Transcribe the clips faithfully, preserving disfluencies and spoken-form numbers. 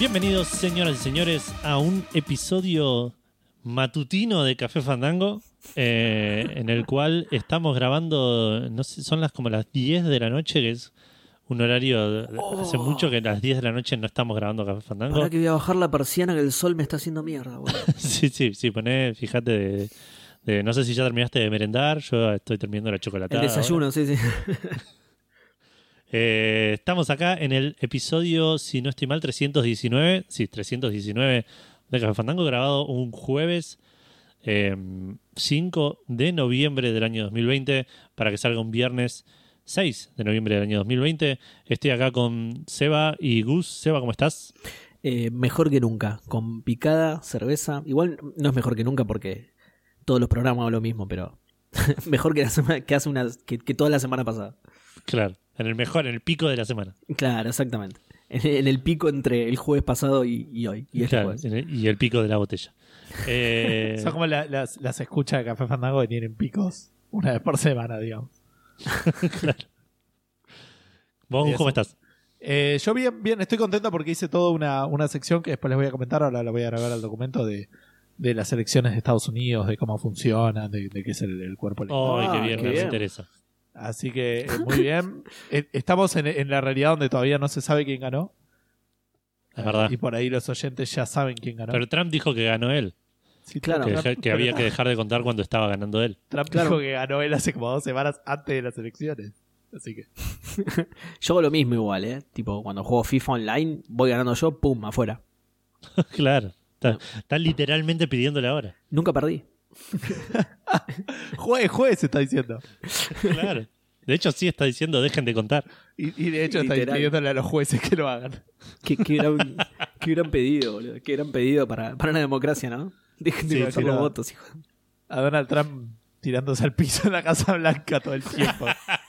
Bienvenidos, señoras y señores, a un episodio matutino de Café Fandango, eh, en el cual estamos grabando, no sé, son las como las diez de la noche, que es un horario, oh. hace mucho que a las diez de la noche no estamos grabando Café Fandango. Ahora que voy a bajar la persiana que el sol me está haciendo mierda, boludo. sí, sí, sí, poné, fíjate, de, de, no sé si ya terminaste de merendar, yo estoy terminando la chocolatada. El desayuno, ahora. sí, sí. Eh, estamos acá en el episodio, si no estoy mal, trescientos diecinueve. Sí, trescientos diecinueve de Café Fandango, grabado un jueves eh, cinco de noviembre del año dos mil veinte, para que salga un viernes seis de noviembre del año dos mil veinte. Estoy acá con Seba y Gus. Seba, ¿cómo estás? Eh, mejor que nunca, con picada, cerveza. Igual no es mejor que nunca porque todos los programas hago lo mismo, pero mejor que, la semana, que, hace una, que, que toda la semana pasada. Claro. En el mejor, en el pico de la semana. Claro, exactamente. En, en el pico entre el jueves pasado y, y hoy. Y, este claro, el, y el pico de la botella. Eh... Son como la, las, las escuchas de Café Fandango que tienen picos una vez por semana, digamos. Claro. ¿Vos cómo estás? Eh, yo bien, bien, estoy contento porque hice toda una, una sección que después les voy a comentar. Ahora la voy a agregar al documento de, de las elecciones de Estados Unidos, de cómo funcionan, de, de qué es el, el cuerpo electoral. ¡Ay, oh, qué bien! qué me bien. interesa. Así que eh, muy bien. Estamos en, en la realidad donde todavía no se sabe quién ganó. Es verdad. Y por ahí los oyentes ya saben quién ganó. Pero Trump dijo que ganó él. Sí, claro. Que, Trump, que había que dejar de contar cuando estaba ganando él. Trump claro. dijo que ganó él hace como dos semanas antes de las elecciones. Así que. Yo hago lo mismo igual, ¿eh? Tipo, cuando juego FIFA Online, voy ganando yo, pum, afuera. Claro. Están está literalmente pidiéndole ahora. Nunca perdí. Juegue, juegue, se está diciendo. Claro. De hecho, sí está diciendo dejen de contar. Y, y de hecho Literal. está pidiéndole a los jueces que lo hagan. Qué, qué, gran, qué gran pedido, boludo. Qué gran pedido para, para una democracia, ¿no? Dejen de Sí, gastar sí, los no. votos, hijo. A Donald Trump tirándose al piso en la Casa Blanca todo el tiempo.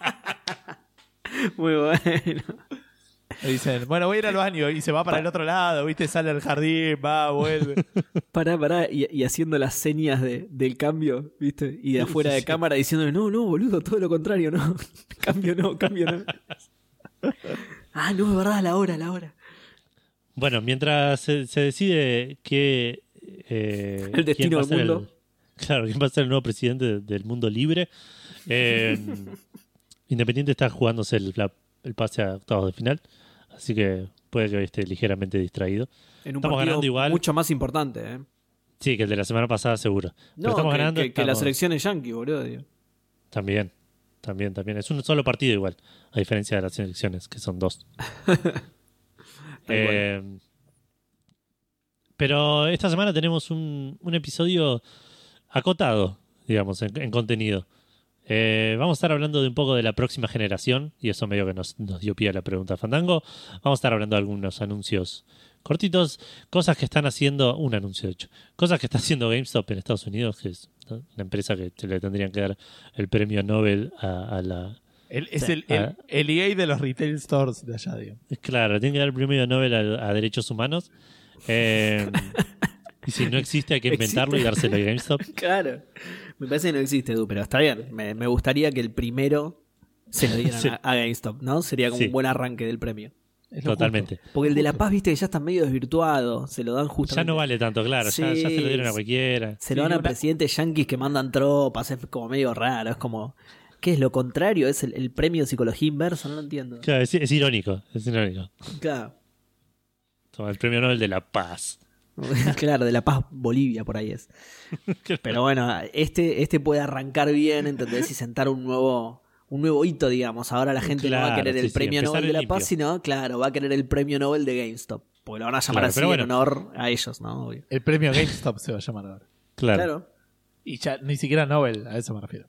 Muy bueno. Le dicen, bueno, voy a ir al baño. Y se va para el otro lado, ¿viste? Sale al jardín, va, vuelve. Pará, pará, y, y haciendo las señas de, del cambio, ¿viste? Y de afuera Sí, de sí. cámara diciéndole, no, no, boludo, todo lo contrario, no. Cambio no, cambio no. Ah, no, es verdad, la hora, la hora. Bueno, mientras se, se decide que... Eh, El destino quién va a del ser el- mundo. claro, quién va a ser el nuevo presidente de- del mundo libre. Eh, Independiente está jugándose el, la- el pase a octavos de final. Así que puede que hoy esté ligeramente distraído. En un Estamos partido ganando igual. mucho más importante, ¿eh? Sí, que el de la semana pasada seguro. Pero No, estamos que, ganando. que, que estamos- las elecciones yanqui, boludo. Digo. También, también, también. Es un solo partido igual, a diferencia de las elecciones, que son dos. eh, pero esta semana tenemos un, un episodio acotado, digamos, en, en contenido. Eh, vamos a estar hablando de un poco de la próxima generación, y eso medio que nos, nos dio pie a la pregunta de Fandango. Vamos a estar hablando de algunos anuncios cortitos, cosas que están haciendo, un anuncio de hecho, cosas que está haciendo GameStop en Estados Unidos, que es, ¿no?, una empresa que le tendrían que dar el premio Nobel a, a la... El, es Sí. el, el, Ah. el E A de los retail stores de allá, digo. Claro, tienen que dar el premio Nobel a, a derechos humanos. Eh, y si no existe hay que inventarlo y dárselo a GameStop. Claro. Me parece que no existe, Edu, pero está bien. Me, me gustaría que el primero se lo dieran Sí. a, a GameStop, ¿no? Sería como Sí. un buen arranque del premio. Es lo Totalmente. Porque el de La Paz, viste que ya está medio desvirtuado. Se lo dan justamente. Ya no vale tanto, claro, Sí. ya, ya se lo dieron a cualquiera. Se lo Sí, dan a una- presidentes yanquis que mandan tropas. Es como medio raro. Es como. ¿Qué es lo contrario? ¿Es el, el premio de psicología inversa? No lo entiendo. Claro, es, es irónico, es irónico. Claro. Toma, el premio Nobel de la Paz. Claro, de La Paz, Bolivia, por ahí es. Pero bueno, este, este puede arrancar bien, ¿entendés? Y sentar un nuevo, un nuevo hito, digamos. Ahora la gente no va a Claro, querer sí, el sí, premio empezar Nobel de la limpio. Paz, sino, claro, va a querer el premio Nobel de GameStop. Porque lo van a llamar Claro, así pero bueno. en honor a ellos, ¿no? Obvio. El premio GameStop se va a llamar ahora. Claro, claro. Claro, Y ya ni siquiera Nobel, a eso me refiero.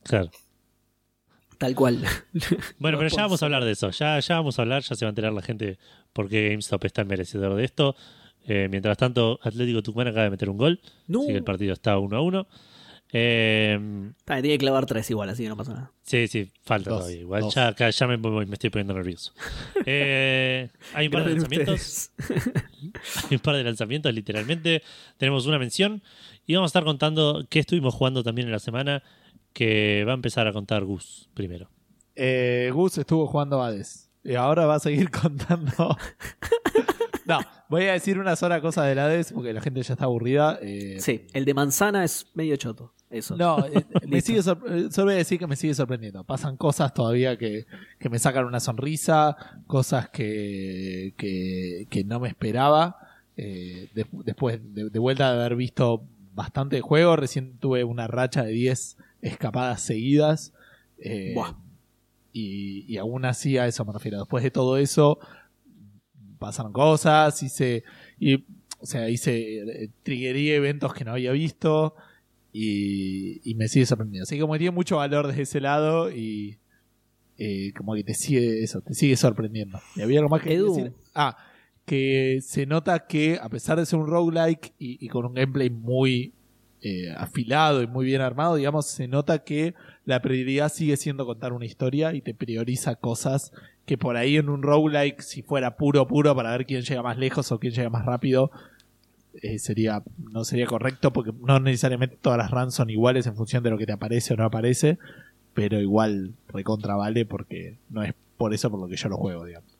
tal cual. Bueno, No pero ya puedo vamos a ser. hablar de eso. Ya, ya vamos a hablar, ya se va a enterar la gente por qué GameStop es tan merecedor de esto. Eh, mientras tanto, Atlético Tucumán acaba de meter un gol. No. Así que el partido está uno a uno. Eh, Ah, tiene que clavar tres igual, así que no pasa nada. sí, sí, falta Dos, todavía. Igual dos. ya, acá ya me, me estoy poniendo nervioso. Eh, hay un par de Graben lanzamientos. ustedes. Hay un par de lanzamientos, literalmente. Tenemos una mención y vamos a estar contando qué estuvimos jugando también en la semana, que va a empezar a contar Gus primero. Eh, Gus estuvo jugando Hades. Y ahora va a seguir contando. No, voy a decir una sola cosa del Hades porque la gente ya está aburrida. Eh, Sí, el de manzana es medio choto. Eso. No, eh, me Listo. sigue sor- eh, solo voy a decir que me sigue sorprendiendo. Pasan cosas todavía que, que me sacan una sonrisa, cosas que, que, que no me esperaba. Eh, de- después de, de vuelta de haber visto bastante de juego, recién tuve una racha de diez escapadas seguidas. Eh, Buah. y, y aún así a eso me refiero. Después de todo eso, pasaron cosas, hice, y, o sea, hice, eh, triggerí eventos que no había visto. Y, y me sigue sorprendiendo. Así que como que tiene mucho valor desde ese lado y eh, como que te sigue eso, te sigue sorprendiendo. Y había algo más que Edu. decir. Ah, que se nota que a pesar de ser un roguelike y, y con un gameplay muy eh, afilado y muy bien armado, digamos, se nota que la prioridad sigue siendo contar una historia y te prioriza cosas que por ahí en un roguelike, si fuera puro puro para ver quién llega más lejos o quién llega más rápido, Eh, sería no sería correcto porque no necesariamente todas las runs son iguales en función de lo que te aparece o no aparece, pero igual recontra vale porque no es por eso por lo que yo lo juego, digamos.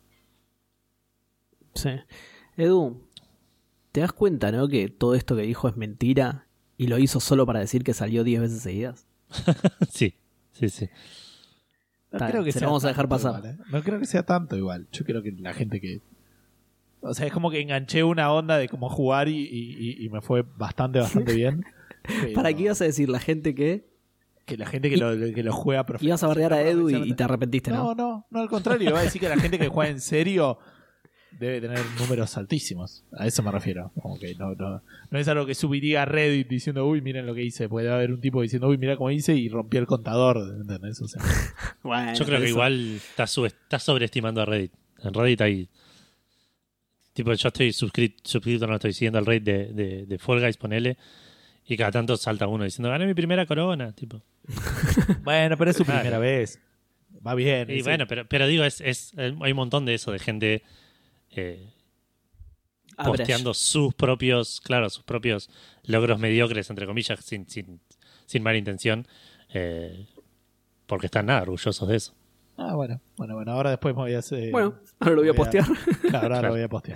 Sí. Edu, ¿te das cuenta, no? Que todo esto que dijo es mentira y lo hizo solo para decir que salió diez veces seguidas. Sí, sí, sí. No Está creo bien, que se sea lo vamos a dejar tanto pasar. igual, ¿eh? No creo que sea tanto igual. Yo creo que la gente que o sea, es como que enganché una onda de cómo jugar y, y, y me fue bastante, bastante bien. Pero ¿Para qué ibas a decir la gente que que la gente que, Y- lo, que lo juega profe- ibas a bardear a Edu y, y te arrepentiste, No, no? no, no, al contrario. Va a decir que la gente que juega en serio debe tener números altísimos. A eso me refiero. Como que no, no, no es algo que subiría a Reddit diciendo, uy, miren lo que hice. Puede haber un tipo diciendo, uy, mira cómo hice y rompí el contador. ¿Entendés? O sea, Bueno, Yo creo que eso- igual estás sub- estás sobreestimando a Reddit. En Reddit hay. Tipo, yo estoy suscrito, suscrito no estoy siguiendo el Reddit de, de, de Fall Guys, ponele. Y cada tanto salta uno diciendo, gané mi primera corona. Tipo. bueno, pero es su Claro. primera vez. Va bien. Y es- bueno, pero, pero digo, es, es, hay un montón de eso, de gente eh, Average. posteando sus propios, claro, sus propios logros mediocres, entre comillas, sin, sin, sin mala intención, eh, porque están nada orgullosos de eso. Ah, bueno, bueno, bueno. Ahora después me voy a hacer. Bueno, ahora lo voy a postear. Claro, ahora Claro. lo voy a postear.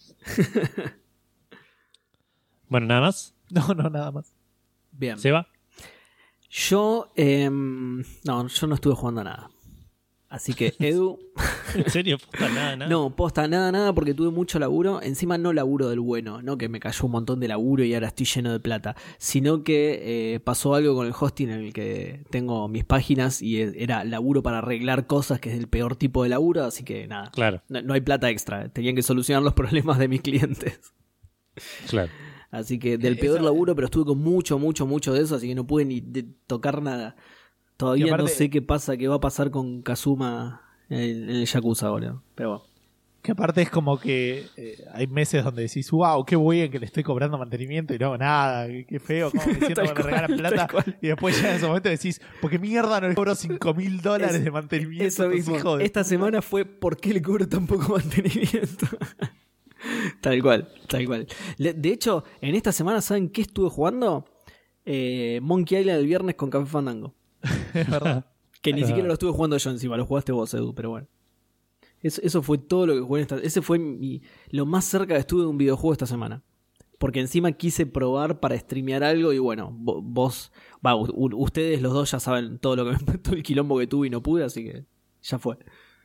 Bueno, nada más. No, no, nada más. Bien. Seba. Yo, em, no, yo no estuve jugando a nada. Así que, Edu, ¿En serio? Posta, nada, nada. no, posta, nada, nada, porque tuve mucho laburo. Encima no laburo del bueno, no que me cayó un montón de laburo y ahora estoy lleno de plata, sino que eh, pasó algo con el hosting en el que tengo mis páginas y e- era laburo para arreglar cosas, que es el peor tipo de laburo, así que nada, Claro, no, no hay plata extra. Tenían que solucionar los problemas de mis clientes. claro. Así que del Eh, peor eso- laburo, pero estuve con mucho, mucho, mucho de eso, así que no pude ni de- tocar nada. Todavía Y aparte- no sé qué pasa, qué va a pasar con Kazuma en, en el Yakuza, boludo. Pero bueno. Que aparte es como que eh, hay meses donde decís, wow, qué bien que le estoy cobrando mantenimiento y no hago nada, qué, qué feo, cómo me siento Tal cuando me cual, regalan plata. tal cual. Y después ya en ese momento decís, porque mierda no le cobro cinco mil dólares Es- de mantenimiento. Eso a estos mismo. hijos de Esta puta? semana fue ¿por qué le cobro tan poco mantenimiento? Tal cual, tal cual. Le- De hecho, en esta semana, ¿saben qué estuve jugando? Eh, Monkey Island el viernes con Café Fandango. Es verdad. Que ni Ah. siquiera lo estuve jugando yo encima, lo jugaste vos, Edu, pero bueno. Eso, eso fue todo lo que jugué en esta. Ese fue mi- lo más cerca que estuve de un videojuego esta semana. Porque encima quise probar para streamear algo y bueno, vo- vos, va, u- u- ustedes los dos ya saben todo lo que me todo el quilombo que tuve y no pude, así que ya fue.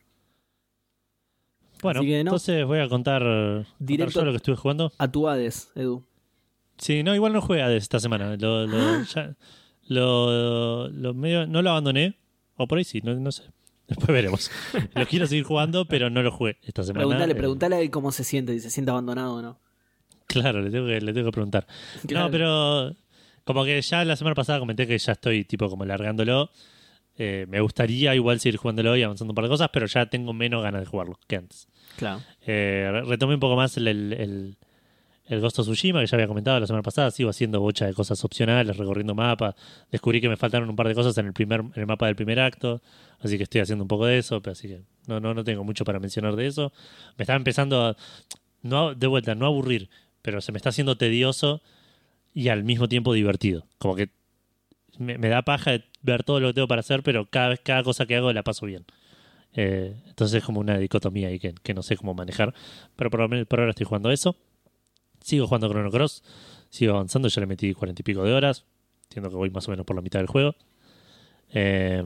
Bueno, Así que no. entonces voy a contar, contar Directo- yo lo que estuve jugando. A tu Hades, Edu. Sí, no, igual no jugué a esta semana. Lo, lo, ya- lo, lo medio, no lo abandoné. O por ahí sí, no, no sé. Después veremos. Lo quiero seguir jugando, pero no lo jugué esta semana. Preguntale, Eh, preguntale a él cómo se siente, si se siente abandonado o no. Claro, le tengo que, le tengo que preguntar. Claro. No, pero como que ya la semana pasada comenté que ya estoy tipo como largándolo. Eh, me gustaría igual seguir jugándolo y avanzando un par de cosas, pero ya tengo menos ganas de jugarlo que antes. Claro. Eh, re- retomé un poco más el, el, el, el Ghost of Tsushima, que ya había comentado la semana pasada. Sigo haciendo bocha de cosas opcionales, recorriendo mapas. Descubrí que me faltaron un par de cosas en el primer en el mapa del primer acto, así que estoy haciendo un poco de eso, pero así que no, no, no tengo mucho para mencionar de eso. Me estaba empezando a, no, de vuelta, no a aburrir, pero se me está haciendo tedioso y al mismo tiempo divertido. Como que me, me da paja de ver todo lo que tengo para hacer, pero cada vez, cada cosa que hago la paso bien. Eh, entonces es como una dicotomía ahí que, que no sé cómo manejar. Pero por, lo menos por ahora estoy jugando eso. Sigo jugando Chrono Cross. Sigo avanzando. Ya le metí cuarenta y pico de horas. Entiendo que voy más o menos por la mitad del juego. Eh,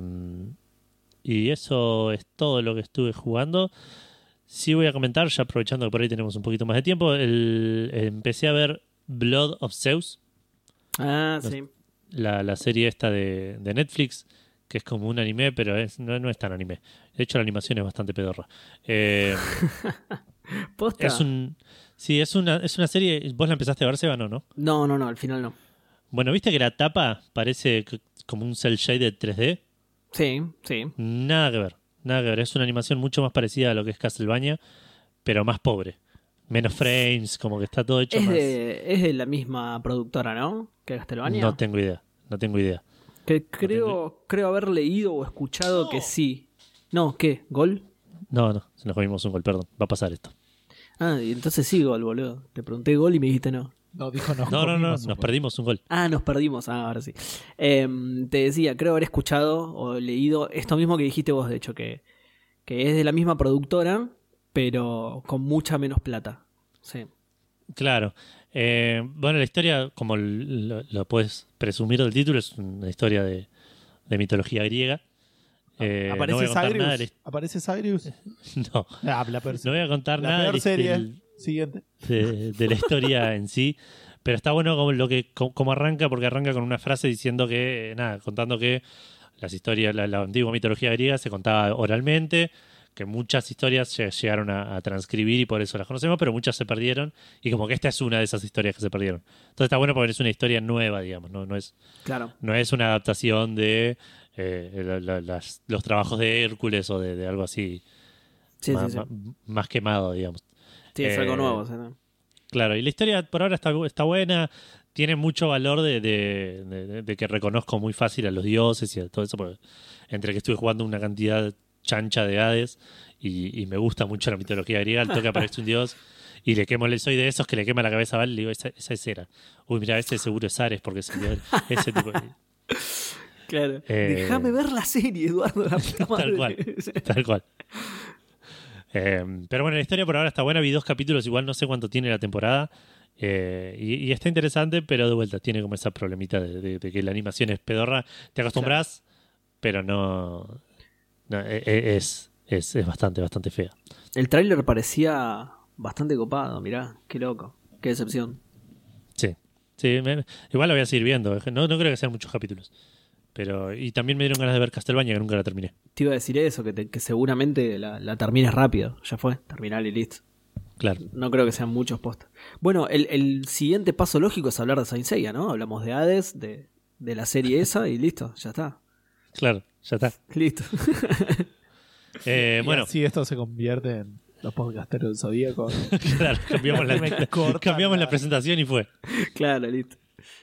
y eso es todo lo que estuve jugando. Sí voy a comentar, ya aprovechando que por ahí tenemos un poquito más de tiempo. El, empecé a ver Blood of Zeus. Ah, No, sí. La, la serie esta de, de Netflix, que es como un anime, pero es, no, no es tan anime. De hecho, la animación es bastante pedorra. Eh, ¿Posta? es un Sí, es una, es una serie. ¿Vos la empezaste a ver, Seba, no, no? No, no, no, al final no. Bueno, ¿viste que la tapa parece c- como un cel shaded tres D? Sí, sí. Nada que ver, nada que ver. Es una animación mucho más parecida a lo que es Castlevania, pero más pobre. Menos frames, como que está todo hecho Es más... de, es de la misma productora, ¿no? Que Castlevania. No tengo idea, no tengo idea. Que creo, creo haber leído o escuchado que sí. No, ¿qué? ¿Gol? No, no, se nos comimos un gol, perdón. Va a pasar esto. Ah, y entonces sí, Gol, boludo. Te pregunté Gol y me dijiste no. No, dijo no. No, no, no, comimos un nos gol. perdimos un gol. Ah, nos perdimos. Ah, ahora sí. Eh, te decía, creo haber escuchado o leído esto mismo que dijiste vos, de hecho, que, que es de la misma productora, pero con mucha menos plata. Sí. Claro. Eh, bueno, la historia, como lo, lo puedes presumir del título, es una historia de, de mitología griega. Eh, no ¿Aparece voy a contar Sagrius? nada de la- ¿Aparece Sagrius? No, Ah, la, peor- no voy a contar la nada peor de, serie. del- Siguiente. de- de la historia en sí, pero está bueno como lo que como, como arranca, porque arranca con una frase diciendo que, nada, contando que las historias, la, la antigua mitología griega se contaba oralmente, que muchas historias lle- llegaron a, a transcribir y por eso las conocemos, pero muchas se perdieron, y como que esta es una de esas historias que se perdieron. Entonces está bueno porque es una historia nueva, digamos, no, no es Claro. no es una adaptación de eh, la- la- las- los trabajos de Hércules o de, de algo así Sí, más, sí, sí. más- más quemado, digamos. Sí, es algo eh, nuevo. ¿Sí? ¿No? Claro, y la historia por ahora está, está buena, tiene mucho valor de, de- de- de que reconozco muy fácil a los dioses y a todo eso, porque entre que estuve jugando una cantidad chancha de Hades y, y me gusta mucho la mitología griega, al toque aparece un dios y le quemo, soy de esos que le quema la cabeza a Val y le digo, esa, esa es Hera. Uy, mira, ese seguro es Ares porque es el dios- ese tipo de... Claro. Eh, Déjame ver la serie, Eduardo. La puta madre. Tal cual, tal cual. Eh, pero bueno, la historia por ahora está buena. Vi dos capítulos, igual no sé cuánto tiene la temporada. Eh, y, y está interesante, pero de vuelta tiene como esa problemita de, de- de que la animación es pedorra. Te acostumbras, pero no. no, e- e- es, es, es bastante, bastante fea. El tráiler parecía bastante copado, mirá. Qué loco. Qué decepción. Sí, sí me- igual la voy a seguir viendo. No, no creo que sean muchos capítulos. Pero, y también me dieron ganas de ver Castlevania, que nunca la terminé. Te iba a decir eso, que, te- que seguramente la, la termines rápido. Ya fue, terminar y listo. Claro. No creo que sean muchos postas. Bueno, el, el siguiente paso lógico es hablar de Saint Seiya, ¿no? Hablamos de Hades, de, de la serie esa y listo, ya está. Claro, ya está. Listo. Eh, Y bueno, así esto se convierte en los podcasteros del Zodíaco. claro, cambiamos, la, Me cortan cambiamos la la- presentación y fue. Claro, listo.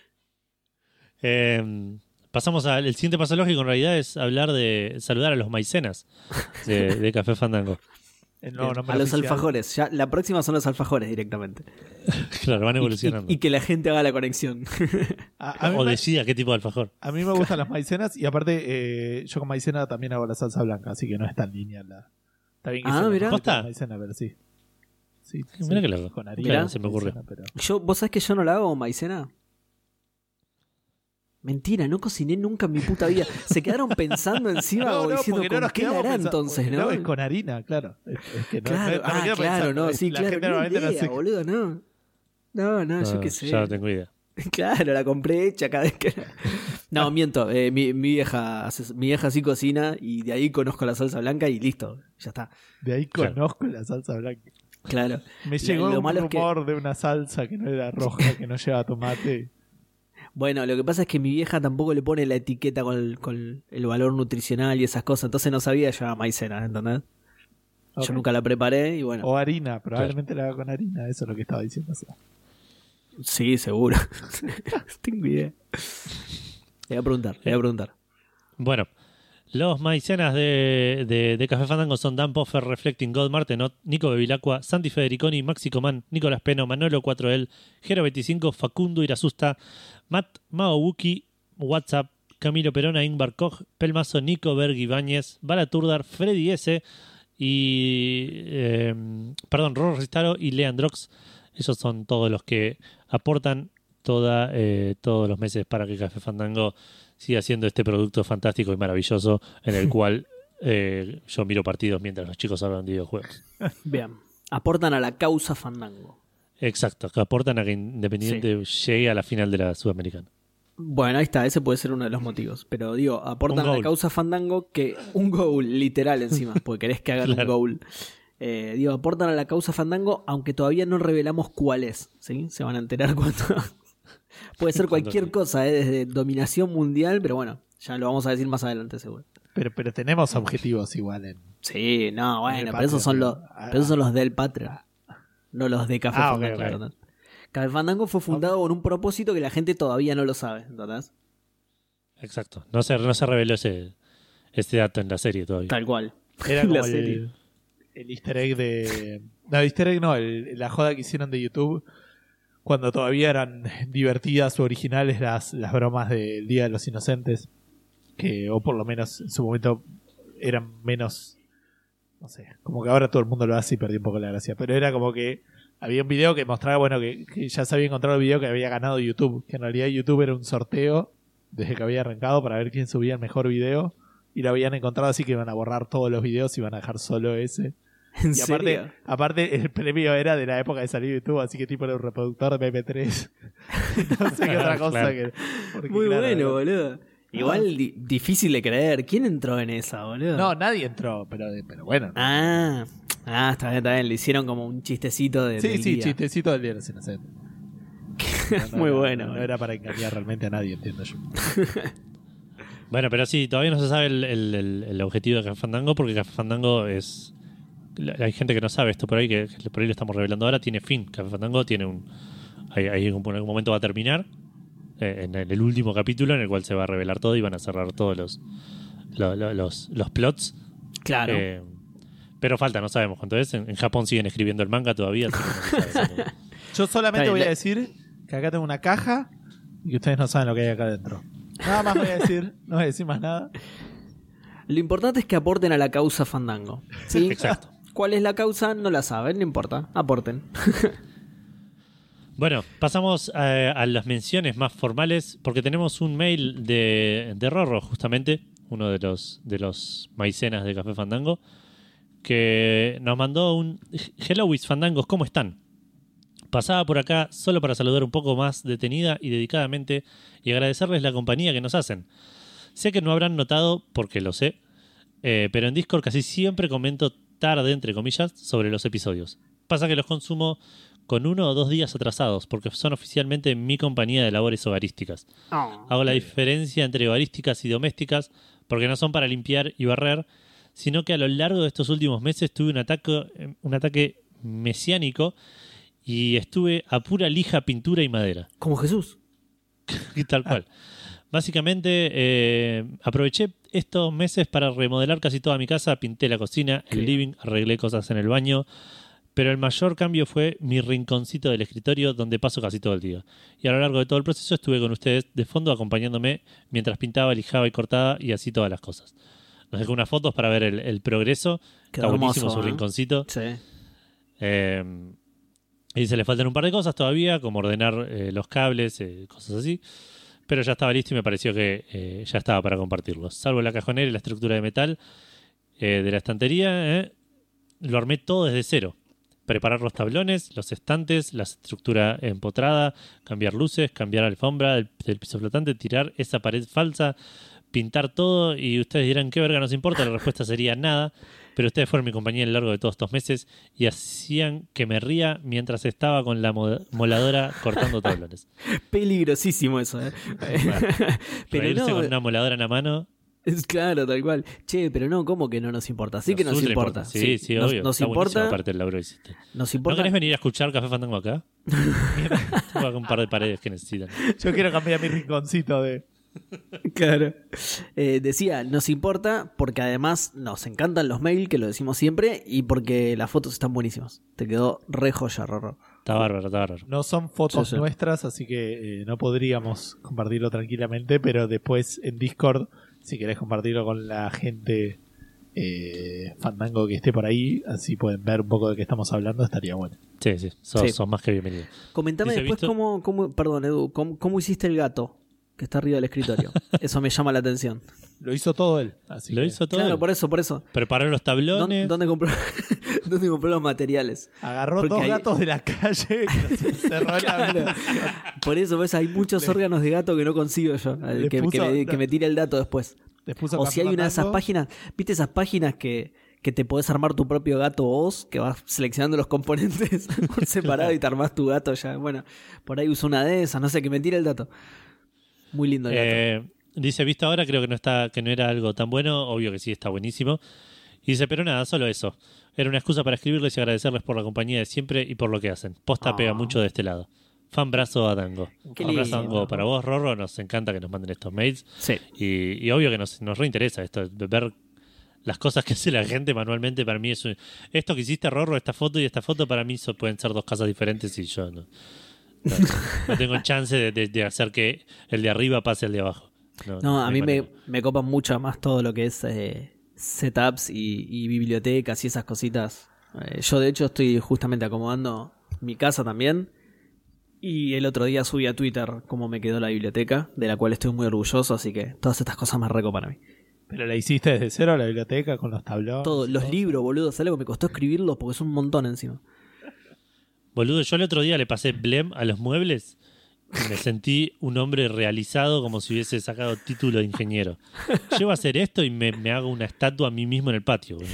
Eh, pasamos al el siguiente paso lógico, en realidad es hablar de saludar a los maicenas de, de Café Fandango. El nuevo Bien, nombre a los oficial. alfajores. Ya, la próxima son los alfajores directamente. Claro, van Y, evolucionando. y- y que la gente haga la conexión. A, a mí o me, decida qué tipo de alfajor. a mí me gustan las maicenas y aparte eh, yo con maicena también hago la salsa blanca, así que no es tan lineal la... Está bien que Ah, sea mirá. una ¿Posta? maicena, pero sí. Sí, Mirá sí, que loco. con harina. Mirá. con Se me ocurrió. maicena, pero- Yo, ¿vos sabés que yo no la hago maicena? Mentira, no cociné nunca en mi puta vida. Se quedaron pensando encima No, como no, diciendo porque no con nos qué quedamos hará pensando- entonces, ¿no? No, es con harina, claro. Es, es que no, Claro, no- no me ah, quedo claro, pensando, no, es- sí, la claro. gente Ni normalmente no idea, se- boludo, no. No, no, yo No, qué sé. ya no tengo idea. Claro, la compré hecha cada vez que... No, miento. eh, mi, mi vieja hace- mi vieja sí cocina y de ahí conozco la salsa blanca y listo. Ya está. De ahí Claro. conozco la salsa blanca. Claro. Me Lo- llegó lo un malo es que- rumor de una salsa que no era roja, que no lleva tomate. Bueno, lo que pasa es que mi vieja tampoco le pone la etiqueta con el, con el valor nutricional y esas cosas. Entonces no sabía llevar maicena, ¿entendés? Ok. Yo nunca la preparé y bueno. O harina, probablemente la haga con harina, eso es lo que estaba diciendo. Sí, seguro. Tengo idea. Le voy a preguntar, le voy a preguntar. Bueno, los maicenas de, de, de Café Fandango son Dan Poffer, Reflecting God, Martenot, Nico Bevilacqua, Santi Federiconi, Maxi Coman, Nicolás Peno, Manolo cuatro L, Gero veinticinco, Facundo Irasusta, Matt Maowuki, WhatsApp, Camilo Perona, Ingvar Koch, Pelmazo, Nico, Berg, Ibáñez, Balaturdar, Freddy S. y... Eh, perdón, Rorro Restaro y Leandrox. Esos son todos los que aportan toda, eh, todos los meses para que Café Fandango siga siendo este producto fantástico y maravilloso en el cual eh, yo miro partidos mientras los chicos hablan de videojuegos. Bien. Aportan a la causa Fandango. Exacto, que aportan a que Independiente sí. llegue a la final de la Sudamericana. Bueno, ahí está, ese puede ser uno de los motivos. Pero digo, aportan a la causa Fandango que un goal, literal encima, porque querés que hagan claro. un goal. Eh, digo, aportan a la causa Fandango, aunque todavía no revelamos cuál es, ¿sí? Se van a enterar cuando... Puede ser cualquier cosa, ¿eh? Desde dominación mundial, pero bueno, ya lo vamos a decir más adelante seguro. Pero, pero tenemos objetivos igual en... Sí, no, bueno, pero esos son los, pero esos son los del Patreon, no los de Café ah, Fandango. Okay, okay. Café Fandango fue fundado okay. con un propósito que la gente todavía no lo sabe, ¿entendés? Exacto, no se, no se reveló ese, ese dato en la serie todavía. Tal cual. Era como el, el easter egg de... No, el easter egg no, el, la joda que hicieron de YouTube cuando todavía eran divertidas o originales las, las bromas del Día de los Inocentes, que o por lo menos en su momento eran menos, no sé, como que ahora todo el mundo lo hace y perdí un poco la gracia, pero era como que había un video que mostraba, bueno, que, que ya se había encontrado el video que había ganado YouTube, que en realidad YouTube era un sorteo desde que había arrancado para ver quién subía el mejor video, y lo habían encontrado, así que iban a borrar todos los videos y iban a dejar solo ese. ¿En y aparte, serio? aparte el premio era de la época de salir YouTube, así que tipo era un reproductor de M P tres. No sé qué otra cosa claro. que... Porque, muy claro, bueno, ¿no? boludo. Igual di- difícil de creer. ¿Quién entró en esa, boludo? No, nadie entró, pero, pero bueno. ¿no? Ah, ah, está bien, está bien. Le hicieron como un chistecito de, Sí, del sí, día. chistecito del día de los inocentes. No, no, muy no, bueno. No, no era para engañar realmente a nadie, entiendo yo. Bueno, pero sí, todavía no se sabe el, el, el, el objetivo de Café Fandango, porque Café Fandango es... Hay gente que no sabe esto por ahí, que, que por ahí lo estamos revelando ahora, tiene fin. Café Fandango tiene un... Ahí, ahí en algún momento va a terminar, eh, en el último capítulo, en el cual se va a revelar todo y van a cerrar todos los, los, los, los plots. Claro. Eh, pero falta, no sabemos cuánto es. En, en Japón siguen escribiendo el manga todavía, así que no se sabe cómo. Yo solamente bien, voy le- a decir que acá tengo una caja y que ustedes no saben lo que hay acá adentro. Nada más voy a decir, no voy a decir más nada. Lo importante es que aporten a la causa Fandango. ¿Sí? Exacto. ¿Cuál es la causa? No la saben, no importa. Aporten. Bueno, pasamos a, a las menciones más formales, porque tenemos un mail de, de Rorro, justamente, uno de los, de los maicenas de Café Fandango, que nos mandó un Hello, Wiz Fandangos, ¿cómo están? Pasaba por acá solo para saludar un poco más detenida y dedicadamente y agradecerles la compañía que nos hacen. Sé que no habrán notado, porque lo sé, eh, pero en Discord casi siempre comento tarde, entre comillas, sobre los episodios. Pasa que los consumo con uno o dos días atrasados, porque son oficialmente mi compañía de labores hogarísticas. Oh. Hago la diferencia entre hogarísticas y domésticas, porque no son para limpiar y barrer, sino que a lo largo de estos últimos meses tuve un ataque, un ataque mesiánico y estuve a pura lija, pintura y madera. Como Jesús. Y tal cual. Básicamente, eh, aproveché estos meses para remodelar casi toda mi casa, pinté la cocina, el Bien. living, arreglé cosas en el baño, pero el mayor cambio fue mi rinconcito del escritorio donde paso casi todo el día. Y a lo largo de todo el proceso estuve con ustedes de fondo acompañándome mientras pintaba, lijaba y cortaba y así todas las cosas. Nos dejó unas fotos para ver el, el progreso. Quedó Está buenísimo hermoso, su ¿eh? rinconcito. Sí. Eh, y se le faltan un par de cosas todavía, como ordenar eh, los cables, eh, cosas así. Pero ya estaba listo y me pareció que eh, ya estaba para compartirlos. Salvo la cajonera y la estructura de metal eh, de la estantería, eh, lo armé todo desde cero. Preparar los tablones, los estantes, la estructura empotrada, cambiar luces, cambiar alfombra del, del piso flotante, tirar esa pared falsa, pintar todo, y ustedes dirán, ¿qué verga nos importa? La respuesta sería nada, pero ustedes fueron mi compañía a lo largo de todos estos meses y hacían que me ría mientras estaba con la mo- moladora cortando tablones. Peligrosísimo eso, ¿eh? Pero Reírse no, con una moladora en la mano. es claro, tal cual. Che, pero no, ¿cómo que no nos importa? Sí que nos ultra importa. Sí, sí, nos, obvio. Nos Está buenísima importa. parte del laburo que hiciste. Nos ¿No importa. querés venir a escuchar Café Fandango acá? Tengo acá un par de paredes que necesitan. Yo quiero cambiar mi rinconcito de... Claro. Eh, decía, nos importa porque además nos encantan los mails, que lo decimos siempre, y porque las fotos están buenísimas. Te quedó re joya, Rorro. Está bárbaro, está bárbaro. No son fotos Sí, sí. nuestras, así que eh, no podríamos compartirlo tranquilamente, pero después en Discord, si querés compartirlo con la gente eh, Fandango que esté por ahí, así pueden ver un poco de qué estamos hablando, estaría bueno. Sí, sí, sos, Sí. sos más que bienvenido. Comentame Dice, después ¿visto? cómo, cómo, perdón Edu, cómo, cómo hiciste el gato que está arriba del escritorio. Eso me llama la atención. Lo hizo todo él. Así Lo que hizo todo. Claro, él. por eso, por eso. Preparó los ¿Dónde, tablones. dónde compró, ¿Dónde compró los materiales? agarró Porque dos hay- gatos de la calle que los encerró en la Claro. habitación. Por eso, pues, hay muchos Le- órganos de gato que no consigo yo. Le Que, puso- que me, que me tire el dato después. Les puso O si hay Café una de esas Fandango. páginas, ¿viste esas páginas que, que te podés armar tu propio gato vos? Que vas seleccionando los componentes por separado y te armás tu gato ya. Bueno, por ahí uso una de esas, no sé, que me tire el dato. Muy lindo el gato. Eh, dice, visto ahora, creo que no está, que no era algo tan bueno. Obvio que sí, está buenísimo. Y dice, pero nada, solo eso. Era una excusa para escribirles y agradecerles por la compañía de siempre y por lo que hacen. Posta Ah. pega mucho de este lado. Fan brazo a Dango. Qué Fan brazo a lindo. Dango para vos, Rorro. Nos encanta que nos manden estos mails. Sí. Y, y obvio que nos, nos reinteresa esto, de ver las cosas que hace la gente manualmente. Para mí es un- esto que hiciste, Rorro, esta foto y esta foto, para mí so- pueden ser dos casas diferentes y yo no, no, no tengo chance de, de- de hacer que el de arriba pase al de abajo. No, No, a hay mí me, manera. me copan mucho más todo lo que es eh, setups y, y bibliotecas y esas cositas. Eh, yo, de hecho, estoy justamente acomodando mi casa también. Y el otro día subí a Twitter cómo me quedó la biblioteca, de la cual estoy muy orgulloso, así que todas estas cosas me recopan a mí. Pero la hiciste desde cero, la biblioteca, con los tablones. Todo, y los todo. libros, boludo, ¿sabes lo que me costó escribirlos? Porque es un montón encima. Boludo, yo el otro día le pasé Blem a los muebles y me sentí un hombre realizado como si hubiese sacado título de ingeniero. Llego a hacer esto y me, me hago una estatua a mí mismo en el patio. Boludo.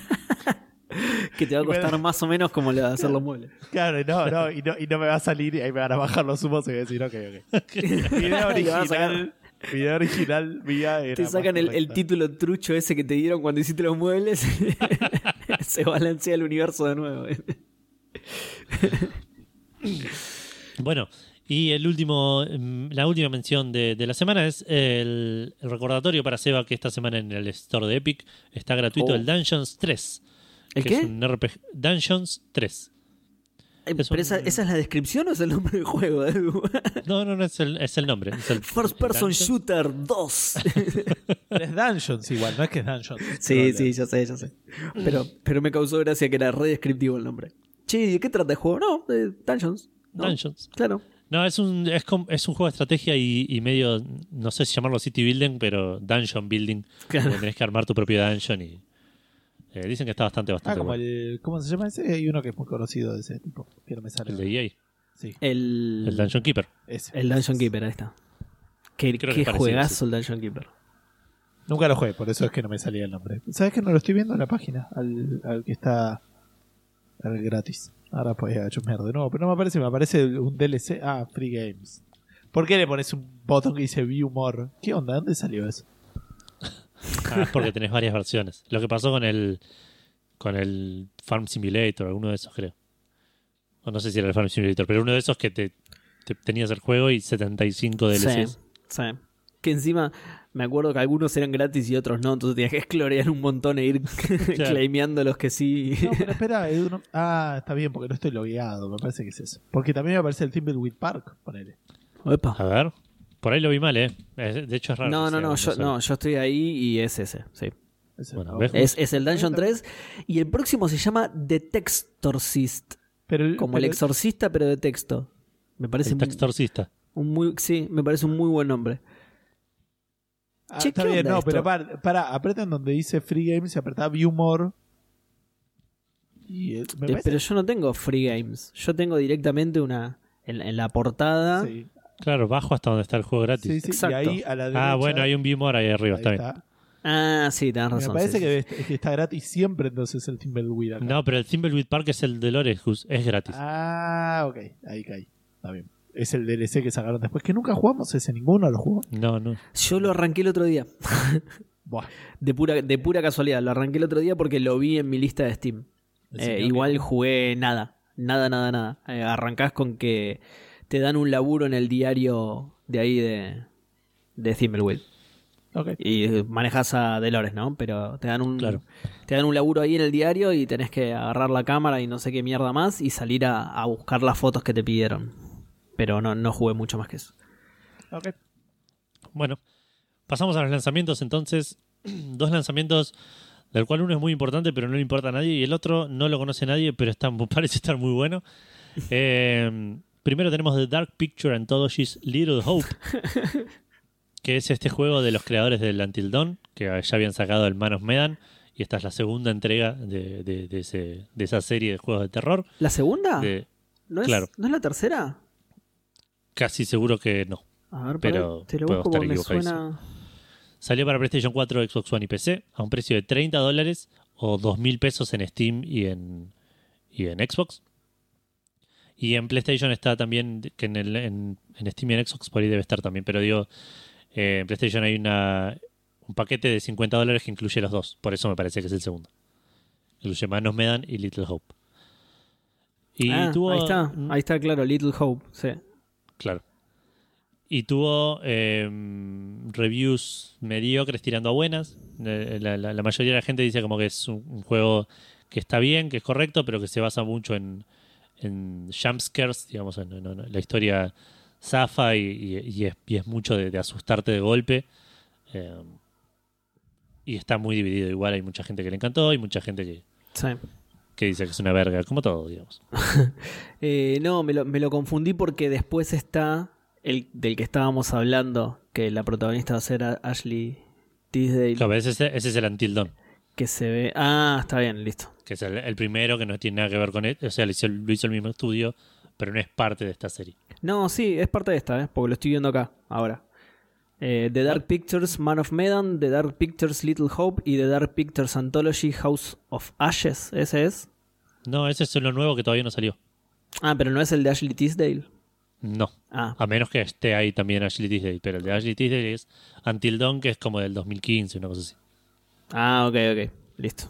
Que te va a Y bueno. costar más o menos como lo de hacer los muebles. Claro, no, no y, no, y no me va a salir y ahí me van a bajar los humos y voy a decir, ok, ok. Video Y le van a original, sacar- video original mía era Te más sacan el, el correcta. título trucho ese que te dieron cuando hiciste los muebles. Se balancea el universo de nuevo. Bueno, y el último, mm, la última mención de, de la semana es el, el recordatorio para Seba que esta semana en el store de Epic está gratuito Oh. el Dungeons tres. ¿El que qué? Es un R P G. Dungeons tres. Eh, Es ¿Pero un- esa, esa es la descripción o es el nombre del juego, Edu? No, no, no es el, es el nombre. Es el, First el Person Dungeons. Shooter dos. Pero es Dungeons igual, no es que es Dungeons. Sí, sí, ya sé, ya sé. Pero, pero me causó gracia que era re descriptivo el nombre. Che, ¿de qué trata el juego? No, de Dungeons. ¿no? Dungeons. Claro. No, es un, es, com- es un juego de estrategia y, y medio, no sé si llamarlo city building, pero dungeon building. Claro. Donde tenés que armar tu propio dungeon y eh, dicen que está bastante, Ah, bastante como bueno. el. ¿Cómo se llama ese? Hay uno que es muy conocido de ese tipo. Que no me sale. El de E A, Sí, El, el Dungeon Keeper. ese. el Dungeon Keeper, ahí está. Qué, Creo que qué es parecido, juegazo sí. el Dungeon Keeper. Nunca lo jugué, por eso es que no me salía el nombre. ¿Sabes que no lo estoy viendo en la página? Al, al que está. Al gratis. Ahora podía chusmear de nuevo, pero no me aparece, me aparece un D L C. Ah, Free Games. ¿Por qué le pones un botón que dice View More? ¿Qué onda? ¿Dónde salió eso? Ah, es porque tenés varias versiones. Lo que pasó con el con el Farm Simulator, alguno de esos creo. O no sé si era el Farm Simulator, pero uno de esos que te, te tenías el juego y setenta y cinco D L Cs. Sí, sí. Que encima me acuerdo que algunos eran gratis y otros no, entonces tenías que explorar un montón e ir claimeando los que sí. No, pero espera, Edu, no- ah, está bien, porque no estoy logueado, me parece que es eso. Porque también me aparece el Thimbleweed Park, ponele. Opa. A ver. Por ahí lo vi mal, ¿eh? Es- De hecho es raro. No, que no, sea no, uno yo, solo. no, yo estoy ahí y es ese, sí. Ese, Bueno, no, ¿ves? Es, es el Dungeon tres y el próximo se llama The Textorcist, Pero el- como el pero- exorcista pero de texto. Me parece El un, textorcista. un muy, sí, me parece un muy buen nombre. Ah, Che, está ¿qué bien, onda no, esto? pero para, para, aprieta en donde dice Free Games y apretá View More. Y eh, me Eh, parece. pero yo no tengo free games, yo tengo directamente una en, en la portada. Sí, Claro, bajo hasta donde está el juego gratis. sí, sí, y Exacto. ahí a la derecha. Ah, bueno, hay un Beamore ahí arriba, ahí está bien. está. Ah, sí, tenés Me razón. parece sí, que, sí. es- que está gratis siempre entonces el Thimbleweed acá. No, pero el Thimbleweed Park es el de Lorejus, es gratis. Ah, ok, ahí caí. Está bien. Es el D L C que sacaron después, que nunca jugamos ese, ninguno lo jugó. No, no. Yo lo arranqué el otro día. Buah. De pura, de pura casualidad, lo arranqué el otro día porque lo vi en mi lista de Steam. Ese Eh, creo igual que- jugué nada, nada, nada, nada. Eh, arrancás con que te dan un laburo en el diario de ahí de, de Thimbleweed. Ok. Y manejas a Dolores, ¿no? Pero te dan un Claro. te dan un laburo ahí en el diario y tenés que agarrar la cámara y no sé qué mierda más y salir a, a buscar las fotos que te pidieron. Pero no, no jugué mucho más que eso. Ok. Bueno, pasamos a los lanzamientos entonces. Dos lanzamientos, del cual uno es muy importante, pero no le importa a nadie, y el otro no lo conoce nadie, pero está, parece estar muy bueno. Eh, primero tenemos The Dark Picture Anthology's Little Hope, que es este juego de los creadores del Until Dawn, que ya habían sacado el Man of Medan, y esta es la segunda entrega de, de, de, ese, de esa serie de juegos de terror. ¿La segunda? De, ¿No, es, claro. ¿No es la tercera? Casi seguro que no. A ver, Pero pará, te lo puedo busco estar porque me equivocadísimo. suena... Salió para PlayStation cuatro, Xbox One y P C a un precio de treinta dólares o dos mil pesos en Steam y en, y en Xbox. Y en PlayStation está también, que en, el, en, en Steam y en Xbox por ahí debe estar también, pero digo, eh, en PlayStation hay una un paquete de cincuenta dólares que incluye los dos, por eso me parece que es el segundo. Incluye Man of Medan y Little Hope. Y ah, tuvo, ahí está, ahí está, claro, Little Hope, sí. Claro. Y tuvo eh, reviews mediocres tirando a buenas. Eh, La, la, la mayoría de la gente dice como que es un, un juego que está bien, que es correcto, pero que se basa mucho en, en jumpscares, digamos, en, en- en la historia zafa y, y- y es, y es mucho de, de asustarte de golpe. Eh, y está muy dividido. Igual hay mucha gente que le encantó y mucha gente que, Sí. que dice que es una verga, como todo, digamos. Eh, no, me lo, me lo confundí porque después está el del que estábamos hablando, que la protagonista va a ser a- Ashley Tisdale, Claro, ese, es- ese es el Until Dawn, que se ve... Ah, está bien, listo. que es el, el primero que no tiene nada que ver con él. O sea, lo hizo, lo hizo el mismo estudio, pero no es parte de esta serie. No, sí, es parte de esta, ¿eh? Porque lo estoy viendo acá, ahora. Eh, The Dark Pictures Man of Medan, The Dark Pictures Little Hope y The Dark Pictures Anthology House of Ashes. ¿Ese es? No, ese es lo nuevo que todavía no salió. Ah, pero no es el de Ashley Tisdale. No. Ah, A menos que esté ahí también Ashley Tisdale. Pero el de Ashley Tisdale es Until Dawn, que es como del dos mil quince, una cosa así. ah ok, ok, listo.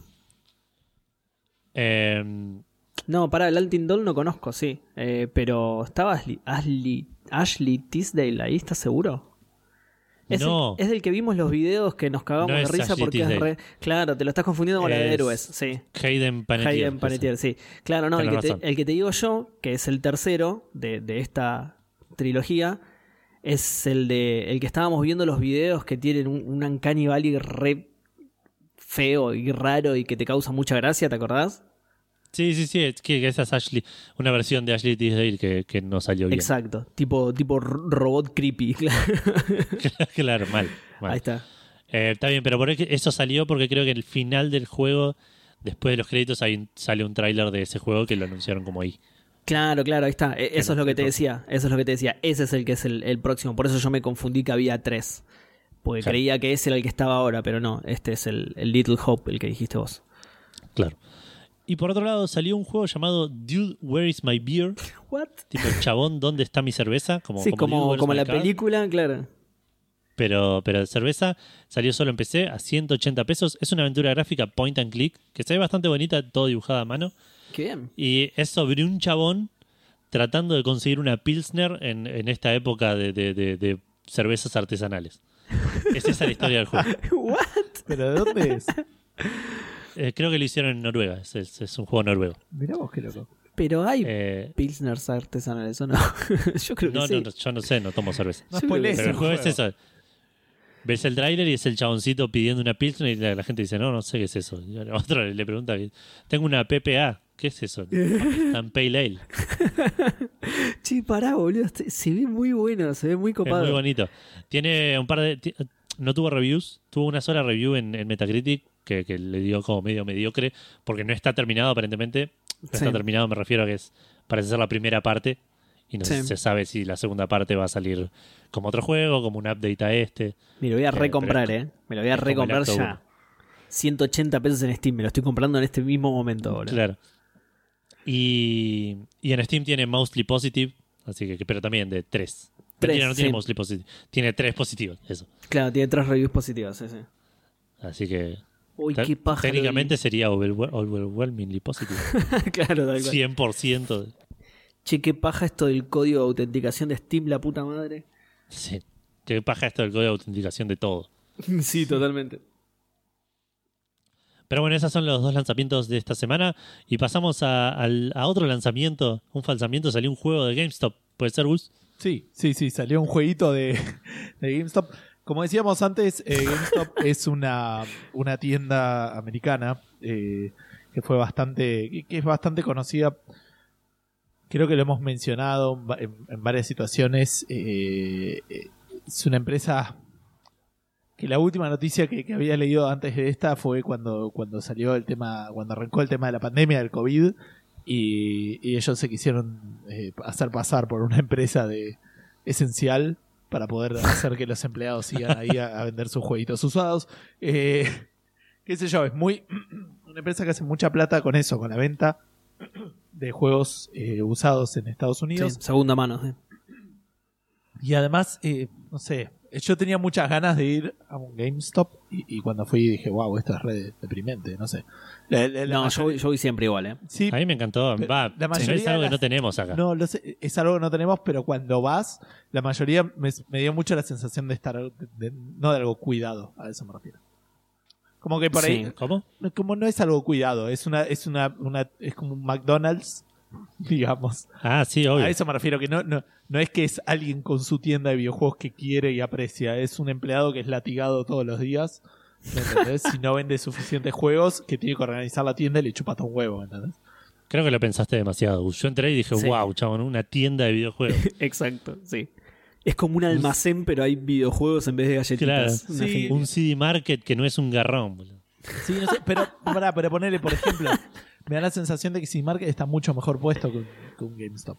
Eh, No, pará, el Until Dawn no conozco, sí. Eh, pero ¿estaba Ashley, Ashley, Ashley Tisdale ahí? ¿Estás seguro? Es, no. el, es del que vimos los videos que nos cagamos No de es risa Ashley porque es Tisdale. re... Claro, te lo estás confundiendo con la de Es Héroes, sí. Hayden Panettiere. Hayden Panettiere, sí. Claro, no, el Tenés que, te, razón. el que te digo yo, que es el tercero de, de esta trilogía, es el de el que estábamos viendo los videos que tienen un, un Uncanny Valley re feo y raro y que te causa mucha gracia, ¿te acordás? Sí, sí, sí. Es que esa es Ashley, una versión de Ashley Tisdale que, que no salió bien. Exacto, tipo, tipo r- robot creepy, claro. Claro, mal. mal. Ahí está. Eh, está bien, pero por ahí eso salió porque creo que el final del juego, después de los créditos, hay un- sale un tráiler de ese juego que lo anunciaron como ahí. Claro, claro, ahí está. E- Eso no, es lo que te no. decía. Eso es lo que te decía. Ese es el que es el, el próximo. Por eso yo me confundí que había tres. Porque Claro. creía que ese era el que estaba ahora, pero no. Este es el, el Little Hope, el que dijiste vos. Claro. Y por otro lado salió un juego llamado Dude, Where is my beer? ¿What? Tipo, chabón, ¿dónde está mi cerveza? Como, Sí, Dude, como, Where's como my la car? película, claro. Pero, pero de cerveza salió solo en P C a ciento ochenta pesos. Es una aventura gráfica point and click que se ve bastante bonita, todo dibujada a mano. Qué bien. Y es sobre un chabón tratando de conseguir una Pilsner en, en esta época de, de- de- de cervezas artesanales. Es esa la historia del juego. ¿What? ¿Pero de dónde es? Eh, creo que lo hicieron en Noruega. Es, es- es un juego noruego. Mirá vos qué loco. Pero hay Eh, Pilsners artesanales, ¿o no? Yo creo que no, sí. no, no, yo no sé, no tomo cerveza. No Yo creo que spoilees Pero el el juego juego. es eso. Ves el tráiler y es el chaboncito pidiendo una Pilsner y la, la gente dice, no, no sé qué es eso. Y otro le pregunta, tengo una P P A. ¿Qué es eso? Tan Pale Ale. Che, pará, boludo. Se se ve muy bueno, se ve muy Es copado. muy bonito. Tiene un par de... ti- No tuvo reviews. Tuvo una sola review en, en Metacritic que, que le dio como medio mediocre porque no está terminado aparentemente. No Sí. está terminado, me refiero a que es parece ser la primera parte y no Sí. se sabe si la segunda parte va a salir como otro juego, como un update a este. Me lo voy a Eh, recomprar, pero eh. Me lo voy a es como el recomprar acto ya. uno. ciento ochenta pesos en Steam. Me lo estoy comprando en este mismo momento, boludo. Claro. Y, y en Steam tiene Mostly Positive, así que, pero también de tres. Tres, Mentira, no tiene sí. Mostly Positive, tiene tres positivos, eso. Claro, tiene tres reviews positivas, sí, sí. Así que Uy, te- qué paja. lo técnicamente vi. sería overwhel- overwhelmingly positive. claro, tal cual. cien por ciento. de- Che, qué paja esto del código de autenticación de Steam, la puta madre. Sí. Que paja esto del código de autenticación de todo. Sí, totalmente. Pero bueno, esos son los dos lanzamientos de esta semana. Y pasamos a, al- a otro lanzamiento, un falsamiento. Salió un juego de GameStop. ¿Puede ser, Gus? Sí, sí, sí, salió un jueguito de, de GameStop. Como decíamos antes, eh, GameStop es una, una tienda americana eh, que fue bastante, que es bastante conocida. Creo que lo hemos mencionado en, en varias situaciones. Eh, es una empresa que la última noticia que, que había leído antes de esta fue cuando, cuando salió el tema, cuando arrancó el tema de la pandemia del COVID y, y ellos se quisieron eh, hacer pasar por una empresa de esencial para poder hacer que los empleados sigan ahí a, a vender sus jueguitos usados. Eh, qué sé yo, es muy una empresa que hace mucha plata con eso, con la venta de juegos eh, usados en Estados Unidos. Sí, segunda mano. Sí. Y además, eh, no sé, yo tenía muchas ganas de ir a un GameStop y, y cuando fui dije, wow, esto es re deprimente, no sé. La, la, la No, mayoría- yo, voy- yo voy siempre igual, ¿eh? sí, A mí me encantó. Pero Va, la no mayoría es algo de que las- no tenemos acá. no, lo sé, es algo que no tenemos, pero cuando vas, la mayoría me, me dio mucho la sensación de estar, de- de- no de algo cuidado, a eso me refiero. Como que por ahí, Sí. ¿Cómo? como no es algo cuidado, es una, es una, una es como un McDonald's, digamos. Ah, sí, obvio. A eso me refiero, que no, no, no es que es alguien con su tienda de videojuegos que quiere y aprecia, es un empleado que es latigado todos los días, ¿me entendés? Si no vende suficientes juegos, que tiene que organizar la tienda y le chupa todo un huevo, ¿me entendés? Creo que lo pensaste demasiado. Gus. Yo entré y dije, Sí. wow, chabón, una tienda de videojuegos. Exacto, sí. Es como un almacén, pero hay videojuegos en vez de galletitas. Claro. Una Sí. genialidad. Un C D Market que no es un garrón, boludo. Sí, no sé, pero, pará, pero ponele, por ejemplo, me da la sensación de que C D Market está mucho mejor puesto que un, que un GameStop.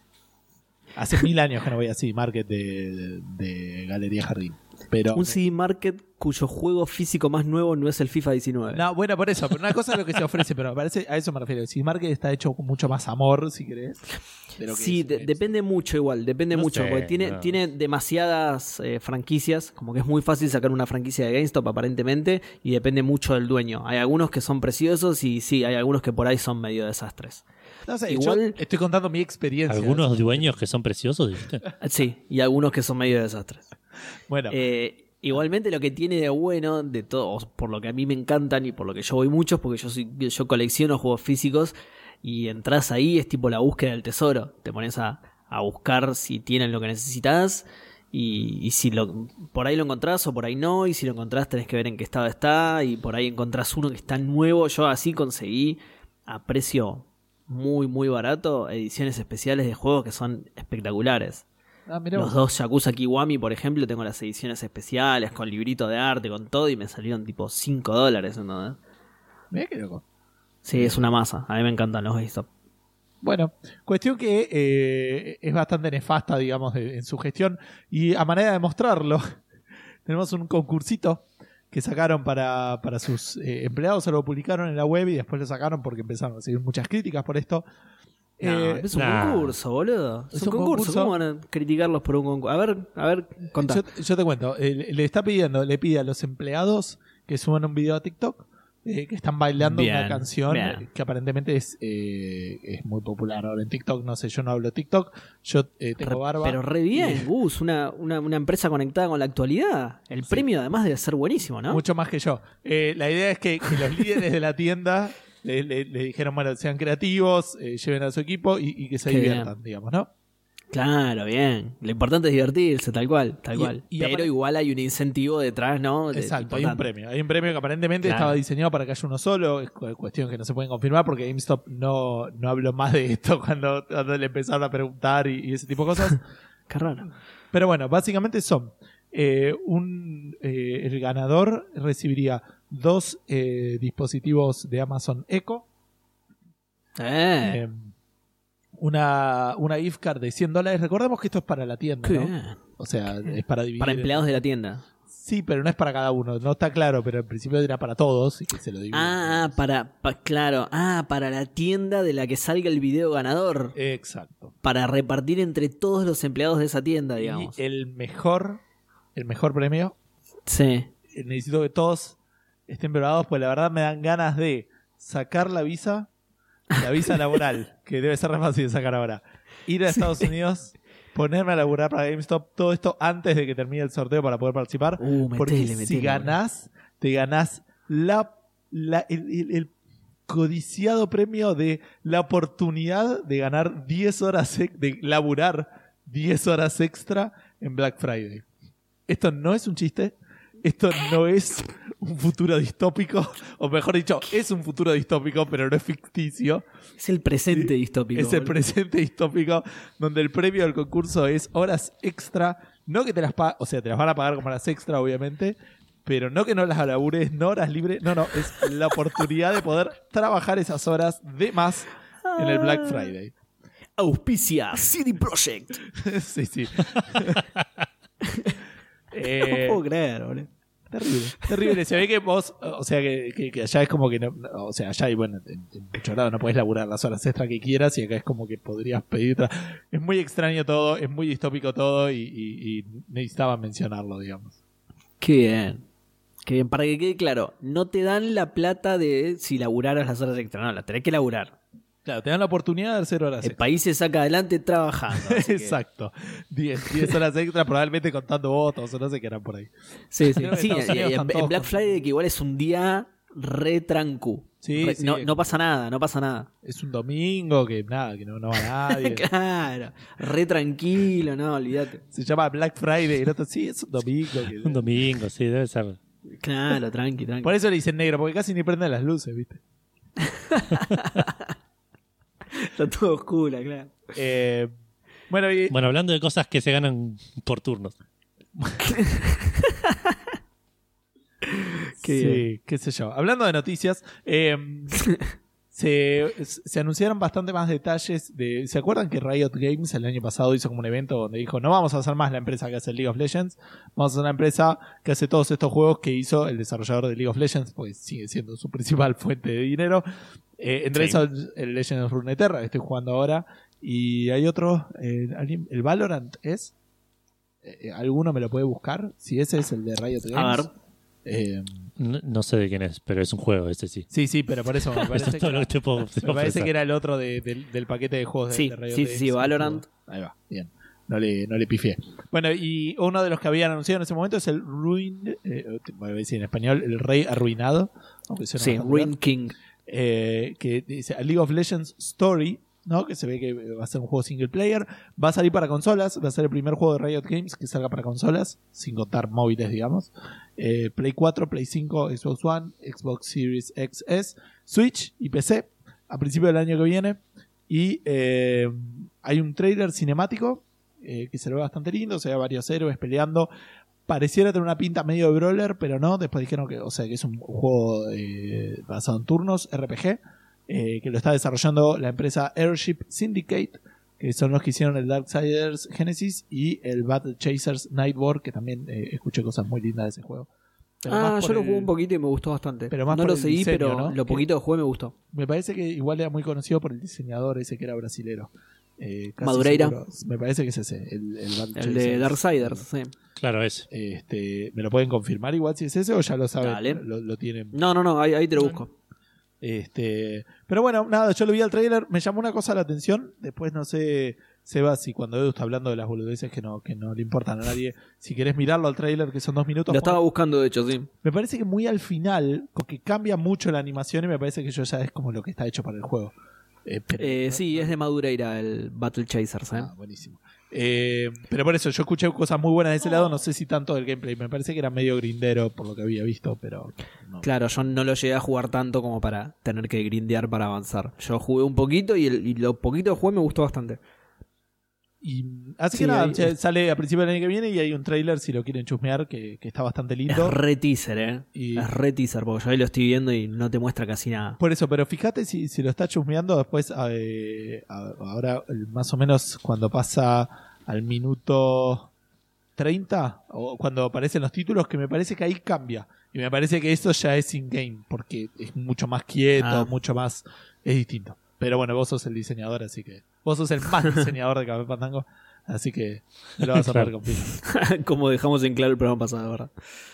Hace mil años que no voy a C D Market de, de, de Galería Jardín. Pero, Un C D Market cuyo juego físico más nuevo no es el FIFA diecinueve. no, bueno, por eso, pero una cosa es lo que se ofrece, pero me parece, a eso me refiero. El C D Market está hecho con mucho más amor, si querés. De lo que Sí, es un de- GameStop. depende mucho igual, depende No mucho, sé, porque tiene, no. tiene demasiadas eh, franquicias, como que es muy fácil sacar una franquicia de GameStop aparentemente, y depende mucho del dueño. Hay algunos que son preciosos y sí, hay algunos que por ahí son medio desastres. No sé, igual- yo estoy contando mi experiencia. Algunos dueños que son preciosos, ¿viste? Sí, y algunos que son medio desastres. Bueno, Eh, igualmente lo que tiene de bueno de todos, por lo que a mí me encantan y por lo que yo voy muchos, porque yo soy, yo colecciono juegos físicos y entras ahí, es tipo la búsqueda del tesoro. Te pones a, a buscar si tienen lo que necesitas y, y si lo, por ahí lo encontrás o por ahí no, y si lo encontrás tenés que ver en qué estado está, y por ahí encontrás uno que está nuevo. Yo así conseguí a precio muy muy barato ediciones especiales de juegos que son espectaculares. ah, mirá Los vos. dos Yakuza Kiwami, por ejemplo, tengo las ediciones especiales con librito de arte, con todo, y me salieron tipo cinco dólares, ¿no? Mirá qué loco. Sí, es una masa. A mí me encantan los GameStop. Bueno, cuestión que eh, es bastante nefasta, digamos, de- en su gestión. Y a manera de mostrarlo, tenemos un concursito que sacaron para, para sus eh, empleados. Se lo publicaron en la web y después lo sacaron porque empezaron a recibir muchas críticas por esto. No, Eh, es un nah. concurso, boludo. Es, Es un un concurso. concurso. ¿Cómo van a criticarlos por un concurso? A ver, a ver, contá. yo, yo te cuento, eh, le está pidiendo, le pide a los empleados que suban un video a TikTok eh, que están bailando Bien, una canción bien. eh, que aparentemente es, eh, es muy popular ahora en TikTok. No sé, yo no hablo TikTok, yo eh, tengo Re- barba. Pero re bien, Gus, una, una, una empresa conectada con la actualidad. El Sí. premio además debe ser buenísimo, ¿no? Mucho más que yo. Eh, la idea es que, que los líderes de la tienda le, le- le dijeron, bueno, sean creativos, eh, lleven a su equipo y, y que se Qué diviertan, digamos, ¿no? Claro, bien. Lo importante es divertirse, tal cual, tal Y- cual. y Pero apare- ún incentivo incentivo detrás, ¿no? De- Exacto, hay un importante. premio. Hay un premio que aparentemente Claro. estaba diseñado para que haya uno solo. Es cu- cuestión que no se pueden confirmar porque GameStop no, no habló más de esto cuando, cuando le empezaron a preguntar y, y ese tipo de cosas. Qué raro. Pero bueno, básicamente son eh, un eh, el ganador recibiría dos eh, dispositivos de Amazon Echo. Eh, Eh, una, una gift card de cien dólares. Recordemos que esto es para la tienda, qué ¿no? bien. O sea, es para dividir. Para empleados de la tienda. Sí, pero no es para cada uno. No está claro, pero en principio era para todos y que se lo dividen. Ah, para, pa- claro. Ah, para la tienda de la que salga el video ganador. Exacto. Para repartir entre todos los empleados de esa tienda, digamos. Y el mejor, el mejor premio, Sí. eh, necesito que todos estén preparados, pues la verdad me dan ganas de sacar la visa, la visa laboral, que debe ser re fácil de sacar ahora. Ir a Estados Unidos, ponerme a laburar para GameStop, todo esto antes de que termine el sorteo para poder participar. Uh, metele, porque metele, si ganás, te ganás la, la, el, el, el codiciado premio de la oportunidad de ganar diez horas, de laburar diez horas extra en Black Friday. Esto no es un chiste. Esto no es un futuro distópico, o mejor dicho, es un futuro distópico, pero no es ficticio. Es el presente distópico. Es el boludo. presente distópico, donde el premio del concurso es horas extra. No que te las pagan, o sea, te las van a pagar como horas extra, obviamente, pero no que no las labures, no horas libres. No, no, es la oportunidad de poder trabajar esas horas de más en el Black Friday. Auspicia C D Projekt. Sí, sí. No eh, puedo creer, boludo. Terrible, terrible. Se ve que vos, o sea, que, que, que allá es como que, no, o sea, allá y bueno, en, en muchos lados no podés laburar las horas extra que quieras y acá es como que podrías pedir. Tra- es muy extraño todo, es muy distópico todo y, y, y necesitaba mencionarlo, digamos. Qué bien. Qué bien. Para que quede claro, no te dan la plata de si laburaras las horas extra. No, la tenés que laburar. Claro, te dan la oportunidad de hacer horas El extra. país se saca adelante trabajando. así que- Exacto. diez horas extra, probablemente contando votos o no sé qué eran por ahí. Sí, sí. Creo que Sí, Estados en, Unidos en- están en todos Black con- Friday, que igual es un día re trancu. Sí, Re- sí. no, no pasa nada, no pasa nada. Es un domingo que nada, que no, no va nadie. Claro, re tranquilo, no, olvídate. Se llama Black Friday y el otro, sí, es un domingo. Que... Un domingo, sí, debe ser. Claro, tranqui, tranqui. Por eso le dicen negro, porque casi ni prenden las luces, ¿viste? Está todo oscuro, claro. Eh, bueno, y, Bueno, hablando de cosas que se ganan por turnos. Qué sí, bien. qué sé yo. Hablando de noticias, eh, se, se anunciaron bastante más detalles de... ¿Se acuerdan que Riot Games el año pasado hizo como un evento donde dijo no vamos a hacer más la empresa que hace el League of Legends, vamos a hacer una empresa que hace todos estos juegos que hizo el desarrollador de League of Legends, pues sigue siendo su principal fuente de dinero. Eh, entre Sí. esos el Legend of Runeterra que estoy jugando ahora, y hay otro, eh, ¿alguien- el Valorant es... Eh, ¿Alguno me lo puede buscar? Si ese es el de Riot Games. A ver. Eh, No, no sé de quién es, pero es un juego, ese sí. sí, sí, pero por eso me Eso parece, es todo que, lo que te puedo, te me puedo parece ofrecer. que era el otro de- del, del paquete de juegos de, Sí, de Riot sí, Games. sí, Valorant. Ahí va, bien. No le, no le pifié. Bueno, y uno de los que habían anunciado en ese momento es el Ruin, eh, voy a decir en español, el Rey Arruinado. Aunque suena Sí, bastante Ruin bien. King. Eh, que dice a League of Legends Story, ¿no? Que se ve que va a ser un juego single player, va a salir para consolas, va a ser el primer juego de Riot Games que salga para consolas, sin contar móviles, digamos. Eh, Play cuatro, Play cinco, Xbox One, Xbox Series X S, Switch y P C a principio del año que viene. Y eh, hay un trailer cinemático eh, que se ve bastante lindo, se ve varios héroes peleando. Pareciera tener una pinta medio de brawler, pero no. Después dijeron que, o sea, que es un juego eh, basado en turnos, R P G, eh, que lo está desarrollando la empresa Airship Syndicate, que son los que hicieron el Darksiders Genesis y el Battle Chasers Nightwar, que también eh, escuché cosas muy lindas de ese juego. Pero Ah, más yo por lo el- jugué un poquito y me gustó bastante. Pero más no por lo el seguí, diseño, pero ¿no? lo Que- poquito que jugué me gustó. Me parece que igual era muy conocido por el diseñador ese que era brasilero. Eh, casi Madureira. seguro. Me parece que es ese, el, el Battle El de Chasers. Darksiders, sí. Claro, ese. Este, ¿me lo pueden confirmar igual si es ese o ya lo saben? Dale. Lo, lo tienen. No, no, no, ahí, ahí te lo busco. Este, pero bueno, nada, yo lo vi al trailer, me llamó una cosa la atención, después no sé, Seba, si cuando Edu está hablando de las boludeces que no, que no le importan a nadie, si querés mirarlo al trailer que son dos minutos, Lo estaba Juan, buscando, de hecho, sí. me parece que muy al final, porque cambia mucho la animación y me parece que eso ya es como lo que está hecho para el juego. Eh, pero- Eh, sí, es de Madureira el Battle Chasers, ¿eh? Ah, buenísimo. Eh, pero por eso, yo escuché cosas muy buenas de ese lado, no sé si tanto del gameplay, me parece que era medio grindero por lo que había visto, pero no. Claro, yo no lo llegué a jugar tanto como para tener que grindear para avanzar. Yo jugué un poquito y, el- y lo poquito que jugué me gustó bastante. Y, así Sí, que nada, ahí- ya sale a principios del año que viene y hay un trailer si lo quieren chusmear que, que está bastante Es lindo. re teaser, ¿eh? Y- Es re teaser, porque yo ahí lo estoy viendo y no te muestra casi nada. Por eso, pero fíjate si, si lo está chusmeando después, eh, a- ahora el- más o menos cuando pasa al minuto treinta o cuando aparecen los títulos, que me parece que ahí cambia. Y me parece que eso ya es in-game, porque es mucho más quieto, Ah. mucho más... es distinto. Pero bueno, vos sos el diseñador, así que... Vos sos el más diseñador de Café Fandango, así que me lo vas a poder Claro. cumplir. Como dejamos en claro el programa pasado, ¿verdad?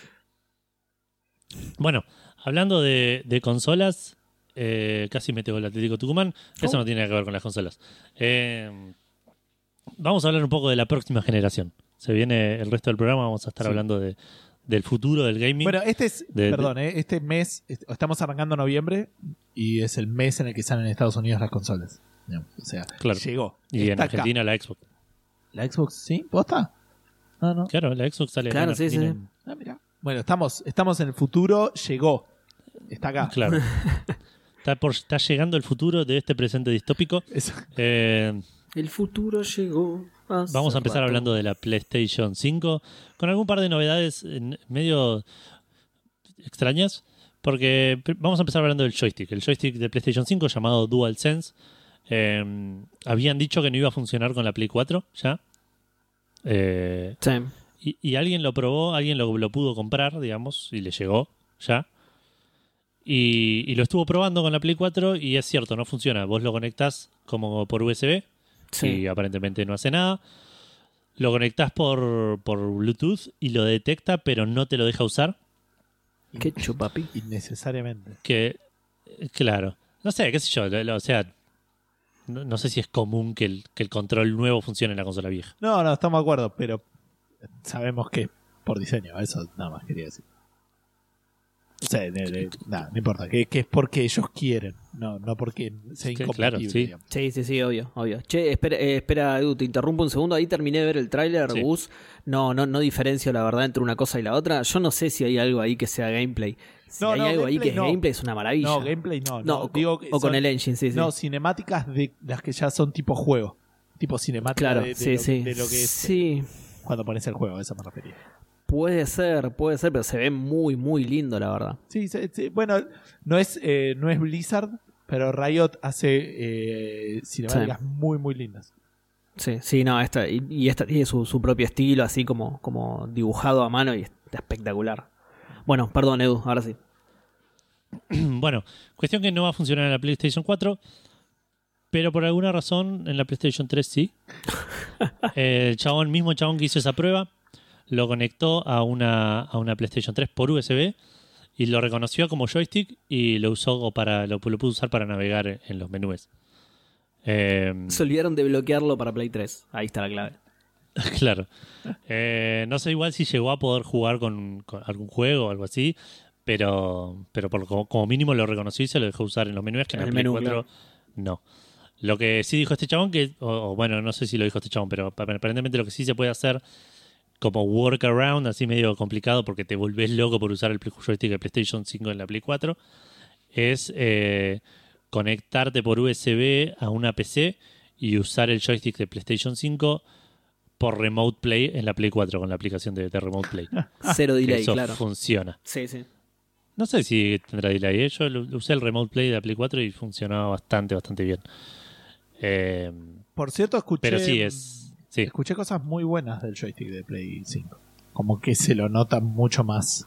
Bueno, hablando de, de consolas, eh, casi me tengo el Atlético Tucumán. Eso Oh. no tiene nada que ver con las consolas. Eh, vamos a hablar un poco de la próxima generación. Se viene el resto del programa, vamos a estar Sí. hablando de, del futuro del gaming. Bueno, este es, De- perdón, eh, este mes, est- estamos arrancando noviembre y es el mes en el que salen en Estados Unidos las consolas. Digamos, o sea, Claro. llegó. y en Está acá. Argentina la Xbox. ¿La Xbox sí? ¿Posta? No, no. Claro, la Xbox sale Claro, en sí, Argentina. sí. Ah, mirá. Bueno, estamos, estamos en el futuro, llegó. Está acá. Claro. está, por, está llegando el futuro de este presente distópico. Eso. Eh, El futuro llegó. hace Vamos a empezar rato. hablando de la PlayStation cinco con algún par de novedades en- medio extrañas, porque pr- vamos a empezar hablando del joystick. El joystick de PlayStation cinco llamado DualSense. Eh, habían dicho que no iba a funcionar con la Play cuatro ya. Eh, Sí. y, y alguien lo probó, alguien lo, lo pudo comprar, digamos, y le llegó ya. Y, y lo estuvo probando con la Play cuatro y es cierto, no funciona. Vos lo conectás como por U S B Sí. y aparentemente no hace nada. Lo conectás por, por Bluetooth y lo detecta, pero no te lo deja usar. Qué chupapi. Innecesariamente. Que, eh, claro, no sé, qué sé yo, lo- lo- o sea, no, no sé si es común que el, que el control nuevo funcione en la consola vieja. No, no, estamos de acuerdo, pero sabemos que por diseño, eso nada más quería decir. O sea, de- de- nada, no importa, que, que es porque ellos quieren, no, no porque sea Es que, incompatible. claro, sí. digamos. Sí, sí, sí, obvio, obvio. Che, espera, eh, espera, Edu, te interrumpo un segundo. Ahí terminé de ver el tráiler, Sí. Gus. No, no, no diferencio la verdad entre una cosa y la otra. Yo no sé si hay algo ahí que sea gameplay. Si No, hay no, algo ahí que gameplay es no. gameplay, es una maravilla. No, gameplay no. No, no, o, digo con- que o con son- el engine, sí, sí. No, cinemáticas de las que ya son tipo juego. Tipo cinemática claro, de, de sí, lo, sí. de lo que es Sí, cuando pones el juego, a eso me refería. puede ser, puede ser, pero se ve muy, muy lindo, la verdad. Sí, sí, sí, bueno, no es, eh, no es Blizzard, pero Riot hace eh, cinemáticas muy, muy lindas. Sí, sí, no, esta, y, y esta tiene su, su propio estilo, así como, como dibujado a mano y está espectacular. Bueno, perdón, Edu, ahora sí. Bueno, cuestión que no va a funcionar en la PlayStation cuatro, pero por alguna razón en la PlayStation tres sí. El chabón, mismo chabón que hizo esa prueba, lo conectó a una, a una PlayStation tres por U S B y lo reconoció como joystick y lo usó para lo, lo pudo usar para navegar en, en los menús. Eh, Se olvidaron de bloquearlo para Play tres. Ahí está la clave. claro. Eh, no sé igual si llegó a poder jugar con, con algún juego o algo así, pero, pero por, como, como mínimo lo reconoció y se lo dejó usar en los menús, que en En la el Play menú, cuatro no. Lo que sí dijo este chabón, que o, o bueno, no sé si lo dijo este chabón, pero aparentemente lo que sí se puede hacer como workaround, así medio complicado porque te volvés loco por usar el joystick de PlayStation cinco en la Play cuatro, es eh, conectarte por U S B a una P C y usar el joystick de PlayStation cinco por Remote Play en la Play cuatro con la aplicación de, de Remote Play. Cero Que delay, eso claro. funciona. Sí, sí. No sé si tendrá delay. ¿eh? Yo lo- lo usé el Remote Play de la Play cuatro y funcionaba bastante, bastante bien. Eh, Por cierto, escuché, pero sí, es... Sí, escuché cosas muy buenas del joystick de Play cinco. Como que se lo nota mucho más.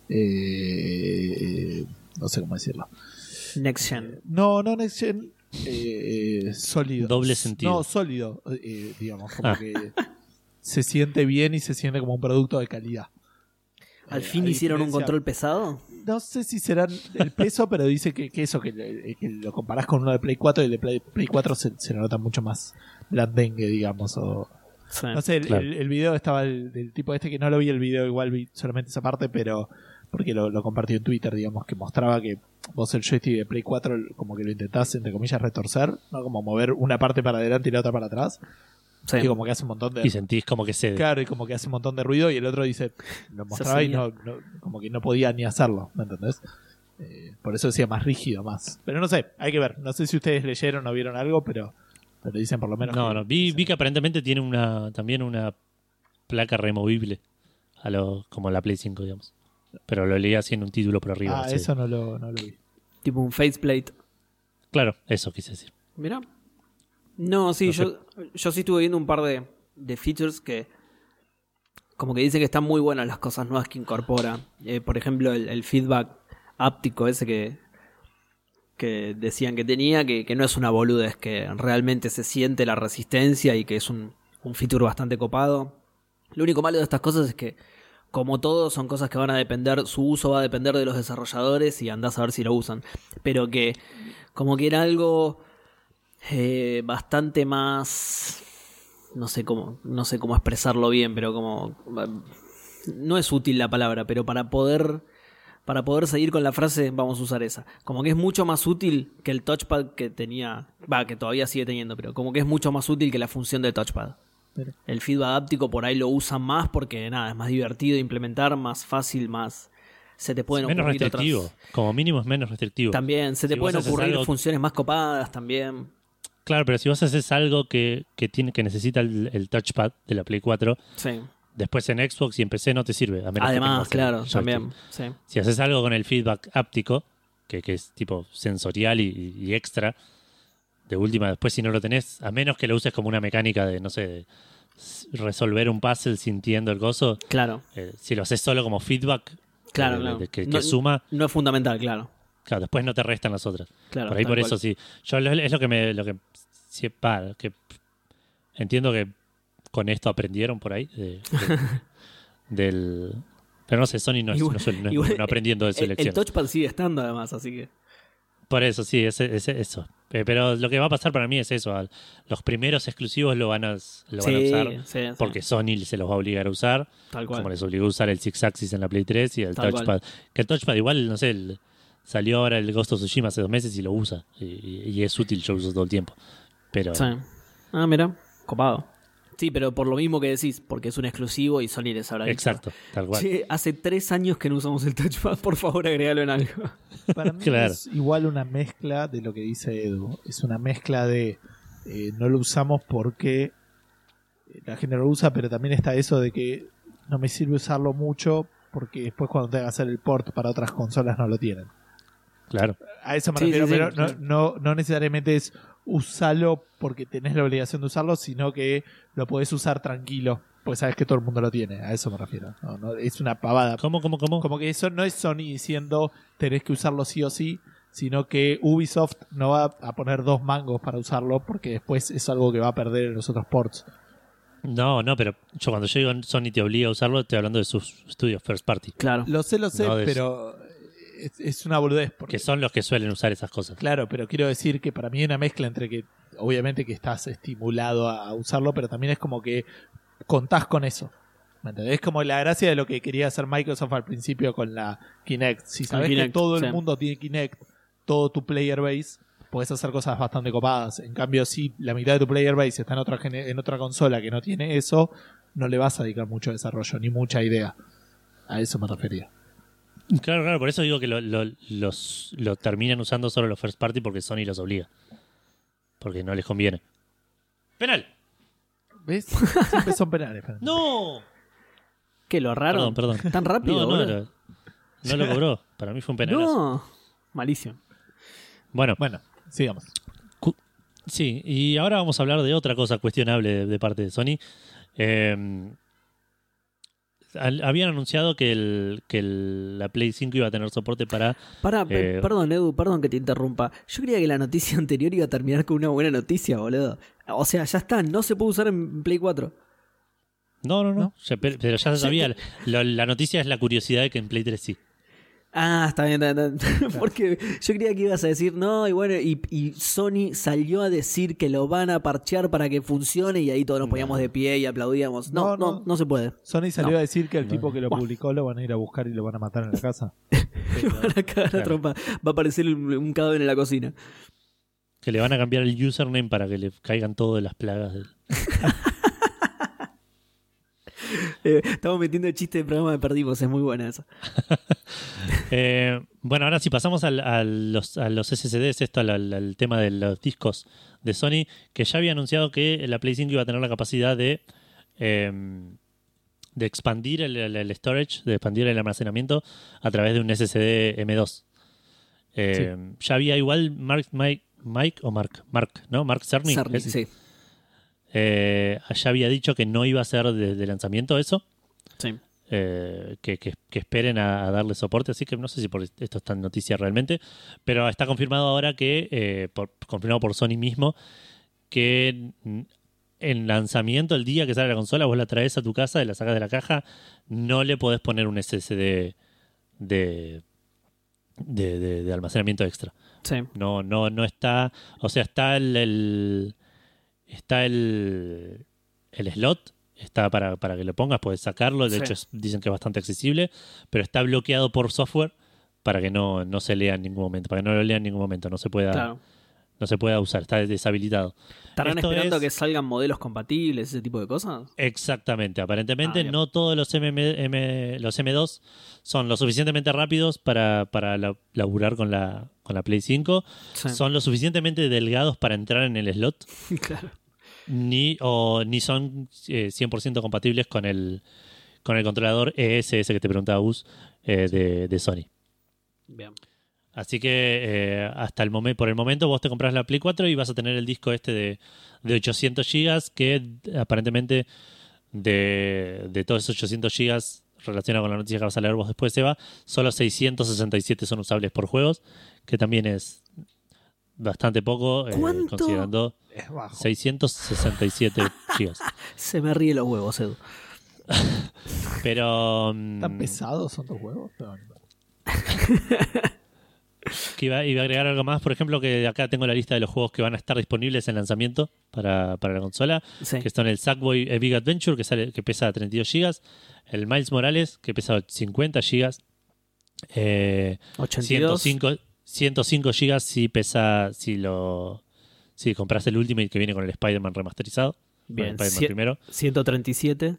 eh, eh, no sé cómo decirlo. Next Gen. No, no Next Gen. eh, eh, sólido. Doble sentido. No, sólido. eh, digamos, como Ah. que se siente bien y se siente como un producto de calidad. ¿Al Eh, fin a hicieron un diferencia- control pesado? No sé si será el peso, pero dice que, que eso, que, le- que lo comparás con uno de Play cuatro y el de Play, Play cuatro se, se nota mucho más blandengue, digamos. O, Sí. no sé, el, Claro. el- el video estaba el, del tipo este que no lo vi el video, igual vi solamente esa parte, pero porque lo, lo compartió en Twitter, digamos, que mostraba que vos el joystick de Play cuatro como que lo intentás, entre comillas, retorcer, ¿no? Como mover una parte para adelante y la otra para atrás. Sí. Y como que hace un montón de... y sentís como que cede. Claro, y como que hace un montón de ruido y el otro dice, lo mostraba y no, no- como que no podía ni hacerlo, ¿me entendés? Eh, por eso decía más rígido, más. Pero no sé, hay que ver. No sé si ustedes leyeron o vieron algo, pero, pero dicen por lo menos. No, que- no, vi, dicen- vi que aparentemente tiene una también una placa removible, a lo, como la Play cinco, digamos. Pero lo leí así en un título por arriba. Ah, no sé. eso no lo, no lo vi. Tipo un faceplate. Claro, eso quise decir. Mira. No, sí, No sé. yo, yo sí estuve viendo un par de, de features que como que dicen que están muy buenas las cosas nuevas que incorpora. Eh, por ejemplo, el, el feedback áptico ese que, que decían que tenía, que, que no es una boludez, que realmente se siente la resistencia y que es un, un feature bastante copado. Lo único malo de estas cosas es que, como todo, son cosas que van a depender, su uso va a depender de los desarrolladores y andás a ver si lo usan. Pero que como que era algo eh, bastante más no sé cómo, no sé cómo expresarlo bien, pero como no es útil la palabra, pero para poder para poder seguir con la frase vamos a usar esa. Como que es mucho más útil que el touchpad que tenía, va, que todavía sigue teniendo, pero como que es mucho más útil que la función de touchpad. Pero el feedback áptico por ahí lo usan más porque nada, es más divertido de implementar, más fácil, más se te pueden es menos ocurrir restrictivo, otras. Como mínimo es menos restrictivo. También se te si pueden ocurrir algo... funciones más copadas también. Claro, pero si vos haces algo que, que tiene que necesita el, el touchpad de la Play cuatro, sí. Después en Xbox y en P C no te sirve. A menos Además, que claro, también. Sí. Si haces algo con el feedback áptico, que, que es tipo sensorial y, y extra, de última, después si no lo tenés, a menos que lo uses como una mecánica de, no sé, de resolver un puzzle sintiendo el gozo. Claro. Eh, si lo haces solo como feedback, claro, de, claro. De, que, no, que suma. No es fundamental, claro. Claro, después no te restan las otras. Claro, por ahí por cual. eso sí. Yo es lo que me. Lo que, sí, pa, que entiendo que con esto aprendieron por ahí. De, de, del. Pero no sé, Sony no, igual, no, suele, no, igual, no aprendiendo de su el, lección. El touchpad sigue estando además, así que. Por eso, sí, es, es, es eso. Eh, pero lo que va a pasar para mí es eso. Al, los primeros exclusivos lo van a, lo sí, van a usar sí, sí. porque Sony se los va a obligar a usar. Tal cual. Como les obligó a usar el Six Axis en la Play tres y el Tal touchpad. cual. Que el touchpad igual, no sé, el, salió ahora el Ghost of Tsushima hace dos meses y lo usa. Y, y, y es útil, yo lo uso todo el tiempo. Pero... Sí. Ah, mira, copado. Sí, pero por lo mismo que decís, porque es un exclusivo y Sony les habrá dicho. Exacto, tal cual. Che, hace tres años que no usamos el touchpad, por favor agregalo en algo. Para mí Claro. es igual una mezcla de lo que dice Edu. Es una mezcla de eh, no lo usamos porque la gente lo usa, pero también está eso de que no me sirve usarlo mucho porque después cuando tenga que hacer el port para otras consolas no lo tienen. Claro. A eso me Sí, refiero, sí, sí, pero no, sí. no, no necesariamente es usarlo porque tenés la obligación de usarlo, sino que lo podés usar tranquilo, porque sabes que todo el mundo lo tiene. A eso me refiero. No, no, es una pavada. ¿Cómo, cómo, cómo? Como que eso no es Sony diciendo tenés que usarlo sí o sí, sino que Ubisoft no va a poner dos mangos para usarlo porque después es algo que va a perder en los otros ports. No, no, pero yo cuando yo digo Sony te obliga a usarlo, estoy hablando de sus estudios first party. Claro. Lo sé, lo sé, No, de- pero es, es una boludez. Porque, Que son los que suelen usar esas cosas. claro, pero quiero decir que para mí hay una mezcla entre que obviamente que estás estimulado a, a usarlo, pero también es como que contás con eso. ¿Me entendés? Es como la gracia de lo que quería hacer Microsoft al principio con la Kinect. Si sabes Kinect, que todo el sí. mundo tiene Kinect, todo tu player base, podés hacer cosas bastante copadas. En cambio, si la mitad de tu player base está en otra, gene- en otra consola que no tiene eso, no le vas a dedicar mucho desarrollo, ni mucha idea. A eso me refería. Claro, claro, por eso digo que lo, lo, los, lo terminan usando solo los first party porque Sony los obliga. Porque no les conviene. ¡Penal! ¿Ves? Siempre son penales. Fernando. ¡No! ¿Qué, lo raro? Perdón, perdón. ¿Tan rápido? No, no, boludo? era- no lo cobró. Para mí fue un penalazo. No. Malísimo. Bueno, Bueno, sigamos. cu- sí, y ahora vamos a hablar de otra cosa cuestionable de, de parte de Sony. Eh, al- habían anunciado que, el, que el- la Play cinco iba a tener soporte para... Para, Eh, perdón, Edu, perdón que te interrumpa. Yo creía que la noticia anterior iba a terminar con una buena noticia, boludo. O sea, ya está, no se puede usar en Play cuatro. No, no, no. ¿No? Ya- pero, pero ya se sabía. La, la noticia es la curiosidad de que en Play tres sí. Ah, está bien, está bien, está bien. Porque yo creía que ibas a decir, no, y bueno, y, y Sony salió a decir que lo van a parchear para que funcione y ahí todos nos poníamos de pie y aplaudíamos. No, No, no, no. no, se puede. Sony salió No. a decir que el tipo que lo Buah. publicó lo van a ir a buscar y lo van a matar en la casa. Le van a cagar la Claro. trompa. Va a aparecer un, un cadáver en la cocina. Que le van a cambiar el username para que le caigan todas las plagas. del- Eh, estamos metiendo el chiste de programa de perdimos, es muy buena esa. Eh, bueno, ahora si pasamos al- a, los, a los S S Ds, esto al, al- al tema de los discos de Sony, que ya había anunciado que la Play cinco iba a tener la capacidad de, eh, de expandir el, el- el storage, de expandir el almacenamiento a través de un S S D M dos. Eh, Ya había igual Mark, Mike, Mike o Mark, Mark, ¿no? Mark Cerny. Cerny, ¿es? sí. Eh, ya había dicho que no iba a ser desde lanzamiento eso. Sí. Eh, que, que- que esperen a, a darle soporte, así que no sé si por esto está en noticia realmente, pero está confirmado ahora que, eh, por- confirmado por Sony mismo, que en, en lanzamiento, el día que sale la consola, vos la traes a tu casa y la sacas de la caja, no le podés poner un S S D de, de, de- de almacenamiento extra. Sí. No, no, no está, o sea, está el, el- está el el slot. Está para, para que lo pongas, puedes sacarlo. De Sí. hecho, es- dicen que es bastante accesible, pero está bloqueado por software para que no, no se lea en ningún momento, para que no lo lea en ningún momento, no se pueda, Claro. no se pueda usar, está deshabilitado. ¿Estarán Esto esperando es- que salgan modelos compatibles, ese tipo de cosas? Exactamente, aparentemente Ah, bien. no todos los M M, M- los M dos son lo suficientemente rápidos para, para la- laburar con la, con la Play cinco, Sí. son lo suficientemente delgados para entrar en el slot, Claro. ni, o, ni son eh, cien por ciento compatibles con el, con el controlador E S, ese que te preguntaba Gus, eh, de, de Sony. Bien. Así que eh, hasta el momento, por el momento vos te compras la Play cuatro y vas a tener el disco este de, de ochocientos gigas que aparentemente de, de todos esos ochocientos gigas relacionado con la noticia que vas a leer vos después, Seba, solo seiscientos sesenta y siete son usables por juegos, que también es bastante poco, eh, ¿Cuánto? considerando Es bajo. seiscientos sesenta y siete gigas. Se me ríe los huevos, Edu. Pero... mm, ¿Tan pesados son tus huevos? No, no. Que iba, iba a agregar algo más, por ejemplo, que acá tengo la lista de los juegos que van a estar disponibles en lanzamiento para, para la consola, Sí. que son el Sackboy A Big Adventure, que sale que pesa treinta y dos gigas, el Miles Morales, que pesa cincuenta gigas, eh, ochenta y dos. ciento cinco, ciento cinco gigas si pesa, si lo si compras el Ultimate que viene con el Spider-Man remasterizado, con el Bien. Spider-Man Cie- primero, ciento treinta y siete.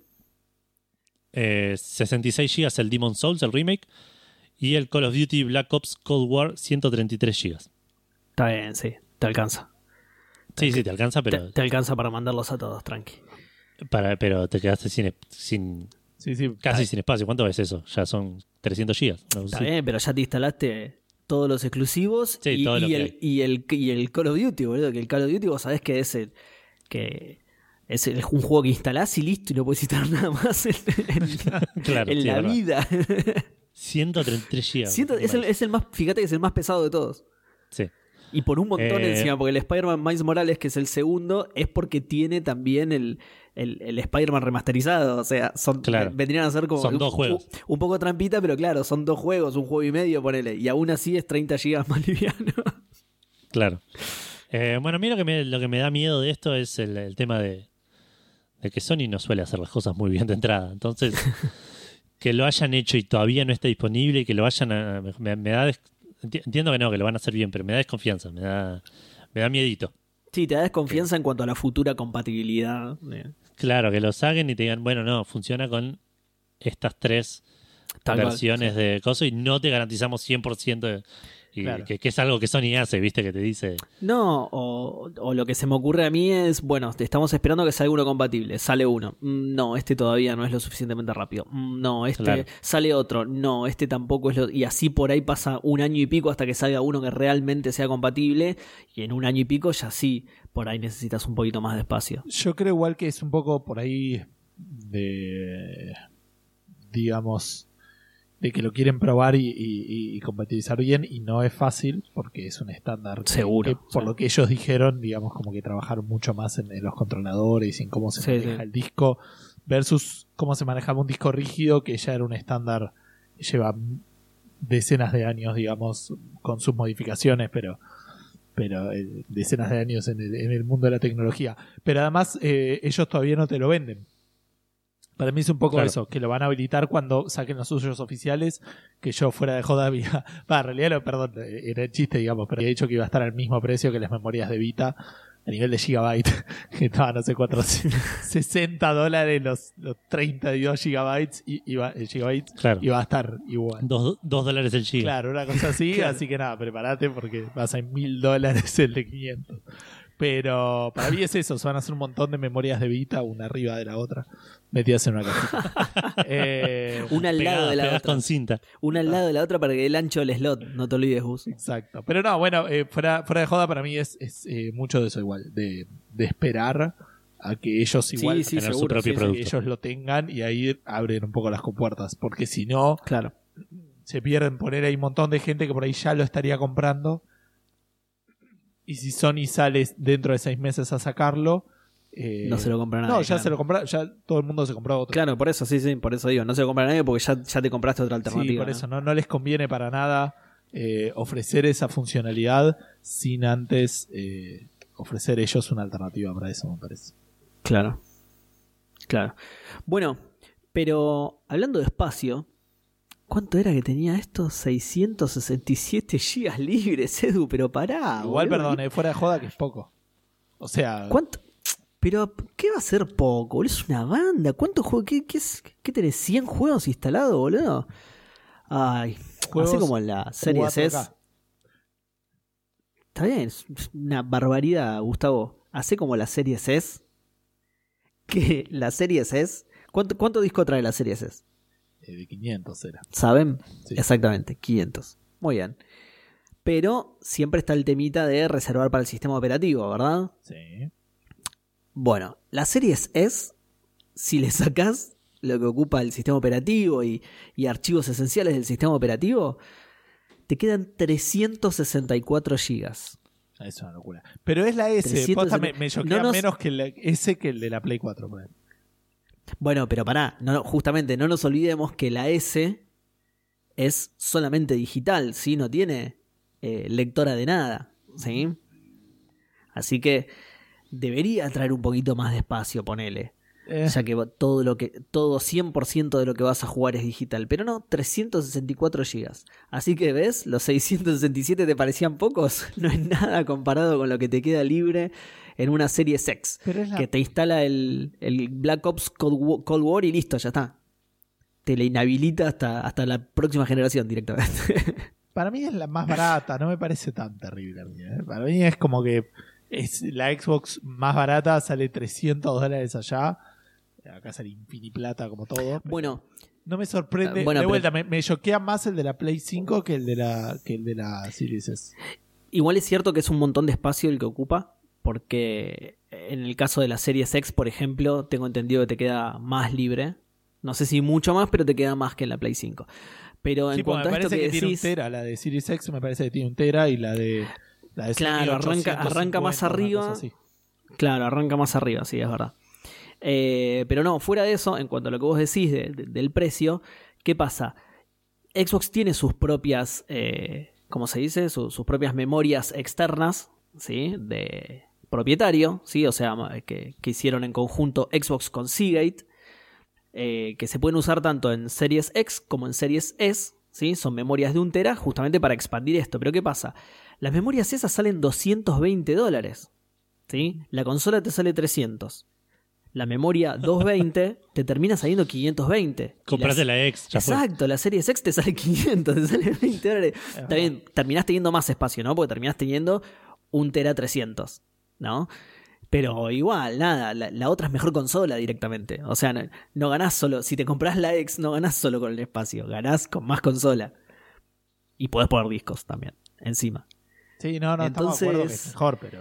eh, sesenta y seis gigas el Demon's Souls, el remake, y el Call of Duty Black Ops Cold War ciento treinta y tres gigas. Está bien, sí. Te alcanza. Sí, sí, te alcanza, pero Te, te alcanza para mandarlos a todos, tranqui. Para, pero te quedaste sin, sin Sí, sí. casi sin espacio. ¿Cuánto es eso? Ya son trescientos gigas. ¿no? Está Sí. bien, pero ya te instalaste todos los exclusivos Sí, y, todo lo y que el, hay. y, el, y el Call of Duty, boludo. Que el Call of Duty vos sabés que es el, que es el- un juego que instalás y listo y no puedes instalar nada más en, en- Claro, en sí, la es verdad. vida. ciento treinta y tres gigas. Siento- es, el, es el más, fíjate que es el más pesado de todos. Sí. Y por un montón Eh, encima, porque el Spider-Man Miles Morales, que es el segundo, es porque tiene también el, el, el Spider-Man remasterizado. O sea, son, Claro. vendrían a ser como Son un, dos juegos. Un, un poco trampita, pero claro, son dos juegos, un juego y medio, ponele. Y aún así es treinta gigas más liviano. Claro. Eh, bueno, a mí lo que, me, lo que me da miedo de esto es el, el tema de, de que Sony no suele hacer las cosas muy bien de entrada. Entonces, que lo hayan hecho y todavía no esté disponible y que lo vayan a... Me, me da... des- enti- Entiendo que no, que lo van a hacer bien, pero me da desconfianza, me da, me da miedito. Sí, te da desconfianza en cuanto a la futura compatibilidad. Eh, Claro, que lo saquen y te digan, bueno, no, funciona con estas tres tal cual. versiones de cosas y no te garantizamos cien por ciento de- y Claro. que, que es algo que Sony hace, ¿viste? Que te dice, No, o, o lo que se me ocurre a mí es, bueno, te estamos esperando que salga uno compatible, sale uno. Mm, No, este todavía no es lo suficientemente rápido. Mm, No, este Claro. sale otro. No, este tampoco es lo... Y así por ahí pasa un año y pico hasta que salga uno que realmente sea compatible. Y en un año y pico ya sí, por ahí necesitas un poquito más de espacio. Yo creo igual que es un poco por ahí de, digamos, de que lo quieren probar y, y, y compatibilizar bien y no es fácil porque es un estándar que- Seguro, que, por sí. lo que ellos dijeron, digamos, como que trabajaron mucho más en, en los controladores y en cómo se Sí, maneja sí. el disco versus cómo se manejaba un disco rígido que ya era un estándar que lleva decenas de años, digamos, con sus modificaciones, pero pero eh, decenas de años en el, en el mundo de la tecnología. Pero además eh, ellos todavía no te lo venden. Para mí es un poco Claro. eso, que lo van a habilitar cuando saquen los suyos oficiales, que yo fuera de joda había... Va, en realidad, lo, perdón, era el chiste, digamos, pero había dicho que iba a estar al mismo precio que las memorias de Vita a nivel de gigabyte, que estaba, no sé cuánto, sesenta dólares los, los treinta y dos gigabytes, y iba, el gigabytes, claro, y va a estar igual. dos, dos dólares el giga. Claro, una cosa así, Claro. así que nada, prepárate porque vas a mil dólares el de quinientos. Pero para mí es eso, se van a hacer un montón de memorias de Vita, una arriba de la otra, metidas en una cajita. eh, Una al lado Pegadas, de la pegadas otra. con cinta. Una al lado de la otra para que dé el ancho del slot. No te olvides, Gus. exacto. Pero no, bueno, eh, fuera, fuera de joda para mí es, es eh, mucho de eso igual, de, de esperar a que ellos igual sí, tener su seguro, propio sí, sí, producto. que ellos lo tengan y ahí abren un poco las compuertas, porque si no Claro. se pierden poner ahí un montón de gente que por ahí ya lo estaría comprando. Y si Sony sale dentro de seis meses a sacarlo, eh, No se lo compra nadie. no, ya claro. se lo compra, ya todo el mundo se compró otro. Claro, por eso, sí, sí, por eso digo. No se lo compra nadie porque ya, ya te compraste otra Sí, alternativa. por ¿no? eso no, no les conviene para nada eh, ofrecer esa funcionalidad sin antes eh, ofrecer ellos una alternativa para eso, me parece. Claro. Claro. Bueno, pero hablando de espacio, ¿cuánto era que tenía esto? seiscientos sesenta y siete gigas libres, Edu, pero pará. Igual, boludo. perdón, eh, fuera de joda que es poco. O sea, ¿Cuánto? Pero, ¿qué va a ser poco? Boludo, es una banda. ¿Cuántos juegos? ¿Qué, qué, es- qué tenés? ¿cien juegos instalados, boludo? Ay, Juegos así como en la serie S. cuatro K. Está bien, es una barbaridad, Gustavo. Hace como la serie S. Que la serie S. ¿Cuánto, cuánto disco trae la serie S? Eh, de quinientos era. ¿Saben? Sí. Exactamente, quinientos. Muy bien. Pero siempre está el temita de reservar para el sistema operativo, ¿verdad? Sí. Bueno, la serie S, si le sacás lo que ocupa el sistema operativo y, y archivos esenciales del sistema operativo, te quedan trescientos sesenta y cuatro gigas. Es una locura. Pero es la S. trescientos Posta me, me choquea no nos- menos que la S que el de la Play cuatro. Por ejemplo. Bueno, pero pará, no, justamente no nos olvidemos que la S es solamente digital, ¿sí? No tiene eh, lectora de nada, ¿sí? Así que debería traer un poquito más de espacio, ponele. Eh, Ya que todo lo que todo cien por ciento de lo que vas a jugar es digital, pero no, trescientos sesenta y cuatro gigas. Así que ves, los seiscientos sesenta y siete te parecían pocos, no es nada comparado con lo que te queda libre en una serie X, pero es la, que te instala el, el Black Ops Cold War, Cold War y listo, ya está. Te la inhabilita hasta, hasta la próxima generación directamente. para mí es la más barata. No me parece tan terrible. a mí, ¿eh? Para mí es como que es la Xbox más barata, sale trescientos dólares allá. Acá sale infiniplata como todo. Bueno, No me sorprende. Bueno, de pero- vuelta, me, me choquea más el de la Play cinco que el de la, que el de la Series S. igual es cierto que es un montón de espacio el que ocupa, porque en el caso de la Series X, por ejemplo, tengo entendido que te queda más libre. No sé si mucho más, pero te queda más que en la Play cinco. Pero en Sí, pues cuanto me a esto parece que, que, tiene un decís, tera. La de Series X me parece que tiene un tera y la de. La de Claro, Sony arranca- ochocientos arranca más cincuenta, una arriba. cosa así. claro, arranca más arriba, sí, es verdad. Eh, pero no, fuera de eso, en cuanto a lo que vos decís de- de- del precio, ¿qué pasa? Xbox tiene sus propias, eh, ¿cómo se dice? Su- sus propias memorias externas, ¿sí? De propietario, ¿sí? O sea, que, que hicieron en conjunto Xbox con Seagate, eh, que se pueden usar tanto en Series X como en Series S, ¿sí? Son memorias de un tera justamente para expandir esto. Pero ¿qué pasa? Las memorias esas salen doscientos veinte dólares, ¿sí? La consola te sale trescientos. La memoria doscientos veinte te termina saliendo quinientos veinte. Y Compraste las- la X, ya fue. Exacto, la serie X te sale quinientos, te sale veinte dólares. Está bien, terminás teniendo más espacio, ¿no? Porque terminás teniendo un tera trescientos, ¿no? Pero igual, nada, la, la otra es mejor consola directamente. O sea, no, no ganás solo, si te compras la X, no ganás solo con el espacio, ganás con más consola. Y podés poner discos también, encima. Sí, no, no, estamos de acuerdo que es Entonces- mejor, pero.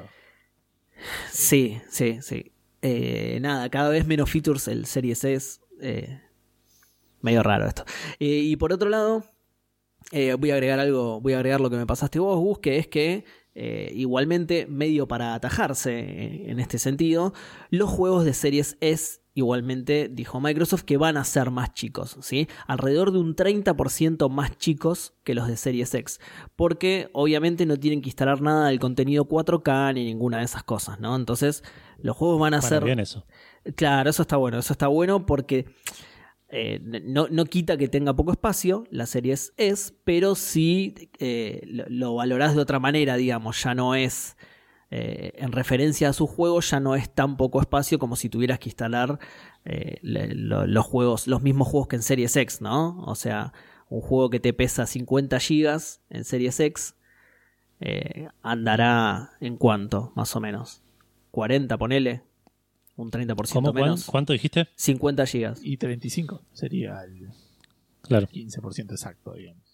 Sí, sí, sí. Eh, nada, cada vez menos features el Series S. Eh, medio raro esto. Eh, y por otro lado, eh, voy a agregar algo, voy a agregar lo que me pasaste vos, Gus, que es que eh, igualmente, medio para atajarse eh, en este sentido, los juegos de Series S igualmente dijo Microsoft que van a ser más chicos, ¿sí? Alrededor de un treinta por ciento más chicos que los de Series X, porque obviamente no tienen que instalar nada del contenido cuatro K ni ninguna de esas cosas, ¿no? Entonces, los juegos van a Bueno, ser... bien eso. Claro, eso está bueno, eso está bueno porque eh, no, no quita que tenga poco espacio, la serie es, es pero sí eh, lo, lo valorás de otra manera, digamos, ya no es, eh, en referencia a su juego, ya no es tan poco espacio como si tuvieras que instalar eh, le- lo- los juegos, los mismos juegos que en Series X, ¿no? O sea, un juego que te pesa cincuenta gigas en Series X eh, andará en cuánto, más o menos, cuarenta, ponele. Un treinta por ciento ¿Cómo? ¿Cuán- menos. ¿Cuánto dijiste? cincuenta gigas. Y treinta y cinco sería el Claro. quince por ciento exacto, digamos.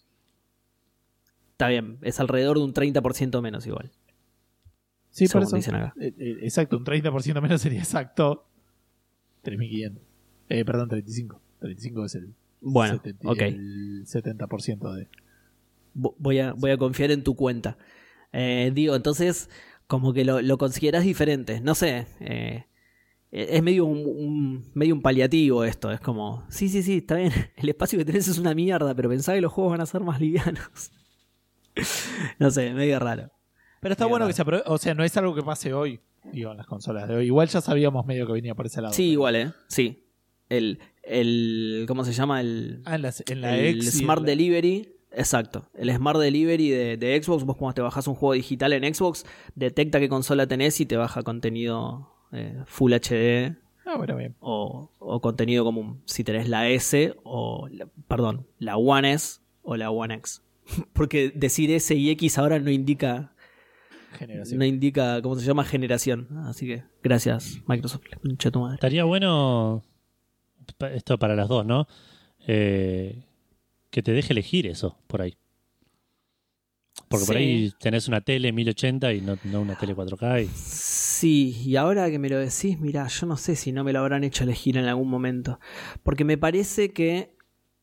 Está bien, es alrededor de un treinta por ciento menos igual. Sí, Según por eso. dicen acá. Eh, eh, exacto, un treinta por ciento menos sería exacto tres mil quinientos. Eh, perdón, treinta y cinco. treinta y cinco es el, Bueno, setenta, ok. el setenta por ciento de... Vo- Voy a, voy a confiar en tu cuenta. Eh, digo, entonces, como que lo, lo considerás diferente. No sé. eh, es medio un, un- medio un paliativo esto. Es como, sí, sí, sí, está bien. El espacio que tenés es una mierda, pero pensá que los juegos van a ser más livianos. No sé, medio raro. Pero está Medio bueno raro. que se aprove- o sea, no es algo que pase hoy, digo, en las consolas de hoy. Igual ya sabíamos medio que venía por ese lado. Sí, pero- igual, ¿eh? Sí. El, el ¿cómo se llama? El, Ah, en la, en la el X y Smart en la- Delivery. Exacto. El Smart Delivery de, de Xbox, vos cuando te bajás un juego digital en Xbox, detecta qué consola tenés y te baja contenido eh, Full H D Ah, bueno, bien. o, o contenido como si tenés la S o, la- perdón, la One S o la One X. Porque decir S y X ahora no indica, Generación. no indica, ¿cómo se llama? Generación. Así que gracias, Microsoft. Pinche tu madre. Estaría bueno pa- esto para las dos, ¿no? Eh, que te deje elegir eso por ahí. Porque por Sí. ahí tenés una tele mil ochenta y no, no una tele cuatro K. y- Sí, y ahora que me lo decís, mirá, yo no sé si no me lo habrán hecho elegir en algún momento. Porque me parece que...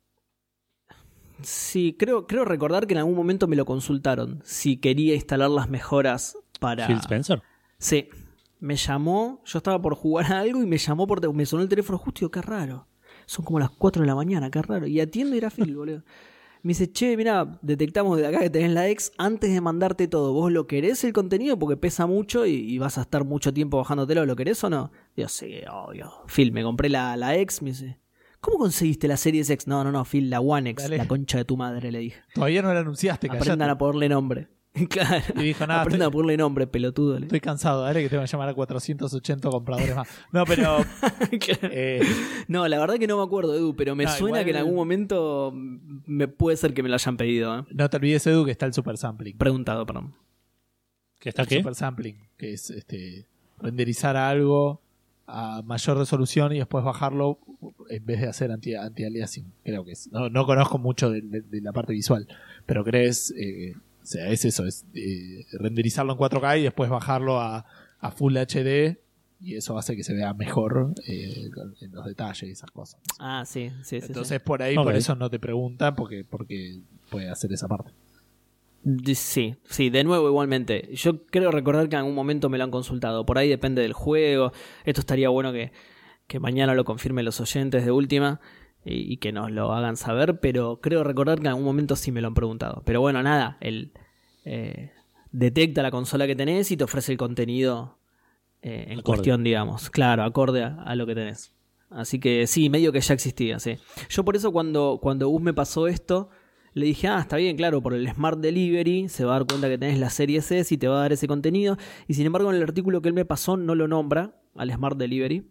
Sí, creo, creo recordar que en algún momento me lo consultaron. Si quería instalar las mejoras para... Phil Spencer. Sí, me llamó, yo estaba por jugar a algo y me llamó, por te- me sonó el teléfono justo y digo, qué raro. Son como las cuatro de la mañana, qué raro. Y atiendo y era Phil, boludo. Me dice, che, mira, detectamos de acá que tenés la X. Antes de mandarte todo, ¿vos lo querés el contenido? Porque pesa mucho y, y vas a estar mucho tiempo bajándotelo. ¿Lo querés o no? Digo, sí, obvio. Phil, me compré la, la X. Me dice, ¿cómo conseguiste la Series X? No, no, no, Phil, la One X. Dale. La concha de tu madre, le dije. Todavía no la anunciaste, Aprendan callate. a ponerle nombre. Claro. Y dijo, nada, Aprendan estoy, a ponerle nombre, pelotudo. le- estoy cansado, dale que tengo que llamar a cuatrocientos ochenta compradores más. No, pero... Claro. eh, No, la verdad que no me acuerdo, Edu, pero me No, suena igual- que en algún momento me puede ser que me lo hayan pedido. ¿eh? no te olvides, Edu, que está el super sampling. Preguntado, perdón. ¿Que está El qué? super sampling, que es este renderizar algo a mayor resolución y después bajarlo en vez de hacer anti- anti-aliasing. Creo que es. No, no conozco mucho de, de- de la parte visual, pero crees, eh, o sea, es eso, es eh, renderizarlo en cuatro K y después bajarlo a, a Full H D y eso hace que se vea mejor eh, en los detalles y esas cosas. Ah, sí, sí, sí. Entonces por ahí, Ok. por eso no te preguntan porque, porque puede hacer esa parte. sí. Sí, sí, de nuevo igualmente. Yo creo recordar que en algún momento me lo han consultado. Por ahí depende del juego. Esto estaría bueno que, que mañana lo confirmen los oyentes de última y, y que nos lo hagan saber. Pero creo recordar que en algún momento sí me lo han preguntado. Pero bueno, nada, él eh, detecta la consola que tenés y te ofrece el contenido eh, en Acorde. cuestión, digamos. Claro, acorde a, a lo que tenés. Así que sí, medio que ya existía, sí. Yo por eso cuando, cuando Gus me pasó esto, le dije, ah, está bien, claro, por el Smart Delivery se va a dar cuenta que tenés la serie S y te va a dar ese contenido. Y sin embargo, en el artículo que él me pasó no lo nombra al Smart Delivery.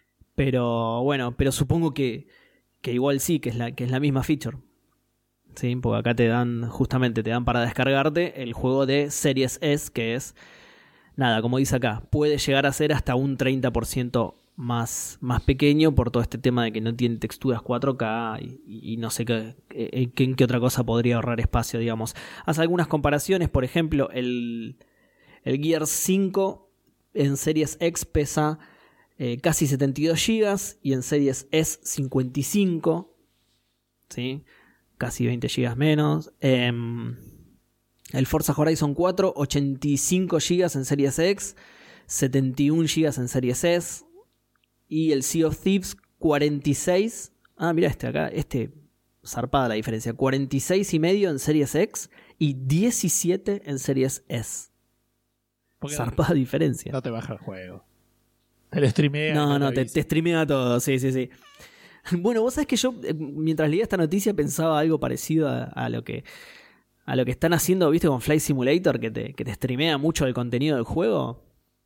Pero bueno, pero supongo que, que igual sí, que es la, que es la misma feature. Sí, porque acá te dan, justamente te dan para descargarte el juego de Series S, que es, nada, como dice acá, puede llegar a ser hasta un treinta por ciento más, más pequeño por todo este tema de que no tiene texturas cuatro K y, y no sé qué, en qué, en qué otra cosa podría ahorrar espacio, digamos. Hace algunas comparaciones, por ejemplo, el, el Gear cinco en Series X pesa eh, casi setenta y dos gigas y en Series S cincuenta y cinco, ¿sí? Casi veinte gigas menos. Eh, el Forza Horizon cuatro, ochenta y cinco gigas en Series X, setenta y uno gigas en Series S. Y el Sea of Thieves, cuarenta y seis. Ah, mira este acá, este zarpada la diferencia. cuarenta y seis y medio en Series X y diecisiete en Series S. Porque Zarpada diferencia. no te baja el juego. Te lo streamea. No, y no, te te, avisa. te streamea todo, sí, sí, sí. Bueno, vos sabés que yo, eh, mientras leía esta noticia, pensaba algo parecido a, a lo que a lo que están haciendo, viste, con Flight Simulator, que te, que te streamea mucho el contenido del juego.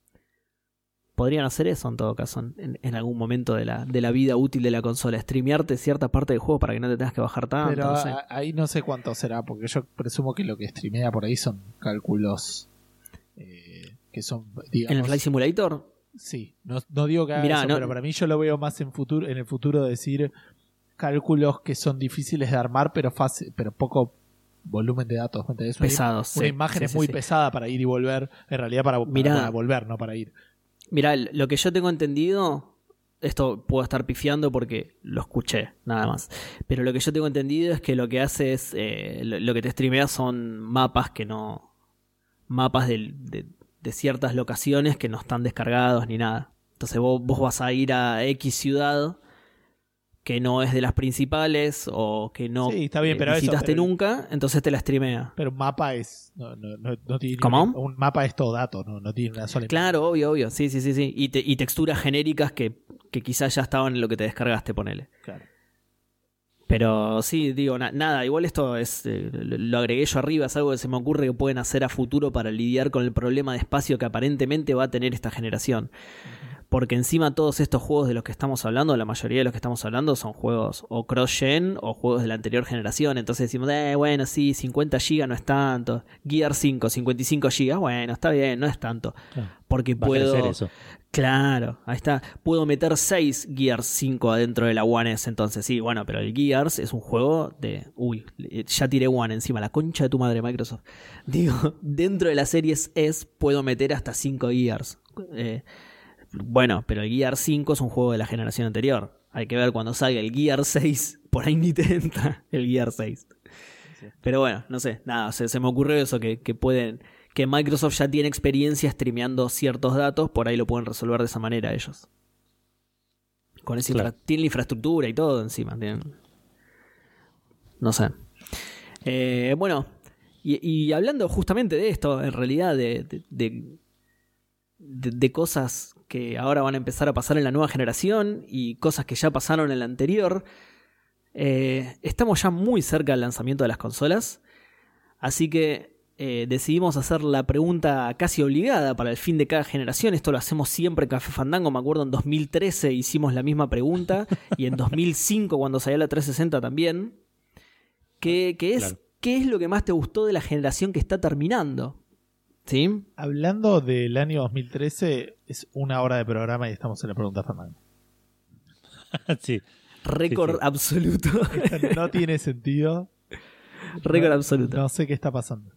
Podrían hacer eso en todo caso, en, en algún momento de la, de la vida útil de la consola. Streamearte cierta parte del juego para que no te tengas que bajar tanto. Pero no sé. a- ahí no sé cuánto será, porque yo presumo que lo que streamea por ahí son cálculos eh, que son, digamos... ¿En el Flight Simulator? Sí, no, no digo que haga Mirá, eso, no- pero para mí yo lo veo más en futuro, en el futuro decir cálculos que son difíciles de armar, pero fácil, pero poco volumen de datos. ¿Me entendés? Una- Pesados. Una sí, imagen sí, es sí, muy sí. pesada para ir y volver, en realidad para, para- Mirá. para volver, no para ir. Mirá, lo que yo tengo entendido, esto puedo estar pifiando porque lo escuché, nada más. Pero lo que yo tengo entendido es que lo que hace es, eh, lo, lo que te streamea son mapas que no, mapas del- de, de ciertas locaciones que no están descargados ni nada. Entonces vos, vos vas a ir a X ciudad, que no es de las principales o que no Sí, está bien, eh, pero eso, visitaste pero- nunca, entonces te la streamea. Pero un mapa es. No, no, no, no tiene ¿Cómo? Un, un mapa es todo dato, no, no tiene una sola. Claro, obvio, obvio. Sí, sí, sí, sí. Y, te- y texturas genéricas que, que quizás ya estaban en lo que te descargaste, ponele. Claro. Pero sí, digo, na- nada, igual esto es eh, lo lo agregué yo arriba, es algo que se me ocurre que pueden hacer a futuro para lidiar con el problema de espacio que aparentemente va a tener esta generación. Porque encima todos estos juegos de los que estamos hablando, la mayoría de los que estamos hablando son juegos o cross-gen o juegos de la anterior generación. Entonces decimos, eh, bueno, sí, cincuenta gigas no es tanto. Gear cinco, cincuenta y cinco gigas, bueno, está bien, no es tanto. Claro. Porque Va a puedo... crecer eso. Claro, ahí está. Puedo meter seis Gears cinco adentro de la One S, entonces sí, bueno, pero el Gears es un juego de... Uy, ya tiré One encima, la concha de tu madre, Microsoft. Digo, dentro de la series S puedo meter hasta cinco Gears. Eh, bueno, pero el Gear cinco es un juego de la generación anterior. Hay que ver cuando salga el Gear seis, por ahí ni te entra el Gear seis. Pero bueno, no sé, nada, se, se me ocurrió eso, que, que pueden... que Microsoft ya tiene experiencia streameando ciertos datos, por ahí lo pueden resolver de esa manera ellos. Con esa Claro. infra- tienen la infraestructura y todo encima. Tienen... No sé. Eh, bueno, y, y hablando justamente de esto, en realidad, de, de, de, de- de cosas que ahora van a empezar a pasar en la nueva generación y cosas que ya pasaron en la anterior, eh, estamos ya muy cerca del lanzamiento de las consolas. Así que eh, decidimos hacer la pregunta casi obligada para el fin de cada generación. Esto lo hacemos siempre en Café Fandango. Me acuerdo en dos mil trece hicimos la misma pregunta. Y en dos mil cinco cuando salió la trescientos sesenta también. Que, que es, Claro. ¿qué es lo que más te gustó de la generación que está terminando? ¿Sí? Hablando del año dos mil trece, es una hora de programa y estamos en la pregunta Fernando. Sí. Récord Sí, sí. absoluto. No tiene sentido. Récord No- absoluto. No sé qué está pasando.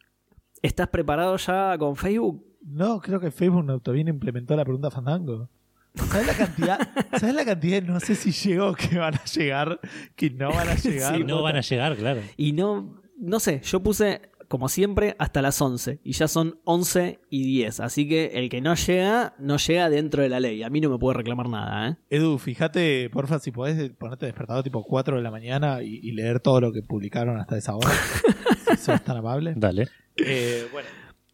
¿Estás preparado ya con Facebook? No, creo que Facebook no todavía implementó la pregunta Fandango. ¿Sabes la cantidad? ¿Sabes la cantidad? No sé si llegó, que van a llegar, que no van a llegar. Sí, No van a llegar, claro. Y no, no sé, yo puse, como siempre, hasta las once. Y ya son once y diez. Así que el que no llega, no llega dentro de la ley. A mí no me puede reclamar nada, ¿eh? Edu, fíjate, porfa, si podés ponerte despertador tipo cuatro de la mañana y, y leer todo lo que publicaron hasta esa hora. Si sos tan amable. Dale. Eh, bueno,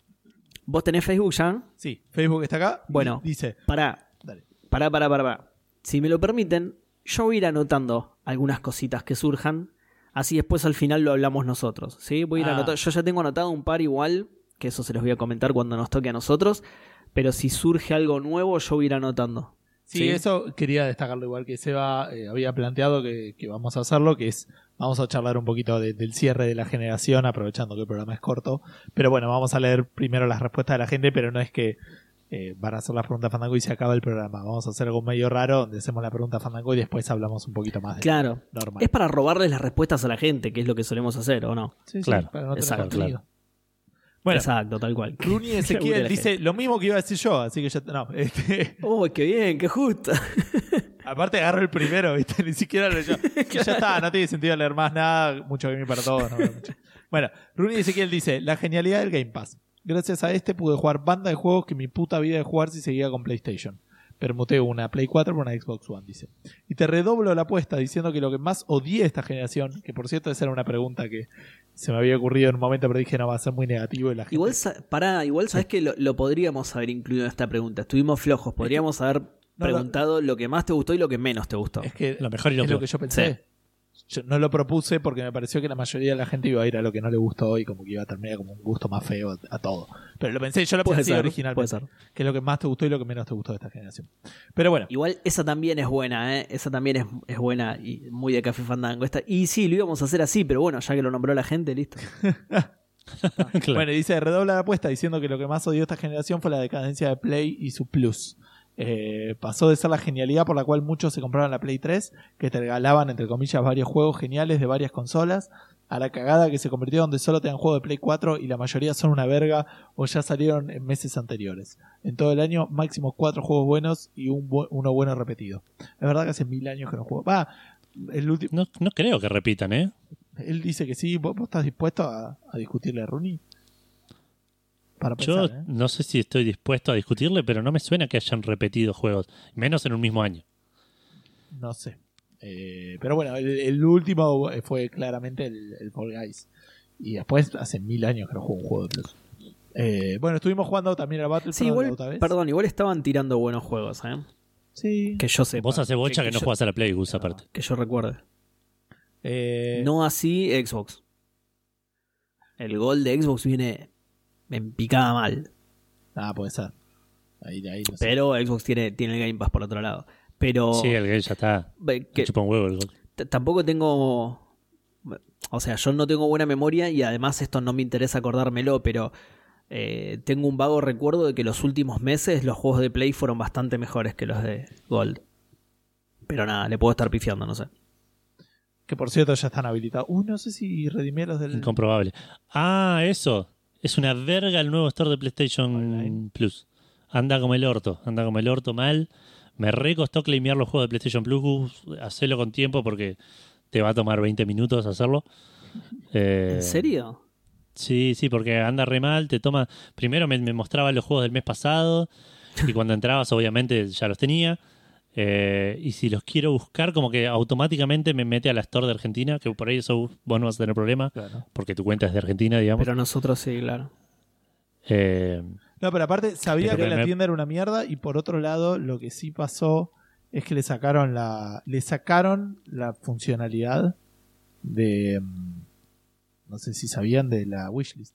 ¿Vos tenés Facebook ya? sí, Facebook está acá. y Bueno. dice, Pará, dale. pará, pará, pará, pará. Si me lo permiten, yo voy a ir anotando algunas cositas que surjan. Así después al final lo hablamos nosotros, ¿sí? Voy a ir Ah. anotando. Yo ya tengo anotado un par igual, que eso se los voy a comentar cuando nos toque a nosotros. Pero si surge algo nuevo, yo voy a ir anotando. Sí, ¿Sí? eso quería destacarlo igual que Seba eh, había planteado que, que vamos a hacerlo, que es, vamos a charlar un poquito de- del cierre de la generación, aprovechando que el programa es corto. Pero bueno, vamos a leer primero las respuestas de la gente, pero no es que eh, van a hacer las preguntas Fandango y se acaba el programa. Vamos a hacer algo medio raro, donde hacemos la pregunta Fandango y después hablamos un poquito más de Claro. normal. Es para robarles las respuestas a la gente, que es lo que solemos hacer, ¿o no? Sí, sí, Claro. para no tener Exacto, contenido. Bueno, Exacto, tal cual. Rooney Seguro Ezequiel la dice gente. lo mismo que iba a decir yo, así que ya... No, este... ¡Uy, qué bien, qué justo! Aparte agarro el primero, ¿viste? Ni siquiera lo yo. Y ya está, no tiene sentido leer más nada, mucho gaming para todos. No, no, mucho. Bueno, Rooney Ezequiel dice, la genialidad del Game Pass. Gracias a este pude jugar banda de juegos que mi puta vida de jugar si seguía con PlayStation. Permuté una Play cuatro por una Xbox One, dice. Y te redoblo la apuesta diciendo que lo que más odié de esta generación, que por cierto esa era una pregunta que se me había ocurrido en un momento, pero dije no, va a ser muy negativo y la gente... Igual, sa- pará, igual sabes que lo, lo podríamos haber incluido en esta pregunta. Estuvimos flojos. Podríamos haber no. preguntado lo que más te gustó y lo que menos te gustó. Es que Lo mejor y lo es lo peor. que yo pensé. Yo no lo propuse porque me pareció que la mayoría de la gente iba a ir a lo que no le gustó y como que iba a terminar como un gusto más feo a, a todo. Pero lo pensé, yo lo Puede pensé ser, originalmente. puede ser. Que es lo que más te gustó y lo que menos te gustó de esta generación. Pero bueno, Igual esa también es buena, ¿eh? Esa también es, es buena y muy de Café Fandango. Esta, y sí, lo íbamos a hacer así, pero bueno, ya que lo nombró la gente, listo. Claro. bueno, y dice redobla la apuesta diciendo que lo que más odió esta generación fue la decadencia de Play y su Plus. Eh, pasó de ser la genialidad por la cual muchos se compraron la Play tres, que te regalaban entre comillas varios juegos geniales de varias consolas, a la cagada que se convirtió donde solo te dan juegos de Play cuatro y la mayoría son una verga o ya salieron en meses anteriores. En todo el año máximo cuatro juegos buenos y un bu- uno bueno repetido. Es verdad que hace mil años que no juego. Va, el último, No, no creo que repitan, ¿eh? él dice que sí. ¿Vos, vos estás dispuesto a, a discutirle a Rooney? Para Yo pensar, ¿eh? no sé si estoy dispuesto a discutirle, pero no me suena que hayan repetido juegos, menos en un mismo año. No sé. Eh, pero bueno, el, el último fue claramente el, el Fall Guys. Y después, hace mil años que no juego un juego de Plus. Eh, bueno, estuvimos jugando también al Battlefront Sí, igual, la otra vez. perdón, igual estaban tirando buenos juegos, ¿eh? Sí. Que yo sepa. Vos hace bocha que, que no yo- jugás a la Play, Gus, aparte. Que yo recuerde. Eh, No así Xbox. El gol de Xbox viene en picada mal. Ah, puede ser. Ahí, ahí no sé. Pero Xbox tiene, tiene el Game Pass por otro lado. Pero Sí, el game ya está. ve, que Me chupa un huevo el gol. t- tampoco tengo... O sea, yo no tengo buena memoria y además esto no me interesa acordármelo, pero eh, tengo un vago recuerdo de que los últimos meses los juegos de Play fueron bastante mejores que los de Gold. Pero nada, le puedo estar pifiando, no sé. Que por cierto ya están habilitados. Uh, no sé si redimí los del... Incomprobable. Ah, eso. Es una verga el nuevo store de PlayStation Online. Plus. Anda como el orto. Anda como el orto mal. Me re costó claimear los juegos de PlayStation Plus. Hacelo con tiempo porque te va a tomar veinte minutos hacerlo. Eh, ¿En serio? Sí, sí, porque anda re mal. Te toma. Primero me, me mostraba los juegos del mes pasado. Y cuando entrabas, obviamente, ya los tenía. Eh, y si los quiero buscar, como que automáticamente me mete a la store de Argentina. Que por ahí eso vos no vas a tener problema. Claro. Porque tu cuenta es de Argentina, digamos. Pero nosotros sí, claro. Eh, No, pero aparte sabía Pero que la me- tienda era una mierda y por otro lado lo que sí pasó es que le sacaron la le sacaron la funcionalidad de mm, no sé si sabían de la wishlist.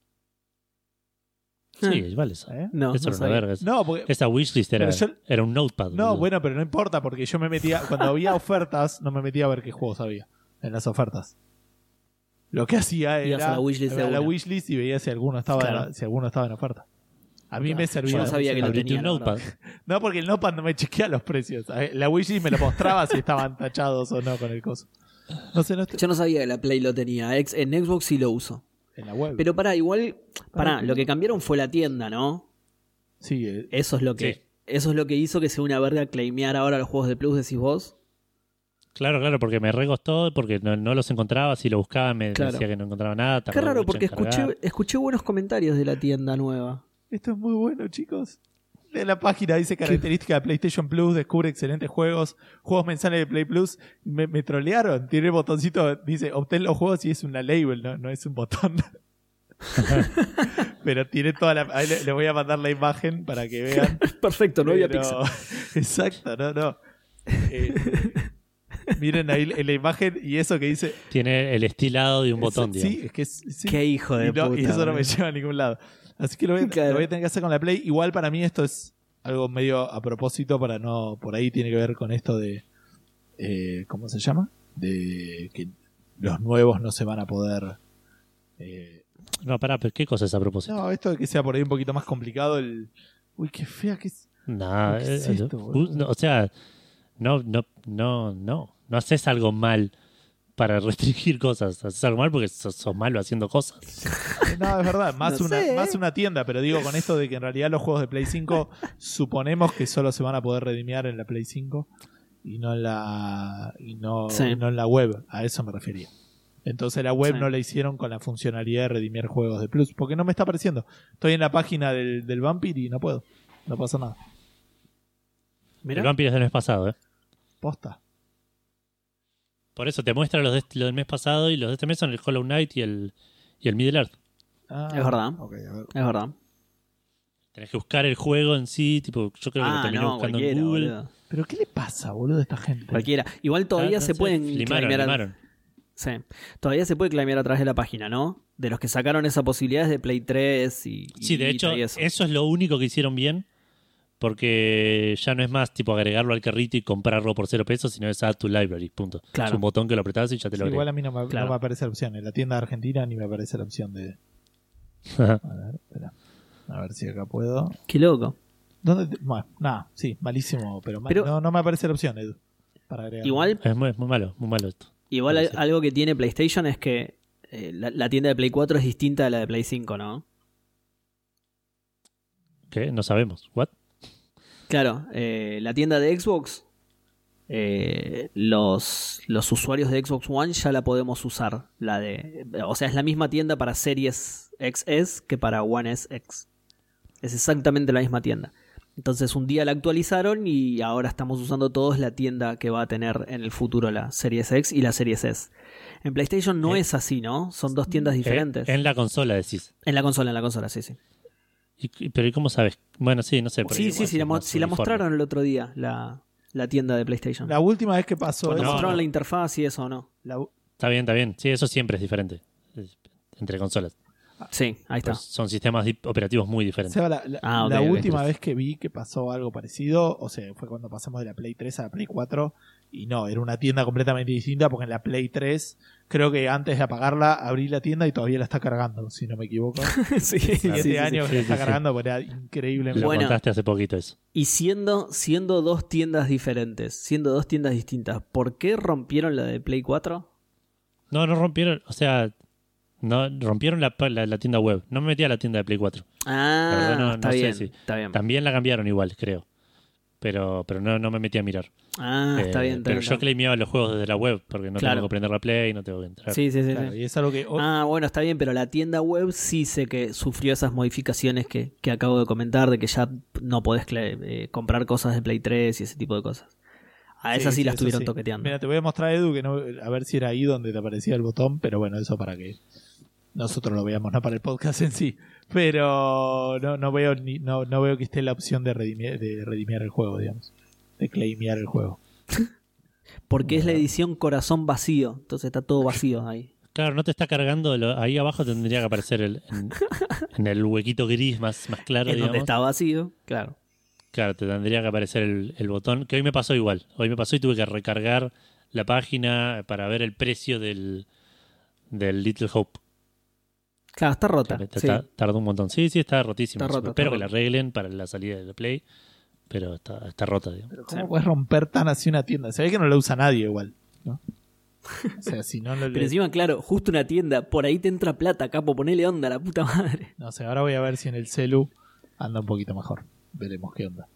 sí, vale eso. ¿eh? No, Eso no era una sabía. verga. eso. No, porque Esa wishlist era, Pero yo- era un notepad. no, boludo. bueno, pero no importa porque yo me metía cuando había ofertas, no me metía a ver qué juegos había en las ofertas. Lo que hacía Ibas era a la wishlist de a la una. wishlist y veía si alguno estaba en Claro. la- si alguno estaba en oferta. A mí Claro. me servía. Yo no sabía que lo Abrite tenía, un la notepad. No, porque el Notepad no me chequea los precios. A ver, la wishlist me lo mostraba si estaban tachados o no con el coso. No sé, no estoy... Yo no sabía que la Play lo tenía. Ex- En Xbox sí lo uso. En la web. Pero pará, igual... Pará, lo que cambiaron fue la tienda, ¿no? Sí, eh, Eso es lo que... Sí. Eso es lo que hizo que sea una verga claimear ahora los juegos de Plus, decís vos. Claro, claro, porque me recostó, porque no, no los encontraba. Si lo buscaba me Claro. decía que no encontraba nada. Qué tardó raro, mucho porque en cargar. escuché, escuché buenos comentarios de la tienda nueva. esto es muy bueno, chicos. De la página dice característica de PlayStation Plus, descubre excelentes juegos, juegos mensuales de Play Plus. Me, me trolearon. Tiene el botoncito, dice obtén los juegos y es una label, no, no es un botón. Pero tiene toda la... Ahí le, le voy a mandar la imagen para que vean. Perfecto, no había Pero- pixel. Exacto, no, no. Eh, miren ahí en la imagen y eso que dice... Tiene el estilado de un botón, es- digamos. Sí, es que es... sí. Qué hijo de y, no- puta. y eso no me boludo. lleva a ningún lado. Así que lo voy, a- Claro. lo voy a tener que hacer con la Play. Igual para mí esto es algo medio a propósito para no... Por ahí tiene que ver con esto de... eh, ¿Cómo se llama? De que los nuevos no se van a poder... eh, No, pará, pero ¿qué cosa es a propósito? no, esto de que sea por ahí un poquito más complicado el... Uy, qué fea que es... Nah, ¿Qué es eh, esto, eh, boludo? no, o sea, no, no, no, no. No haces algo mal para restringir cosas. Haces algo mal porque sos, sos malo haciendo cosas. No, es verdad, más, No una, sé, ¿eh? más una tienda, pero digo con esto de que en realidad los juegos de Play cinco suponemos que solo se van a poder redimiar en la Play cinco y no en la y no, Sí. y no en la web, a eso me refería. Entonces la web Sí. no la hicieron con la funcionalidad de redimir juegos de Plus, porque no me está apareciendo. Estoy en la página del, del Vampire y no puedo, no pasa nada. Mirá. El Vampire es del mes pasado, ¿eh? Posta. Por eso te muestra los, de este- los del mes pasado y los de este mes son el Hollow Knight y el, y el Middle Earth. Ah, Es verdad. ok, a ver. Es verdad. Tenés que buscar el juego en sí, tipo, yo creo que lo Ah, terminé no, buscando en cualquiera, Google. boludo. Pero ¿qué le pasa, boludo, a esta gente? Cualquiera. Igual todavía Ah, no se sé, pueden limaron, claimear a- limaron. Sí. Todavía se puede claimear a través de la página, ¿no? De los que sacaron esa posibilidad es de Play tres y, y Sí, de Vita hecho, y eso. eso. es lo único que hicieron bien. Porque ya no es más tipo agregarlo al carrito y comprarlo por cero pesos, sino es add to library, punto. Claro. Es un botón que lo apretás y ya te Sí, lo igual agrega. a mí no me, Claro. no me aparece la opción. En la tienda de Argentina ni me aparece la opción de... A ver, espera. A ver si acá puedo. Qué loco. ¿Dónde? te- Bueno, nada, sí, malísimo, pero, mal- Pero- no, no me aparece la opción, Edu. Para agregar. Igual, Es muy, es muy malo, muy malo esto. igual Puede hay- ser. algo que tiene PlayStation es que eh, la, la tienda de Play cuatro es distinta a la de Play cinco, ¿no? ¿Qué? No sabemos. ¿What? Claro, eh, la tienda de Xbox, eh, los, los usuarios de Xbox One ya la podemos usar. La de, o sea, es la misma tienda para Series X S que para One S X. Es exactamente la misma tienda. Entonces un día la actualizaron y ahora estamos usando todos la tienda que va a tener en el futuro la Series X y la Series S. En PlayStation no eh, es así, ¿no? Son dos tiendas eh, diferentes. en la consola decís. En la consola, en la consola, sí, sí. Y, pero ¿y cómo sabes? Bueno, sí, no sé. Sí, sí, igual sí, la, es mo- más si la uniforme. mostraron el otro día, la, la tienda de PlayStation. La última vez que pasó Cuando eso, No, mostraron no. la interfaz y eso, ¿o no? la u- Está bien, está bien. Sí, eso siempre es diferente. Es- entre consolas. Sí, ahí está. Pues son sistemas di- operativos muy diferentes. Seba, la, la- Ah, ok, la ok. última vez que vi que pasó algo parecido, o sea, fue cuando pasamos de la Play tres a la Play cuatro, y no, era una tienda completamente distinta, porque en la Play tres, creo que antes de apagarla, abrí la tienda y todavía la está cargando, si no me equivoco. sí, sí, Siete sí, sí. años sí, que la está sí, sí. cargando, porque era increíble. Lo Bueno. contaste hace poquito eso. Y siendo, siendo dos tiendas diferentes, siendo dos tiendas distintas, ¿por qué rompieron la de Play cuatro? No, no rompieron, o sea, no rompieron la, la, la tienda web. No me metí a la tienda de Play cuatro. Ah, La verdad no- está no sé bien, si- está bien. También la cambiaron igual, creo. Pero, pero no, no me metí a mirar. Ah, está Eh, bien, está pero bien, yo está bien. claimeaba los juegos desde la web, porque no Claro. tengo que prender la Play, no tengo que entrar. Sí, sí, sí. Claro, sí. y es algo que... oh, Ah, bueno, está bien, pero la tienda web sí sé que sufrió esas modificaciones que, que acabo de comentar, de que ya no podés cla- eh, comprar cosas de Play tres y ese tipo de cosas. A esas sí, las eso estuvieron sí. toqueteando. Mira, te voy a mostrar, Edu, que no, a ver si era ahí donde te aparecía el botón, pero bueno, eso para que nosotros lo veamos, no para el podcast en sí. Pero no, no veo ni, no, no veo que esté la opción de redimir, de redimiar el juego, digamos. De claimear el juego. Porque es la edición corazón vacío, entonces está todo vacío ahí. Claro, no te está cargando. Lo, ahí abajo tendría que aparecer el, en, en el huequito gris más, más claro, En digamos. donde está vacío, claro. Claro, te tendría que aparecer el, el botón, que hoy me pasó igual. Hoy me pasó y tuve que recargar la página para ver el precio del, del Little Hope. Claro, está rota. Te- te- Sí. ta- Tardó un montón. Sí, sí, está rotísimo. Está rota, Espero está que la rota. arreglen para la salida de la Play, pero está, está rota, digamos. Pero ¿cómo Sí. puedes romper tan así una tienda? Se ve que no la usa nadie igual, ¿no? O sea, si no lo Pero encima, claro, justo una tienda, por ahí te entra plata, capo, ponele onda, la puta madre. No sé, ahora voy a ver si en el celu anda un poquito mejor. Veremos qué onda.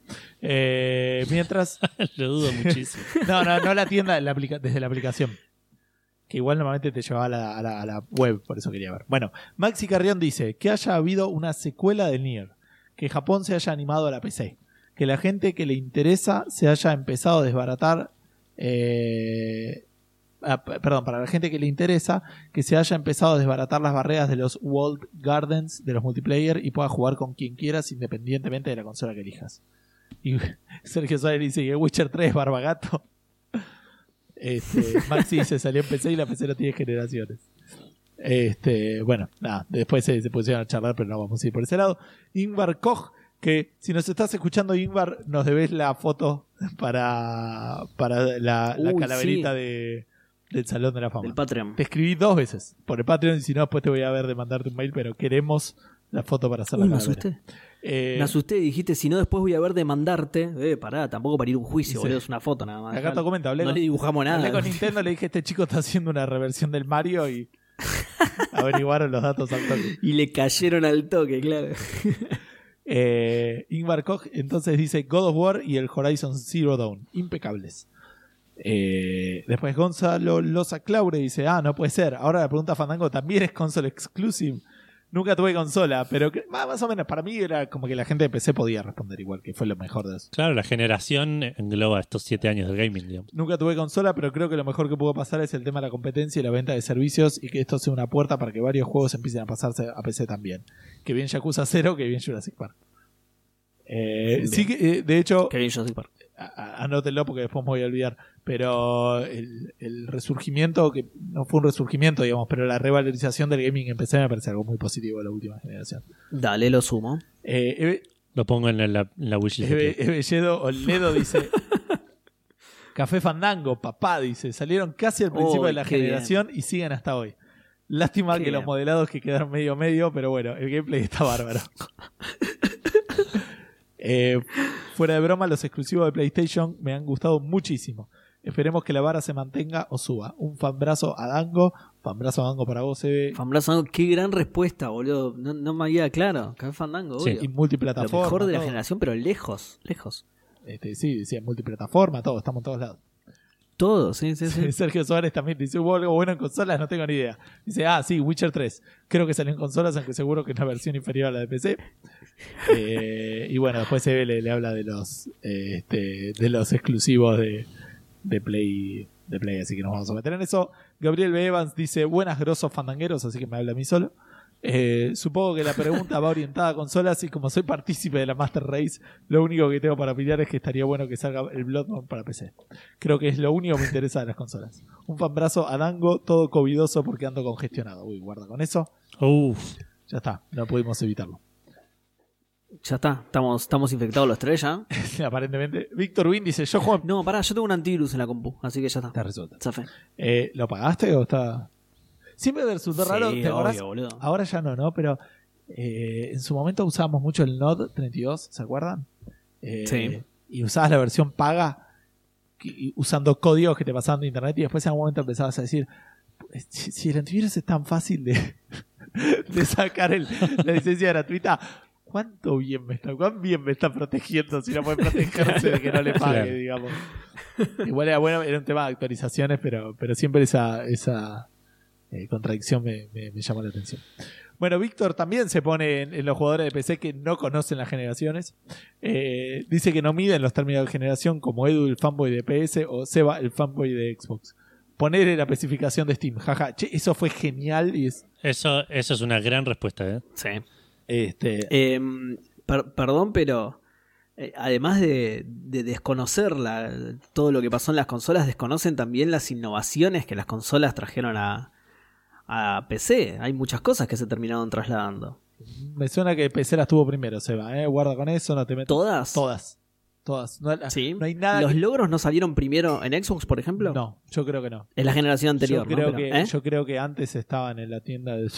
Eh, mientras... Lo dudo muchísimo. No, no, no la tienda, la aplica- desde la aplicación. Que igual normalmente te llevaba a la, a, la, a la web, por eso quería ver. Bueno, Maxi Carrión dice que haya habido una secuela de Nier. Que Japón se haya animado a la P C. Que la gente que le interesa se haya empezado a desbaratar... Eh, ah, p- perdón, para la gente que le interesa, que se haya empezado a desbaratar las barreras de los walled gardens de los multiplayer y pueda jugar con quien quieras independientemente de la consola que elijas. Y Sergio Suárez dice que Witcher tres Barbagato. Este, Maxi se salió en P C y la P C no tiene generaciones. Este, bueno, nada, después se, se pusieron a charlar, pero no vamos a ir por ese lado. Ingvar Koch, que si nos estás escuchando, Ingvar, nos debes la foto para, para la, la Uy, calaverita sí. de, del Salón de la Fama. Del Patreon. Te escribí dos veces por el Patreon y si no, después te voy a ver de mandarte un mail, pero queremos la foto para hacer Uy, la me calavera. asusté. Eh, Me asusté y dijiste, si no, después voy a ver de mandarte. Eh, pará, tampoco para ir a un juicio, Sí. boludo, es una foto nada más. Acá te no, comento, hablé no con- le dibujamos nada. Hablé con Nintendo, le dije, este chico está haciendo una reversión del Mario y averiguaron los datos al toque. Y le cayeron al toque, claro. Eh, Ingvar Koch entonces dice God of War y el Horizon Zero Dawn, impecables. Eh, después Gonzalo Loza Claure dice, ah, no puede ser. Ahora la pregunta Fandango también es console exclusive. Nunca tuve consola, pero que- más, más o menos para mí era como que la gente de P C podía responder igual, que fue lo mejor de eso. Claro, la generación engloba estos siete años del gaming, digamos. Nunca tuve consola, pero creo que lo mejor que pudo pasar es el tema de la competencia y la venta de servicios y que esto sea una puerta para que varios juegos empiecen a pasarse a P C también. Que bien Yakuza cero, que bien Jurassic Park. Eh, Bien. sí que, eh, de hecho, Qué bien Jurassic Park. a- a- anótenlo porque después me voy a olvidar, pero el, el resurgimiento, que no fue un resurgimiento, digamos, pero la revalorización del gaming en P C me parece algo muy positivo de la última generación. Dale, lo sumo. Eh, Eve- Lo pongo en la, en la wishlist. de Eve- Play. Evelledo Oledo dice Café Fandango, papá, dice, salieron casi al principio Uy, de la qué generación y siguen hasta hoy. Lástima Qué que bien. los modelados que quedaron medio medio, pero bueno, el gameplay está bárbaro. Eh, fuera de broma, los exclusivos de PlayStation me han gustado muchísimo. Esperemos que la vara se mantenga o suba. Un fanbrazo a Dango, fanbrazo a Dango para vos, Eve. Fanbrazo, qué gran respuesta, boludo. No, no me había claro. Café Fandango, Sí, obvio. Y Lo multiplataforma. mejor de la todo. generación, pero lejos, lejos. Este, sí, decía multiplataforma, todo, estamos en todos lados. Todo, sí, sí, sí. Sergio Suárez también dice, ¿hubo algo bueno en consolas? No tengo ni idea. Dice, ah, sí, Witcher tres. Creo que salió en consolas, aunque seguro que es una versión inferior a la de P C. eh, y bueno, después se ve, le, le habla de los eh, este, de los exclusivos de, de Play, de Play, así que nos vamos a meter en eso. Gabriel B. Evans dice, buenas grosos fandangueros, así que me habla a mí solo. Eh, supongo que la pregunta va orientada a consolas y como soy partícipe de la Master Race, lo único que tengo para opinar es que estaría bueno que salga el Bloodborne para P C. Creo que es lo único que me interesa de las consolas. Un fanbrazo a Dango, todo covidoso porque ando congestionado. Uy, guarda con eso. Uf. Ya está, no pudimos evitarlo. Ya está, estamos, estamos infectados los tres ya. Aparentemente. Víctor Win dice, yo juego... No, pará, yo tengo un antivirus en la compu, así que ya está. Está resuelto. Zafé. Eh, ¿Lo pagaste o está...? Siempre me resultó raro, Sí, ¿te acordás? obvio, boludo. Ahora ya no, ¿no? Pero eh, en su momento usábamos mucho el Node treinta y dos, ¿se acuerdan? Eh, Sí. Y usabas la versión paga que- usando códigos que te pasaban de internet y después en algún momento empezabas a decir, si, si el antivirus es tan fácil de, de sacar el- la licencia gratuita, ¿cuánto bien me está, cuán bien me está protegiendo si no puede protegerse de que no le pague, Claro. digamos? Igual era bueno, era un tema de actualizaciones, pero, pero siempre esa, esa eh, contradicción me, me, me llamó la atención. Bueno, Víctor también se pone en, en los jugadores de P C que no conocen las generaciones. Eh, dice que no miden los términos de generación como Edu, el fanboy de P S, o Seba, el fanboy de Xbox. Poner en la especificación de Steam. Jaja, che, eso fue genial. Y es, Eso, eso es una gran respuesta, ¿eh? Sí. este, Eh, per- perdón, pero eh, además de, de desconocer la- todo lo que pasó en las consolas, desconocen también las innovaciones que las consolas trajeron a, a P C. Hay muchas cosas que se terminaron trasladando. me suena que P C las tuvo primero, Seba. ¿eh? Guarda con eso, no te metas. ¿Todas? Todas. Todas. No, Sí. no hay nada. ¿Los que- logros no salieron primero en Xbox, por ejemplo? No, yo creo que no. En la generación anterior, yo creo ¿no? que Pero, ¿eh? yo creo que antes estaban en la tienda de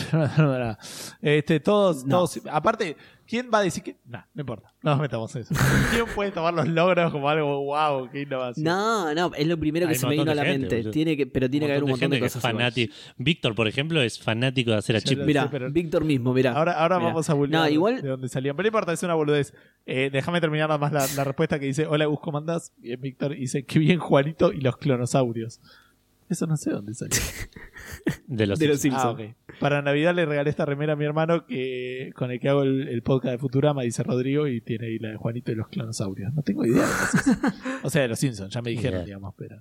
este todos No. todos aparte quién va a decir que nah, no importa no nos metamos en eso. ¿Quién puede tomar los logros como algo wow qué innovación? No, no, es lo primero que Hay se un me vino montón a la de gente, mente. boludo. Tiene que, pero tiene que haber un montón de, gente que es cosas. igual. fanático. Víctor, por ejemplo, es fanático de hacer Ya achievements. lo Mirá, sé, pero- Víctor mismo, mirá. ahora ahora Mirá. vamos a volver No, igual- de dónde salían pero no importa es una boludez. Eh, déjame terminar nada más la, la respuesta que dice hola Gus ¿cómo andás? Y Víctor dice qué bien Juanito y los clonosaurios. Eso no sé dónde salió. De los De los Simpsons. Ah, ok. Para Navidad le regalé esta remera a mi hermano que con el que hago el, el podcast de Futurama, dice Rodrigo, y tiene ahí la de Juanito y los clonosaurios. No tengo idea de qué es eso. O sea, de los Simpsons, ya me dijeron, Bien. digamos, pero.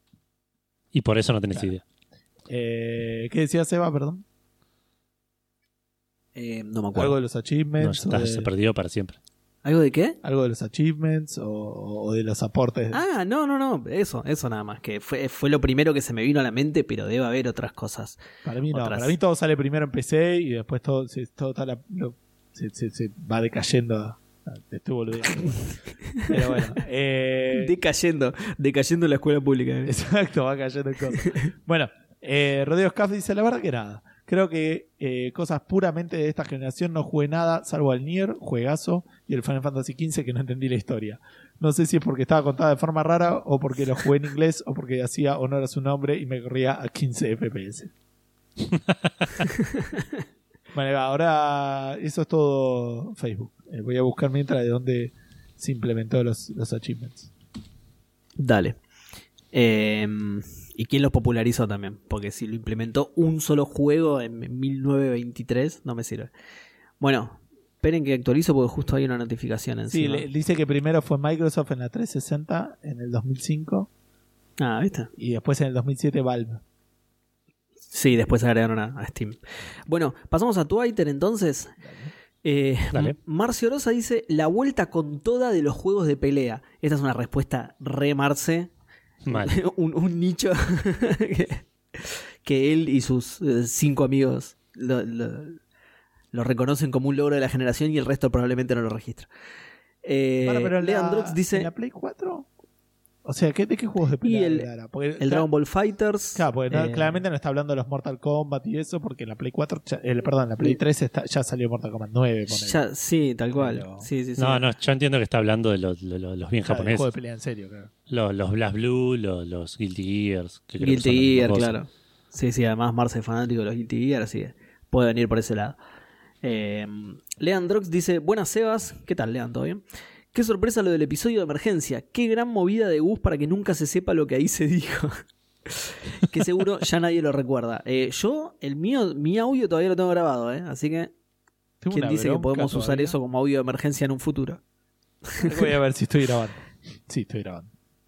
Y por eso no tenés Claro. idea. Eh, ¿Qué decía Seba, perdón? Eh, no me Algo acuerdo. de los No, achievements. ya está, o de, se perdió para siempre. ¿Algo de qué? algo de los achievements o, o de los aportes. Ah, no, no, no. Eso, eso nada más. Que fue, fue lo primero que se me vino a la mente, pero debe haber otras cosas. Para mí no, otras. para mí todo sale primero en P C y después todo, se, todo está la- lo- se, se- se va decayendo. Ah, te estoy boludeando. Pero bueno. Eh, Decayendo, decayendo en la escuela pública. ¿eh? Exacto, va cayendo en cosas. Bueno, eh, Rodrigo Scaff dice, la verdad que nada. Creo que eh, cosas puramente de esta generación no jugué nada, salvo al Nier, juegazo, y el Final Fantasy quince que no entendí la historia. No sé si es porque estaba contada de forma rara, o porque lo jugué en inglés, o porque hacía honor a su nombre y me corría a quince F P S. Vale, va, ahora eso es todo Facebook. Eh, voy a buscar mientras de dónde se implementó los, los achievements. Dale. Eh, ¿Y quién los popularizó también? Porque si lo implementó un solo juego en mil novecientos veintitrés, no me sirve. Bueno, esperen que actualizo porque justo hay una notificación Sí, encima. le- dice que primero fue Microsoft en la trescientos sesenta en el dos mil cinco Ah, ¿viste? y después en el dos mil siete Valve. Sí, después agregaron a, a Steam. Bueno, pasamos a Twitter entonces. Eh, Dale. M- Marcio Rosa dice: la vuelta con toda de los juegos de pelea. Esta es una respuesta re Marce. Mal. un, un nicho que, que él y sus eh, cinco amigos lo, lo- lo reconocen como un logro de la generación y el resto probablemente no lo registra. Eh, Bueno, pero en la- Leandrox dice: ¿en la Play cuatro? O sea, ¿qué, ¿de qué juegos de pelea Y el- hablará? Porque, el Dragon Ball Fighters. Claro, porque no- eh, claramente no está hablando de los Mortal Kombat y eso, porque en la Play cuatro, ya- eh, perdón, en la Play tres está, ya salió Mortal Kombat nueve. ponele. ya- sí, tal cual. Pero- Sí, sí, sí. No, no, yo entiendo que está hablando de los, de los, los bien Claro, el juego de japoneses. pelea en serio, claro. Los, los Blast Blue, los, los Guilty Gears. Que creo que Guilty son la misma Gear, cosa. claro. Sí, sí, además Marce es fanático de los Guilty Gear, así que puede venir por ese lado. Eh, Leandrox dice: buenas Sebas, ¿qué tal, Leand? ¿Todo bien? Qué sorpresa lo del episodio de emergencia. Qué gran movida de Gus para que nunca se sepa lo que ahí se dijo. Que seguro ya nadie lo recuerda. Eh, yo, el mío, mi audio todavía lo tengo grabado, ¿eh? Así que Tengo ¿quién una dice que bronca podemos usar todavía. eso como audio de emergencia en un futuro? Voy a ver si estoy grabando. Sí, estoy grabando.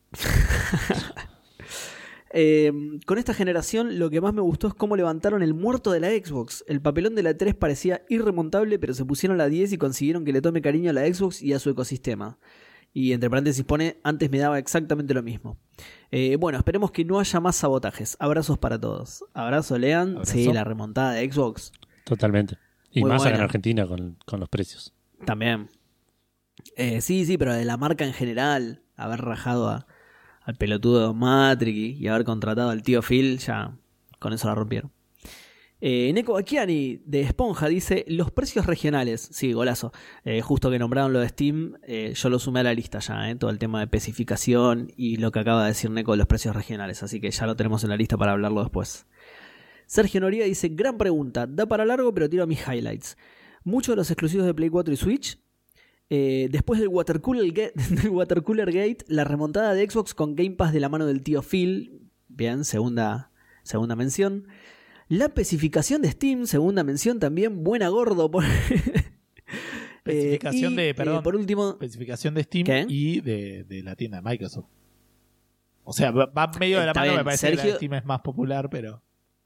Eh, con esta generación lo que más me gustó es cómo levantaron el muerto de la Xbox. El papelón de la tres parecía irremontable, pero se pusieron la diez y consiguieron que le tome cariño a la Xbox y a su ecosistema. Y entre paréntesis pone, antes me daba exactamente lo mismo. Eh, bueno, esperemos que no haya más sabotajes. Abrazos para todos. Abrazo, Lean. Abrazo. Sí, la remontada de Xbox. Totalmente. Y Muy más acá en buena. Argentina con, con los precios. También. Eh, sí, sí, pero de la marca en general, haber rajado a, al pelotudo de Don Matrix y, y haber contratado al tío Phil, ya con eso la rompieron. Eh, Neko Bacchiani de Esponja dice: los precios regionales. Sí, golazo. Eh, justo que nombraron lo de Steam, eh, yo lo sumé a la lista ya, eh, todo el tema de especificación y lo que acaba de decir Neko de los precios regionales. Así que ya lo tenemos en la lista para hablarlo después. Sergio Noriega dice: gran pregunta, da para largo, pero tiro a mis highlights. Muchos de los exclusivos de Play cuatro y Switch. Eh, después del Watercooler, Gate, del Watercooler Gate, la remontada de Xbox con Game Pass de la mano del tío Phil. Bien, segunda, segunda mención. La especificación de Steam, segunda mención también. Buena gordo. Por... Especificación Eh, y, de, perdón. eh, por último, Especificación de Steam ¿qué? y de, de la tienda de Microsoft. O sea, va, va medio de la Está mano, bien, me parece que la Sergio- de Steam es más popular, pero...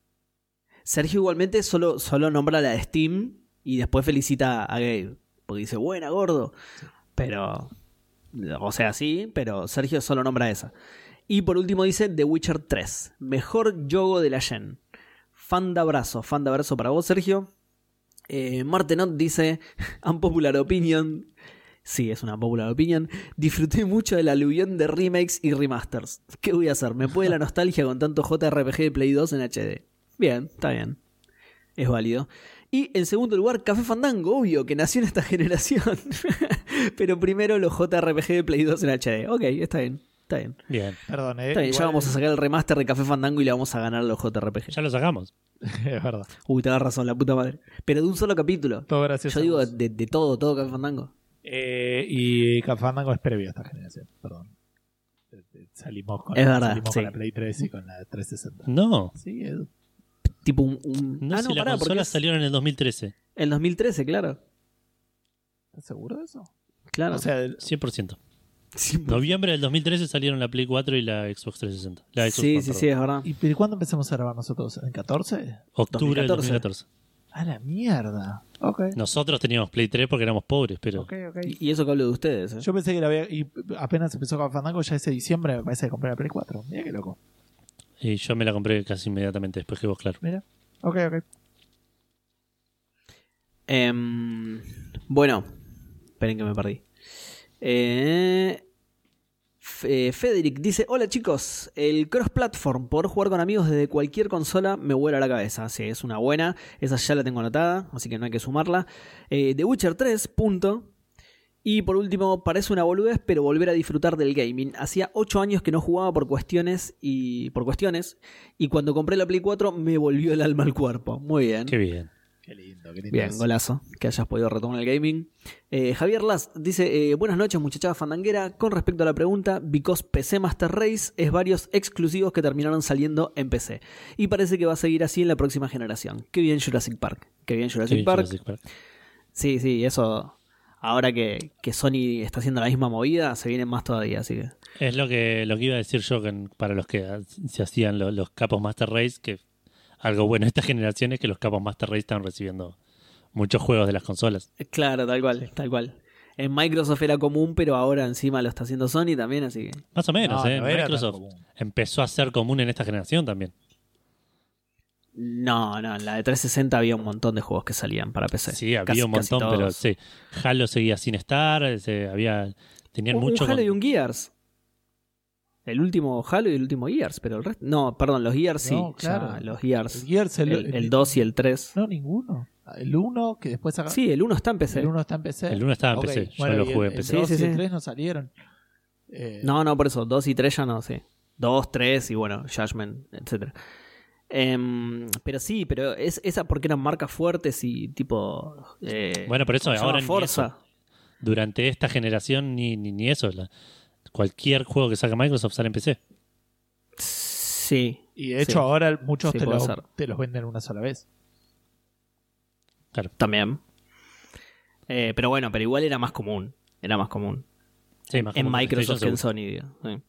Sergio igualmente solo, solo nombra la de Steam y después felicita a Gabe. Porque dice, buena gordo. Pero, o sea, sí, pero Sergio solo nombra esa. Y por último dice The Witcher tres. Mejor juego de la gen. Fan de abrazo. Fan de abrazo para vos, Sergio. Eh, Martenot dice unpopular opinion. Sí, es una popular opinion. Disfruté mucho del aluvión de remakes y remasters. ¿Qué voy a hacer? Me puede la nostalgia con tanto J R P G de Play dos en H D. Bien, está bien. Es válido. Y en segundo lugar, Café Fandango, obvio, que nació en esta generación. Pero primero los J R P G de Play dos en H D. Ok, está bien, está bien. Bien. Perdón, eh. Está bien, ya igual- vamos a sacar el remaster de Café Fandango y le vamos a ganar a los J R P G. Ya lo sacamos. Es verdad. Uy, te das razón, la puta madre. Pero de un solo capítulo. Todo gracias Yo a digo vos. de, de todo, todo Café Fandango. Eh, y Café Fandango es previo a esta generación, perdón. Salimos con, Es verdad, salimos sí. con la Play tres y con la trescientos sesenta. No. Sí, Edu. Tipo un... un... No ah, sé, no, las pará, porque consolas es salieron en el dos mil trece. el dos mil trece, claro. ¿Estás seguro de eso? Claro. O sea, el- cien por ciento. sí, Noviembre del dos mil trece salieron la Play cuatro y la Xbox trescientos sesenta. La Xbox sí, One, sí, perdón. sí, es verdad. ¿y pero cuándo empezamos a grabar nosotros? ¿En catorce? Octubre del dos dos mil mil catorce. catorce. A la mierda. Ok. Nosotros teníamos Play tres porque éramos pobres, pero Ok, ok. Y, y eso que hablo de ustedes, ¿eh? Yo pensé que la había. Y apenas empezó Café Fandango, ya ese diciembre me parece que compré la Play cuatro. Mira qué loco. y yo me la compré casi inmediatamente después que vos, claro. Mira. Ok, ok. Em, bueno, esperen que me perdí. Eh, F- Federic dice: hola chicos, el cross-platform, poder jugar con amigos desde cualquier consola me vuela la cabeza. Sí, es una buena, esa ya la tengo anotada, así que no hay que sumarla. Eh, The Witcher tres, punto. Y por último, parece una boludez, pero volver a disfrutar del gaming. Hacía ocho años que no jugaba por cuestiones y por cuestiones y cuando compré la Play cuatro me volvió el alma al cuerpo. Muy bien. Qué bien. Qué lindo, qué lindo. Bien, es. golazo, que hayas podido retomar el gaming. Eh, Javier Las dice: eh, buenas noches, muchachada fandanguera. Con respecto a la pregunta, because P C Master Race es varios exclusivos que terminaron saliendo en P C. Y parece que va a seguir así en la próxima generación. Qué bien Jurassic Park. Qué bien Jurassic Qué bien, Park. Jurassic Park. Sí, sí, eso. Ahora que, que Sony está haciendo la misma movida, se vienen más todavía, así que. Es lo que, lo que iba a decir yo que, para los que se hacían lo- los capos Master Race, que algo bueno de esta generación es que los capos Master Race están recibiendo muchos juegos de las consolas. Claro, tal cual, tal cual. En Microsoft era común, pero ahora encima lo está haciendo Sony también, así que. Más o menos, No, ¿eh? no era tan Microsoft común. empezó a ser común en esta generación también. No, no, en la de trescientos sesenta había un montón de juegos que salían para P C. Sí, había Casi- un casi montón, pero todos. sí. Halo seguía sin estar, se- había, tenían Un- mucho... un Halo con- y un Gears. El último Halo y el último Gears, pero el resto. No, perdón, los Gears sí. No, ya, claro. los Gears. El Gears, el, El, el dos y el tres. No, ninguno. El uno, que después saca. Sí, el uno está en P C. El uno está en P C. El uno estaba en Ok, P C, yo bueno, lo y jugué el- en P C. El dos Sí, sí, y el sí. tres no salieron. Eh, No, no, por eso. dos y tres ya no, sí. dos, tres y bueno, Judgment, etcétera. Em, pero sí, pero es esa porque eran marcas fuertes y tipo. eh, Bueno, por eso ¿cómo se ahora llama? en Forza. durante esta generación ni, ni, ni eso. La, cualquier juego que saca Microsoft sale en P C. Sí. Y de hecho sí. ahora muchos Sí, te, puede lo, ser. te los venden una sola vez. Claro. También. Eh, pero bueno, pero igual era más común. Era más común. Sí, más En como Microsoft que en PlayStation, Sony, digo. Sí.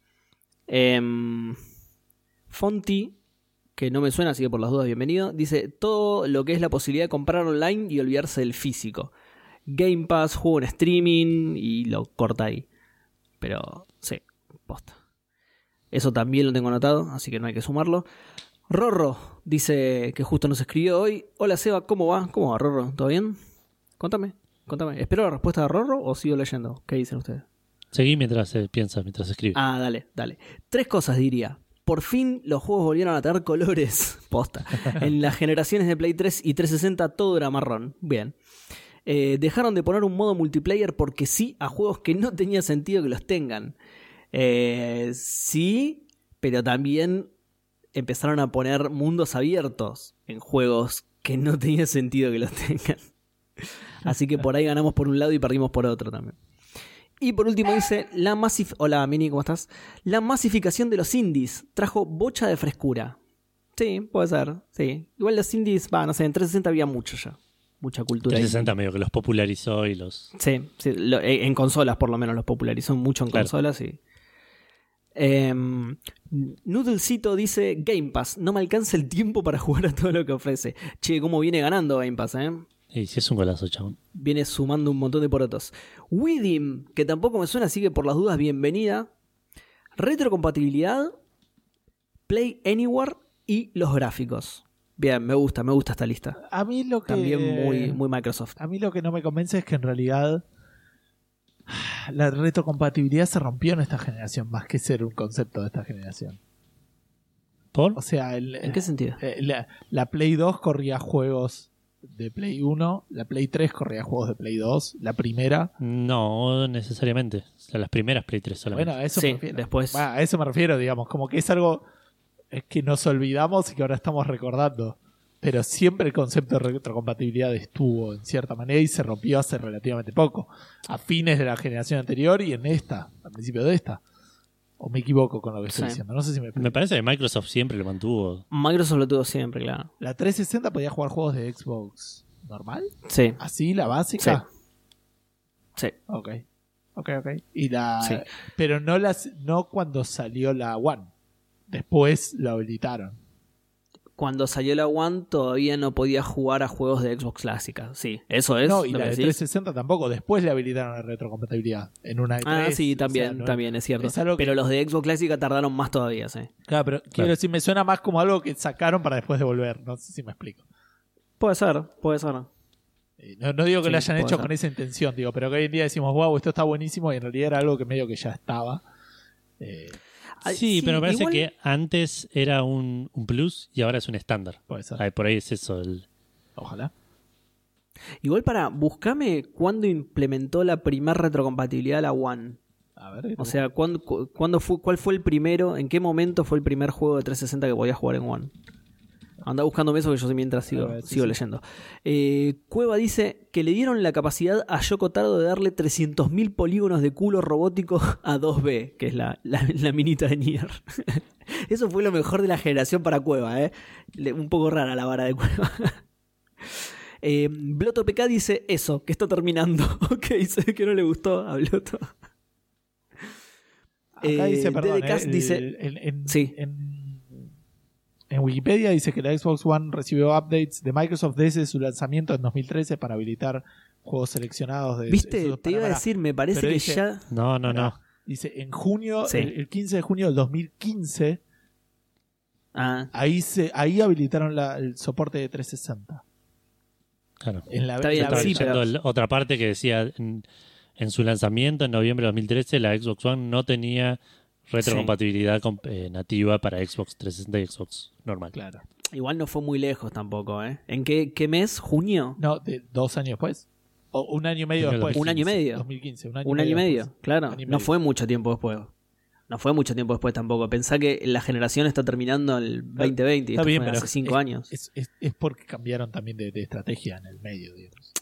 Em, Fonti, que no me suena, así que por las dudas, bienvenido. Dice: todo lo que es la posibilidad de comprar online y olvidarse del físico. Game Pass, juego en streaming y lo corta ahí. Pero sí, posta. Eso también lo tengo anotado, así que no hay que sumarlo. Rorro dice que justo nos escribió hoy. Hola Seba, ¿cómo va? ¿Cómo va, Rorro? ¿Todo bien? Contame, contame. ¿Espero la respuesta de Rorro o sigo leyendo? ¿Qué dicen ustedes? Seguí mientras eh, piensa, mientras escribe. Ah, dale, dale. Tres cosas diría. Por fin los juegos volvieron a tener colores. Posta. En las generaciones de Play tres y trescientos sesenta todo era marrón. Bien. Eh, dejaron de poner un modo multiplayer porque sí a juegos que no tenía sentido que los tengan. Eh, sí, pero también empezaron a poner mundos abiertos en juegos que no tenía sentido que los tengan. Así que por ahí ganamos por un lado y perdimos por otro también. Y por último dice, la masif- Hola Mini, ¿cómo estás? La masificación de los indies trajo bocha de frescura. Sí, puede ser, sí. Igual los indies, va, no sé, en trescientos sesenta había mucho ya. Mucha cultura. trescientos sesenta medio que los popularizó y los... Sí, sí lo, en consolas por lo menos los popularizó mucho en Claro. consolas y... Eh, Noodlecito dice Game Pass, no me alcanza el tiempo para jugar a todo lo que ofrece. Che, cómo viene ganando Game Pass, eh. Y si es un golazo, chabón. Viene sumando un montón de porotos. Widim, que tampoco me suena, así que por las dudas, bienvenida. Retrocompatibilidad, Play Anywhere y los gráficos. Bien, me gusta, me gusta esta lista. A mí lo que También muy, muy Microsoft. a mí lo que no me convence es que en realidad la retrocompatibilidad se rompió en esta generación más que ser un concepto de esta generación. ¿Por? O sea, el, ¿En qué sentido? eh, la, la Play dos corría juegos de Play uno, la Play tres corría juegos de Play dos, la primera. No, necesariamente. O sea, las primeras Play tres solamente. Bueno, a eso Sí, me refiero. después- Bueno, a eso me refiero, digamos, como que es algo es que nos olvidamos y que ahora estamos recordando. Pero siempre el concepto de retrocompatibilidad estuvo en cierta manera y se rompió hace relativamente poco. A fines de la generación anterior y en esta, al principio de esta. ¿O me equivoco con lo que estoy Sí. diciendo? No sé si me explico. Me parece que Microsoft siempre lo mantuvo. Microsoft lo tuvo siempre, claro. ¿La trescientos sesenta podía jugar juegos de Xbox normal? Sí, ¿Así, la básica? sí. Ok. Ok, ok. Y la... Sí. Pero no, las, no cuando salió la One. Después la habilitaron. Cuando salió la One todavía no podía jugar a juegos de Xbox clásica. Sí, eso es. No, y lo la que de decís. trescientos sesenta tampoco. Después le habilitaron la retrocompatibilidad. En una de Ah, tres, sí, o también, sea, no- también, es cierto. es algo que- Pero los de Xbox clásica tardaron más todavía, sí. Claro, pero quiero decir, me suena más como algo que sacaron para después devolver. No sé si me explico. Puede ser, puede ser. Eh, No, no digo que Sí, lo hayan puede hecho ser. con esa intención, digo, pero que hoy en día decimos, wow, esto está buenísimo, y en realidad era algo que medio que ya estaba. Eh, Ah, Sí, pero me parece igual- que antes era un, un plus y ahora es un estándar. puede ser. Ay, por ahí es eso. El... Ojalá. Igual para, buscame cuándo implementó la primer retrocompatibilidad la One. A ver. O sea, ¿cuándo, cu- cuándo fue, ¿cuál fue el primero, en qué momento fue el primer juego de trescientos sesenta que podía jugar en One? Anda buscándome eso que yo mientras sigo, A ver, sí, sigo sí. leyendo. Eh, Cueva dice que le dieron la capacidad a Yoko Taro de darle trescientos mil polígonos de culo robótico a dos B, que es la, la, la minita de Nier. Eso fue lo mejor de la generación para Cueva, ¿eh? Le- un poco rara la vara de Cueva. eh, Bloto P K dice eso, que está terminando. Ok, se ve que no le gustó a Bloto. Acá Eh, dice, perdón, Dedecast eh, dice- el- en, en- Sí. en- en Wikipedia dice que la Xbox One recibió updates de Microsoft desde su lanzamiento en dos mil trece para habilitar juegos seleccionados de... ¿Viste? esos- Te iba a para- decir, me parece pero que dice- ya... No, no, no. Pará. Dice, en junio, Sí. el, el quince de junio del dos mil quince, Ah, ahí se ahí habilitaron la- el soporte de trescientos sesenta. Claro. En la, Está Yo bien, estaba sí, leyendo pero- el- otra parte que decía en, en su lanzamiento en noviembre de dos mil trece la Xbox One no tenía retrocompatibilidad comp- eh, nativa para Xbox trescientos sesenta y Xbox normal. Claro. igual no fue muy lejos tampoco, ¿eh? ¿En qué, qué mes? ¿Junio? No, de dos años después. O un año y medio Junio después. Un año y medio. dos mil quince. Un año, Un año y medio, después. claro. Año y No medio. fue mucho tiempo después. No fue mucho tiempo después tampoco. Pensá que la generación está terminando el veinte veinte y Está esto bien, fue pero hace cinco es, años. Es, es, es porque cambiaron también de, de estrategia en el medio, digamos.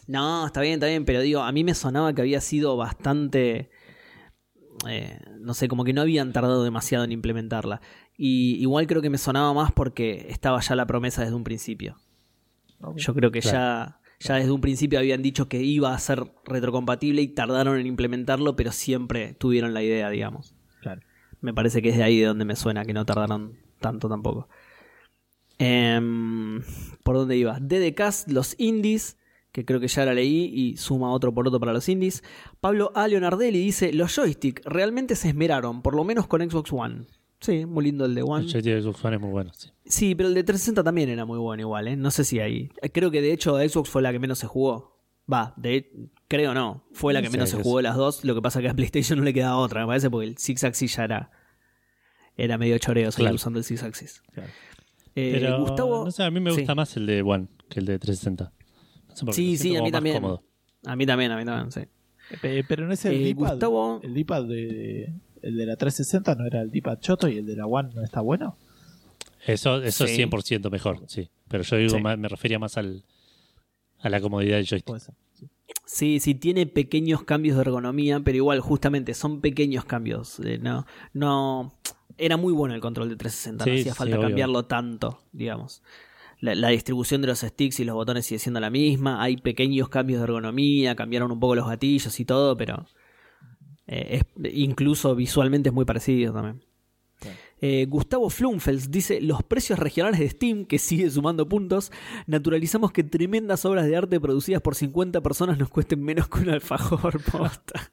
No, está bien, está bien, pero digo, a mí me sonaba que había sido bastante... Eh, no sé, como que no habían tardado demasiado en implementarla. Y igual creo que me sonaba más porque estaba ya la promesa desde un principio. Okay. Yo creo que claro. ya, ya desde un principio habían dicho que iba a ser retrocompatible y tardaron en implementarlo, pero siempre tuvieron la idea, digamos. Claro. Me parece que es de ahí de donde me suena que no tardaron tanto tampoco. Eh, ¿Por dónde iba? D D Cast, los indies, que creo que ya la leí y suma otro poroto para los indies. Pablo A. Leonardelli dice: los joystick realmente se esmeraron, por lo menos con Xbox One. Sí, muy lindo el de One. El joystick de Xbox One es muy bueno, sí. Sí, pero el de trescientos sesenta también era muy bueno igual, ¿eh? No sé si hay... Creo que de hecho Xbox fue la que menos se jugó. Va, de creo no. Fue la que menos sí, se jugó de las dos. Lo que pasa es que a PlayStation no le quedaba otra, me parece, porque el Six Axis ya era... Era medio choreo seguir claro. usando el Six Axis. Claro. Eh, pero, Gustavo... No sé, a mí me gusta sí. más el de One que el de trescientos sesenta. No sé por sí, sí, a mí también. Cómodo. A mí también, a mí también, sí. Pero no es el eh, D-pad. Gustavo... El D-pad de... El de la trescientos sesenta no era el D-pad choto y el de la One no está bueno. Eso, eso sí. es cien por ciento mejor, sí. Pero yo digo, sí. más, me refería más al, a la comodidad del joystick. Sí. sí, sí, tiene pequeños cambios de ergonomía, pero igual, justamente, son pequeños cambios. Eh, no, no, era muy bueno el control de trescientos sesenta, sí, no hacía falta sí, cambiarlo tanto, digamos. La, la distribución de los sticks y los botones sigue siendo la misma. Hay pequeños cambios de ergonomía, cambiaron un poco los gatillos y todo, pero... Eh, es, incluso visualmente es muy parecido también. Sí. Eh, Gustavo Flumfels dice: los precios regionales de Steam, que sigue sumando puntos, naturalizamos que tremendas obras de arte producidas por cincuenta personas nos cuesten menos que un alfajor. Posta.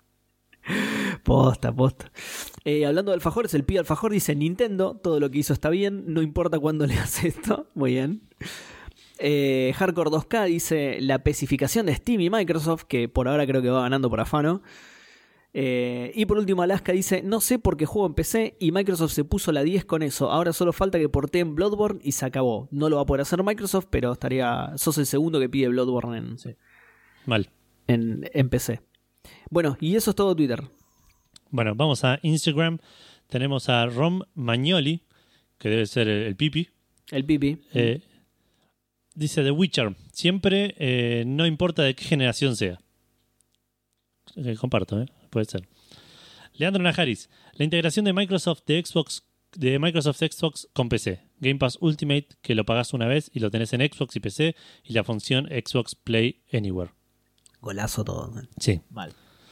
Posta, posta. Eh, hablando de alfajores, el pibe alfajor dice: Nintendo, todo lo que hizo está bien, no importa cuándo le hace esto. Muy bien. eh, Hardcore dos K dice: la especificación de Steam y Microsoft, que por ahora creo que va ganando por afano. Eh, y por último Alaska dice: no sé por qué juego en P C y Microsoft se puso la diez con eso, ahora solo falta que porteen Bloodborne y se acabó. No lo va a poder hacer Microsoft, pero estaría sos el segundo que pide Bloodborne en, sí. Mal. en, en P C. Bueno, y eso es todo Twitter. Bueno, vamos a Instagram. Tenemos a Rom Magnoli, que debe ser el, el Pipi. El Pipi. Eh, dice: The Witcher, siempre, eh, no importa de qué generación sea. Eh, comparto, ¿eh? Puede ser. Leandro Najaris: la integración de Microsoft de Xbox de Microsoft Xbox con P C. Game Pass Ultimate, que lo pagás una vez y lo tenés en Xbox y P C, y la función Xbox Play Anywhere. Golazo todo, ¿no? Sí. Mal.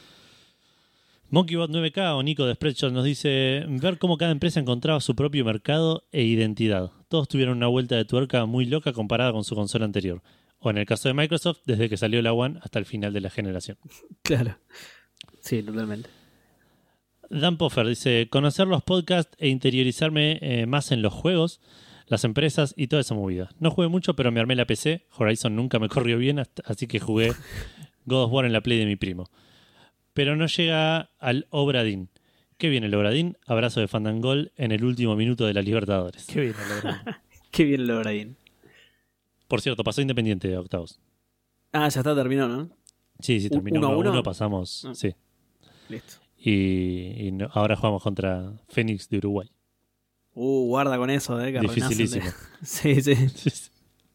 MonkeyBot nueve K o Nico de Spreadshot nos dice: ver cómo cada empresa encontraba su propio mercado e identidad. Todos tuvieron una vuelta de tuerca muy loca comparada con su consola anterior. O en el caso de Microsoft, desde que salió la One hasta el final de la generación. Claro. Sí, totalmente. Dan Poffer dice: conocer los podcasts e interiorizarme eh, más en los juegos, las empresas y toda esa movida. No jugué mucho, pero me armé la P C. Horizon nunca me corrió bien, hasta, así que jugué God of War en la Play de mi primo. Pero no llega al Obradín. Qué bien el Obradín. Abrazo de Fandangol en el último minuto de la Libertadores. Qué bien el Obradín. Qué bien el Obradín. Por cierto, pasó Independiente de octavos. Ah, ya está, terminó, ¿no? Sí, sí, terminó. uno a uno, uno pasamos, ah. sí. Listo. Y, y no, ahora jugamos contra Fénix de Uruguay. Uh, guarda con eso, eh. Que dificilísimo. De... sí, sí. sí.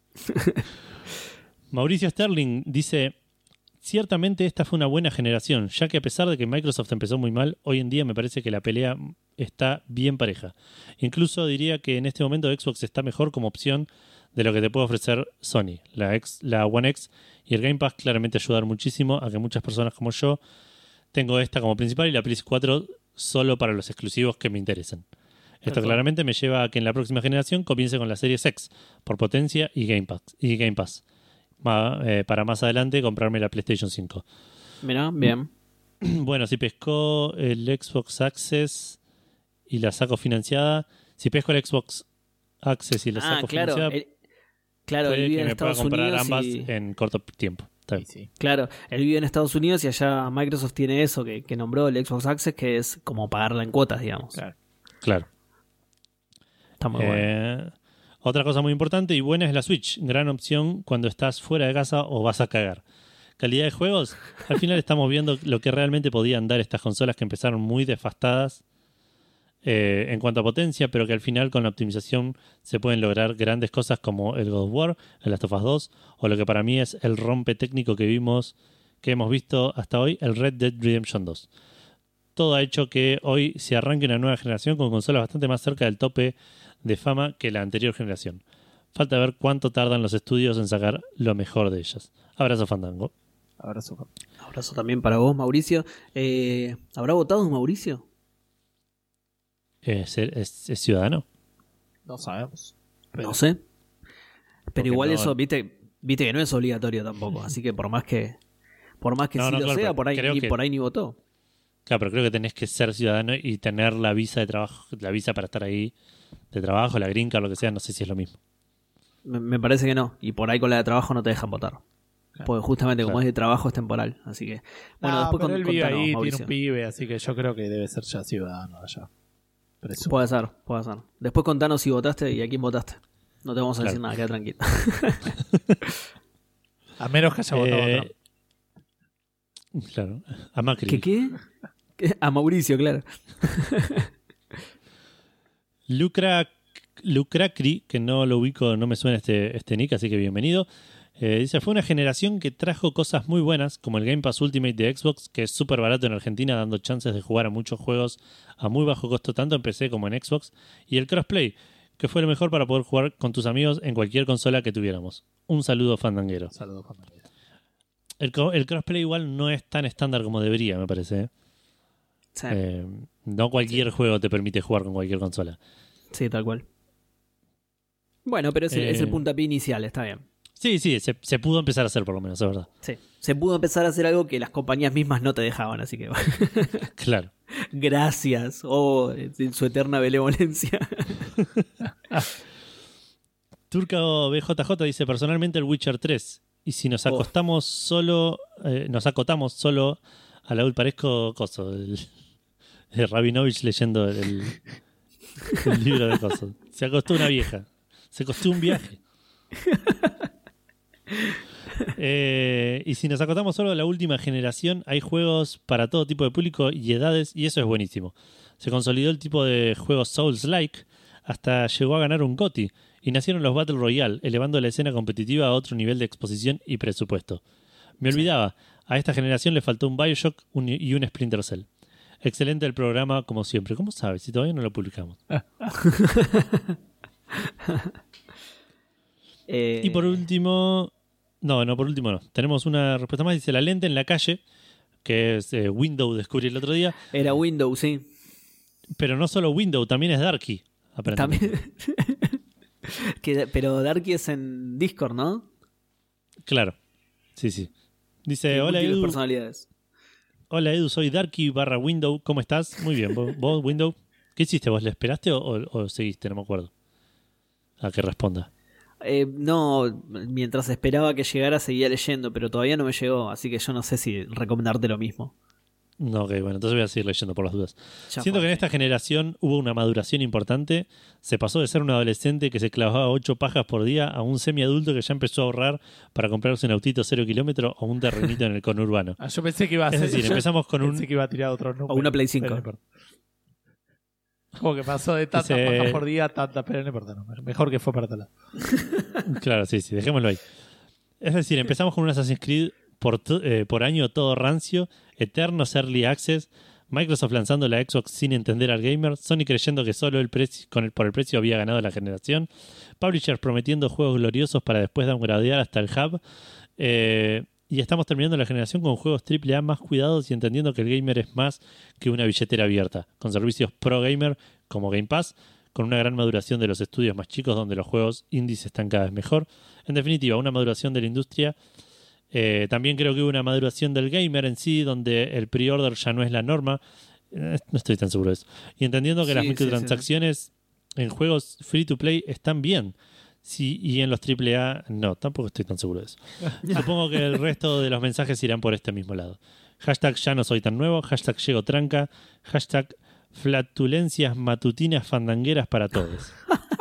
Mauricio Sterling dice: ciertamente esta fue una buena generación, ya que a pesar de que Microsoft empezó muy mal, hoy en día me parece que la pelea está bien pareja. Incluso diría que en este momento Xbox está mejor como opción de lo que te puede ofrecer Sony. La, X, la One X y el Game Pass claramente ayudaron muchísimo a que muchas personas como yo tengo esta como principal y la P S cuatro solo para los exclusivos que me interesan. Esto Perfecto. Claramente me lleva a que en la próxima generación comience con la Series X por potencia y Game Pass. Y Game Pass. Ma, eh, para más adelante comprarme la PlayStation cinco. Mirá, bien. Bueno, si pescó el Xbox Access y la saco financiada, si pesco el Xbox Access y la ah, saco claro, financiada, el, claro, él vive en Estados Unidos ambas y... en corto tiempo. Sí, sí. Claro, él vive en Estados Unidos y allá Microsoft tiene eso que, que nombró el Xbox Access, que es como pagarla en cuotas, digamos. Claro. Claro. Está muy eh, bueno. Otra cosa muy importante y buena es la Switch. Gran opción cuando estás fuera de casa o vas a cagar. Calidad de juegos. Al final estamos viendo lo que realmente podían dar estas consolas que empezaron muy desfastadas eh, en cuanto a potencia, pero que al final con la optimización se pueden lograr grandes cosas como el God of War, el Last of Us dos, o lo que para mí es el rompe técnico que vimos, que hemos visto hasta hoy, el Red Dead Redemption dos. Todo ha hecho que hoy se arranque una nueva generación con consolas bastante más cerca del tope de fama que la anterior generación. Falta ver cuánto tardan los estudios en sacar lo mejor de ellas. Abrazo, Fandango. Abrazo. Abrazo también para vos, Mauricio. Eh, ¿Habrá votado Mauricio? ¿Es, es, es ciudadano? No sabemos. Pero... No sé. Pero Porque igual no- eso, viste, viste que no es obligatorio tampoco. Así que por más que por más que No, sí no, lo claro, sea, pero por ahí, creo ni, que- por ahí ni votó. Claro, pero creo que tenés que ser ciudadano y tener la visa de trabajo, la visa para estar ahí de trabajo, la green card, lo que sea, no sé si es lo mismo. Me, me parece que no. Y por ahí con la de trabajo no te dejan votar. Claro. Porque justamente como Claro. es de trabajo es temporal. Así que. Bueno, No, después pero con, él vive contanos, ahí, Mauricio. tiene un pibe, así que yo creo que debe ser ya ciudadano allá. Presumo. Puede ser, puede ser. Después contanos si votaste y a quién votaste. No te vamos a decir Claro. nada, queda tranquilo. A menos que haya votado Eh, Trump. Claro, a Macri. ¿Qué qué? ¿Qué? A Mauricio, claro. Lucra, Lucracri, que no lo ubico, no me suena este, este nick, así que bienvenido. Eh, dice, fue una generación que trajo cosas muy buenas, como el Game Pass Ultimate de Xbox, que es súper barato en Argentina, dando chances de jugar a muchos juegos a muy bajo costo, tanto en P C como en Xbox, y el crossplay, que fue lo mejor para poder jugar con tus amigos en cualquier consola que tuviéramos. Un saludo, fandanguero. Saludos, Juan Manuel. El, co- el crossplay igual no es tan estándar como debería, me parece. ¿eh? Sí, Eh, no cualquier juego te permite jugar con cualquier consola. sí, tal cual. Bueno, pero es, el- es el Eh. puntapié inicial, está bien. Sí, sí, se, se pudo empezar a hacer por lo menos, es verdad. Sí. Se pudo empezar a hacer algo que las compañías mismas no te dejaban, así que Claro. gracias. Oh, en su eterna benevolencia. Turco B J J dice, personalmente el Witcher tres. Y si nos Oh. acostamos solo, eh, nos acotamos solo a la parezco coso, el, el Rabinovich leyendo el, el libro de coso. Se acostó una vieja. Se costó un viaje. Eh, y si nos acotamos solo a la última generación, hay juegos para todo tipo de público y edades, y eso es buenísimo. Se consolidó el tipo de juegos Souls-like, hasta llegó a ganar un GOTY, y nacieron los Battle Royale, elevando la escena competitiva a otro nivel de exposición y presupuesto. Me olvidaba, a esta generación le faltó un Bioshock un- y un Splinter Cell. Excelente el programa, como siempre. ¿Cómo sabes? Si todavía no lo publicamos. Eh, Y por último... No, no, por último no. Tenemos una respuesta más. Dice, la lente en la calle, que es eh, Windows, descubrí el otro día. Era Windows, sí. Pero no solo Windows, también es Darky. Aparentemente. También. Que- pero Darky es en Discord, ¿no? Claro. Sí, sí. Dice, Tiene hola múltiples Edu. personalidades. Hola Edu, soy Darky barra Windows. ¿Cómo estás? Muy bien. ¿Vos, vos, Windows? ¿Qué hiciste? ¿Vos le esperaste o, o- o seguiste? No me acuerdo. A que responda. Eh, no, mientras esperaba que llegara seguía leyendo, pero todavía no me llegó, así que yo no sé si recomendarte lo mismo. No, ok, bueno, entonces voy a seguir leyendo por las dudas. Ya Siento fue, que en sí. esta generación hubo una maduración importante. Se pasó de ser un adolescente que se clavaba ocho pajas por día a un semiadulto que ya empezó a ahorrar para comprarse un autito cero kilómetros o un terrenito en el conurbano. Ah, yo pensé que iba a Es ser. decir, yo empezamos con un... pensé que iba a tirar otro número. O una Play cinco. Pero no importa. Como que pasó de tantas Dice- pajas por día a tantas, pero no importa. No, mejor que fue para tal lado. Claro, sí, sí, dejémoslo ahí. Es decir, empezamos con un Assassin's Creed por, to- eh, por año todo rancio, eternos early access, Microsoft lanzando la Xbox sin entender al gamer, Sony creyendo que solo el precio, con el, por el precio había ganado la generación, publishers prometiendo juegos gloriosos para después downgradear hasta el hub, eh, y estamos terminando la generación con juegos triple A más cuidados y entendiendo que el gamer es más que una billetera abierta, con servicios pro gamer como Game Pass, con una gran maduración de los estudios más chicos donde los juegos indies están cada vez mejor. En definitiva, una maduración de la industria. Eh, también creo que hubo una maduración del gamer en sí, donde el pre-order ya no es la norma. Eh, no estoy tan seguro de eso. Y entendiendo que Sí, las sí, microtransacciones en juegos free to play están bien. Sí, y en los triple A no, tampoco estoy tan seguro de eso. Supongo que el resto de los mensajes irán por este mismo lado. Hashtag ya no soy tan nuevo, hashtag llego tranca, hashtag flatulencias matutinas fandangueras para todos.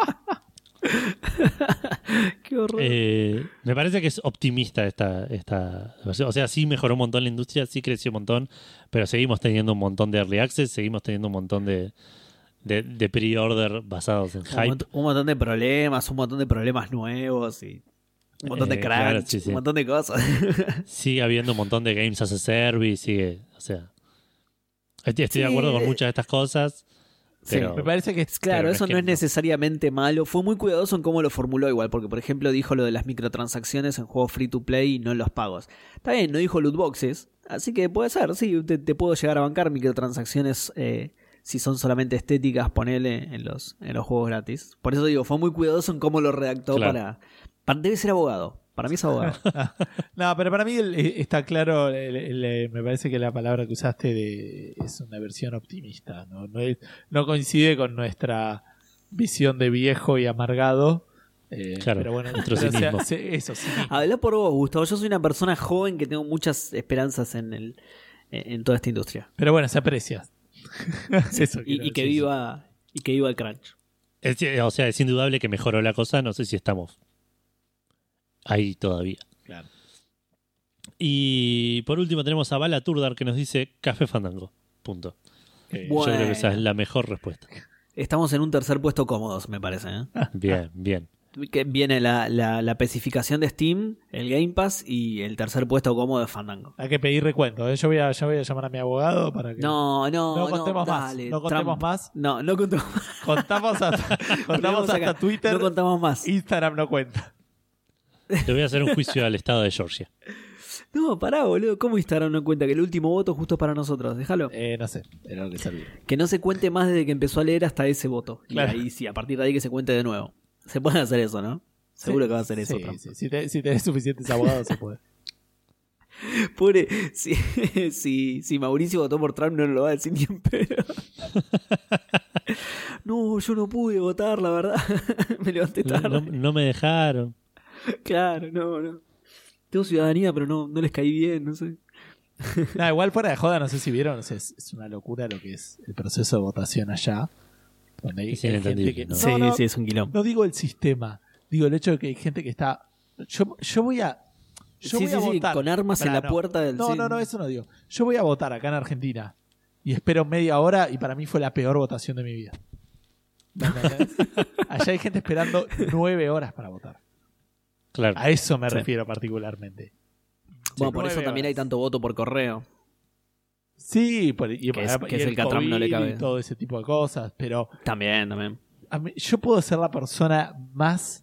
Qué horror. Eh, me parece que es optimista esta, esta... O sea, sí mejoró un montón la industria, sí creció un montón, pero seguimos teniendo un montón de early access, seguimos teniendo un montón de, de, de pre-order basados en Un, hype. mont- un montón de problemas, un montón de problemas nuevos y un montón de Eh, crunch, claro, sí, sí. un montón de cosas. Sigue habiendo un montón de games as a service, sigue, o sea, estoy, estoy de Sí, acuerdo con eh, muchas de estas cosas, Sí. pero Me parece que es Claro, Pero eso es no que es no. necesariamente malo. Fue muy cuidadoso en cómo lo formuló igual, porque por ejemplo dijo lo de las microtransacciones en juegos free to play y no en los pagos. Está bien, no dijo loot boxes, así que puede ser, sí, te, te puedo llegar a bancar microtransacciones eh, si son solamente estéticas, ponele en los, en los juegos gratis. Por eso digo, fue muy cuidadoso en cómo lo redactó Claro. para, para... Debe ser abogado, para mí es abogado. No, pero para mí el- está claro, el- el- me parece que la palabra que usaste de, es una versión optimista, ¿no? No, es- no coincide con nuestra visión de viejo y amargado. eh, Claro, pero bueno, nuestro pero o sea, cinismo. se- eso, sí. Habla por vos, Gustavo. Yo soy una persona joven que tengo muchas esperanzas en, el, en toda esta industria. Pero bueno, se aprecia. Eso quiero Y, y que decir. viva y que viva el crunch. es, o sea, es indudable que mejoró la cosa, no sé si estamos ahí todavía. Claro. Y por último tenemos a Bala Turdar que nos dice Café Fandango, punto. Eh, Bueno. Yo creo que esa es la mejor respuesta. Estamos en un tercer puesto cómodos, me parece. ¿eh? Bien, bien. Que viene la, la, la especificación de Steam, el Game Pass y el tercer puesto cómodo de Fandango. Hay que pedir recuento. ¿eh? Yo, voy a, yo voy a llamar a mi abogado para que. No, no, No no. contemos más, dale, no contemos Trump. más. No, no contemos más. Contamos hasta, contamos Ponemos acá. hasta Twitter. No contamos más. Instagram no cuenta. Te voy a hacer un juicio al estado de Georgia. No, pará, boludo. ¿Cómo Instagram no cuenta que el último voto justo es para nosotros? Déjalo. Eh, no sé, era lo que servía. Que no se cuente más desde que empezó a leer hasta ese voto. Claro. Y ahí sí, a partir de ahí que se cuente de nuevo. Se puede hacer eso, ¿no? Seguro Sí, que va a hacer eso, sí, Trump. sí. Si, te- si tenés suficientes abogados, se puede. Pobre, si, si, si Mauricio votó por Trump no lo va a decir ni en pedo. No, yo no pude votar, la verdad. Me levanté No, tarde. no- no me dejaron. Claro, no, no. Tengo ciudadanía, pero no, no les caí bien, no sé. No, igual fuera de joda, no sé si vieron, o sea, es, es una locura lo que es el proceso de votación allá. Donde hay, Es hay gente inentendible, que. ¿no? Sí, no, sí, es un quilombo. no digo el sistema, digo el hecho de que hay gente que está. Yo, yo voy a. Yo Sí, voy a sí, sí, votar. con armas en Pará, la no. puerta del... No, sí. no, no, eso no digo. Yo voy a votar acá en Argentina y espero media hora y para mí fue la peor votación de mi vida. ¿Me entendés? Allá hay gente esperando nueve horas para votar. Claro. A eso me Sí. refiero particularmente. Bueno, Sí, por eso nueve también hay horas. tanto voto por correo. Sí, por, y, Que es- y que es el que a Trump no le COVID cabe. y todo ese tipo de cosas, pero También, también. a mí- yo puedo ser la persona más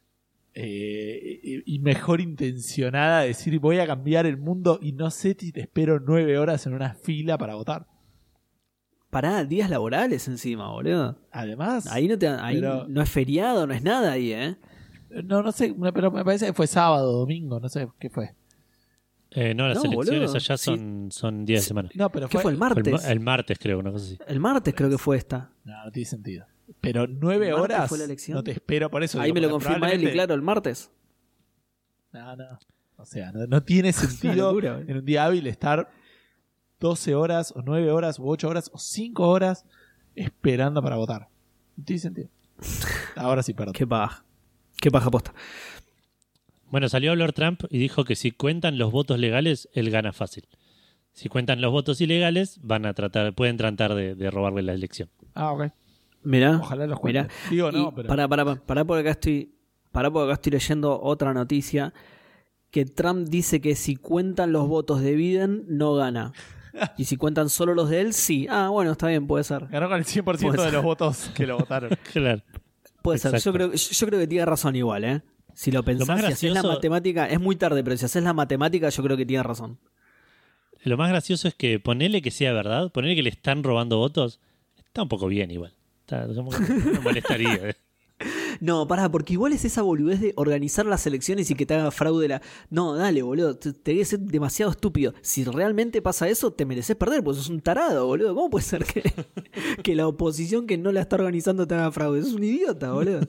eh, y y mejor intencionada de decir voy a cambiar el mundo y no sé si te espero nueve horas en una fila para votar. Pará, días laborales encima, boludo. Además, Ahí no te ahí Pero- no es feriado, no es nada ahí, ¿eh? no, no sé, pero me parece que fue sábado, domingo, no sé qué fue. Eh, no, las No, elecciones boludo. allá Sí. son, son días de semana. No, pero ¿Qué fue el Fue el, martes? ma- el martes, creo, una cosa así. El martes creo que fue esta. No, no tiene sentido. Pero nueve ¿El martes horas fue la elección? no te espero, por eso Ahí digo, me lo porque confirma él y probablemente- claro, el martes. No, no. O sea, no, no tiene sentido locura, boludo. en un día hábil estar doce horas o nueve horas u ocho horas o cinco horas esperando para votar. No tiene sentido. Ahora sí, perdón. Qué paja. Qué paja posta. Bueno, salió a hablar Trump y dijo que si cuentan los votos legales, él gana fácil. Si cuentan los votos ilegales, van a tratar, pueden tratar de, de robarle la elección. Ah, ok. Mirá. Ojalá los Mirá. cuenten. Digo, no, Y pero... Pará, pará, pará, pará porque acá estoy. Pará porque acá estoy leyendo otra noticia. Que Trump dice que si cuentan los votos de Biden, no gana. Y si cuentan solo los de él, sí. Ah, bueno, está bien, puede ser. Ganó con el cien por ciento Puede de ser. los votos que lo votaron. Claro. Puede ser. Yo Exacto. creo, yo creo que tiene razón igual, ¿eh? Si lo pensás, más si haces la gracioso- matemática, es muy tarde, pero si haces la matemática, yo creo que tiene razón. Lo más gracioso es que ponele que sea verdad, ponele que le están robando votos, está un poco bien igual. Está, como que no me molestaría. ¿eh? No, pará, porque igual es esa boludez de organizar las elecciones y que te haga fraude la... No, dale, boludo, te, te debe ser demasiado estúpido. Si realmente pasa eso, te mereces perder, porque sos un tarado, boludo. ¿Cómo puede ser que, que la oposición que no la está organizando te haga fraude? Sos un idiota, boludo.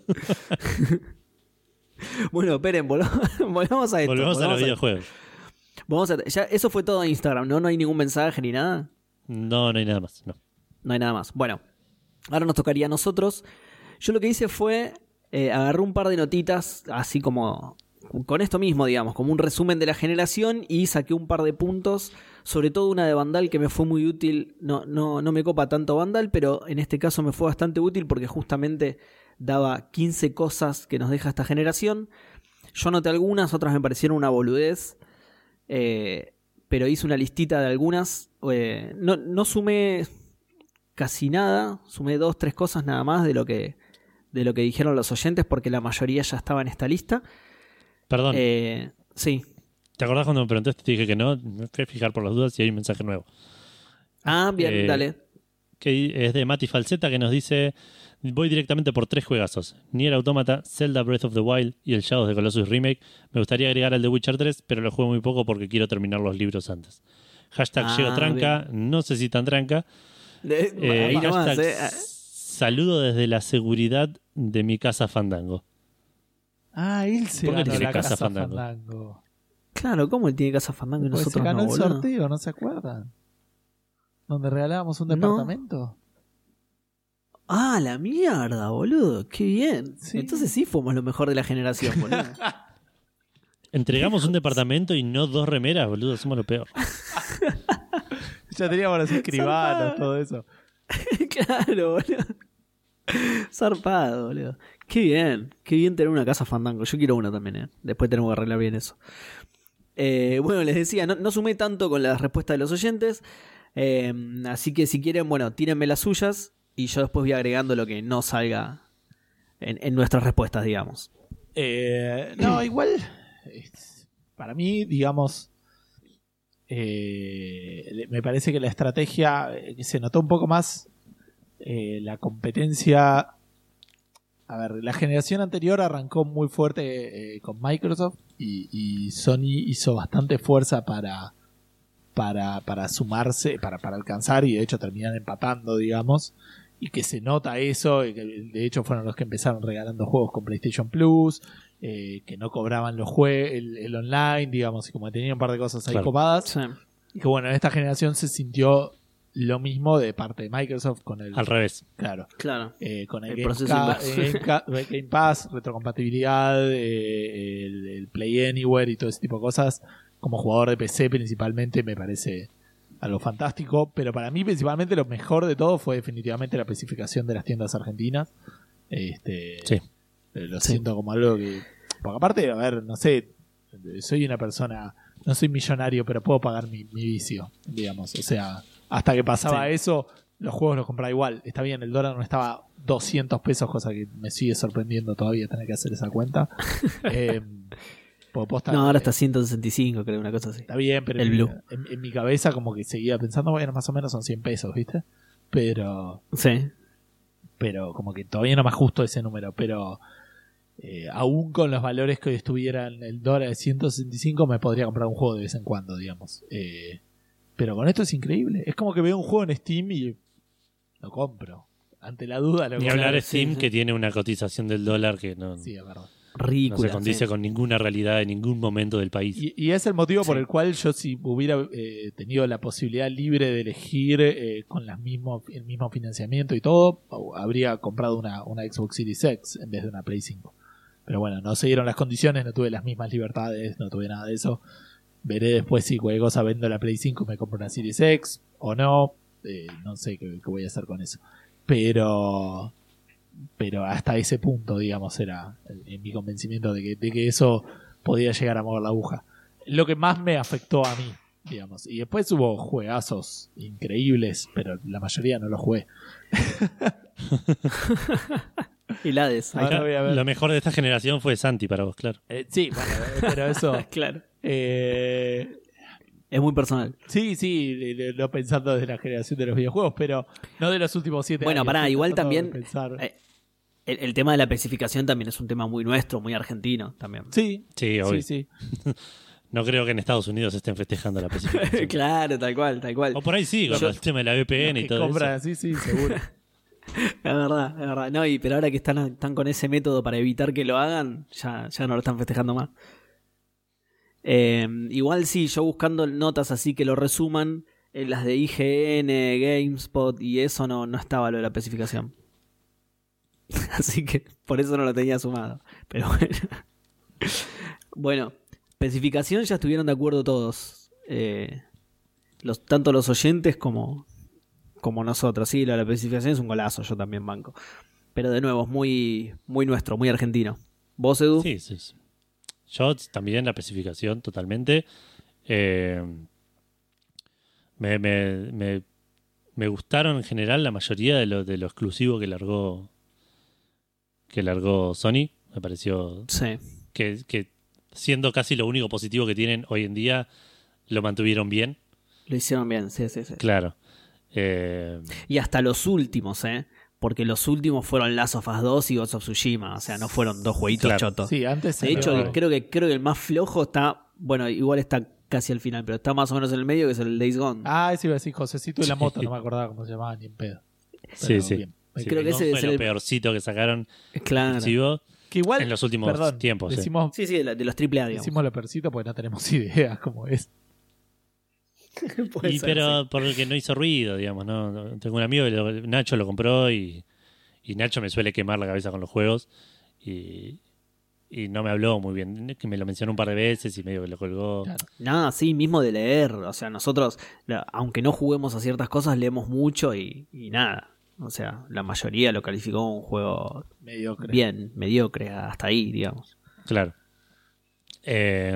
Bueno, esperen, volvamos, volvamos a esto. Volvemos a los volvamos videojuegos. Vamos a, ya, eso fue todo en Instagram, ¿no? No hay ningún mensaje ni nada. No, no hay nada más. No. No hay nada más. Bueno, ahora nos tocaría a nosotros. Yo lo que hice fue, eh, agarré un par de notitas, así como con esto mismo, digamos, como un resumen de la generación, y saqué un par de puntos, sobre todo una de Vandal que me fue muy útil. No, no, no me copa tanto Vandal, pero en este caso me fue bastante útil porque justamente daba quince cosas que nos deja esta generación. Yo anoté algunas, otras me parecieron una boludez, eh, pero hice una listita de algunas. Eh, no, no sumé casi nada, sumé dos, tres cosas nada más de lo que, de lo que dijeron los oyentes, porque la mayoría ya estaba en esta lista. Perdón. Eh, sí. ¿Te acordás cuando me preguntaste? Te dije que no. Me fui a fijar por las dudas y hay un mensaje nuevo. Ah, bien, Eh, dale. Que es de Mati Falseta, que nos dice: voy directamente por tres juegazos: Nier Automata, Zelda Breath of the Wild y el Shadows de Colossus Remake. Me gustaría agregar al The Witcher tres, pero lo juego muy poco porque quiero terminar los libros antes. Hashtag Ah, llego tranca, no sé si tan tranca. De, Eh, ahí nomás, hashtag eh. saludo desde la seguridad de mi casa Fandango. Ah, él se ¿Por qué ganó tiene la casa casa Fandango? Fandango. Claro, ¿cómo él tiene casa Fandango y Porque nosotros se ganó no, el boludo? sorteo, ¿no se acuerdan? Donde regalábamos un No. departamento. Ah, la mierda, boludo. Qué bien. Sí. Entonces sí fuimos lo mejor de la generación, boludo. Entregamos un departamento y no dos remeras, boludo. Somos lo peor. Ya teníamos los escribanos, Zarpado. todo eso. Claro, boludo. Zarpado, boludo. Qué bien. Qué bien tener una casa Fandango. Yo quiero una también, ¿eh? Después tenemos que arreglar bien eso. Eh, bueno, les decía, no, no sumé tanto con las respuestas de los oyentes. Eh, así que si quieren, bueno, tírenme las suyas y yo después voy agregando lo que no salga en, en nuestras respuestas, digamos. Eh, no, igual, es- para mí, digamos, eh, me parece que la estrategia eh, se notó un poco más eh, la competencia. A ver, la generación anterior arrancó muy fuerte eh, con Microsoft y, y Sony hizo bastante fuerza para, para, para sumarse, para, para alcanzar, y de hecho terminan empatando, digamos, y que se nota eso, y que de hecho fueron los que empezaron regalando juegos con PlayStation Plus, eh, que no cobraban los jue el, el online, digamos, y como tenían un par de cosas ahí Claro. copadas, Sí. y que bueno, en esta generación se sintió lo mismo de parte de Microsoft con el... Al revés. Claro. Claro. Eh, con el, El Game, proceso Ca- inverso. eh, Game Ca- Game Pass, retrocompatibilidad, eh, el, el Play Anywhere y todo ese tipo de cosas. Como jugador de P C principalmente me parece algo fantástico, pero para mí principalmente lo mejor de todo fue definitivamente la especificación de las tiendas argentinas. Este, Sí. eh, Lo Sí. siento como algo que... Porque aparte, a ver, no sé, soy una persona, no soy millonario, pero puedo pagar mi, mi vicio, digamos. O sea, hasta que pasaba Sí. eso, los juegos los compraba igual. Está bien, el dólar no estaba doscientos pesos, cosa que me sigue sorprendiendo todavía tener que hacer esa cuenta. eh, porque posta, No, ahora eh, está ciento sesenta y cinco, creo, una cosa así. Está bien, pero El en, mi- Blue. en- en mi cabeza como que seguía pensando, bueno, más o menos son cien pesos, ¿viste? Pero, Sí. pero como que todavía no me ajusto a ese número, pero eh, aún con los valores que hoy estuvieran el dólar de ciento sesenta y cinco me podría comprar un juego de vez en cuando, digamos. Eh, pero con esto es increíble. Es como que veo un juego en Steam y lo compro. Ante la duda lo Ni compro. hablar sí, Steam, sí. que tiene una cotización del dólar que no, Sí, es verdad. no Ridícula. se condice sí. con ninguna realidad en ningún momento del país. Y, y es el motivo por Sí. el cual yo, si hubiera eh, tenido la posibilidad libre de elegir eh, con las mismo, el mismo financiamiento y todo, habría comprado una, una Xbox Series X en vez de una Play cinco. Pero bueno, no se dieron las condiciones, no tuve las mismas libertades, no tuve nada de eso. Veré después si cualquier cosa vendo la Play cinco y me compro una Series X o no. Eh, no sé qué, qué voy a hacer con eso. Pero... pero hasta ese punto, digamos, era en mi convencimiento de que, de que eso podía llegar a mover la aguja. Lo que más me afectó a mí, digamos. Y después hubo juegazos increíbles, pero la mayoría no los jugué. El Hades. ahí Ahora Acá, voy a ver. lo mejor de esta generación fue Santi para vos, claro. Eh, sí, bueno, eh, pero eso... está. Claro. eh, Es muy personal. sí, sí, le- le- no pensando desde la generación de los videojuegos, pero no de los últimos siete Bueno, años. pará, estoy igual tratando de también, pensar. eh, El, el tema de la especificación también es un tema muy nuestro, muy argentino también. Sí, Sí, obvio. sí, sí. No creo que en Estados Unidos estén festejando la especificación. Claro, tal cual, tal cual. O por ahí sí, con Yo- el tema de la V P N Los y que todo compran, eso. sí, sí, seguro. Es verdad, es verdad. No, y, pero ahora que están, están con ese método para evitar que lo hagan, ya, ya no lo están festejando más. Eh, igual sí, yo buscando notas así que lo resuman, en las de I G N, GameSpot y eso no, no estaba lo de la especificación. Así que por eso no lo tenía sumado. Pero bueno. Bueno, especificación ya estuvieron de acuerdo todos. Eh, los, tanto los oyentes como, como nosotros. Sí, la, la especificación es un golazo, yo también banco. Pero de nuevo, es muy, muy nuestro, muy argentino. ¿Vos, Edu? Sí, sí, sí. Yo también la especificación totalmente. Eh, me, me, me, me gustaron en general la mayoría de lo, de lo exclusivo que largó que largó Sony. Me pareció Sí. que, que siendo casi lo único positivo que tienen hoy en día, lo mantuvieron bien. Lo hicieron bien, sí, sí, sí. Claro. Eh, Y hasta los últimos, ¿eh? Porque los últimos fueron Last of Us dos y Ghost of Tsushima. O sea, no fueron dos jueguitos Claro. chotos. Sí, antes De hecho, salió- creo que, creo que el más flojo está... Bueno, igual está casi al final, pero está más o menos en el medio, que es el Days Gone. Ah, ese iba a decir Josecito y la Sí. moto, no me acordaba cómo se llamaba ni en pedo. sí, Pero sí. bien. Sí, Creo que ese fue debe ser lo el- peorcito que sacaron Claro. exclusivo Que igual, en los últimos perdón, tiempos. sí. decimos, Sí, sí, de, la- de los triple A, digamos. decimos lo percito porque no tenemos idea cómo es. Puede Y ser, pero sí. porque no hizo ruido, digamos, ¿no? No- Tengo un amigo que lo- Nacho lo compró y, y Nacho me suele quemar la cabeza con los juegos y, y no me habló muy bien, que me lo mencionó un par de veces y medio que lo colgó. Claro. Nada, sí, mismo de leer. O sea, nosotros, la- aunque no juguemos a ciertas cosas, leemos mucho y, y nada. O sea, la mayoría lo calificó como un juego Mediocre. bien, mediocre, hasta ahí, digamos. Claro. Eh,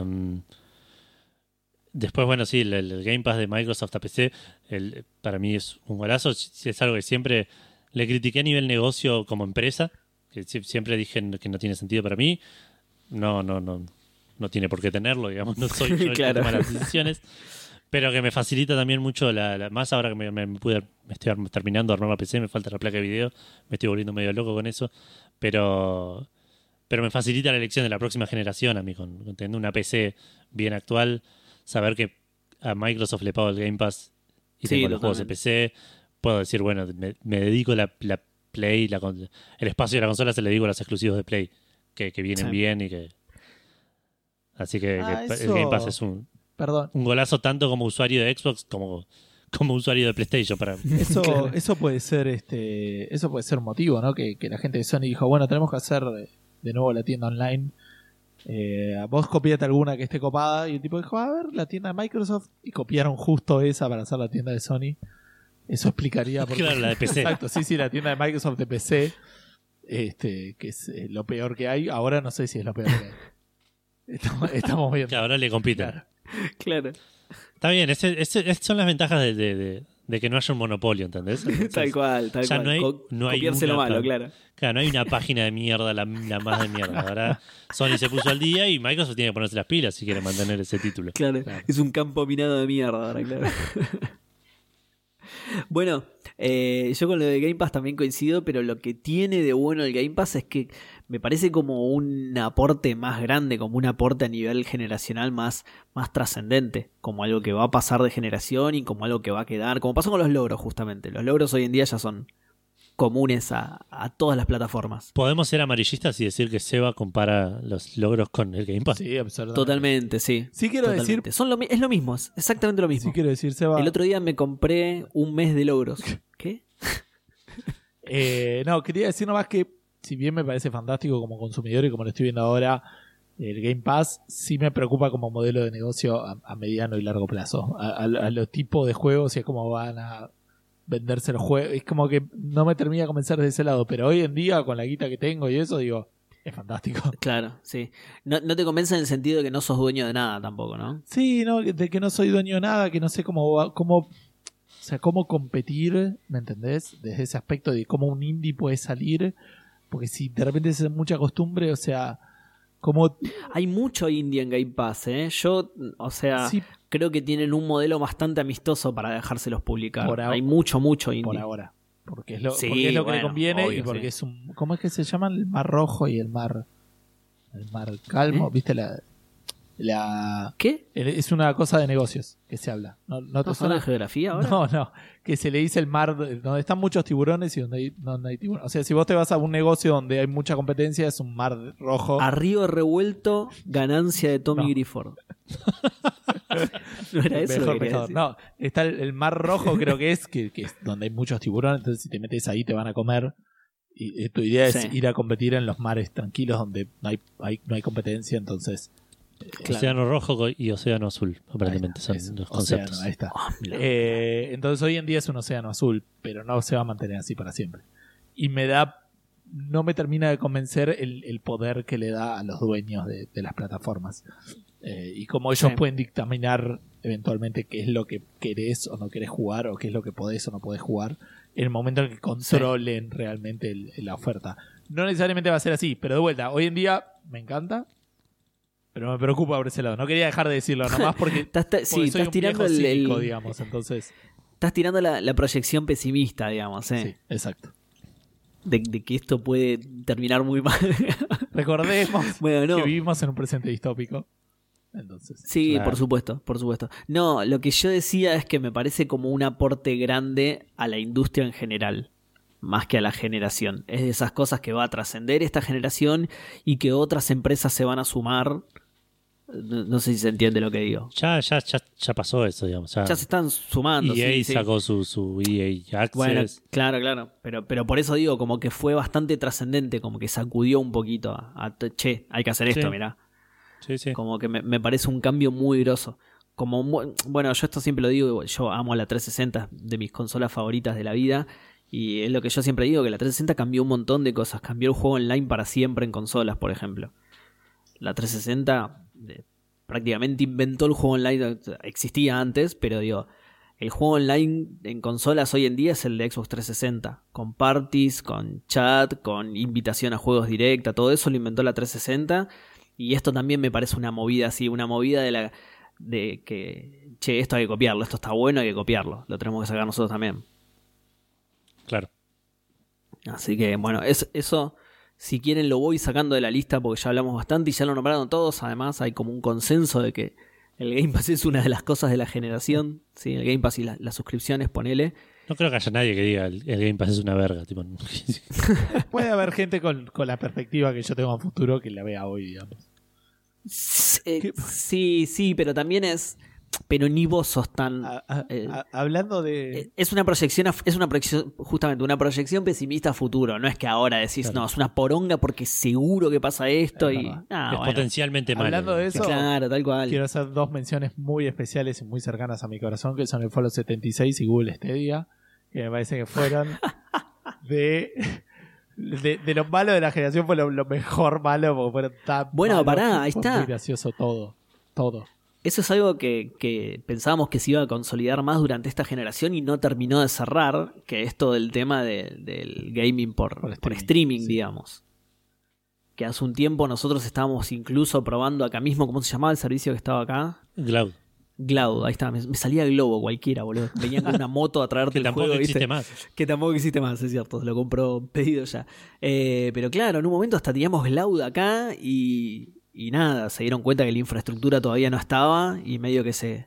después, bueno, sí, el, el Game Pass de Microsoft a P C, el, para mí es un golazo. Es algo que siempre le critiqué a nivel negocio como empresa, que si- siempre dije que no tiene sentido para mí. No, no, no, no tiene por qué tenerlo, digamos, no soy yo el Claro. que toma las decisiones. Pero que me facilita también mucho, la, la- más ahora que me, me, me pude, me estoy ar- terminando de armar la P C, me falta la placa de video, me estoy volviendo medio loco con eso, pero pero me facilita la elección de la próxima generación a mí, con, con teniendo una P C bien actual, saber que a Microsoft le pago el Game Pass y Sí, tengo los juegos de totalmente. P C, puedo decir, bueno, me, me dedico la, la Play, la, con- el espacio de la consola se le dedico a los exclusivos de Play, que, que vienen Sí. bien y que... Así que, Ah, que eso- el Game Pass es un, Perdón. un golazo tanto como usuario de Xbox como, como usuario de PlayStation para Eso, Claro. eso puede ser este, eso puede ser un motivo, ¿no? Que, que la gente de Sony dijo, bueno, tenemos que hacer de, de nuevo la tienda online. Eh, vos copiate alguna que esté copada. Y el tipo dijo, a ver, la tienda de Microsoft. Y copiaron justo esa para hacer la tienda de Sony. Eso explicaría por qué. Claro, la de P C. Exacto, sí, sí, la tienda de Microsoft de P C. Este, que es eh, lo peor que hay. Ahora no sé si es lo peor que hay. Estamos, estamos viendo. que ahora le compiten. Claro. Claro. Está bien, ese, ese- esas son las ventajas de, de- de- de que no haya un monopolio, ¿entendés? Entonces, Tal cual, tal ya cual. no hay- Co- no hay copiarse lo una malo, pa- claro. Claro, no hay una página de mierda, la, la más de mierda. Ahora Sony se puso al día y Microsoft tiene que ponerse las pilas si quiere mantener ese título. Claro, Claro. es un campo minado de mierda ahora, claro. Bueno, eh, yo con lo de Game Pass también coincido, pero lo que tiene de bueno el Game Pass es que me parece como un aporte más grande, como un aporte a nivel generacional más, más trascendente, como algo que va a pasar de generación y como algo que va a quedar, como pasó con los logros justamente. Los logros hoy en día ya son comunes a, a todas las plataformas. ¿Podemos ser amarillistas y decir que Seba compara los logros con el Game Pass? Sí, absolutamente. Totalmente, sí. Sí quiero Totalmente. decir, Son lo mi- es lo mismo, es exactamente lo mismo. sí quiero decir, Seba. El otro día me compré un mes de logros. ¿Qué? Eh, no, quería decir nomás que, si bien me parece fantástico como consumidor y como lo estoy viendo ahora, el Game Pass sí me preocupa como modelo de negocio a, a mediano y largo plazo. A, a, a los tipos de juegos y a cómo van a venderse los juegos. Es como que no me termina de convencer de ese lado, pero hoy en día, con la guita que tengo y eso, digo, es fantástico. Claro, sí. No, no te convence en el sentido de que no sos dueño de nada tampoco, ¿no? Sí, no, de que no soy dueño de nada, que no sé cómo, va- cómo, o sea, cómo competir, ¿me entendés? Desde ese aspecto de cómo un indie puede salir, porque si de repente es mucha costumbre, o sea, como Hay mucho indie en Game Pass, ¿eh? Yo, o sea, sí, creo que tienen un modelo bastante amistoso para dejárselos publicar. Por ahora- Hay mucho, mucho indie. por ahora, porque es lo, Sí, porque es lo que le bueno, conviene obvio, y porque sí. es un, ¿cómo es que se llaman? El mar rojo y el mar, el mar calmo, ¿Eh? ¿viste la, la, ¿Qué? es una cosa de negocios que se habla, ¿no, no te ¿No son suena? de geografía ahora? No, no, que se le dice el mar de- donde están muchos tiburones y donde hay, donde hay tiburones. O sea, si vos te vas a un negocio donde hay mucha competencia, es un mar rojo. A río revuelto, ganancia de Tommy No. Grifford. ¿No era eso? Mejor lo que quería pescador. decir? No, está el, el mar rojo, creo que es, que, que es donde hay muchos tiburones, entonces si te metes ahí te van a comer. Y eh, tu idea es Sí. ir a competir en los mares tranquilos donde no hay, hay- no hay competencia, entonces Claro. Océano Rojo y Océano Azul, aparentemente son Es los océano, conceptos. ahí está. Ah, mirá. Eh, entonces hoy en día es un océano azul, pero no se va a mantener así para siempre. Y me da, no me termina de convencer el, el poder que le da a los dueños de, de las plataformas. Eh, y cómo ellos Sí. pueden dictaminar eventualmente qué es lo que querés o no querés jugar, o qué es lo que podés o no podés jugar, en el momento en que controlen sí. realmente el, la oferta. No necesariamente va a ser así, pero de vuelta, hoy en día me encanta, pero me preocupa por ese lado. No quería dejar de decirlo nomás porque, estás, porque sí, soy estás un tirando viejo el, cínico, el- digamos, entonces... estás tirando la, la proyección pesimista, digamos, ¿eh? Sí, exacto. de, de que esto puede terminar muy mal. Recordemos Bueno, no. que vivimos en un presente distópico. Entonces, Sí, Claro. por supuesto, por supuesto. No, lo que yo decía es que me parece como un aporte grande a la industria en general, más que a la generación. Es de esas cosas que va a trascender esta generación y que otras empresas se van a sumar. No, no sé si se entiende lo que digo. Ya, ya, ya, ya pasó eso, digamos. Ya, Ya se están sumando. E A sí, sí. sacó su, su E A Access. Bueno, claro, claro. Pero, pero por eso digo, como que fue bastante trascendente, como que sacudió un poquito a, a che, hay que hacer esto, Sí. mirá. Sí, sí. Como que me, me parece un cambio muy groso. Como, mu- bueno, yo esto siempre lo digo, yo amo la trescientos sesenta, de mis consolas favoritas de la vida. Y es lo que yo siempre digo, que la trescientos sesenta cambió un montón de cosas. Cambió el juego online para siempre en consolas, por ejemplo. La trescientos sesenta eh, prácticamente inventó el juego online. Existía antes, pero digo, el juego online en consolas hoy en día es el de Xbox trescientos sesenta. Con parties, con chat, con invitación a juegos directa. Todo eso lo inventó la trescientos sesenta. Y esto también me parece una movida así, una movida de la de que, che, esto hay que copiarlo, esto está bueno, hay que copiarlo. Lo tenemos que sacar nosotros también. Claro. Así que, bueno, es, eso, si quieren, lo voy sacando de la lista porque ya hablamos bastante y ya lo nombraron todos. Además, hay como un consenso de que el Game Pass es una de las cosas de la generación. Sí, el Game Pass y la- las suscripciones, ponele. No creo que haya nadie que diga el, el Game Pass es una verga. Tipo, no. puede haber gente con, con la perspectiva que yo tengo a futuro que la vea hoy, digamos. S- eh, ¿Qué? sí, sí, pero también es. Pero ni vos sos tan. A- a- eh, a- hablando de... Eh, Es una proyección, a- es una proyección, justamente una proyección pesimista a futuro. No es que ahora decís, Claro. no, es una poronga porque seguro que pasa esto Es y. verdad. Ah, es bueno. potencialmente malo. Hablando de eso, Claro, tal cual. quiero hacer dos menciones muy especiales y muy cercanas a mi corazón, que son el Fallout setenta y seis y Google Stadia, que me parece que fueron de... De, de lo malo de la generación fue lo, lo mejor malo, porque fueron tan Bueno, malos, pará, ahí fue está. muy gracioso todo, todo. Eso es algo que, que pensábamos que se iba a consolidar más durante esta generación y no terminó de cerrar, que es todo el tema de- del gaming por, Por por streaming, streaming, sí. digamos. Que hace un tiempo nosotros estábamos incluso probando acá mismo, ¿cómo se llamaba el servicio que estaba acá? Cloud. Cloud, ahí está, me, me salía Globo cualquiera, boludo. Venían con una moto a traerte Que el tampoco juego, existe ¿viste? más. Que tampoco existe más, es cierto, lo compro pedido ya. Eh, pero claro, en un momento hasta teníamos Cloud acá y, y nada, se dieron cuenta que la infraestructura todavía no estaba y medio que se...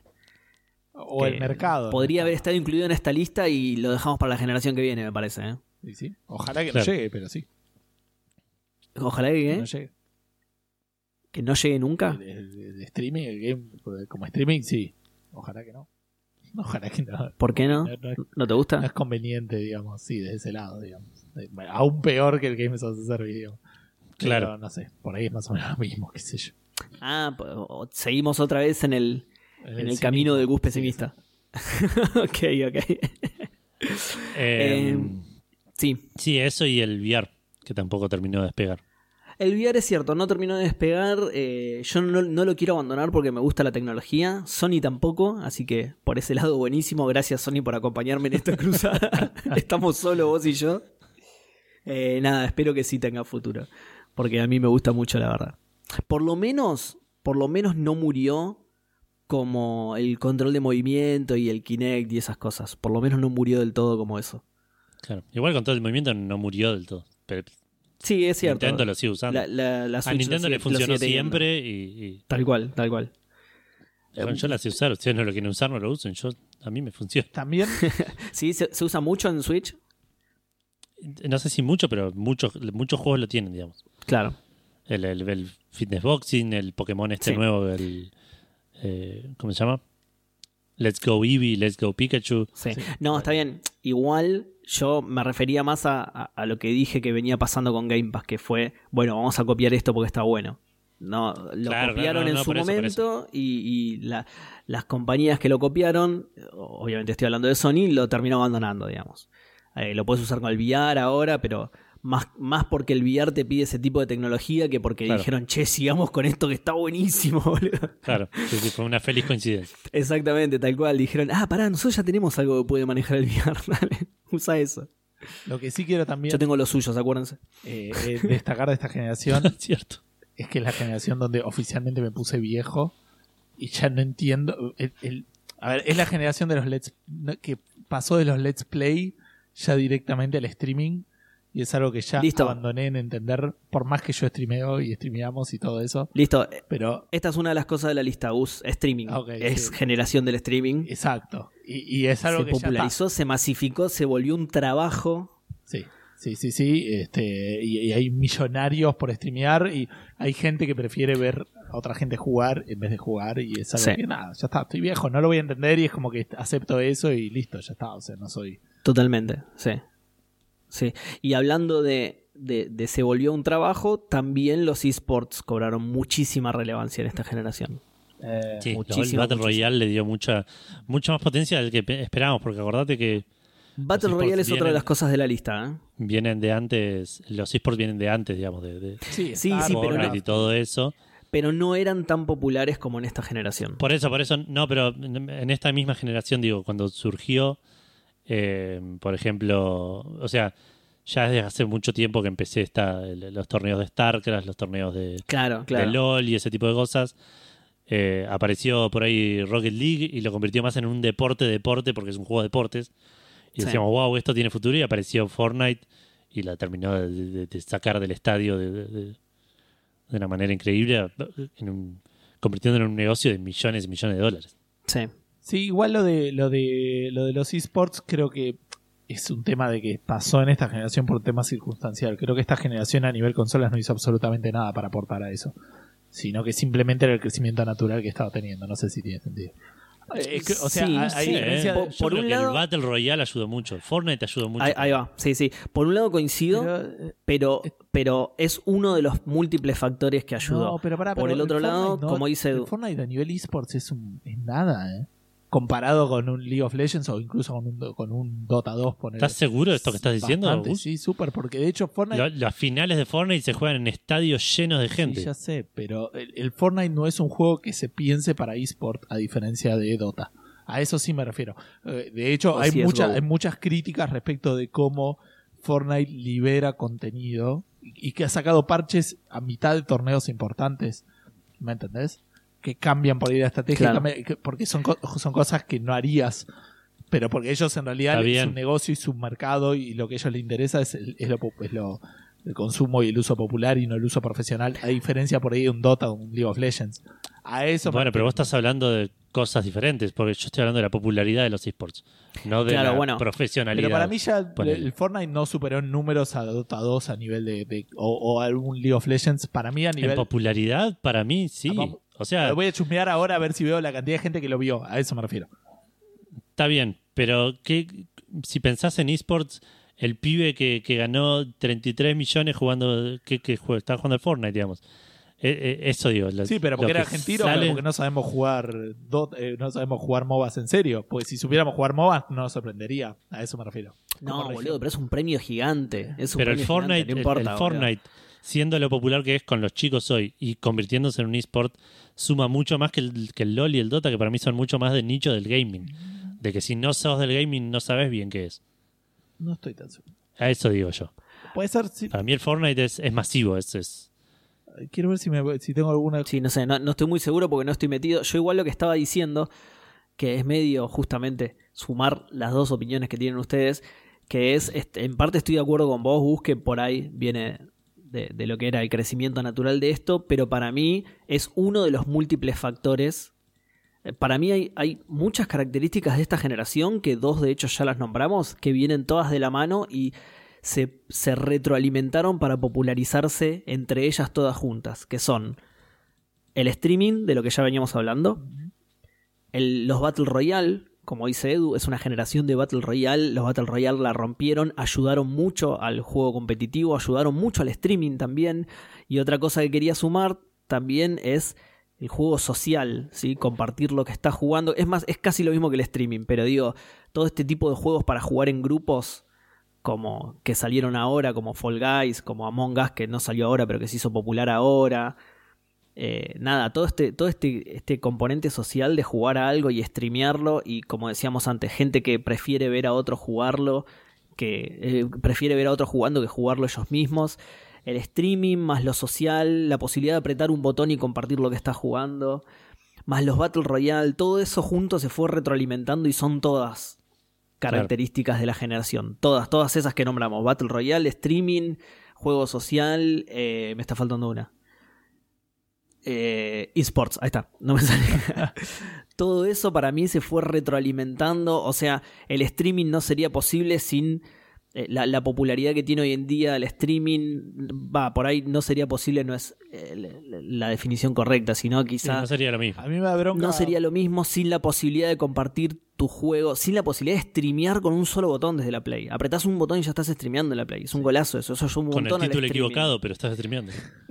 O que el mercado. Podría ¿no? haber estado incluido en esta lista y lo dejamos para la generación que viene, me parece. ¿eh? Sí, sí. Ojalá que Claro. no llegue, pero sí. Ojalá que, Que no ¿eh? llegue. que no llegue nunca. El, el- el streaming, el game, como streaming, sí. Ojalá que no. Ojalá que no. ¿Por qué no? No, no es, ¿No te no gusta? es conveniente, digamos, sí, desde ese lado, digamos. Eh, Aún peor que el Game as a Service, digamos. Claro. Pero, no sé, por ahí es más o menos lo mismo, qué sé yo. Ah, pues, o- seguimos otra vez en el, en el sí camino mismo. del Gus Sí, pesimista. ok, ok. Eh, Em, Sí, sí, eso y el V R, que tampoco terminó de despegar. el V R es cierto, no terminó de despegar. eh, yo no, no lo quiero abandonar porque me gusta la tecnología. Sony tampoco, así que por ese lado buenísimo. Gracias, Sony, por acompañarme en esta cruzada. Estamos solo vos y yo. Eh, nada, espero que sí tenga futuro. Porque a mí me gusta mucho, la verdad. Por lo menos, por lo menos no murió como el control de movimiento y el Kinect y esas cosas. Por lo menos no murió del todo como eso. Claro. Igual con todo el movimiento no murió del todo. Pero Sí, es cierto. Nintendo lo sigue usando. La, la, la A Switch Nintendo lo le sigue- lo funcionó sigue teniendo. siempre y, y- Tal cual, tal cual. bueno, yo la sé usar. Ustedes no lo quieren usar, no lo usen. Yo, a mí me funciona. También, Sí, se, se usa mucho en Switch. No sé si mucho, pero muchos, muchos juegos lo tienen, digamos. Claro. El, el, el Fitness Boxing, el Pokémon este Sí. nuevo, el... eh, ¿cómo se llama? Let's Go Eevee, Let's Go Pikachu. Sí. Sí. No, está bien. Igual yo me refería más a, a- a lo que dije que venía pasando con Game Pass, que fue, bueno, vamos a copiar esto porque está bueno. No, lo Claro, copiaron claro, no, en no, su por eso, por momento y, y la- las compañías que lo copiaron, obviamente estoy hablando de Sony, lo terminó abandonando, digamos. Eh, lo puedes usar con el V R ahora, pero más, más porque el V R te pide ese tipo de tecnología que porque Claro. dijeron, che, sigamos con esto que está buenísimo, boludo. Claro, sí, sí, fue una feliz coincidencia. Exactamente, tal cual. Dijeron, ah, pará, nosotros ya tenemos algo que puede manejar el V R, dale, usa eso. Lo que sí quiero también Yo tengo los suyos, acuérdense. eh, eh, destacar de esta generación Cierto. es que es la generación donde oficialmente me puse viejo y ya no entiendo. El, el- a ver, es la generación de los Let's no, que pasó de los Let's Play ya directamente al streaming y es algo que ya Listo. abandoné en entender, por más que yo streameo y streameamos y todo eso, Listo, pero esta es una de las cosas de la lista, Gus, streaming. Ok, es sí. generación del streaming. exacto. Y, y es algo Se que ya popularizó, se masificó, se volvió un trabajo. está. Sí. Sí, sí, sí, este, y, y hay millonarios por streamear y hay gente que prefiere ver a otra gente jugar en vez de jugar y es algo Sí. que nada, ya está, estoy viejo, no lo voy a entender y es como que acepto eso y listo, ya está, o sea, no soy... Totalmente, sí. Sí. Y hablando de, de, de se volvió un trabajo, también los esports cobraron muchísima relevancia en esta generación. Eh, Sí, Muchísimo, el Battle muchísimo. Royale le dio mucha, mucha más potencia del que pe- esperábamos, porque acordate que Battle esports Royale es otra de vienen- las cosas de la lista, ¿eh? vienen de antes, los esports vienen de antes, digamos, de, de sí, Sí, está sí, pero Fortnite no- y todo eso. Pero no eran tan populares como en esta generación. Por eso, por eso, no, pero en esta misma generación, digo, cuando surgió, eh, por ejemplo, o sea, ya desde hace mucho tiempo que empecé esta, el- los torneos de StarCraft, los torneos de, Claro, de claro. LOL y ese tipo de cosas. Eh, apareció por ahí Rocket League y lo convirtió más en un deporte, deporte, porque es un juego de deportes. Y Sí. decíamos, wow, esto tiene futuro. Y apareció Fortnite y la terminó de, de- de sacar del estadio de, de- de- de una manera increíble, en un, convirtiéndolo en un negocio de millones y millones de dólares. Sí. Sí, igual lo de, lo de lo de los esports creo que es un tema de que pasó en esta generación por un tema circunstancial. Creo que esta generación a nivel consolas no hizo absolutamente nada para aportar a eso, sino que simplemente era el crecimiento natural que estaba teniendo. No sé si tiene sentido. Eh, que- o sea, Sí, hay, sí, hay diferencia eh. de- Por- Yo por creo un que lado- el Battle Royale ayudó mucho. Fortnite ayudó mucho. Ahí, ahí va, sí, sí. Por un lado coincido, pero, pero, eh, pero, es uno de los múltiples factores que ayudó. no, pero pará, Por pero el otro lado, Fortnite no- como dice el Edu. Fortnite a nivel esports es, un, es nada, ¿eh? Comparado con un League of Legends o incluso con un, con un Dota dos. Ponele. ¿Estás seguro de esto que estás diciendo, Bastante, Gus? sí, súper, porque de hecho Fortnite... Lo- las finales de Fortnite se juegan en estadios llenos de gente. Sí, ya sé, pero el, el Fortnite no es un juego que se piense para eSport a diferencia de Dota. A eso sí me refiero. Eh, de hecho, O hay, C S G O. mucha- hay muchas críticas respecto de cómo Fortnite libera contenido y, y que ha sacado parches a mitad de torneos importantes. ¿Me entendés? Que cambian por ahí la estrategia, Claro. cambian- que- porque son, co- son cosas que no harías. Pero porque ellos en realidad Está es bien. un negocio y su mercado y lo que a ellos les interesa es, el- es lo, po- es lo- el consumo y el uso popular y no el uso profesional, a diferencia por ahí de un Dota o un League of Legends. A eso me Bueno, pero vos refiero. estás hablando de cosas diferentes, porque yo estoy hablando de la popularidad de los esports, no de Claro, la bueno. profesionalidad. Pero para mí ya Ponele. el Fortnite no superó en números a Dota dos a nivel de, de- o, o algún League of Legends. Para mí a En nivel... popularidad, para mí, sí. Ah, vamos. O sea, Voy a chusmear ahora a ver si veo la cantidad de gente que lo vio. A eso me refiero. está bien, pero ¿qué, si pensás en esports, el pibe que, que ganó treinta y tres millones jugando, que, que juega, está jugando al Fortnite, digamos. Eh, eh, eso digo. lo- Sí, pero lo porque era que argentino, sale- pero porque no sabemos jugar Dot- eh, no sabemos jugar MOBAs en serio. Pues si supiéramos jugar MOBAs no nos sorprendería. A eso me refiero. No, Como boludo, región. pero es un premio gigante. Es un Pero el premio Fortnite, gigante, no el- importa, el, boludo. Fortnite, siendo lo popular que es con los chicos hoy y convirtiéndose en un esport, suma mucho más que el, que el LoL y el Dota, que para mí son mucho más de nicho del gaming. De que si no sos del gaming no sabes bien qué es. No estoy tan seguro. A eso digo yo. Puede ser. Si, Para mí el Fortnite es, es masivo, es, es quiero ver si, me, si tengo alguna. Sí, no sé, no, no estoy muy seguro porque no estoy metido. Yo igual lo que estaba diciendo, que es medio justamente sumar las dos opiniones que tienen ustedes, que es, este, en parte estoy de acuerdo con vos, Gus, que por ahí viene de, de lo que era el crecimiento natural de esto, pero para mí es uno de los múltiples factores. Eh, Para mí hay, hay muchas características de esta generación, que dos de hecho ya las nombramos, que vienen todas de la mano y se, se retroalimentaron para popularizarse entre ellas todas juntas, que son el streaming, de lo que ya veníamos hablando, el, los Battle Royale, como dice Edu, es una generación de Battle Royale, los Battle Royale la rompieron, ayudaron mucho al juego competitivo, ayudaron mucho al streaming también, y otra cosa que quería sumar también es el juego social, ¿sí? Compartir lo que estás jugando. Es más, es casi lo mismo que el streaming, pero digo, todo este tipo de juegos para jugar en grupos, como que salieron ahora, como Fall Guys, como Among Us, que no salió ahora, pero que se hizo popular ahora. Eh, nada, todo este, todo este, este componente social de jugar a algo y streamearlo, y como decíamos antes, gente que prefiere ver a otros jugarlo, que eh, prefiere ver a otros jugando que jugarlo ellos mismos. El streaming, más lo social, la posibilidad de apretar un botón y compartir lo que estás jugando, más los Battle Royale, todo eso junto se fue retroalimentando y son todas características claro. de la generación. Todas, todas esas que nombramos. Battle Royale, streaming, juego social, eh, me está faltando una. Eh, eSports, ahí está, no me sale. Todo eso para mí se fue retroalimentando. O sea, el streaming no sería posible sin... La, la popularidad que tiene hoy en día el streaming, va, por ahí no sería posible, no es eh, la, la definición correcta, sino quizás... Sí, no sería lo mismo. A mí me da bronca. No sería lo mismo sin la posibilidad de compartir tu juego, sin la posibilidad de streamear con un solo botón desde la Play. Apretás un botón y ya estás streameando en la Play. Es un golazo eso, eso ayudó un con montón. Con el título al equivocado, pero estás streameando.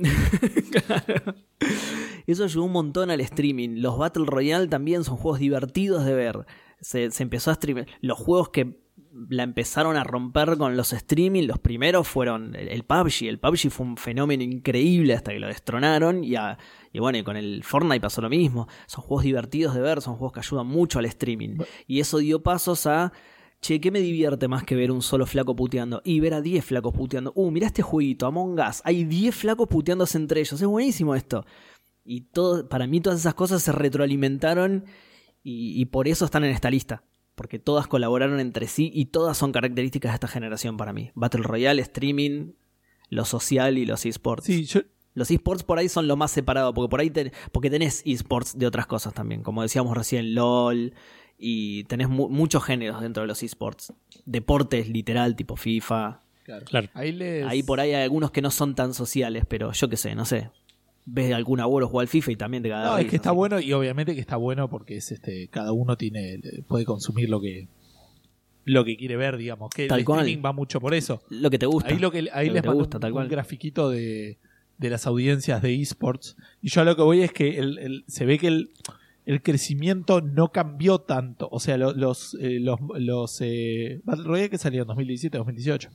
Claro. Eso ayudó un montón al streaming. Los Battle Royale también son juegos divertidos de ver. Se, se empezó a streamear. Los juegos que la empezaron a romper con los streaming, los primeros fueron el, el P U B G. El P U B G fue un fenómeno increíble hasta que lo destronaron. Y, a, y bueno, y con el Fortnite pasó lo mismo. Son juegos divertidos de ver, son juegos que ayudan mucho al streaming. Y eso dio pasos a... Che, ¿qué me divierte más que ver un solo flaco puteando? Y ver a diez flacos puteando. Uh, mirá este jueguito, Among Us. Hay diez flacos puteándose entre ellos. Es buenísimo esto. Y todo, para mí todas esas cosas se retroalimentaron y, y por eso están en esta lista. Porque todas colaboraron entre sí y todas son características de esta generación para mí. Battle Royale, streaming, lo social y los eSports. Sí, yo... Los eSports por ahí son lo más separado, porque por ahí ten, porque tenés eSports de otras cosas también. Como decíamos recién, LOL, y tenés mu- muchos géneros dentro de los eSports. Deportes literal, tipo FIFA. Claro. Claro. Ahí, les... ahí por ahí hay algunos que no son tan sociales, pero yo qué sé, no sé. Ves algún abuelo jugar al FIFA y también te cagas. No, es que risa, está así. bueno, y obviamente que está bueno porque es este cada uno tiene puede consumir lo que lo que quiere ver, digamos, que Tal el cual. streaming va mucho por eso. Lo que te gusta. Ahí lo que ahí Lo les que te mando gusta, un, tal cual. un grafiquito de, de las audiencias de eSports, y yo a lo que voy es que el, el, se ve que el el crecimiento no cambió tanto. O sea, lo, los eh, los, los eh, Battle Royale que salieron en dos mil diecisiete, dos mil dieciocho.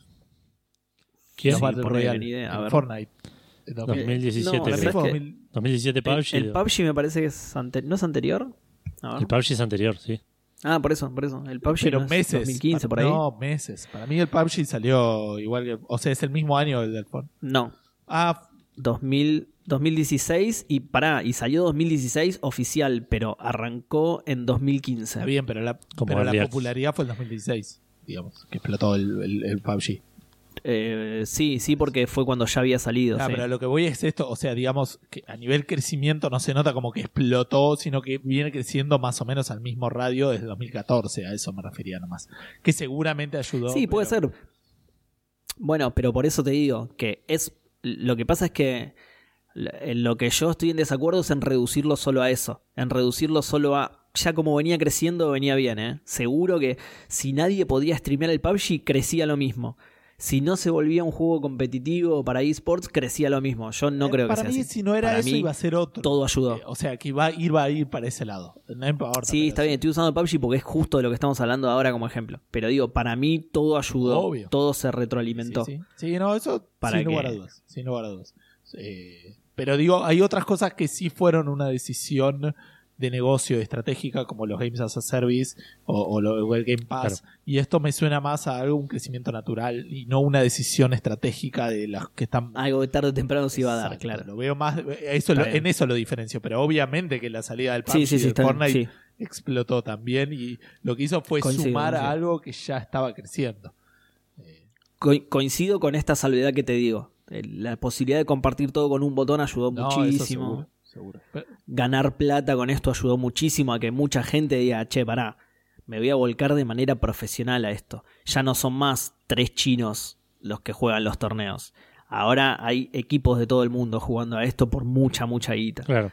¿Quién? Los Sí, Battle por ahí Royale ni idea, a en ver. Fortnite. En dos mil- dos mil diecisiete, no, la creo. verdad es que- dos mil- dos mil diecisiete P U B G. El, el P U B G me parece que es, ante- ¿no es anterior? A ver. El P U B G es anterior, sí. Ah, por eso, por eso. El P U B G Pero no es meses. dos mil quince, por ahí. No, meses. Para mí el P U B G salió igual que... O sea, es el mismo año del del Fortnite. No, Ah, dos mil, dos mil dieciséis y pará, y salió dos mil dieciséis oficial, pero arrancó en dos mil quince. está bien, pero la, Como pero la Early Access. popularidad fue en dos mil dieciséis, digamos, que explotó el, el, el P U B G. Eh, sí, sí, porque fue cuando ya había salido. Ah, sí. pero a lo que voy es esto, o sea, digamos, que a nivel crecimiento no se nota como que explotó, sino que viene creciendo más o menos al mismo radio desde dos mil catorce, a eso me refería nomás. Que seguramente ayudó. Sí, puede pero- ser. Bueno, pero por eso te digo que es. Lo que pasa es que en lo que yo estoy en desacuerdo es en reducirlo solo a eso. En reducirlo solo a. Ya como venía creciendo, venía bien, ¿eh? Seguro que si nadie podía streamear el P U B G, crecía lo mismo. Si no se volvía un juego competitivo para eSports, crecía lo mismo. Yo no Eh, creo que para sea mí, así. si no era Para eso, mí, iba a ser otro. todo ayudó. Eh, o sea, que iba, iba a ir para ese lado. No importa. Sí, pero está bien, estoy usando el P U B G porque es justo de lo que estamos hablando ahora como ejemplo. Pero digo, para mí todo ayudó, Obvio. todo se retroalimentó. Sí, sí. Sí, no, eso Para sin lugar a que- dudas. Sin lugar a dudas. Eh, pero digo, hay otras cosas que sí fueron una decisión de negocio estratégica, como los Games as a Service o, o, lo- o el Game Pass. Claro. Y esto me suena más a algo, un crecimiento natural y no una decisión estratégica de las que están. Algo que tarde o temprano se iba a dar, Exacto, claro. Lo veo más. Eso Está lo- bien. en eso lo diferencio. Pero obviamente que la salida del P U B G Sí, sí, sí, de está bien, Fortnite sí. explotó también. Y lo que hizo fue Coincido, sumar a coincido. algo que ya estaba creciendo. Eh, Co- coincido con esta salvedad que te digo. El- La posibilidad de compartir todo con un botón ayudó no, eso muchísimo. seguro. seguro. Pero- Ganar plata con esto ayudó muchísimo a que mucha gente diga, che, pará, me voy a volcar de manera profesional a esto. Ya no son más tres chinos los que juegan los torneos. Ahora hay equipos de todo el mundo jugando a esto por mucha, mucha guita. Claro.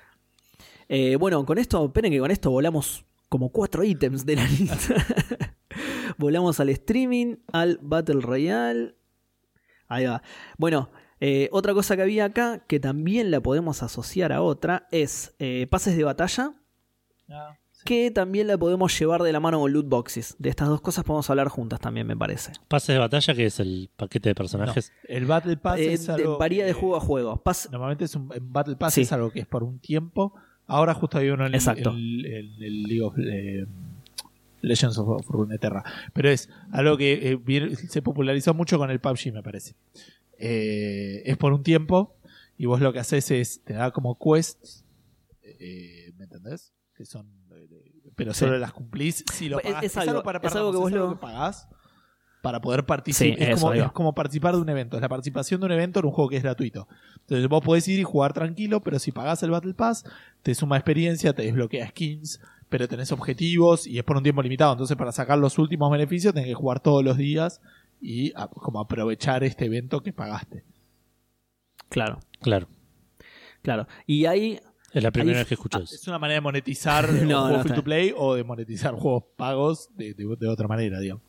Eh, bueno, con esto, esperen que con esto volamos como cuatro ítems de la lista. Volamos al streaming, al Battle Royale. Ahí va. Bueno, Eh, otra cosa que había acá, que también la podemos asociar a otra, es eh, pases de batalla, Ah, sí. que también la podemos llevar de la mano con loot boxes. De estas dos cosas podemos hablar juntas también, me parece. Pase de batalla, que es el paquete de personajes. No, el Battle Pass Eh, es de- algo varía de que- juego a juego. Pas- Normalmente es un en Battle Pass Sí. es algo que es por un tiempo. Ahora justo hay uno en el, Exacto. el- el- el League of eh, Legends of, of Runeterra. Pero es algo que eh, viene- se popularizó mucho con el P U B G, me parece. Eh, es por un tiempo y vos lo que haces es, te da como quests, eh, ¿me entendés? Que son, eh, de- pero Sí. solo las cumplís si lo Es- pagás. es algo- para, es algo que es vos algo lo- que pagás para poder participar. Sí, es, eso, como, ahí va. es como participar de un evento. Es la participación de un evento en un juego que es gratuito. Entonces vos podés ir y jugar tranquilo, pero si pagás el Battle Pass, te suma experiencia, te desbloquea skins, pero tenés objetivos y es por un tiempo limitado. Entonces para sacar los últimos beneficios tenés que jugar todos los días y a- como aprovechar este evento que pagaste. Claro, Claro. claro. Y ahí, Es la primera Ahí- vez que escucho Ah, eso. es una manera de monetizar No, un no, juego free está to play o de monetizar juegos pagos de, de- de otra manera, digamos.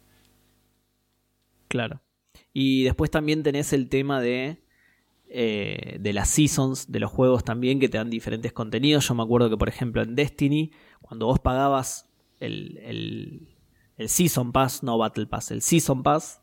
claro. Y después también tenés el tema de, eh, de las seasons de los juegos también, que te dan diferentes contenidos. Yo me acuerdo que, por ejemplo, en Destiny, cuando vos pagabas el, el, el Season Pass, no Battle Pass, el Season Pass,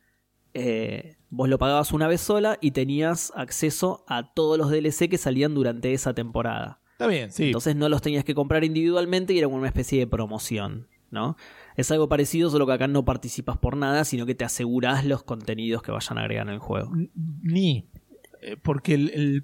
eh, vos lo pagabas una vez sola y tenías acceso a todos los D L C que salían durante esa temporada. Está bien, sí. Entonces no los tenías que comprar individualmente y era como una especie de promoción, ¿no? Es algo parecido, solo que acá no participas por nada, sino que te asegurás los contenidos que vayan a agregar en el juego. N- Ni. Eh, Porque el, el,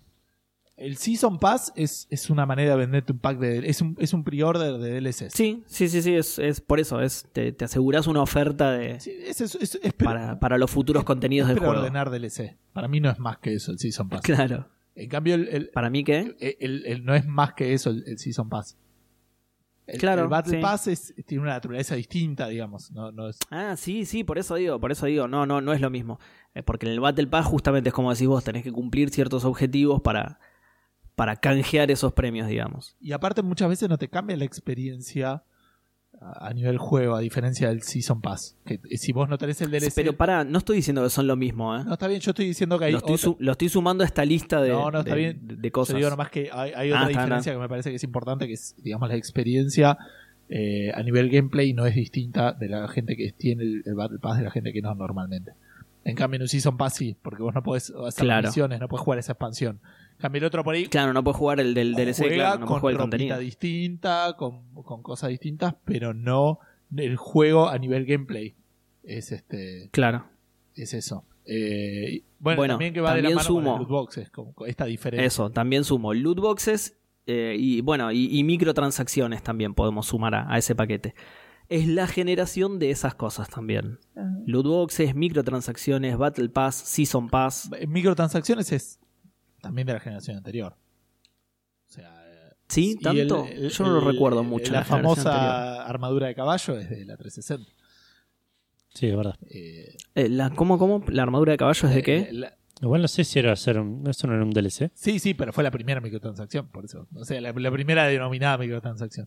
el Season Pass es, es una manera de venderte un pack de. Es un, es un pre-order de D L Cs. Sí, sí, sí, sí, es, es por eso, es te, te asegurás una oferta de, Sí, es, es, es- es pre- para, para los futuros contenidos es del juego. preordenar D L C. Para mí no es más que eso el Season Pass. Claro. En cambio, el, el- ¿Para mí qué? el- el- el- no es más que eso el, el Season Pass. El, Claro, el Battle sí. Pass es- tiene una naturaleza distinta, digamos. No, no es, Ah, sí, sí, por eso digo, por eso digo, no, no, no es lo mismo. Eh, Porque en el Battle Pass justamente es como decís vos, tenés que cumplir ciertos objetivos para, para canjear esos premios, digamos. y aparte, muchas veces no te cambia la experiencia a, a nivel juego, a diferencia del Season Pass. Que eh, si vos no tenés el D L C. Pero pará, no estoy diciendo que son lo mismo, ¿eh? No, está bien, yo estoy diciendo que hay lo, estoy otra- su- lo estoy sumando a esta lista de, No, no, está de- bien. de- de Yo cosas. digo nomás que hay, hay Ah, otra está, diferencia que me parece que es importante, que es, digamos, la experiencia eh, a nivel gameplay no es distinta de la gente que tiene el, el Battle Pass de la gente que no normalmente. En cambio, en un Season Pass sí, porque vos no podés hacer Claro. misiones, no podés jugar esa expansión. En cambio, el otro por ahí Claro, no puedes jugar el del D L C, juega claro, no con puedes jugar el ropita contenido. distinta, con, con cosas distintas, pero no el juego a nivel gameplay. Es este Claro, es eso. Eh, bueno, Bueno, también que va de la también mano con sumo. los loot boxes, con, con esta diferencia. eso, también sumo loot boxes eh, y bueno, y, y microtransacciones también podemos sumar a, a ese paquete. Es la generación de esas cosas también. Loot boxes, microtransacciones, Battle Pass, Season Pass. Microtransacciones es también de la generación anterior. O sea, eh, ¿Sí? y ¿Tanto? el- el- Yo no lo el- recuerdo mucho. La, la generación anterior. famosa armadura de caballo es de la trescientos sesenta. Sí, es verdad. Eh, Eh, la, ¿Cómo, cómo? ¿La armadura de caballo es de qué? la- Igual no sé si era hacer un, eso no era un D L C. sí, sí, pero fue la primera microtransacción, por eso. O sea, la, la primera denominada microtransacción.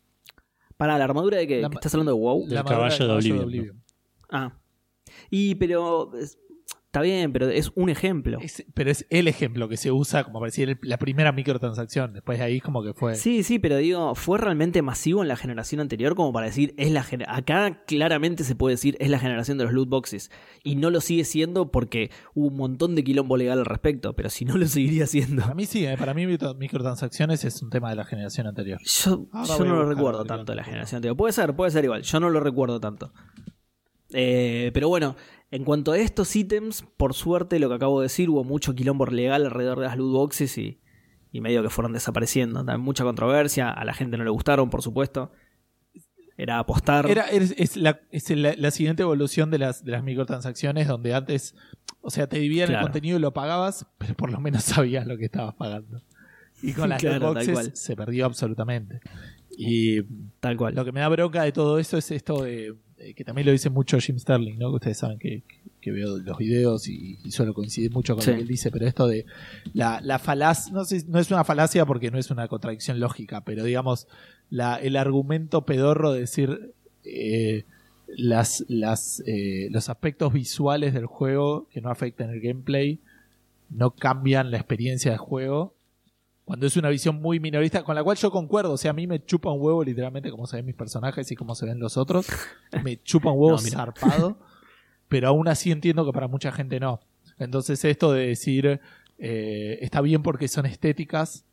Para la armadura de qué? La- ¿Que ¿Estás hablando de WoW? Del La armadura caballo de del Oblivion, Ah. Y pero es- está bien, pero es un ejemplo. Es- pero es el ejemplo que se usa como parecía el- la primera microtransacción. Después de ahí como que fue... Sí, sí, pero digo, fue realmente masivo en la generación anterior como para decir, es la gener- acá claramente se puede decir, es la generación de los loot boxes. Y no lo sigue siendo porque hubo un montón de quilombo legal al respecto, pero si no lo seguiría siendo. Para mí sí, eh, para mí micro- microtransacciones es un tema de la generación anterior. Yo, Ahora yo voy a no lo buscar recuerdo lo que tanto de la lo- generación anterior. Puede ser, puede ser igual, yo no lo recuerdo tanto. Eh, pero bueno, en cuanto a estos ítems, por suerte lo que acabo de decir, hubo mucho quilombo legal alrededor de las loot boxes y, y medio que fueron desapareciendo. También mucha controversia, a la gente no le gustaron, por supuesto. Era apostar. Era, es, es la, es la, la siguiente evolución de las, de las microtransacciones, donde antes, o sea, te dividían Claro. el contenido y lo pagabas, pero por lo menos sabías lo que estabas pagando. Y con las Claro, loot tal boxes cual. se perdió absolutamente. Y Tal cual. lo que me da bronca de todo eso es esto de, de que también lo dice mucho Jim Sterling, ¿no? Que ustedes saben que, que, que veo los videos y, y suelo coincidir mucho con Sí. lo que él dice, pero esto de la, la falacia, no sé, no es una falacia porque no es una contradicción lógica, pero digamos, la, el argumento pedorro de decir eh, las, las, eh, los aspectos visuales del juego que no afectan el gameplay no cambian la experiencia de juego. Cuando es una visión muy minorista, con la cual yo concuerdo. O sea, a mí me chupa un huevo literalmente cómo se ven mis personajes y cómo se ven los otros. Me chupa un huevo no, zarpado. Pero aún así entiendo que para mucha gente no. Entonces esto de decir eh, está bien porque son estéticas,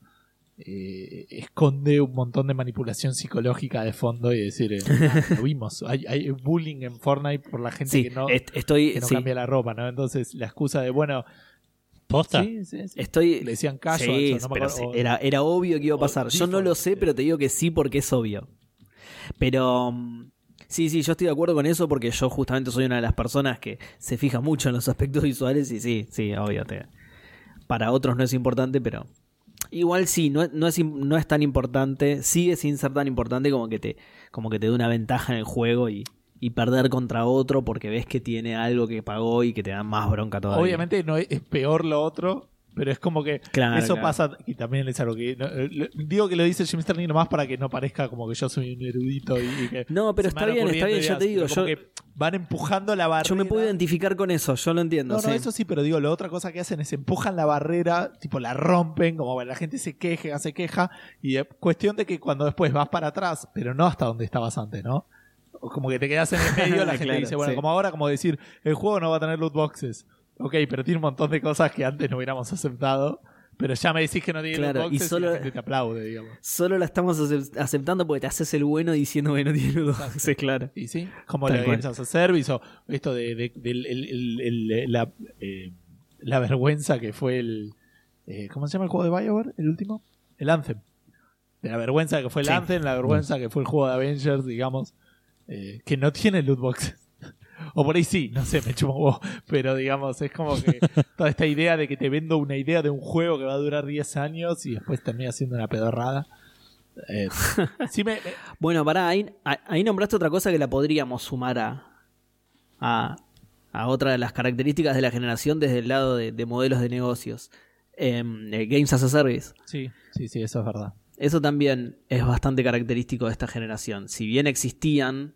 eh, esconde un montón de manipulación psicológica de fondo y decir, eh, ah, lo vimos. Hay, hay bullying en Fortnite por la gente sí, que no, est- estoy, que no sí. cambia la ropa, ¿no? Entonces la excusa de, bueno... ¿Posta? Sí, sí, sí. Estoy... Le decían callo. Sí, no me pero acuerdo, sí, era, era obvio que iba a pasar. Yo no lo sé, pero te digo que sí porque es obvio. Pero... Sí, sí, yo estoy de acuerdo con eso porque yo justamente soy una de las personas que se fija mucho en los aspectos visuales y sí, sí, obvio. Te... Para otros no es importante, pero... Igual sí, no, no, es, no es tan importante, sigue sin ser tan importante como que te, como que te dé una ventaja en el juego y... y perder contra otro porque ves que tiene algo que pagó y que te da más bronca todavía. Obviamente no es, es peor lo otro, pero es como que claro, eso claro. pasa, y también es algo que no, lo, digo que lo dice Jim Sterling nomás para que no parezca como que yo soy un erudito y, y que no, pero está bien, está bien, ideas, ya te digo, como yo que van empujando la barrera. yo me puedo identificar con eso, yo lo entiendo. No, no, sí. eso sí, pero digo, la otra cosa que hacen es empujan la barrera, tipo la rompen, como bueno, la gente se queja, se queja, y es cuestión de que cuando después vas para atrás, pero no hasta donde estabas antes, ¿no? Como que te quedas en el medio, la gente claro, dice, bueno, sí. como ahora, como decir, el juego no va a tener loot boxes. Ok, pero tiene un montón de cosas que antes no hubiéramos aceptado, pero ya me decís que no tiene claro, loot boxes y, solo, y la gente te aplaude, digamos. Solo la estamos aceptando porque te haces el bueno diciendo que no tiene loot boxes, claro. Y sí, como Tal la cual. Games as a Service o esto de, de, de, el, el, el, el, la, eh, la vergüenza que fue el... Eh, ¿Cómo se llama el juego de BioWare? ¿El último? El Anthem. De la vergüenza que fue el Sí. Anthem, la vergüenza que fue el juego de Avengers, digamos. Eh, que no tiene loot boxes. O por ahí sí, no sé, me chupo vos. Pero digamos, es como que toda esta idea de que te vendo una idea de un juego que va a durar diez años y después termina siendo una pedorrada. Eh, sí me, me... Bueno, pará, ahí, ahí nombraste otra cosa que la podríamos sumar a, a, a otra de las características de la generación desde el lado de, de modelos de negocios. Eh, Games as a Service. Sí, sí, sí, eso es verdad. Eso también es bastante característico de esta generación. Si bien existían,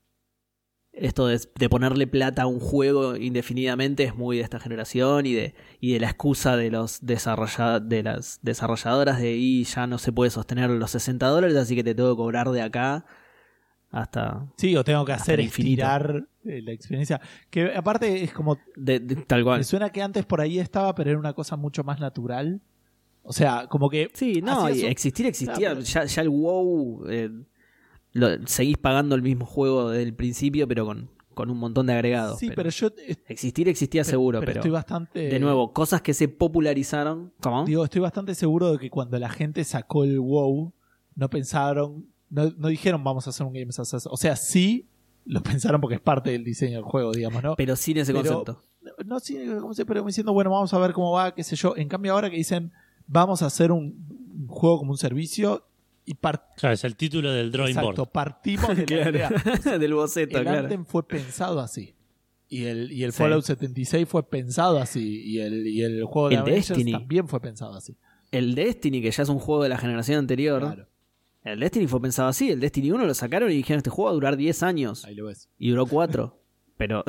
esto de, de ponerle plata a un juego indefinidamente es muy de esta generación y de, y de la excusa de los desarrolla, de las desarrolladoras de y ya no se puede sostener los sesenta dólares, así que te tengo que cobrar de acá hasta... Sí, o tengo que hacer el infinito. estirar eh, la experiencia. Que aparte es como... De, de, tal cual. Me suena que antes por ahí estaba, pero era una cosa mucho más natural. O sea, como que... Sí, no, y su... existir existía. Claro, pero... ya, ya el WoW... Eh, lo, seguís pagando el mismo juego desde el principio, pero con, con un montón de agregados. Sí, pero, pero yo... Existir existía pero, seguro, pero... pero... estoy bastante... De nuevo, cosas que se popularizaron... ¿Cómo? Digo, estoy bastante seguro de que cuando la gente sacó el WoW, no pensaron... No, no dijeron vamos a hacer un Games as a Service. O sea, sí lo pensaron porque es parte del diseño del juego, digamos, ¿no? Pero sin ese pero, concepto. No, sí, como sé, pero diciendo, bueno, vamos a ver cómo va, qué sé yo. En cambio ahora que dicen, vamos a hacer un, un juego como un servicio y part... Claro, es el título del drawing Exacto, board. partimos de la idea. O sea, del boceto, el claro. Anthem fue pensado así. Y el, y el Sí. Fallout setenta y seis fue pensado así. Y el, y el juego de El Avengers Destiny. también fue pensado así. El Destiny, que ya es un juego de la generación anterior. Claro, El Destiny fue pensado así. El Destiny uno lo sacaron y dijeron este juego va a durar diez años. ahí lo ves. Y duró cuatro. Pero...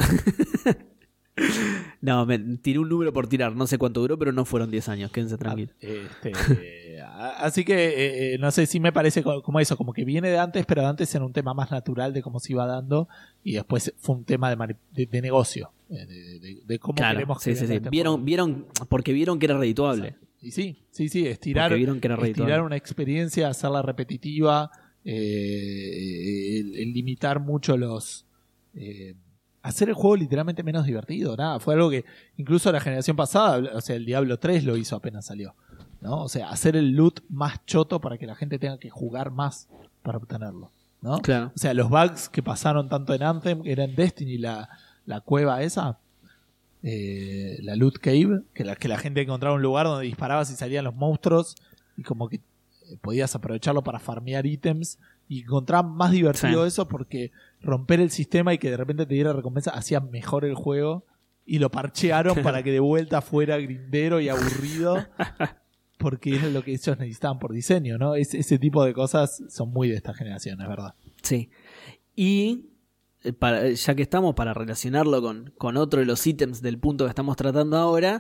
no, me tiré un número por tirar. No sé cuánto duró, pero no fueron diez años. Quédense tranquilos. Este, eh, así que eh, eh, no sé si me parece co- como eso, como que viene de antes, pero de antes era un tema más natural de cómo se iba dando y después fue un tema de, mani- de, de negocio, eh, de, de- de cómo Claro, queremos sí, que sí, venga sí. este Vieron, juego. vieron, porque vieron que era redituable. Exacto. Y sí, sí, sí, estirar, Porque vieron que era estirar redituable. una experiencia, hacerla repetitiva, eh, el, el limitar mucho los... eh, hacer el juego literalmente menos divertido, nada, fue algo que incluso la generación pasada, o sea, el Diablo tres lo hizo apenas salió, ¿no? O sea, hacer el loot más choto para que la gente tenga que jugar más para obtenerlo, ¿no? Claro. O sea, los bugs que pasaron tanto en Anthem, era en Destiny la, la cueva esa, eh, la loot cave, que la, que la gente encontraba un lugar donde disparabas y salían los monstruos y como que eh, podías aprovecharlo para farmear ítems y encontrar más divertido Sí. eso porque romper el sistema y que de repente te diera recompensa hacía mejor el juego y lo parchearon para que de vuelta fuera grindero y aburrido porque es lo que ellos necesitaban por diseño, ¿no? Es, ese tipo de cosas son muy de esta generación, es verdad. Sí. Y eh, para, ya que estamos, para relacionarlo con, con otro de los ítems del punto que estamos tratando ahora,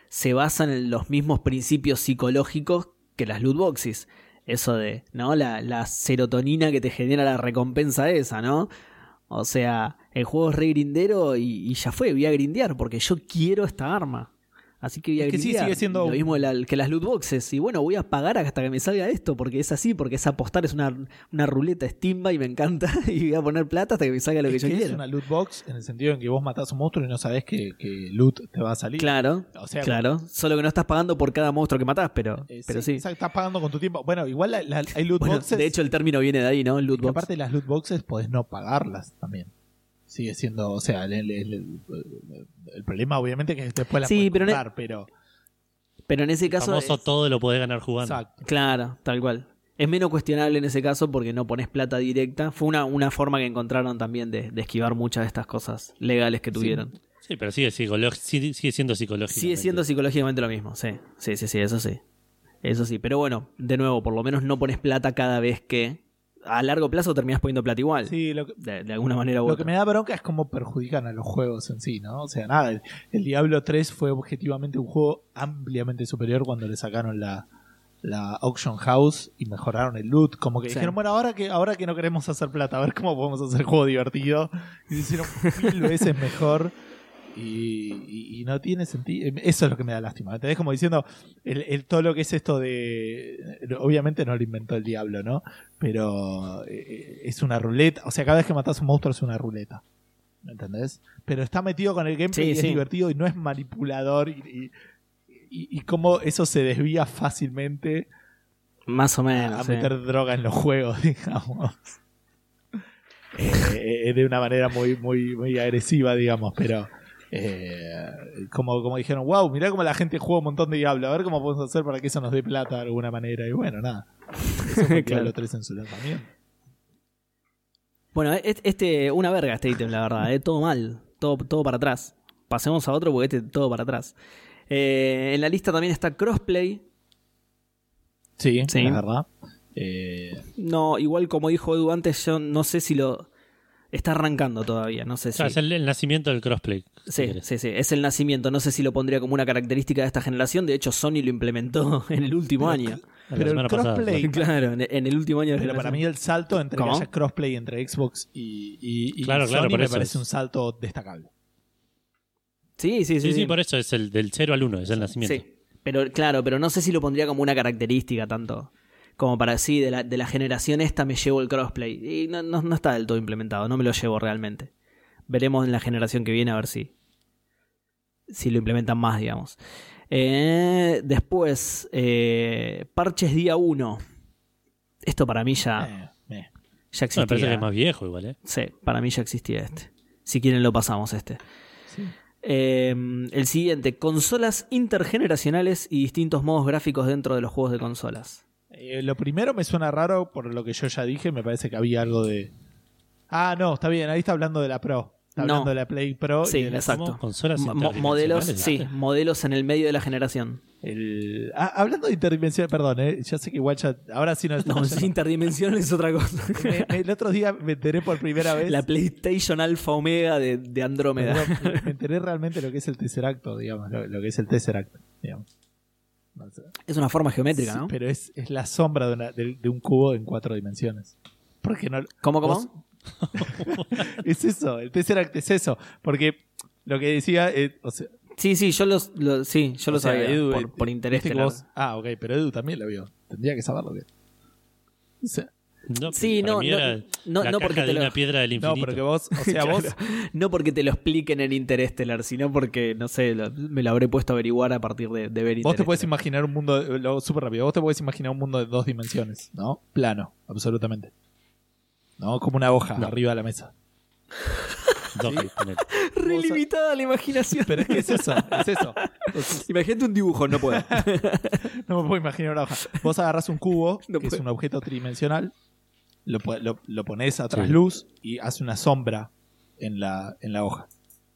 se basan en los mismos principios psicológicos que las loot boxes. Eso de, ¿no? La, la serotonina que te genera la recompensa esa, ¿no? O sea, el juego es re grindero y, y ya fue, voy a grindear porque yo quiero esta arma. Así que voy a Es que sí, grindear. sigue siendo- Lo mismo la- que las loot boxes. Y bueno, voy a pagar hasta que me salga esto porque es así, porque es apostar, es una, una ruleta Steamba y me encanta. Y voy a poner plata hasta que me salga lo que Es yo que es quiero. una loot box en el sentido en que vos matás a un monstruo y no sabés que, que loot te va a salir. Claro, O sea, claro. Solo que no estás pagando por cada monstruo que matás, pero, Eh, pero sí. exacto, estás pagando con tu tiempo. Bueno, igual la- la- hay loot Bueno, boxes. de hecho, el término viene de ahí, ¿no? Loot que box. aparte las loot boxes podés no pagarlas también. Sigue siendo, o sea, el, el- el- el problema obviamente es que después las Sí, podés pero ne- comprar, pero... Pero en ese caso. famoso es- todo lo podés ganar jugando. Exacto. Claro, tal cual. Es menos cuestionable en ese caso porque no pones plata directa. Fue una, una forma que encontraron también de, de esquivar muchas de estas cosas legales que tuvieron. Sí, pero sigue, psicolo- sigue, sigue siendo psicológico. Sigue siendo psicológicamente lo mismo, sí. Sí, sí, sí, eso sí. Eso sí. Pero bueno, de nuevo, por lo menos no pones plata cada vez que. A largo plazo terminás poniendo plata igual. Sí, lo que, De, de alguna manera u lo otra. que me da bronca es cómo perjudican a los juegos en sí, ¿no? O sea, nada, el, el Diablo tres fue objetivamente un juego ampliamente superior cuando le sacaron la, la Auction House y mejoraron el loot. Como que Sí. dijeron, bueno, ahora que, ahora que no queremos hacer plata, a ver cómo podemos hacer el juego divertido. Y lo hicieron mil veces mejor. Y, y- y no tiene sentido. Eso es lo que me da lástima. ¿Entendés? Como diciendo, el, el- todo lo que es esto de. Obviamente no lo inventó el Diablo, ¿no? Pero eh, es una ruleta. O sea, cada vez que matas a un monstruo es una ruleta. ¿Me entendés? Pero está metido con el gameplay Sí, y es sí. divertido y no es manipulador. Y, y, y, y cómo eso se desvía fácilmente Más o a menos. sí. meter droga en los juegos, digamos. Eh, eh, de una manera muy, muy, muy agresiva, digamos, pero. Eh, como, como dijeron, wow, mirá cómo la gente juega un montón de Diablo, a ver cómo podemos hacer para que eso nos dé plata de alguna manera. Y bueno, nada. Eso fue el Claro. Diablo tres en su lanzamiento. Bueno, es- este, una verga este ítem, la verdad, ¿eh? Todo mal, todo, todo para atrás. Pasemos a otro porque este todo para atrás. Eh, en la lista también está crossplay. Sí, Sí. es verdad. Eh, No, igual como dijo Edu antes, yo no sé si lo está arrancando todavía, no sé si. Claro, es el, el nacimiento del crossplay. si Sí, querés. sí, sí, es el nacimiento. No sé si lo pondría como una característica de esta generación. De hecho, Sony lo implementó en el último año. La pero el semana pasada, crossplay- claro. Claro, en, en el último año de pero para mí generación. el salto entre ¿Cómo? que haya crossplay entre Xbox y, y, y Claro, Sony claro, por me eso parece es. un salto destacable. Sí, sí, sí. Sí, sí, sí. por eso es el del cero al uno, es el nacimiento. Sí, pero claro, pero no sé si lo pondría como una característica tanto como para sí, de la, de la generación esta me llevo el crossplay. Y no, no, no está del todo implementado, no me lo llevo realmente. Veremos en la generación que viene a ver si, si lo implementan más, digamos. Eh, después, eh, parches día uno. Esto para mí ya, Eh, eh. ya No, me parece que existía. es más viejo igual, ¿eh? Sí, para mí ya existía este. Si quieren lo pasamos este. Sí. Eh, el siguiente, consolas intergeneracionales y distintos modos gráficos dentro de los juegos de consolas. Eh, lo primero me suena raro por lo que yo ya dije, me parece que había algo de... Ah, no, está bien, ahí está hablando de la Pro. Está No. hablando de la Play Pro. Sí, y de la- exacto. ¿Cómo? Consolas Mo- mo- modelos, intergeneracionales. sí, modelos en el medio de la generación. El... Ah, hablando de interdimensional, perdón, eh, ya sé que igual ya... Ahora sí nos No, estamos yendo. interdimensional es otra cosa. Me- me- El otro día me enteré por primera vez... La PlayStation Alpha Omega de, de Andrómeda. Perdón, me enteré realmente lo que es el Tesseracto, digamos, lo, lo que es el Tesseract, digamos. No sé. Es una forma geométrica, Sí, ¿no? pero es, es la sombra de, una- de- de un cubo en cuatro dimensiones. Porque no... ¿Cómo, vos- cómo? es eso, el Tesseract es eso. Porque lo que decía... eh, o sea, Sí, sí, yo, los, lo, sí, yo lo o sea, sabía Edu, por, eh, por interés. viste que estelar. vos- Ah, ok, pero Edu también lo vio. Tendría que saberlo bien. O sea, No, Sí, para no, mí no, era no, la no caja porque de te lo- una piedra del no, infinito. porque vos... O sea, vos... Claro. No porque te lo expliquen en Interestelar, sino porque, no sé, lo- me lo habré puesto a averiguar a partir de, de ver Vos te puedes Interestelar. imaginar un mundo, de- lo súper rápido, vos te puedes imaginar un mundo de dos dimensiones, ¿no? Plano, absolutamente. ¿No? Como una hoja No. arriba de la mesa. Dos, ahí, ponele. Re limitada la imaginación. Pero es que es eso, es eso. Entonces, Imagínate un dibujo, no puedo. no me puedo imaginar una hoja. Vos agarrás un cubo, No que es puedo. un objeto tridimensional, lo, po- lo, lo pones a trasluz y hace una sombra en la, en la hoja.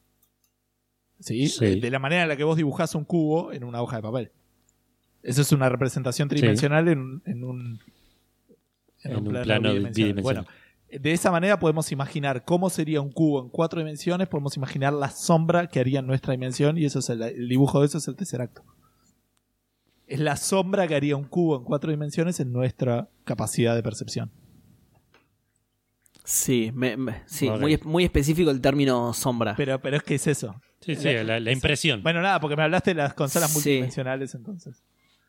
¿Sí? Sí. De la manera en la que vos dibujás un cubo en una hoja de papel. Eso es una representación tridimensional en, un- en un En un plano bidimensional. Bueno, de esa manera podemos imaginar cómo sería un cubo en cuatro dimensiones, podemos imaginar la sombra que haría en nuestra dimensión, y eso es el, el dibujo de eso es el Tesseracto. Es la sombra que haría un cubo en cuatro dimensiones en nuestra capacidad de percepción. Sí, me, me, sí Okay. muy, muy específico el término sombra. Pero, pero es que es eso. Sí, sí, la, la impresión. Bueno, nada, porque me hablaste de las consolas Sí. multidimensionales, entonces.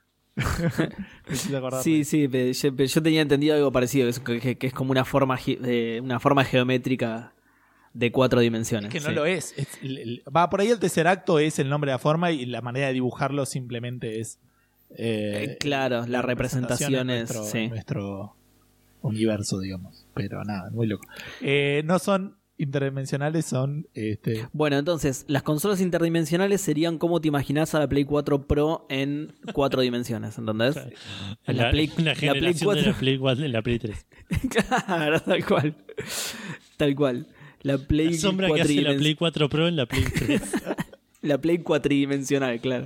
Necesito acordarme. Sí, sí, pero yo, pero yo tenía entendido algo parecido, que es, que, que es como una forma, ge- eh, una forma geométrica de cuatro dimensiones. Es que no sí. lo es. Es el- el- va por ahí el Tesseracto es el nombre de la forma y la manera de dibujarlo simplemente es. eh, Eh, claro, la representación en es, nuestro, sí. en nuestro universo, digamos. Pero nada, muy loco. Eh, no son interdimensionales, son. Este, Bueno, entonces, las consolas interdimensionales serían como te imaginás a la Play cuatro Pro en cuatro dimensiones, ¿entendés? La, La Play- la la Play generación de cuatro. la Play cuatro, la Play tres. Claro, tal cual. Tal cual. La Play La sombra que hace la cuatridimen- Play cuatro Pro en la Play tres. La Play cuatridimensional, claro.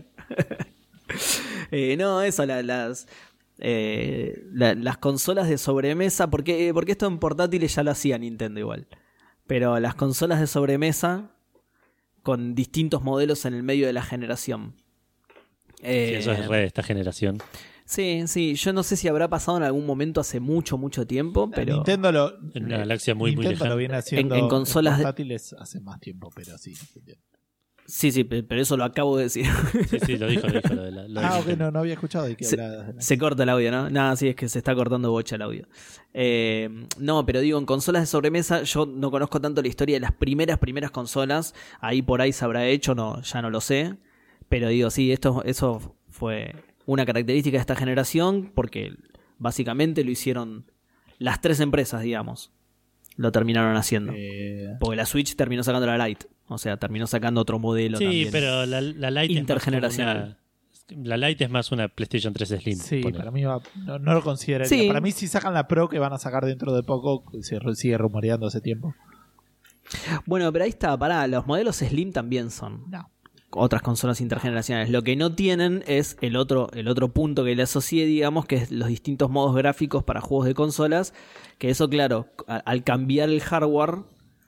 Eh, no, eso, la- las eh, la- las consolas de sobremesa, porque, porque esto en portátiles ya lo hacía Nintendo igual. Pero las consolas de sobremesa con distintos modelos en el medio de la generación. Eh, Sí, eso es re de esta generación. sí, sí, yo no sé si habrá pasado en algún momento hace mucho, mucho tiempo, pero... Nintendo lo. En una galaxia muy, muy Nintendo lejana. lo viene haciendo En- en consolas de- portátiles hace más tiempo, pero sí. entiendo. Sí, sí, pe- pero eso lo acabo de decir. Sí, sí, lo dijo, lo dijo. Lo de la, lo de Ah, ok, Nintendo. no, no había escuchado de qué Se, hablabas. se corta el audio, ¿no? Nada, sí, es que se está cortando bocha el audio. Eh, no, pero digo, en consolas de sobremesa, yo no conozco tanto la historia de las primeras, primeras consolas. Ahí por ahí se habrá hecho, no, ya no lo sé. Pero digo, sí, esto, eso fue una característica de esta generación, porque básicamente lo hicieron las tres empresas, digamos. Lo terminaron haciendo. Eh, Porque la Switch terminó sacando la Lite. O sea, terminó sacando otro modelo Sí, también. pero la, la Lite Intergeneracional. es más como una- la Lite es más una PlayStation tres Slim. sí, ponele. para mí va- no, no lo consideraría. Sí. Para mí, si sacan la Pro que van a sacar dentro de poco, se ru- sigue rumoreando hace tiempo. Bueno, pero ahí está, pará, los modelos Slim también son No. otras consolas intergeneracionales. Lo que no tienen es el otro, el otro punto que le asocié, digamos, que es los distintos modos gráficos para juegos de consolas. Que eso, claro, a- al cambiar el hardware.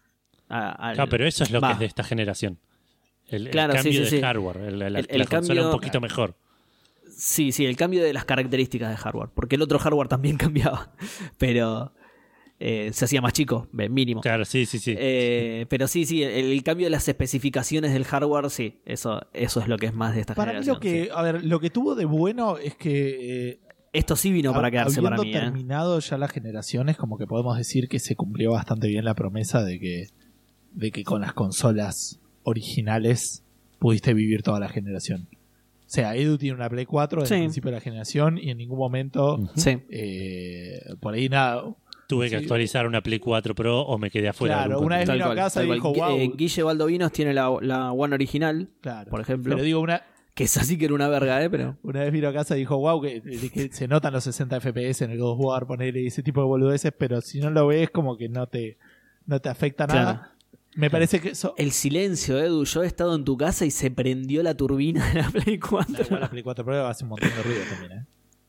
a- al- Claro, pero eso es lo va. que es de esta generación. El, el Claro, sí, cambio sí, de sí. hardware. El, la, El- la el consola cambio- un poquito mejor. Sí, sí, el cambio de las características de hardware. Porque el otro hardware también cambiaba. Pero eh, se hacía más chico, eh, mínimo. Claro, sí, sí, sí. Eh, pero sí, sí, el, el cambio de las especificaciones del hardware, sí, eso, eso es lo que es más de esta Para mí generación. lo que, sí. a ver, lo que tuvo de bueno es que eh, Esto sí vino para quedarse habiendo para mí. ¿eh? terminado ya las generaciones, como que podemos decir que se cumplió bastante bien la promesa de que, de que con las consolas originales pudiste vivir toda la generación. O sea, Edu tiene una Play cuatro desde Sí. el principio de la generación y en ningún momento Ujú. Sí. eh, por ahí nada. Tuve que sí. actualizar una Play cuatro Pro o me quedé afuera. de Claro, algún una vez contenido. vino a casa y tal dijo, cual. wow. Eh, Guille Valdovinos tiene la, la One original, Claro. por ejemplo. Pero digo, una, que es así que era una verga, ¿eh? Pero... una vez vino a casa y dijo, wow, que, que se notan los sesenta F P S en el God of War, ponerle ese tipo de boludeces, pero si no lo ves como que no te, no te afecta nada. Claro. Me parece que eso... El silencio, Edu. Yo he estado en tu casa y se prendió la turbina de la Play cuatro. Da igual, la Play cuatro Pro hace un montón de ruido también, ¿eh?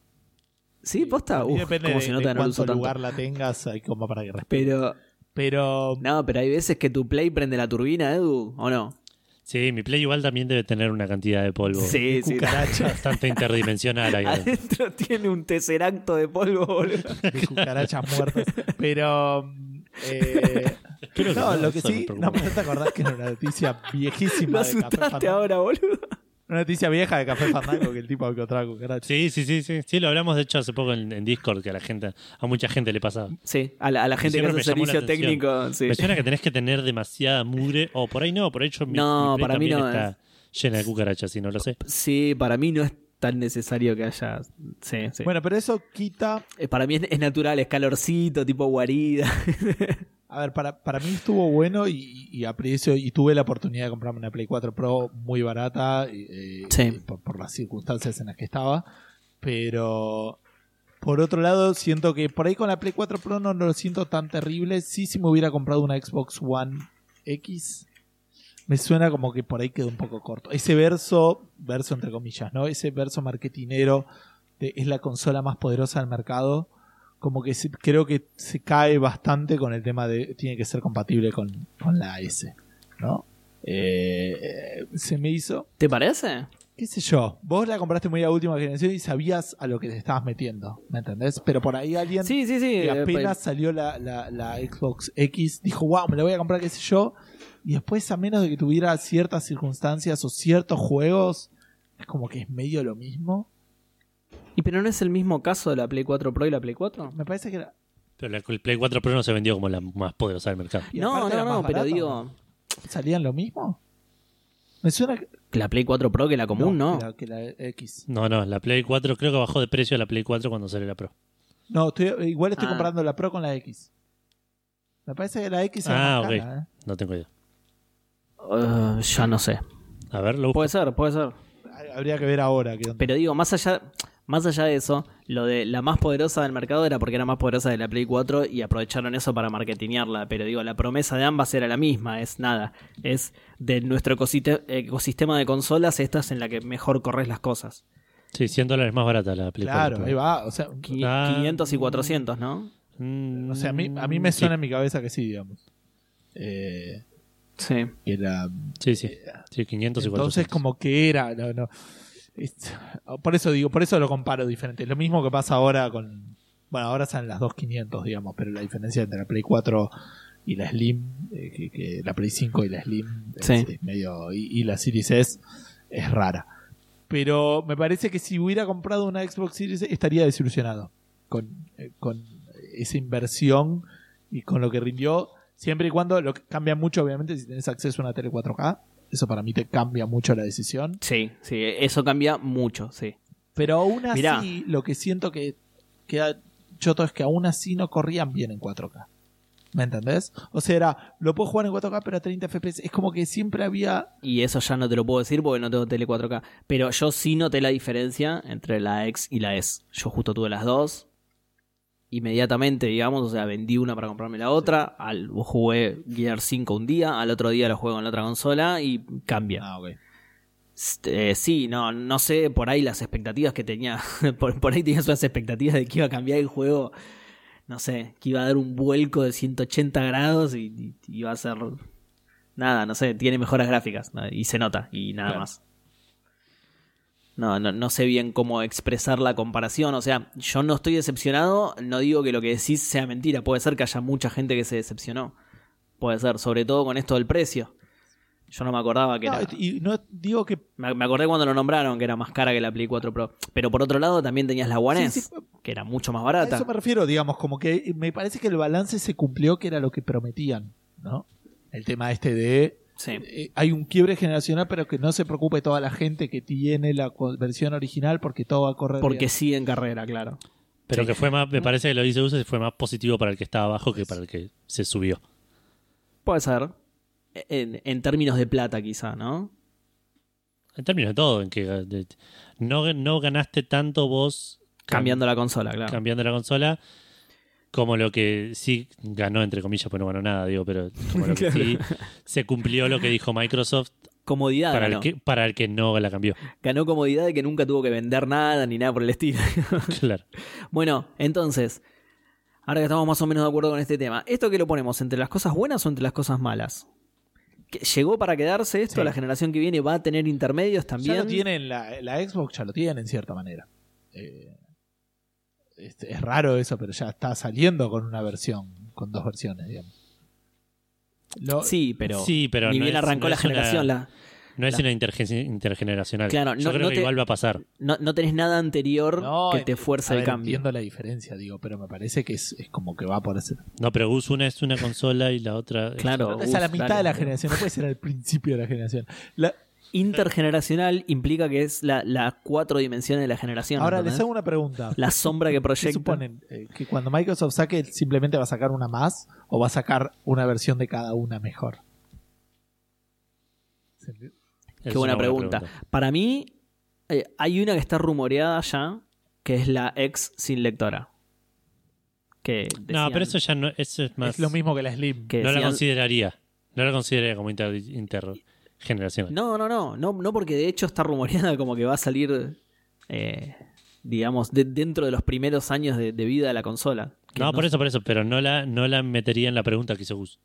¿Sí? ¿Posta? Y Uf, depende como de, se de nota que no lo cuánto uso tanto. lugar la tengas, hay como para que respire. Pero... Pero... No, pero hay veces que tu Play prende la turbina, Edu, ¿o no? Sí, mi Play igual también debe tener una cantidad de polvo Sí, sí. cucaracha, bastante interdimensional ahí adentro. Adentro tiene un tesseracto de polvo, boludo. de cucarachas muertas. Pero... eh, Creo que no, no, lo que eso me sí, preocupa. no, ¿no te acordás que era una noticia Lo viejísima de Café asustaste Fandango? ahora, boludo. Una noticia vieja de Café Fandango que el tipo encontraba cucarachas. Sí, sí, sí, sí. Sí, lo hablamos de hecho hace poco en, en Discord, que a la gente, a mucha gente le pasaba. Sí, a la, a la gente que Siempre hace me llamó la servicio atención. técnico. Sí. Me suena que tenés que tener demasiada mugre, o por ahí no, por hecho mi, No, mi Play para mí también no está llena de cucarachas, y no lo sé. Sí, para mí no es tan necesario que haya. Sí, sí. Bueno, pero eso quita... Eh, para mí es, es natural, es calorcito, tipo guarida. A ver, para, para mí estuvo bueno y, y aprecio y tuve la oportunidad de comprarme una Play cuatro Pro muy barata eh, Sí. eh, por, por las circunstancias en las que estaba, pero por otro lado siento que por ahí con la Play cuatro Pro no lo siento tan terrible. Sí, si me hubiera comprado una Xbox One X me suena como que por ahí quedó un poco corto. Ese verso, verso entre comillas, ¿no? Ese verso marketinero de es la consola más poderosa del mercado. como que se, creo que se cae bastante con el tema de tiene que ser compatible con, con la S, ¿no? Eh, se me hizo, ¿Te parece? qué sé yo, vos la compraste muy a última generación y sabías a lo que te estabas metiendo, ¿me entendés? Pero por ahí alguien Sí, sí, sí. que eh, apenas pe- salió la, la, la Xbox X dijo, wow, me la voy a comprar, qué sé yo, y después a menos de que tuviera ciertas circunstancias o ciertos juegos, es como que es medio lo mismo. ¿Y pero no es el mismo caso de la Play cuatro Pro y la Play cuatro? Me parece que era... Pero la, el Play cuatro Pro no se vendió como la más poderosa del mercado. y No, aparte no, era no, más pero barato, digo, ¿no? ¿Salían lo mismo? Me suena que... la Play cuatro Pro que la común, no. Que la, que la X. No, no, la Play cuatro creo que bajó de precio la Play cuatro cuando salió la Pro. No, estoy, igual estoy Ah. comprando la Pro con la X. Me parece que la X era Ah, más ok. cara, ¿eh? No tengo idea. Uh, ya no sé. A ver, lo busco. Puede ser, puede ser. Habría que ver ahora qué onda. Pero digo, más allá, más allá de eso, lo de la más poderosa del mercado era porque era más poderosa de la Play cuatro y aprovecharon eso para marketinearla. Pero digo, la promesa de ambas era la misma, es nada. Es de nuestro ecosiste- ecosistema de consolas, esta es en la que mejor corres las cosas. Sí, cien dólares más barata la Play Claro, cuatro ahí Pro. va. O sea, Qui- Ah. quinientos y cuatrocientos, ¿no? Mm, o sea a, mí, a mí me suena sí. en mi cabeza que sí, digamos. Eh, Sí. que era... Sí, sí. Sí, quinientos y Entonces cuatrocientos. como que era... No, no. Es- por eso digo, por eso lo comparo diferente. Lo mismo que pasa ahora con... Bueno, ahora salen las dos quinientos, digamos, pero la diferencia entre la Play cuatro y la Slim, eh, que, que la Play cinco y la Slim es, Sí. es medio... Y, y la Series S es rara. Pero me parece que si hubiera comprado una Xbox Series S estaría desilusionado con, eh, con esa inversión y con lo que rindió, siempre y cuando lo que cambia mucho, obviamente, si tenés acceso a una tele cuatro K, eso para mí te cambia mucho la decisión. Sí, sí, eso cambia mucho, sí. Pero aún así, Mirá. lo que siento que queda choto es que aún así no corrían bien en cuatro K. ¿Me entendés? O sea, era, lo puedo jugar en cuatro K pero a treinta F P S. Es como que siempre había... Y eso ya no te lo puedo decir porque no tengo tele cuatro K. Pero yo sí noté la diferencia entre la X y la S. Yo justo tuve las dos. Inmediatamente, digamos, o sea, vendí una para comprarme la otra. Al, jugué Gear cinco un día, al otro día lo juego en la otra consola y cambia. Ah, ok. Este, sí, no, no sé por ahí las expectativas que tenía. por, por ahí tenías unas expectativas de que iba a cambiar el juego. No sé, que iba a dar un vuelco de ciento ochenta grados y, y- y iba a ser... Nada, no sé, tiene mejoras gráficas, ¿no? Y se nota, y nada Claro. más. No, no, no sé bien cómo expresar la comparación. O sea, yo no estoy decepcionado, no digo que lo que decís sea mentira. Puede ser que haya mucha gente que se decepcionó. Puede ser, sobre todo con esto del precio. Yo no me acordaba que No, era... y no digo que... Me me acordé cuando lo nombraron, que era más cara que la Play cuatro Pro. Pero por otro lado también tenías la One Sí, S, sí, que era mucho más a barata. eso me refiero, digamos, como que me parece que el balance se cumplió, que era lo que prometían, ¿no? El tema este de... Sí. eh, hay un quiebre generacional, pero que no se preocupe toda la gente que tiene la co- versión original porque todo va a correr Porque bien. sigue en carrera, claro. Pero Sí. que fue más, me parece que lo dice Uso, fue más positivo para el que estaba abajo que para el que se subió. Puede ser. En, en términos de plata, quizá, ¿no? En términos de todo, en que de- no, no ganaste tanto vos cam- Cambiando la consola, claro. cambiando la consola como lo que sí ganó, entre comillas, pues no ganó nada, digo, pero como lo que sí se cumplió lo que dijo Microsoft Comodidad para ganó. el, que, para el que no la cambió. Ganó comodidad de que nunca tuvo que vender nada ni nada por el estilo. Claro. Bueno, entonces, ahora que estamos más o menos de acuerdo con este tema, ¿esto qué lo ponemos? ¿Entre las cosas buenas o entre las cosas malas? ¿Que ¿Llegó para quedarse esto? Sí. ¿La generación que viene va a tener intermedios también? Ya lo tienen, la, la Xbox ya lo tiene en cierta manera. Eh, este, es raro eso, pero ya está saliendo con una versión, con dos versiones, digamos. Lo- Sí, pero, Sí, pero ni no bien es- arrancó no la es una- generación, la, No es La- una intergen- intergeneracional. Claro, Yo no- creo no que te- igual va a pasar. no, no tenés nada anterior No, que te eh, fuerce a el ver, cambio. Entiendo la diferencia, digo, pero me parece que es, es como que va por ese. No, pero Gus, una es una consola y la otra... es Claro. otra. Es a la Uf, mitad dale, de la boludo. generación, no puede ser al principio de la generación. La- Intergeneracional implica que es la, la cuatro dimensiones de la generación. ahora ¿entendés? les hago una pregunta. La sombra que ¿Qué proyecta. suponen? Eh, ¿Que cuando Microsoft saque simplemente va a sacar una más o va a sacar una versión de cada una mejor? ¿Se entiende? Es Qué buena, una pregunta. Para mí, eh, hay una que está rumoreada ya, que es la X sin lectora. Que No, decían pero eso ya no... Eso es más... Es lo mismo que la Slim. que No la decían- consideraría. No la consideraría como inter, intergeneracional. No, no, no, no, no, porque de hecho está rumoreada como que va a salir eh, digamos, de, dentro de los primeros años de, de vida de la consola. No, no, por eso, por eso, pero no la, no la metería en la pregunta que hizo Gus.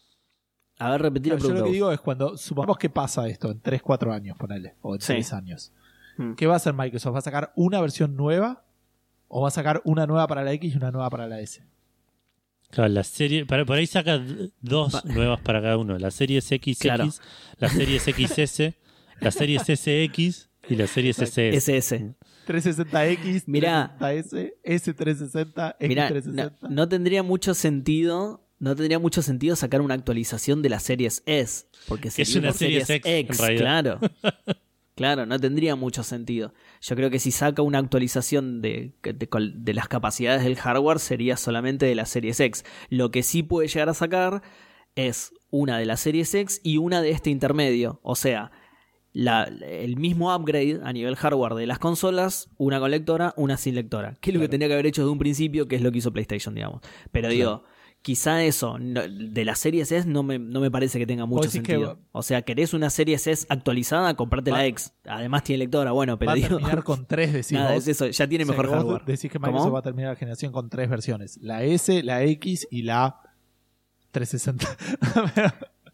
A ver, repetir la Yo pregunta. lo que digo es cuando, supongamos que pasa esto en tres cuatro años, ponele, o en Sí. seis años. Hmm. ¿Qué va a hacer Microsoft? ¿Va a sacar una versión nueva? ¿O va a sacar una nueva para la X y una nueva para la S? Claro, la serie, para, por ahí saca dos Va. nuevas para cada uno. La serie X X, Claro. la serie X S, la serie S X y la serie S S. S S. trescientos sesenta X, Mirá. trescientos sesenta S, S trescientos sesenta, X Mirá, trescientos no, sesenta. no tendría mucho sentido. No tendría mucho sentido sacar una actualización de la Series S. Porque Es sería una una Series Series X, en realidad. claro. Claro, no tendría mucho sentido. Yo creo que si saca una actualización de, de, de las capacidades del hardware sería solamente de la Series X. Lo que sí puede llegar a sacar es una de la Series X y una de este intermedio. O sea, la, el mismo upgrade a nivel hardware de las consolas, una con lectora, una sin lectora. Que es lo Claro. que tenía que haber hecho desde un principio, que es lo que hizo PlayStation, digamos. Pero Claro. digo, quizá eso, no, de la Series S no me, no me parece que tenga mucho decís que sentido. va- O sea, querés una Series S actualizada, comprate Va- la X. Además tiene lectora, bueno, pero Va a digo, terminar con tres, decís nada, vos. es eso, ya tiene O sea, mejor que vos hardware. Decís que ¿Cómo? Microsoft va a terminar la generación con tres versiones. La S, la X y la trescientos sesenta.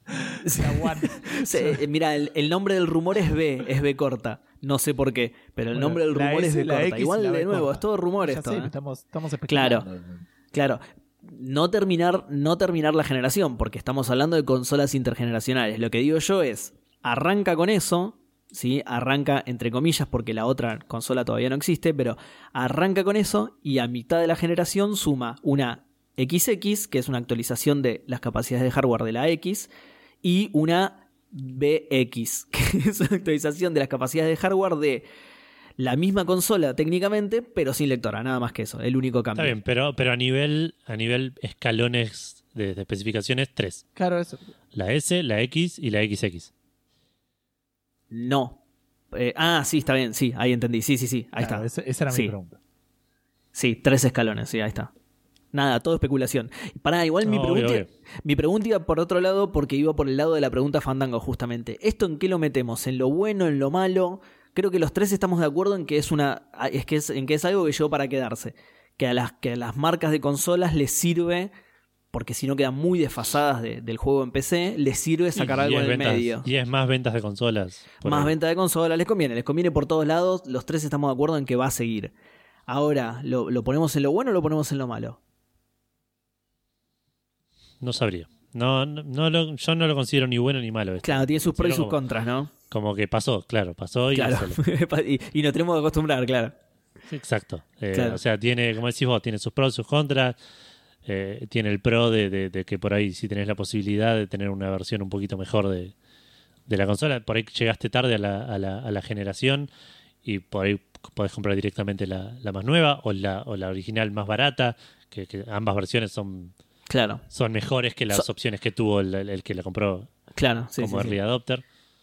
La One. Sí, eh, mira, el, el nombre del rumor es B, es B corta. No sé por qué, pero el Bueno, nombre del la rumor es S, B la corta. X y Igual, la B de nuevo, corta. es todo rumor Ya esto. sé, ¿eh? estamos, estamos Claro. especulando. Claro, no terminar, no terminar la generación, porque estamos hablando de consolas intergeneracionales. Lo que digo yo es, arranca con eso, ¿sí? Arranca entre comillas, porque la otra consola todavía no existe, pero arranca con eso y a mitad de la generación suma una X X, que es una actualización de las capacidades de hardware de la X, y una B X, que es una actualización de las capacidades de hardware de la misma consola técnicamente, pero sin lectora, nada más que eso, el único cambio. Está bien, pero, pero a nivel a nivel escalones de, de especificaciones, tres. Claro, eso. La S, la X y la X X. No. Eh, ah, sí, está bien, sí, ahí entendí. Sí, sí, sí, ahí Claro, está. Esa, esa era Sí. mi pregunta. Sí, tres escalones, sí, ahí está. Nada, todo especulación. Pará, igual mi No, pregunta, obvio, obvio. mi pregunta iba por otro lado porque iba por el lado de la pregunta Fandango, justamente. ¿Esto en qué lo metemos? ¿En lo bueno, en lo malo? Creo que los tres estamos de acuerdo en que es una. Es que es, en que es algo que llegó para quedarse. Que a las, que a las marcas de consolas les sirve, porque si no quedan muy desfasadas de- del juego en P C, les sirve sacar Y- algo y es en el ventas- medio. Y es más ventas de consolas. por Más ahí. venta de consolas, les conviene, les conviene por todos lados. Los tres estamos de acuerdo en que va a seguir. Ahora, ¿lo, lo ponemos en lo bueno o lo ponemos en lo malo? No sabría. No, no, no lo- yo no lo considero ni bueno ni malo. esto. Claro, tiene sus pros y sus como- contras, ¿no? Como que pasó, claro, pasó y Claro. solo. y, y nos tenemos que acostumbrar, claro. Exacto. Eh, Claro. O sea, tiene, como decís vos, tiene sus pros, sus contras. Eh, tiene el pro de, de- de que por ahí si tenés la posibilidad de tener una versión un poquito mejor de, de la consola, por ahí llegaste tarde a la, a la, a la generación y por ahí podés comprar directamente la, la más nueva o la, o la original más barata, que, que ambas versiones son, Claro, son mejores que las So- opciones que tuvo el, el- el que la compró claro. Sí, como sí, sí. early adopter.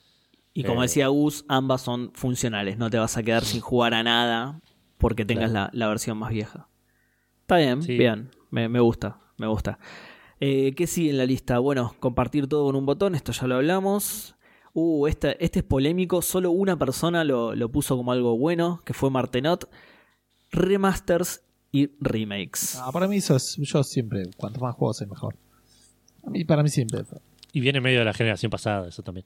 Y como Eh, decía Gus, ambas son funcionales. No te vas a quedar sin jugar a nada porque tengas Claro. la, la versión más vieja. Está bien, Sí. bien. Me, me gusta, me gusta. Eh, ¿Qué sigue en la lista? Bueno, compartir todo con un botón. Esto ya lo hablamos. Uh, este, este es polémico. Solo una persona lo, lo puso como algo bueno, que fue Martenot. Remasters y remakes. Ah, para mí eso es, yo siempre, cuanto más juegos es mejor. A mí, para mí siempre. Y viene medio de la generación pasada, eso también.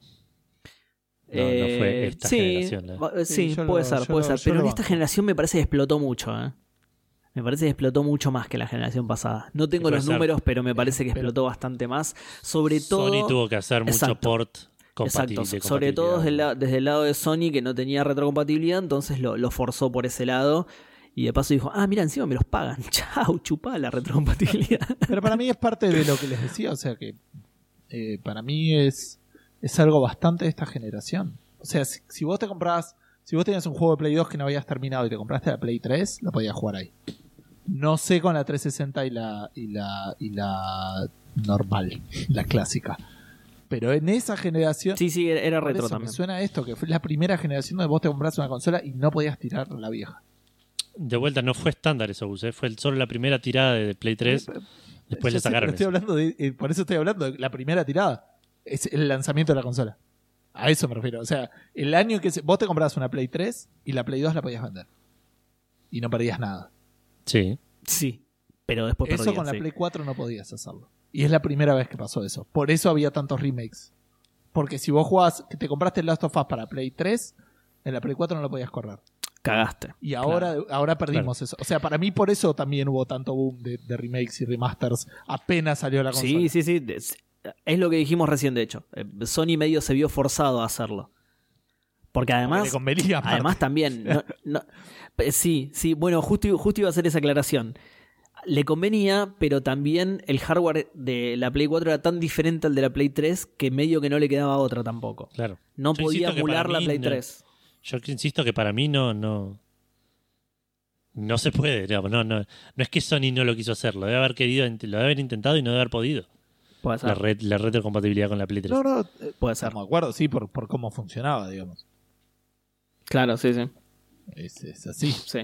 No, no fue Eh, esta sí, generación. la- va- eh, sí, Sí, yo puede lo- ser, yo puede lo- ser. yo Pero lo en esta banco. generación me parece que explotó mucho, ¿eh? Me parece que explotó mucho más que la generación pasada. No tengo puede los ser. números, pero me parece que Pero- explotó bastante más. Sobre todo. Sony tuvo que hacer mucho Exacto. port Exacto, compatible. de sobre todo desde el, compatibilidad. la- desde el lado de Sony que no tenía retrocompatibilidad, entonces lo, lo forzó por ese lado. Y de paso dijo, ah, mira, encima me los pagan. Chau, chupá la retrocompatibilidad. Pero para mí es parte de lo que les decía, o sea que eh, para mí es, es algo bastante de esta generación. O sea, si, si vos te comprabas, si vos tenías un juego de Play dos que no habías terminado y te compraste la Play tres, lo podías jugar ahí. No sé con la trescientos sesenta y la, y la, y la normal, la clásica. Pero en esa generación, Sí, sí, era, era por retro eso me también. suena esto, que fue la primera generación donde vos te compraste una consola y no podías tirar la vieja. De vuelta, no fue estándar eso, Gus, ¿eh? Fue el- solo la primera tirada de Play tres. Después Yo le sé, sacaron pero estoy eso. hablando de, eh, por eso estoy hablando de la primera tirada. Es el lanzamiento de la consola. A eso me refiero. O sea, el año que se- vos te comprabas una Play tres y la Play dos la podías vender. y no perdías nada. Sí. Sí, pero después Eso perdías, con la sí. Play cuatro no podías hacerlo. Y es la primera vez que pasó eso. Por eso había tantos remakes. Porque si vos jugabas, que te compraste el Last of Us para Play tres, en la Play cuatro no lo podías correr. Cagaste. Y ahora, Claro. ahora perdimos eso. O sea, para mí por eso también hubo tanto boom de, de remakes y remasters apenas salió la consola. Sí, sí, sí. Es es lo que dijimos recién, de hecho. Eh, Sony medio se vio forzado a hacerlo. Porque Porque además... le convenía, aparte. Además también... no- no- eh, sí, sí. Bueno, justo, justo iba a hacer esa aclaración. Le convenía, pero también el hardware de la Play cuatro era tan diferente al de la Play tres que medio que no le quedaba otra tampoco. Claro. No Yo podía insisto que para emular la mí Play no- tres. Yo insisto que para mí no, no, no se puede, digamos, no, no, no es que Sony no lo quiso hacer, lo debe haber querido, lo debe haber intentado y no debe haber podido. Puede ser. La red, la retrocompatibilidad con la Play tres. No, no, eh, Puede ser. estamos de acuerdo, sí, por, por cómo funcionaba, digamos. Claro, sí, sí. Es, es así. Sí.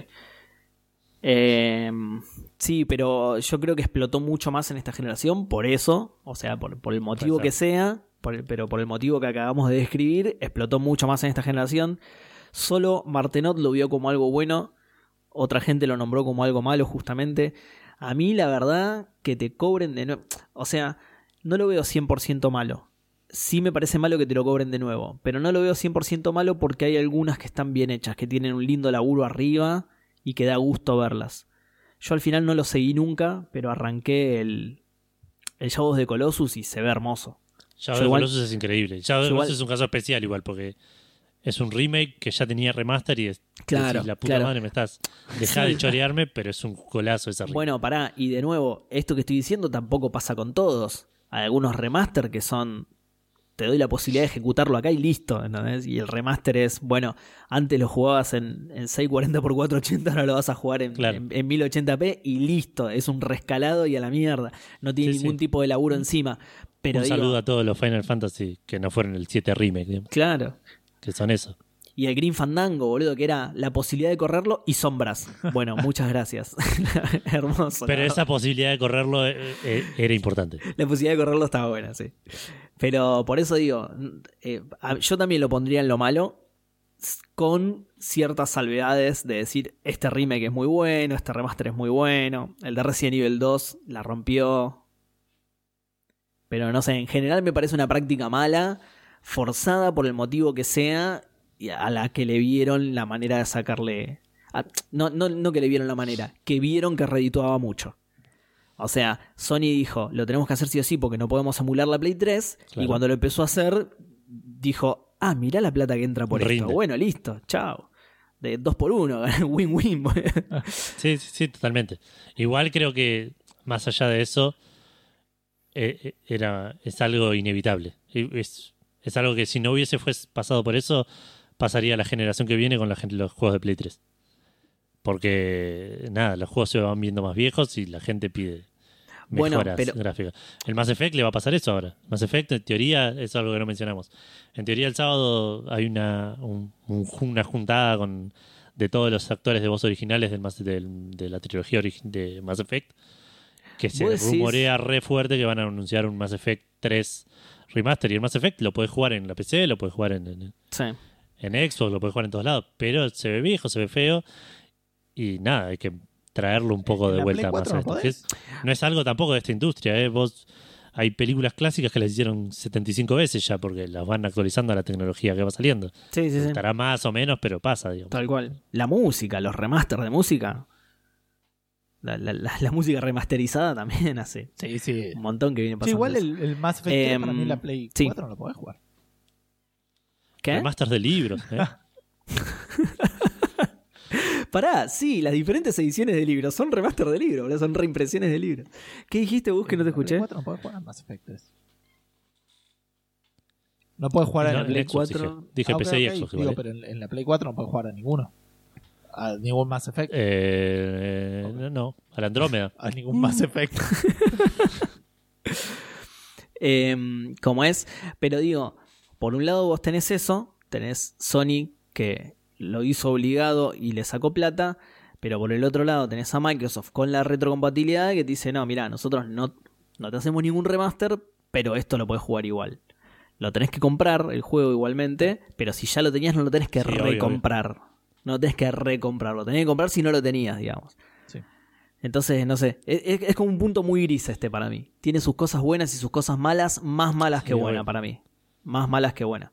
Eh, sí, pero yo creo que explotó mucho más en esta generación por eso, o sea, por, por el motivo Puede que sea, por el- pero por el motivo que acabamos de describir, explotó mucho más en esta generación. Solo Martenot lo vio como algo bueno, otra gente lo nombró como algo malo justamente. A mí la verdad que te cobren de nuevo, o sea, no lo veo cien por ciento malo. Sí me parece malo que te lo cobren de nuevo, pero no lo veo cien por ciento malo porque hay algunas que están bien hechas, que tienen un lindo laburo arriba y que da gusto verlas. Yo al final no lo seguí nunca, pero arranqué el, el Shadow of the Colossus y se ve hermoso. Shadow Yo of the igual- Colossus es increíble. Shadow of the yo igual- Colossus es un caso especial igual porque es un remake que ya tenía remaster y es, Claro, decís, la puta claro. madre me estás. Dejá Sí. de chorearme, pero es un golazo ese remake. Bueno, pará, y de nuevo, esto que estoy diciendo tampoco pasa con todos. Hay algunos remaster que son... Te doy la posibilidad de ejecutarlo acá y listo, ¿entendés? Y el remaster es, bueno, antes lo jugabas en, en seiscientos cuarenta por cuatrocientos ochenta, ahora lo vas a jugar en, Claro. en, en mil ochenta p y listo. Es un rescalado y a la mierda. No tiene Sí, ningún sí. tipo de laburo encima. Pero un digo, saludo a todos los Final Fantasy que no fueron el siete remake, digamos, claro. que son eso. Y el Green Fandango, boludo, que era la posibilidad de correrlo y sombras. Bueno, muchas gracias. Hermoso. Pero la esa posibilidad de correrlo eh, eh, era importante. La posibilidad de correrlo estaba buena, sí. Pero por eso digo, eh, a- yo también lo pondría en lo malo, s- con ciertas salvedades de decir, este remake es muy bueno, este remaster es muy bueno, el de Resident Evil dos la rompió. Pero no sé, en general me parece una práctica mala, forzada por el motivo que sea, y a la que le vieron la manera de sacarle... a- no, no, no que le vieron la manera, que vieron que redituaba mucho. O sea, Sony dijo, lo tenemos que hacer sí o sí porque no podemos emular la Play tres. Claro. Y cuando lo empezó a hacer, dijo, ah, mirá la plata que entra por Rinde. esto. Bueno, listo, chao. De dos por uno, win-win. Sí, sí, sí, totalmente. Igual creo que más allá de eso, eh, eh, era, es algo inevitable. Y Es, es algo que si no hubiese fuese pasado por eso, pasaría a la generación que viene con la gente, los juegos de Play tres. Porque, nada, los juegos se van viendo más viejos y la gente pide Bueno, mejoras pero- gráficas. El Mass Effect le va a pasar eso ahora. Mass Effect, en teoría, es algo que no mencionamos. En teoría, el sábado hay una, un- un- una juntada con de todos los actores de voz originales del, Mass- del- de la trilogía origi- de Mass Effect, que se ¿Vos decís? rumorea re fuerte que van a anunciar un Mass Effect tres Remaster. Y el Mass Effect lo puedes jugar en la P C, lo puedes jugar en, en, Sí. en Xbox, lo puedes jugar en todos lados, pero se ve viejo, se ve feo y nada, hay que traerlo un poco En de la vuelta Play más cuatro a no esto. podés. Que es- no es algo tampoco de esta industria, ¿eh? Vos, hay películas clásicas que las hicieron setenta y cinco veces ya porque las van actualizando a la tecnología que va saliendo. Sí, sí, sí. Estará más o menos, pero pasa, digamos. Tal cual. La música, los remasters de música. La, la- la- la música remasterizada también hace Sí, sí. un montón que viene Sí, pasando. igual eso. el, el Mass Effect tres Em, para mí en la Play sí. cuatro no lo podés jugar. ¿Qué? Remasters de libros, ¿eh? Pará, sí, las diferentes ediciones de libros son remaster de libros, boludo, son reimpresiones de libros. ¿Qué dijiste vos que no te En la Play escuché? cuatro no podés jugar Mass Effect tres. No podés jugar No, en la en Play Xbox cuatro. dije, dije Ah, ok, P C y ok. Xbox Digo, igual, ¿eh? pero en, en la Play cuatro no podés jugar a ninguno. A ningún Mass Effect. Eh, no, no, a la Andrómeda. A ningún Mass Effect. Eh, como es, pero digo, por un lado vos tenés eso, tenés Sony que lo hizo obligado y le sacó plata, pero por el otro lado tenés a Microsoft con la retrocompatibilidad que te dice, no, mirá, nosotros no, no te hacemos ningún remaster, pero esto lo podés jugar igual. Lo tenés que comprar, el juego igualmente, pero si ya lo tenías no lo tenés que Sí, obvio, recomprar. No tenés que recomprarlo. Tenés que comprar si no lo tenías, digamos. Sí. Entonces, no sé. Es, es como un punto muy gris este para mí. Tiene sus cosas buenas y sus cosas malas. Más malas que Sí, buenas bueno. para mí. Más malas que buenas.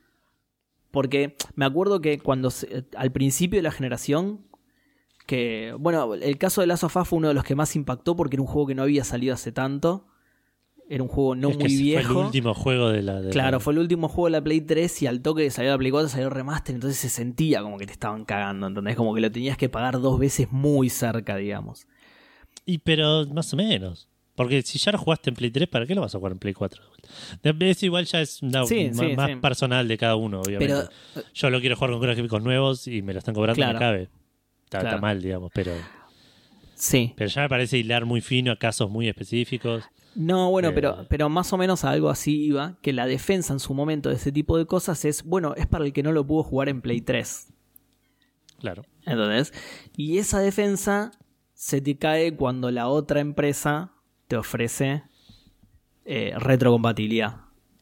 Porque me acuerdo que cuando se, al principio de la generación, que bueno, el caso de Last of Us fue uno de los que más impactó porque era un juego que no había salido hace tanto. Era un juego no es muy que viejo. Fue el último juego de la. De Claro, la... fue el último juego de la Play tres y al toque de salir a la Play cuatro salió el remaster, entonces se sentía como que te estaban cagando, ¿entendés? Como que lo tenías que pagar dos veces muy cerca, digamos. Y pero más o menos. Porque si ya lo jugaste en Play tres, ¿para qué lo vas a jugar en Play cuatro? Eso igual ya es una, Sí, ma- sí, más sí. personal de cada uno, obviamente. Pero, Yo lo quiero jugar con gráficos nuevos y me lo están cobrando, Claro. me cabe. Está, Claro. está mal, digamos, pero, sí. pero ya me parece hilar muy fino a casos muy específicos. No, bueno, Eh. pero, pero más o menos a algo así iba, que la defensa en su momento de ese tipo de cosas es, bueno, es para el que no lo pudo jugar en Play tres. Claro. ¿Entendés? Y esa defensa se te cae cuando la otra empresa te ofrece eh, retrocompatibilidad.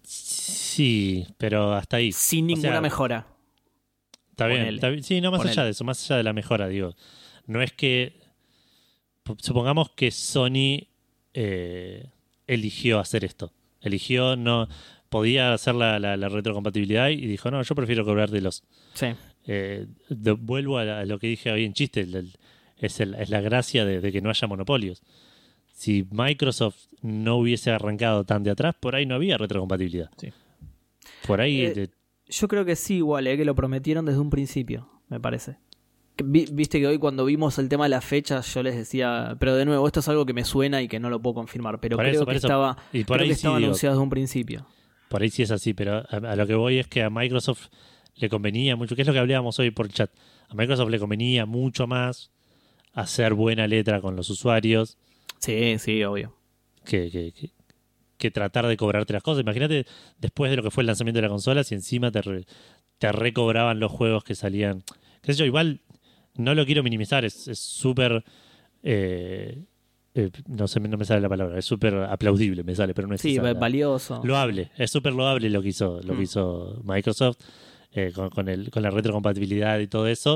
Sí, pero hasta ahí. Sin O ninguna sea, mejora. Está bien, Ponele. está bien. Sí, no, más Ponele. allá de eso, más allá de la mejora, digo. No es que. p- Supongamos que Sony eh, eligió hacer esto. Eligió, no. Podía hacer la, la- la retrocompatibilidad y dijo, no, yo prefiero cobrarte los. Sí. Eh, de- vuelvo a, la- a lo que dije hoy en chiste. el- el- es, el- es la gracia de, de que no haya monopolios. Si Microsoft no hubiese arrancado tan de atrás, por ahí no había retrocompatibilidad. Sí. Por ahí. Eh, de- Yo creo que sí, igual, eh, que lo prometieron desde un principio, me parece. Que vi- Viste que hoy cuando vimos el tema de las fechas, yo les decía, pero de nuevo, esto es algo que me suena y que no lo puedo confirmar, pero Por creo eso, que por eso. estaba, Y por creo ahí que sí, estaba digo, anunciado desde un principio. Por ahí sí es así, pero a, a lo que voy es que a Microsoft le convenía mucho, que es lo que hablábamos hoy por chat, a Microsoft le convenía mucho más hacer buena letra con los usuarios Sí, sí, obvio. que, que, que, que tratar de cobrarte las cosas. Imagínate después de lo que fue el lanzamiento de la consola, si encima te, re- te recobraban los juegos que salían. Qué sé yo, igual no lo quiero minimizar, es es súper... eh, eh, no sé, no me sale la palabra, es súper aplaudible, me sale, pero no es Sí, esa va- la- valioso. Loable, es súper loable lo que hizo, lo Mm. que hizo Microsoft eh, con, con, el, con la retrocompatibilidad y todo eso,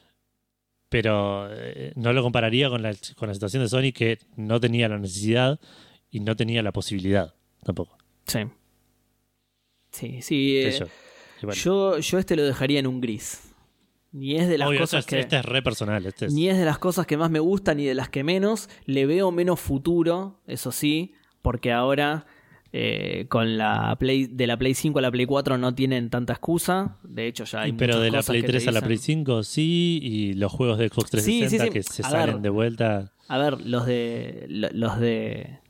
pero eh, no lo compararía con la, con la situación de Sony, que no tenía la necesidad y no tenía la posibilidad tampoco. Sí. Sí, sí. Qué eh, sé yo. Y bueno, yo, yo este lo dejaría en un gris. Ni es de las obvio, cosas esto es- que... este es re personal. Este es, Ni es de las cosas que más me gustan ni de las que menos. Le veo menos futuro, eso sí, porque ahora eh, con la Play de la Play cinco a la Play cuatro no tienen tanta excusa. De hecho, ya hay pero muchas de la cosas Play que te tres a la dicen- Play cinco sí, y los juegos de Xbox Sí, sí, trescientos sesenta sí. que se A salen ver. de vuelta. A ver, los de lo- los de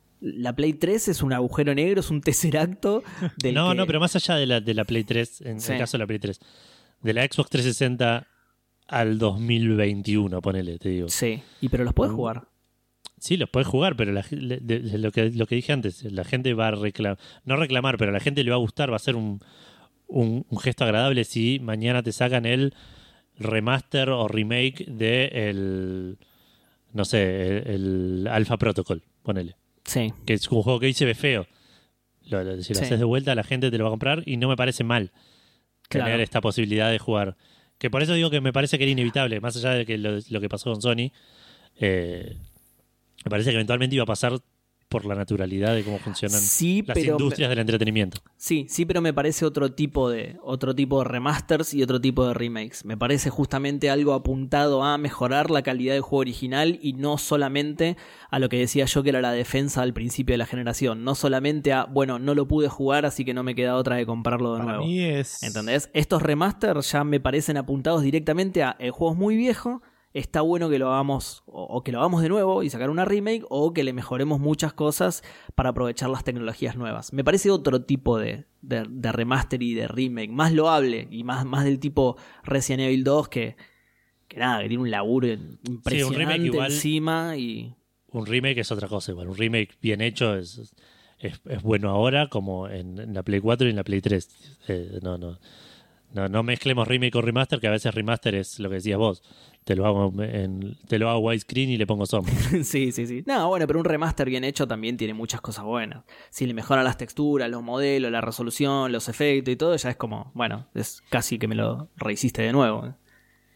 la Play tres es un agujero negro, es un tesseracto del No, que- no, pero más allá de la, de la Play tres, en Sí. el caso de la Play tres, de la Xbox trescientos sesenta al dos mil veintiuno, ponele, te digo. Sí, y pero los puedes Mm. jugar. Sí, los puedes jugar, pero la, ge- le- de- de lo, que, lo que dije antes, la gente va a reclamar, no reclamar, pero a la gente le va a gustar, va a ser un, un, un gesto agradable si mañana te sacan el remaster o remake de el, no sé, el, el Alpha Protocol, ponele. Sí. Que es un juego que hoy se ve feo. Lo, lo- si lo Sí. haces de vuelta, la gente te lo va a comprar y no me parece mal tener Claro. esta posibilidad de jugar. Que por eso digo que me parece que era inevitable, más allá de que lo, lo que pasó con Sony, eh, me parece que eventualmente iba a pasar por la naturalidad de cómo funcionan Sí, las pero industrias del entretenimiento. Sí, sí, pero me parece otro tipo de otro tipo de remasters y otro tipo de remakes. Me parece justamente algo apuntado a mejorar la calidad del juego original y no solamente a lo que decía yo que era la defensa al principio de la generación. No solamente a, bueno, no lo pude jugar, así que no me queda otra de comprarlo de Para nuevo. mí es... ¿Entendés? Estos remasters ya me parecen apuntados directamente a el juego es muy viejo, está bueno que lo hagamos o, o que lo hagamos de nuevo y sacar una remake o que le mejoremos muchas cosas para aprovechar las tecnologías nuevas. Me parece otro tipo de, de, de remaster y de remake, más loable y más, más del tipo Resident Evil dos que, que nada, que tiene un laburo impresionante remake igual- encima y... Un remake es otra cosa igual. Un remake bien hecho es, es, es bueno ahora, como en, en la Play cuatro y en la Play tres. Eh, no, no, no, no mezclemos remake con remaster, que a veces remaster es lo que decías vos. Te lo hago en, te lo hago widescreen y le pongo sombra. Sí, sí, sí. No, bueno, pero un remaster bien hecho también tiene muchas cosas buenas. Si le mejoran las texturas, los modelos, la resolución, los efectos y todo, ya es como, bueno, es casi que me lo rehiciste de nuevo.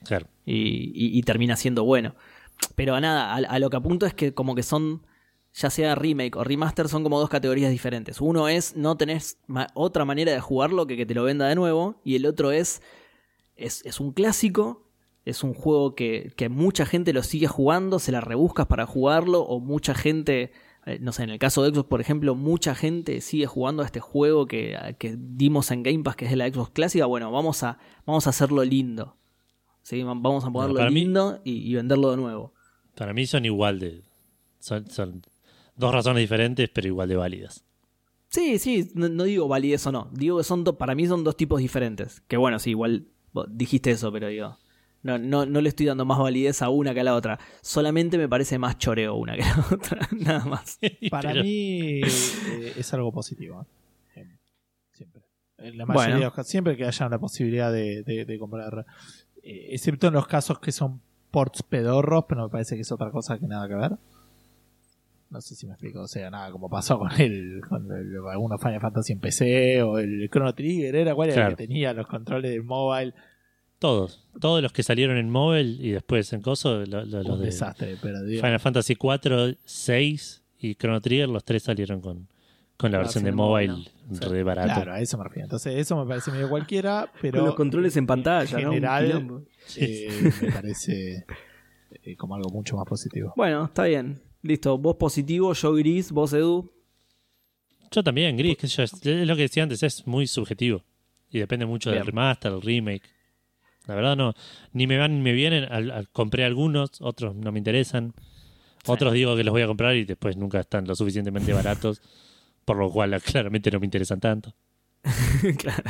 Claro. Y, y, y termina siendo bueno. Pero nada, a, a lo que apunto es que como que son, ya sea remake o remaster, son como dos categorías diferentes. Uno es no tenés ma- otra manera de jugarlo que que te lo venda de nuevo. Y el otro es, es, es un clásico, es un juego que, que mucha gente lo sigue jugando, se la rebuscas para jugarlo, o mucha gente, eh, no sé, en el caso de Xbox, por ejemplo, mucha gente sigue jugando a este juego que, que dimos en Game Pass, que es de la Xbox clásica. Bueno, vamos a, vamos a hacerlo lindo. ¿Sí? Vamos a ponerlo Bueno, lindo mí, y, y venderlo de nuevo. Para mí son igual de... Son, son dos razones diferentes, pero igual de válidas. Sí, sí, no, no digo validez o no. Digo que son do, para mí son dos tipos diferentes. Que bueno, sí, igual vos dijiste eso, pero digo... No, no, no le estoy dando más validez a una que a la otra. Solamente me parece más choreo una que la otra. Nada más. Para pero... mí eh, es algo positivo. ¿eh? Siempre. En la mayoría Bueno. de los casos, siempre que haya la posibilidad de, de, de comprar... Eh, excepto en los casos que son ports pedorros, pero me parece que es otra cosa que nada que ver. No sé si me explico. O sea, nada, como pasó con el con el, algunos Final Fantasy en P C o el Chrono Trigger, era cuál era Claro. el que tenía los controles del mobile. Todos. Todos los que salieron en móvil y después en coso, lo, lo, Un los de desastre, pero digo, Final Fantasy cuatro, seis y Chrono Trigger, los tres salieron con, con la La versión versión de de mobile móvil, ¿no? re barato. Claro, a eso me refiero. Entonces, eso me parece medio cualquiera, pero Con los controles en pantalla, en ¿no? Un general, quilombo. eh, me parece eh, como algo mucho más positivo. Bueno, está bien. Listo. Vos positivo, yo gris, vos Edu. Yo también, Gris, qué sé yo, es, es lo que decía antes, es muy subjetivo. Y depende mucho Bien. del remaster, del remake. La verdad no, ni me van ni me vienen. Al, al- compré algunos, otros no me interesan. Sí. Otros digo que los voy a comprar y después nunca están lo suficientemente baratos. Por lo cual claramente no me interesan tanto. Claro.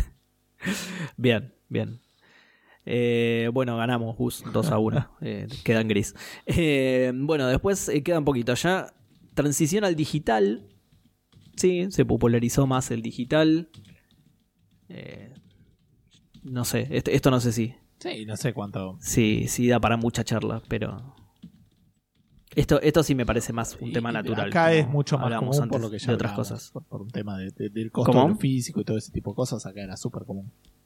Bien, bien. Eh, bueno, ganamos, Gus, dos a uno. Eh, quedan gris. Eh, bueno, después eh, queda un poquito. Ya transición al digital. Sí, se popularizó más el digital. Eh, no sé, esto, esto no sé si, Sí, no sé cuánto. si, si da para mucha charla, pero... Esto, esto sí me parece más un Y- tema y natural. Acá como es mucho más hablábamos común por antes lo que ya de otras hablamos, cosas. Por, por un tema de- de- del costo ¿Cómo? de lo físico y todo ese tipo de cosas. Acá era súper común.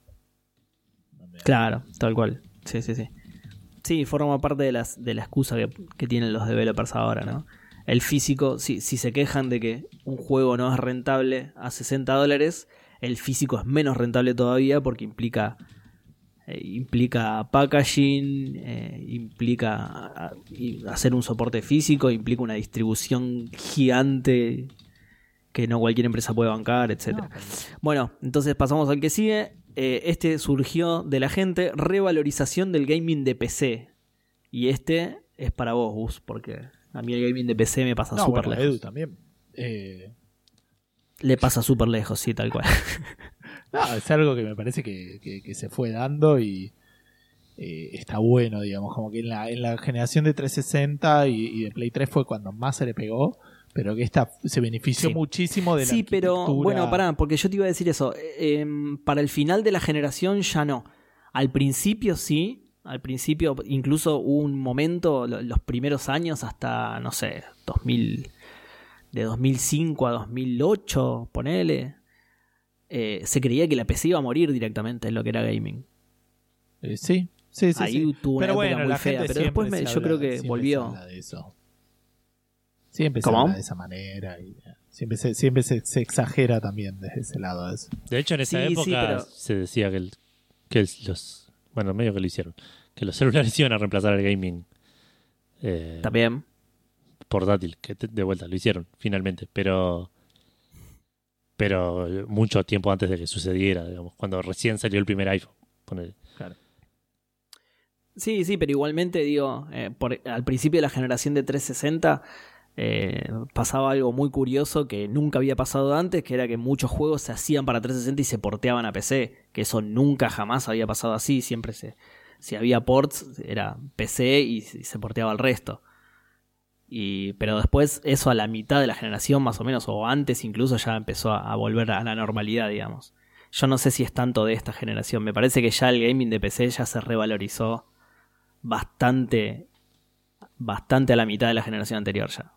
Donde- Claro, tal cual. Sí, sí, sí. Sí, forma parte de, las, de la excusa que, que tienen los developers ahora, ¿no? El físico, si, si se quejan de que un juego no es rentable a sesenta dólares, el físico es menos rentable todavía porque implica eh, implica packaging, eh, implica a- a- y hacer un soporte físico, implica una distribución gigante que no cualquier empresa puede bancar, etcétera. No, pero- Bueno, entonces pasamos al que sigue. Eh, este surgió de la gente, revalorización del gaming de P C. Y este es para vos, Gus, porque a mí el gaming de P C me pasa no, súper bueno, lejos. Edu también. Eh, Le pasa súper lejos, sí, tal cual. no, es algo que me parece que, que- que se fue dando y eh, está bueno, digamos. Como que en la, en la generación de trescientos sesenta y, y de Play tres fue cuando más se le pegó. Pero que esta se benefició Sí. muchísimo de la Sí, pero arquitectura. bueno, pará, porque yo te iba a decir eso. Eh, em, para el final de la generación ya no. Al principio sí. Al principio incluso hubo un momento, lo- los primeros años hasta, no sé, dos mil, de dos mil cinco a dos mil ocho, ponele. eh, se creía que la P C iba a morir directamente en lo que era gaming. Eh, sí, sí, sí. Ahí sí. tuvo una Pero época bueno, muy la fea, gente pero después siempre me- se yo habla- creo que siempre volvió. se habla de eso. Siempre se ¿Cómo? habla de esa manera. Y, eh, siempre se, siempre se, se exagera también desde ese lado. Eso. De hecho, en esa Sí, época sí, pero- se decía que, el- que el- los... Bueno, medio que lo hicieron. Que los celulares iban a reemplazar el gaming eh, También. portátil. Que te- de vuelta, lo hicieron, finalmente. Pero... Pero mucho tiempo antes de que sucediera, digamos. Cuando recién salió el primer iPhone. Ponele. Sí, sí, pero igualmente digo, eh, por- al principio de la generación de trescientos sesenta eh, pasaba algo muy curioso que nunca había pasado antes, que era que muchos juegos se hacían para trescientos sesenta y se porteaban a P C, que eso nunca jamás había pasado así, siempre se, si había ports era P C y, y se porteaba al resto. Y, pero después eso a la mitad de la generación más o menos, o antes incluso ya empezó a, a volver a la normalidad, digamos. Yo no sé si es tanto de esta generación, me parece que ya el gaming de P C ya se revalorizó bastante bastante a la mitad de la generación anterior ya.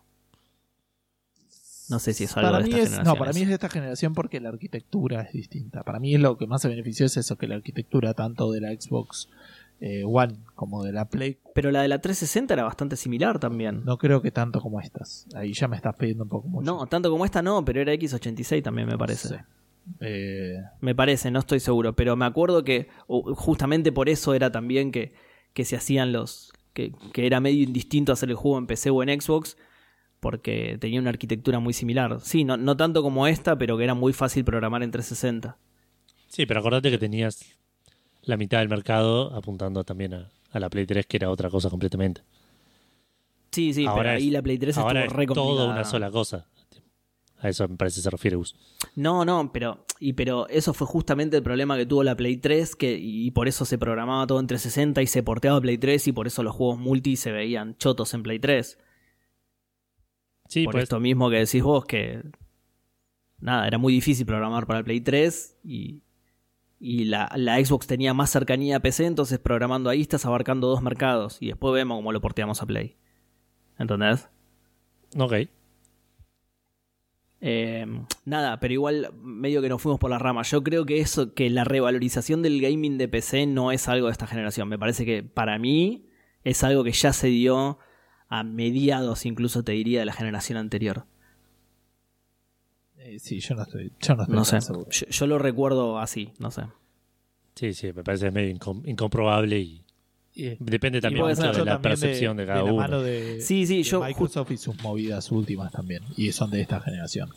No sé si es algo Para de mí esta es, generación. no, para mí es de esta generación porque la arquitectura es distinta. Para mí es lo que más se benefició es eso, que la arquitectura tanto de la Xbox eh, One, como de la Play. Pero la de la trescientos sesenta era bastante similar también. No creo que tanto como estas. Ahí ya me estás pidiendo un poco mucho. No, tanto como esta no, pero era equis ochenta y seis también me parece. Sí. Eh, Me parece, no estoy seguro. Pero me acuerdo que uh, justamente por eso era también que, que se hacían los... Que, que era medio indistinto hacer el juego en P C o en Xbox, porque tenía una arquitectura muy similar. Sí, no, no tanto como esta, pero que era muy fácil programar en trescientos sesenta. Sí, pero acordate que tenías la mitad del mercado apuntando también a, a la Play tres, que era otra cosa completamente. Sí, sí, Ahora pero ahí es- la Play tres Ahora estuvo re es complicada. todo una sola cosa. A eso me parece se refiere Gus. No, no, pero, y, pero eso fue justamente el problema que tuvo la Play tres, que, y por eso se programaba todo en trescientos sesenta y se porteaba a Play tres, y por eso los juegos multi se veían chotos en Play tres. Sí, por pues, esto mismo que decís vos, que nada, era muy difícil programar para el Play tres, y, y la, la Xbox tenía más cercanía a P C, entonces programando ahí estás abarcando dos mercados, y después vemos cómo lo porteamos a Play. ¿Entendés? ok. Eh, nada, pero igual medio que nos fuimos por la rama. Yo creo que eso, que la revalorización del gaming de P C no es algo de esta generación. Me parece que para mí es algo que ya se dio a mediados, incluso te diría, de la generación anterior. eh, sí, yo no estoy, yo no estoy No tan sé, seguro. yo, yo lo recuerdo así, no sé. Sí, sí, me parece medio incom- incomprobable y Eh, depende también puede mucho ser de yo la también percepción de, cada la uno. mano de, Sí, sí, de yo Microsoft y sus movidas últimas también. Y son de esta generación.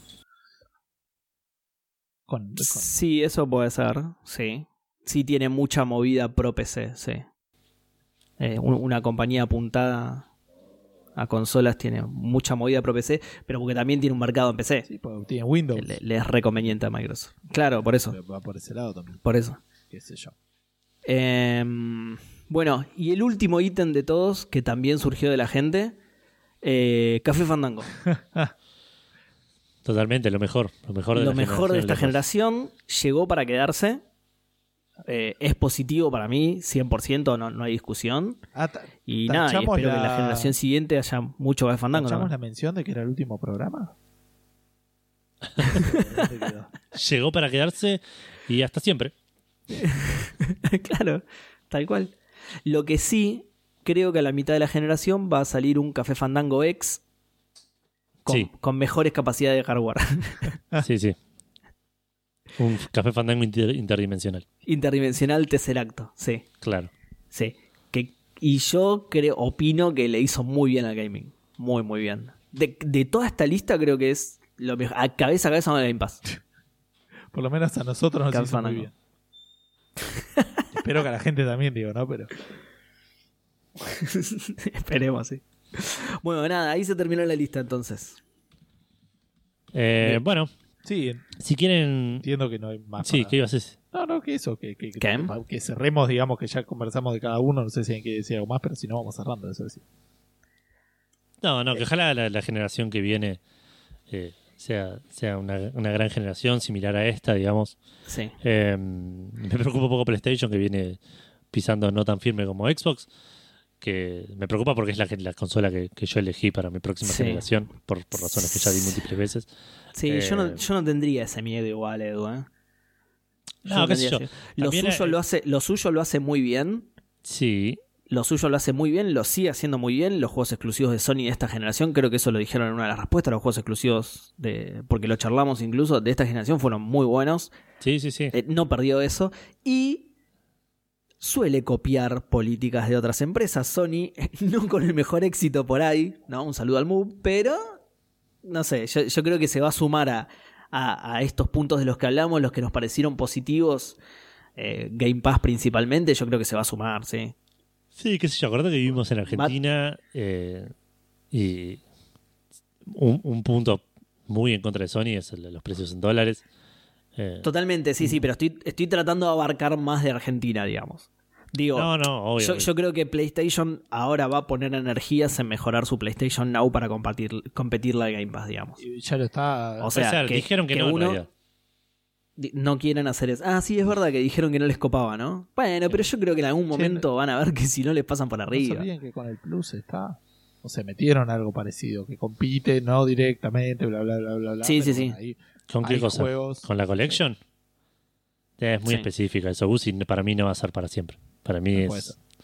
Con, con- Sí, eso puede ser, sí. Sí tiene mucha movida pro P C, sí. Eh, un- una compañía apuntada a consolas tiene mucha movida pro P C, pero porque también tiene un mercado en P C. sí, porque tiene Windows. Le, le es reconveniente a Microsoft. Claro, por eso. Va por ese lado también. Por eso. Qué sé yo. Eh, bueno, y el último ítem de todos, que también surgió de la gente, eh, Café Fandango. Totalmente, lo mejor. Lo mejor de, Lo la mejor de esta generación generación llegó para quedarse. Eh, es positivo para mí, cien por ciento, no, no hay discusión. Ah, ta- Y nada, y tachamos espero que en la la- generación siguiente haya mucho Café Fandango. ¿Tachamos ¿no? la mención de que era el último programa? ¿Dónde quedó? Llegó para quedarse y hasta siempre. Claro, tal cual. Lo que sí, creo que a la mitad de la generación va a salir un Café Fandango X con, Sí. con mejores capacidades de hardware. Sí, sí. Un café fandango inter- interdimensional. Interdimensional Tesseracto, sí, Claro. sí. Que, y yo creo, opino que le hizo muy bien al gaming. Muy, muy bien. De, de toda esta lista creo que es lo mejor. A cabeza a cabeza con el Game Pass. Por lo menos a nosotros nos Café hizo muy Fandango. bien. Espero que a la gente también, digo, ¿no? Pero Esperemos, sí. Bueno, nada, ahí se terminó la lista entonces. Eh, Bien. bueno, sí, si quieren... entiendo que no hay más. Sí, para- ¿qué ibas a decir? No, no, que eso, que, que, que, ¿Qué? que cerremos, digamos, que ya conversamos de cada uno. No sé si hay que decir algo más, pero si no, vamos cerrando. Eso sí. No, no, que ojalá la, la generación que viene eh, sea, sea una, una gran generación similar a esta, digamos. Sí. Eh, me preocupa un poco PlayStation, que viene pisando no tan firme como Xbox. Que me preocupa porque es la, la consola que, que yo elegí para mi próxima Sí. generación, por, por razones que ya di múltiples veces. Sí, Eh, yo, no, yo no tendría ese miedo igual, Edu. ¿eh? Yo No, qué sé tendría yo. ese- Lo También, suyo, eh, lo, hace, lo suyo lo hace muy bien. Sí, Lo suyo lo hace muy bien, lo sigue haciendo muy bien. Los juegos exclusivos de Sony de esta generación, creo que eso lo dijeron en una de las respuestas. Los juegos exclusivos, de porque lo charlamos incluso, de esta generación fueron muy buenos. sí, sí, sí. Eh, no perdió eso. Y suele copiar políticas de otras empresas. Sony, no con el mejor éxito por ahí, ¿no? Un saludo al M U B, pero no sé, yo, yo creo que se va a sumar a, a, a estos puntos de los que hablamos, los que nos parecieron positivos. Eh, Game Pass principalmente, yo creo que se va a sumar, sí. Sí, qué sé yo, acuérdate que vivimos en Argentina eh, y un, un punto muy en contra de Sony es el de los precios en dólares. Eh, Totalmente, sí, sí, pero estoy, estoy tratando de abarcar más de Argentina, digamos. Digo, no, no, obvio. yo, yo creo que PlayStation ahora va a poner energías en mejorar su PlayStation Now para compartir, competir la Game Pass, digamos. Y ya lo está. O sea, Puede ser, que- dijeron que, que no, en uno- realidad. Di- No quieren hacer eso. Ah, sí, es verdad que dijeron que no les copaba, ¿no? Bueno, pero yo creo que en algún momento van a ver que si no les pasan por no se arriba. olviden que con el Plus está. O se metieron algo parecido, que compite, no directamente, bla, bla, bla, bla. bla Sí, pero sí, bueno, sí. ahí ¿Con qué hay cosa? juegos- ¿Con la Collection? Es muy Sí. específica eso, Gus, y para mí no va a ser para siempre. Para mí No puede es, ser.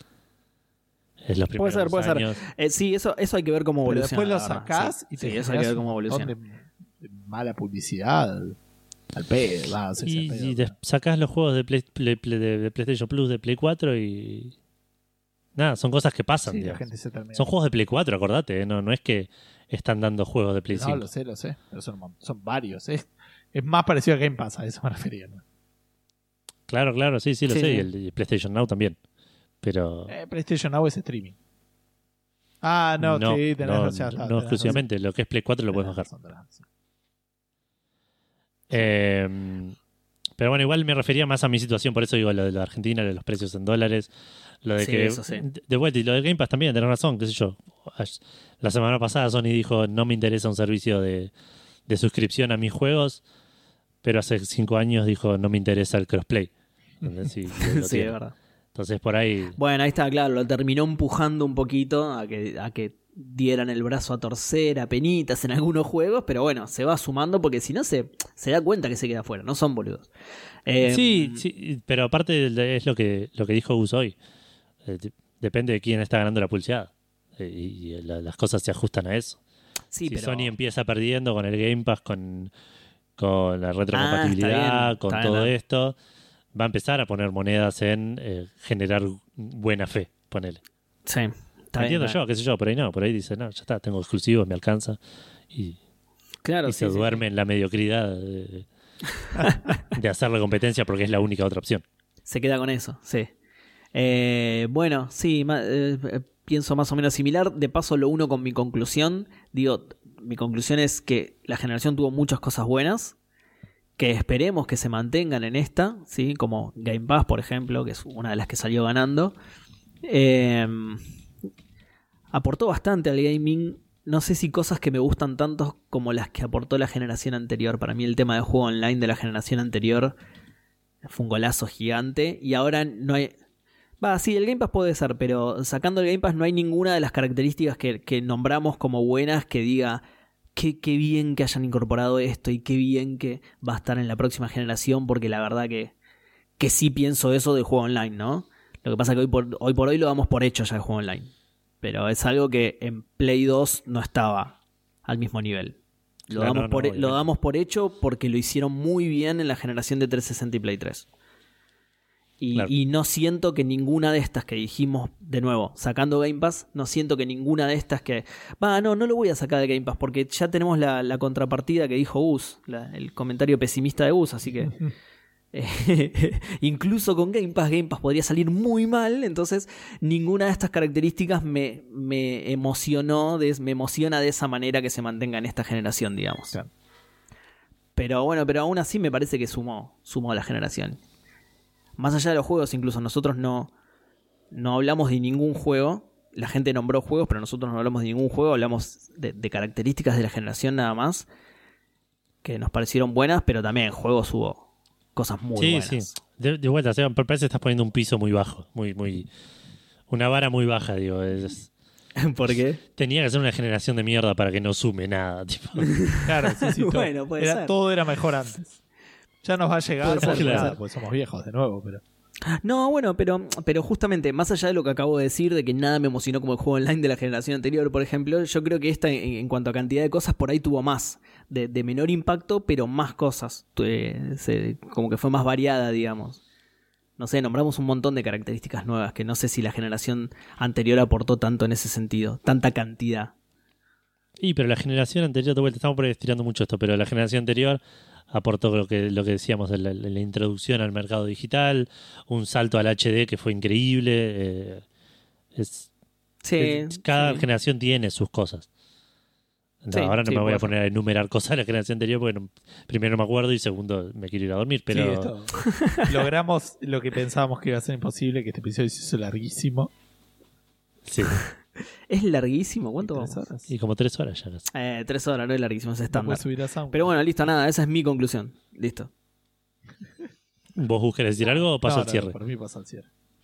Es los Puede primeros ser, puede años. ser. Eh, sí, eso, eso hay que ver cómo Pero evoluciona. después lo la verdad. sacás Sí, y te sí, eso hay que generás ver cómo un montón evoluciona. de, de mala publicidad al pedo. Va, no sé si Y, al pedo, y pero- des- sacás los juegos de, Play- Play- Play- de, de PlayStation Plus, de Play cuatro y... Nada, son cosas que pasan, Sí, la digamos. gente se termina. Son juegos de Play cuatro, acordate, ¿eh? no, no es que están dando juegos de Play No, cinco. lo sé, lo sé. Pero son, un mon- son varios. Es, es más parecido a Game Pass, a eso me refería. ¿no? Claro, claro, sí, sí, lo Sí, sé. sí. Y el y PlayStation Now también. Pero... Eh, PlayStation Now es streaming. Ah, no, no, sí, tenés no, razón, no tenés exclusivamente. Lo que es Play cuatro lo puedes razón, bajar. tenés razón. Eh, pero bueno, igual me refería más a mi situación, por eso digo lo de la Argentina, lo de los precios en dólares, lo de Sí, que eso sí. de de vuelta y lo del Game Pass también, tenés razón, qué sé yo. La semana pasada Sony dijo no me interesa un servicio de, de suscripción a mis juegos, pero hace cinco años dijo no me interesa el crossplay. ¿Entendés? Sí, lo Sí, tiene. es verdad. Entonces por ahí Bueno, ahí está, claro, lo terminó empujando un poquito a que, a que dieran el brazo a torcer, a penitas en algunos juegos, pero bueno, se va sumando porque si no se, se da cuenta que se queda afuera, no son boludos. Eh, sí, sí, pero aparte de- es lo que lo que dijo Gus hoy. Eh, de- depende de quién está ganando la pulseada. Eh, y y la- las cosas se ajustan a eso. sí, si pero Sony empieza perdiendo con el Game Pass, con, con la Ah, retrocompatibilidad, está bien, con está todo bien. esto, va a empezar a poner monedas en eh, generar buena fe, ponele. sí, está bien, Entiendo está yo, qué sé yo, por ahí no, por ahí dice, no, ya está, tengo exclusivos, me alcanza. Y, bien. Claro, y sí, se sí, duerme en la mediocridad de, de hacer la competencia porque es la única otra opción. sí. Se queda con eso, sí. Eh, bueno, sí, ma- eh, eh, pienso más o menos similar. De paso, lo uno con mi conclusión. Digo, mi conclusión es que la generación tuvo muchas cosas buenas, que esperemos que se mantengan en esta, ¿sí? Como Game Pass, por ejemplo, que es una de las que salió ganando. Eh, aportó bastante al gaming. No sé si cosas que me gustan tanto como las que aportó la generación anterior. Para mí el tema de juego online de la generación anterior fue un golazo gigante. Y ahora no hay... Va, sí, el Game Pass puede ser, pero sacando el Game Pass no hay ninguna de las características que, que nombramos como buenas que diga qué, qué bien que hayan incorporado esto y qué bien que va a estar en la próxima generación, porque la verdad que, que sí pienso eso del juego online, ¿no? Lo que pasa es que hoy por, hoy por hoy lo damos por hecho ya el juego online. Pero es algo que en Play dos no estaba al mismo nivel. Lo, Claro, damos, no, por, no, lo obviamente. damos por hecho porque lo hicieron muy bien en la generación de trescientos sesenta y Play tres. Y, Claro. y no siento que ninguna de estas que dijimos, de nuevo, sacando Game Pass, no siento que ninguna de estas que... Va, no, no lo voy a sacar de Game Pass porque ya tenemos la, la contrapartida que dijo Gus, la- el comentario pesimista de Gus, así que... eh, incluso con Game Pass, Game Pass podría salir muy mal, entonces ninguna de estas características me, me emocionó, de, me emociona de esa manera que se mantenga en esta generación, digamos. Claro. Pero bueno, pero aún así me parece que sumó, sumó a la generación. Más allá de los juegos, incluso nosotros no, no hablamos de ningún juego. La gente nombró juegos, pero nosotros no hablamos de ningún juego. Hablamos de, de características de la generación nada más, que nos parecieron buenas, pero también juegos hubo cosas muy sí, buenas. sí. De, de vuelta, Seba, me parece que estás poniendo un piso muy bajo, muy, muy, una vara muy baja, digo. Es- ¿Por qué? tenía que ser una generación de mierda para que no sume nada, tipo. Claro, sí, sí, todo, Bueno, puede era- ser. todo era mejor antes. Ya nos va a llegar Puede ser, porque, puede nada, ser. porque somos viejos de nuevo, pero No, bueno, pero, pero justamente, más allá de lo que acabo de decir, de que nada me emocionó como el juego online de la generación anterior, por ejemplo, yo creo que esta, en, en cuanto a cantidad de cosas, por ahí tuvo más, de, de menor impacto, pero más cosas. Eh, se- como que fue más variada, digamos. No sé, nombramos un montón de características nuevas que no sé si la generación anterior aportó tanto en ese sentido, tanta cantidad. Y pero la generación anterior, de vuelta, estamos por ahí estirando mucho esto, pero la generación anterior aportó lo que, lo que decíamos, la, la- la introducción al mercado digital, un salto al H D que fue increíble. eh, es, Sí, es- cada sí. generación tiene sus cosas. No, Sí, ahora no sí, me voy a puede ser. poner a enumerar cosas de la generación anterior porque no- primero no me acuerdo y segundo me quiero ir a dormir, pero sí, esto- logramos lo que pensábamos que iba a ser imposible, que este episodio se hizo larguísimo. sí. Es larguísimo, ¿cuánto Tres vamos? horas. Y como tres horas ya casi. Eh, tres horas, no es larguísimo, es estándar. Después subir a Sound. Pero bueno, listo, nada, esa es mi conclusión. Listo. ¿Vos Gus, querés decir algo o paso No, al no, cierre? Por mí pasa al cierre.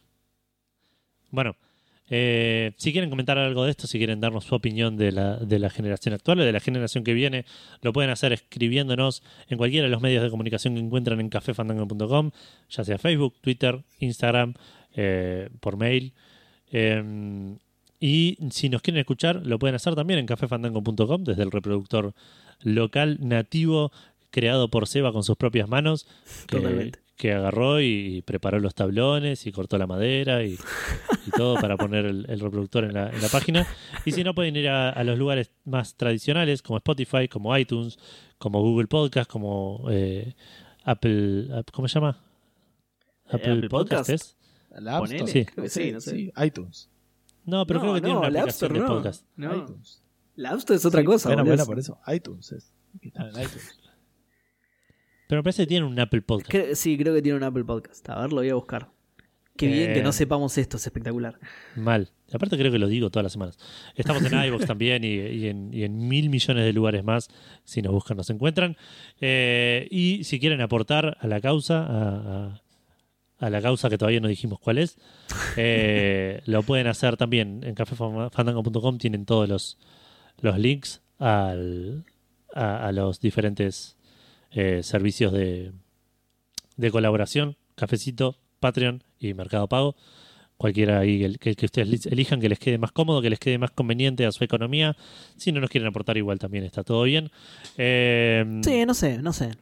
Bueno, eh, si quieren comentar algo de esto, si quieren darnos su opinión de la, de la generación actual o de la generación que viene, lo pueden hacer escribiéndonos en cualquiera de los medios de comunicación que encuentran en café fandango punto com, ya sea Facebook, Twitter, Instagram, eh, por mail. Eh, Y si nos quieren escuchar, lo pueden hacer también en café fandango punto com, desde el reproductor local nativo creado por Seba con sus propias manos, que, Totalmente. que agarró y preparó los tablones y cortó la madera y, y todo para poner el, el reproductor en la, en la página. Y si no, pueden ir a, a los lugares más tradicionales como Spotify, como iTunes, como Google Podcast, como eh, Apple, ¿cómo se llama? Apple, Apple Podcast, Podcast. ¿es? La App Ponele, Store. Sí. creo que sí, no sé. Sí, iTunes. No, pero No, creo que tiene no, una la App aplicación Store de no. podcast. No. iTunes. La App Store es otra Sí, cosa, Bueno, boludo. bueno, por eso. iTunes es. Que están en iTunes. Pero me parece que tiene un Apple Podcast. Cre- sí, creo que tiene un Apple Podcast. A ver, lo voy a buscar. Qué bien Eh. que no sepamos esto, es espectacular. Mal. Aparte creo que lo digo todas las semanas. Estamos en iVoox también y, y, en, y en mil millones de lugares más. Si nos buscan, nos encuentran. Eh, y si quieren aportar a la causa, a, a, a la causa que todavía no dijimos cuál es, eh, lo pueden hacer también en café fandango punto com. Tienen todos los, los links al, a, a los diferentes eh, servicios de, de colaboración. Cafecito, Patreon y Mercado Pago. Cualquiera ahí el, que, que ustedes elijan, que les quede más cómodo, que les quede más conveniente a su economía. Si no nos quieren aportar, igual también está todo bien. Eh, Sí, no sé, no sé.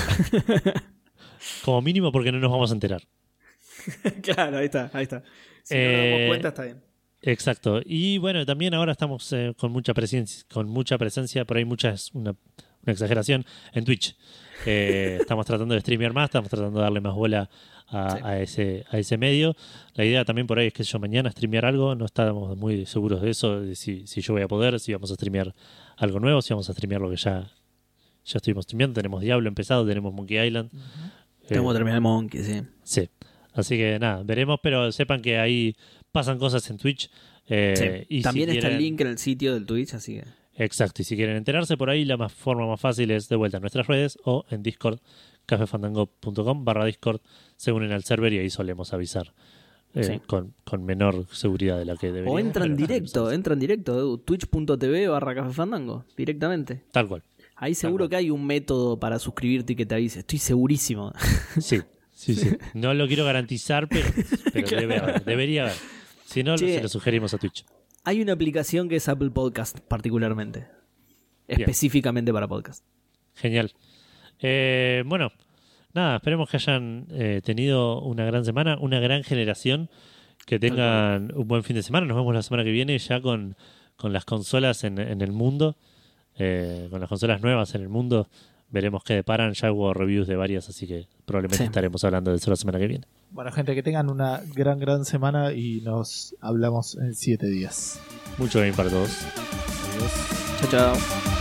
Como mínimo porque no nos vamos a enterar. Claro, ahí está, ahí está. Si Eh, no nos damos cuenta, está bien. Exacto. Y bueno, también ahora estamos eh, con mucha presencia, con mucha presencia, por ahí mucha es una, una exageración, en Twitch. Eh, estamos tratando de streamear más, estamos tratando de darle más bola a, Sí. a ese, a ese medio. La idea también por ahí es que yo mañana streamear algo, no estamos muy seguros de eso, de si, si yo voy a poder, si vamos a streamear algo nuevo, si vamos a streamear lo que ya, ya estuvimos streameando. Tenemos Diablo empezado, tenemos Monkey Island. Tengo Eh, que terminar el Monkey, sí. Sí, así que nada, veremos, pero sepan que ahí pasan cosas en Twitch. eh, Sí. y si También está el quieren- link en el sitio del Twitch, así que. Exacto, y si quieren enterarse por ahí, la más forma más fácil es de vuelta a nuestras redes o en Discord, cafefandango punto com barra Discord, se unen al server y ahí solemos avisar eh, Sí. con, con menor seguridad de la que deberíamos. O entra en pero directo, nos entra en directo, Edu. twitch punto tv barra Café Fandango, directamente. Tal cual. Ahí seguro cual. que hay un método para suscribirte y que te avise. Estoy segurísimo. Sí, sí, sí. No lo quiero garantizar, pero, pero debe haber, debería haber. Si no, Che. se lo sugerimos a Twitch. Hay una aplicación que es Apple Podcast, particularmente. Bien. Específicamente para podcast. Genial. Eh, bueno, nada, esperemos que hayan eh, tenido una gran semana, una gran generación, que tengan un buen fin de semana. Nos vemos la semana que viene ya con, con las consolas en, en el mundo, eh, con las consolas nuevas en el mundo. Veremos qué deparan. Ya hubo reviews de varias, así que probablemente Sí. estaremos hablando de eso la semana que viene. Bueno, gente, que tengan una gran, gran semana y nos hablamos en siete días. Mucho bien para todos. Adiós. Chao, chao.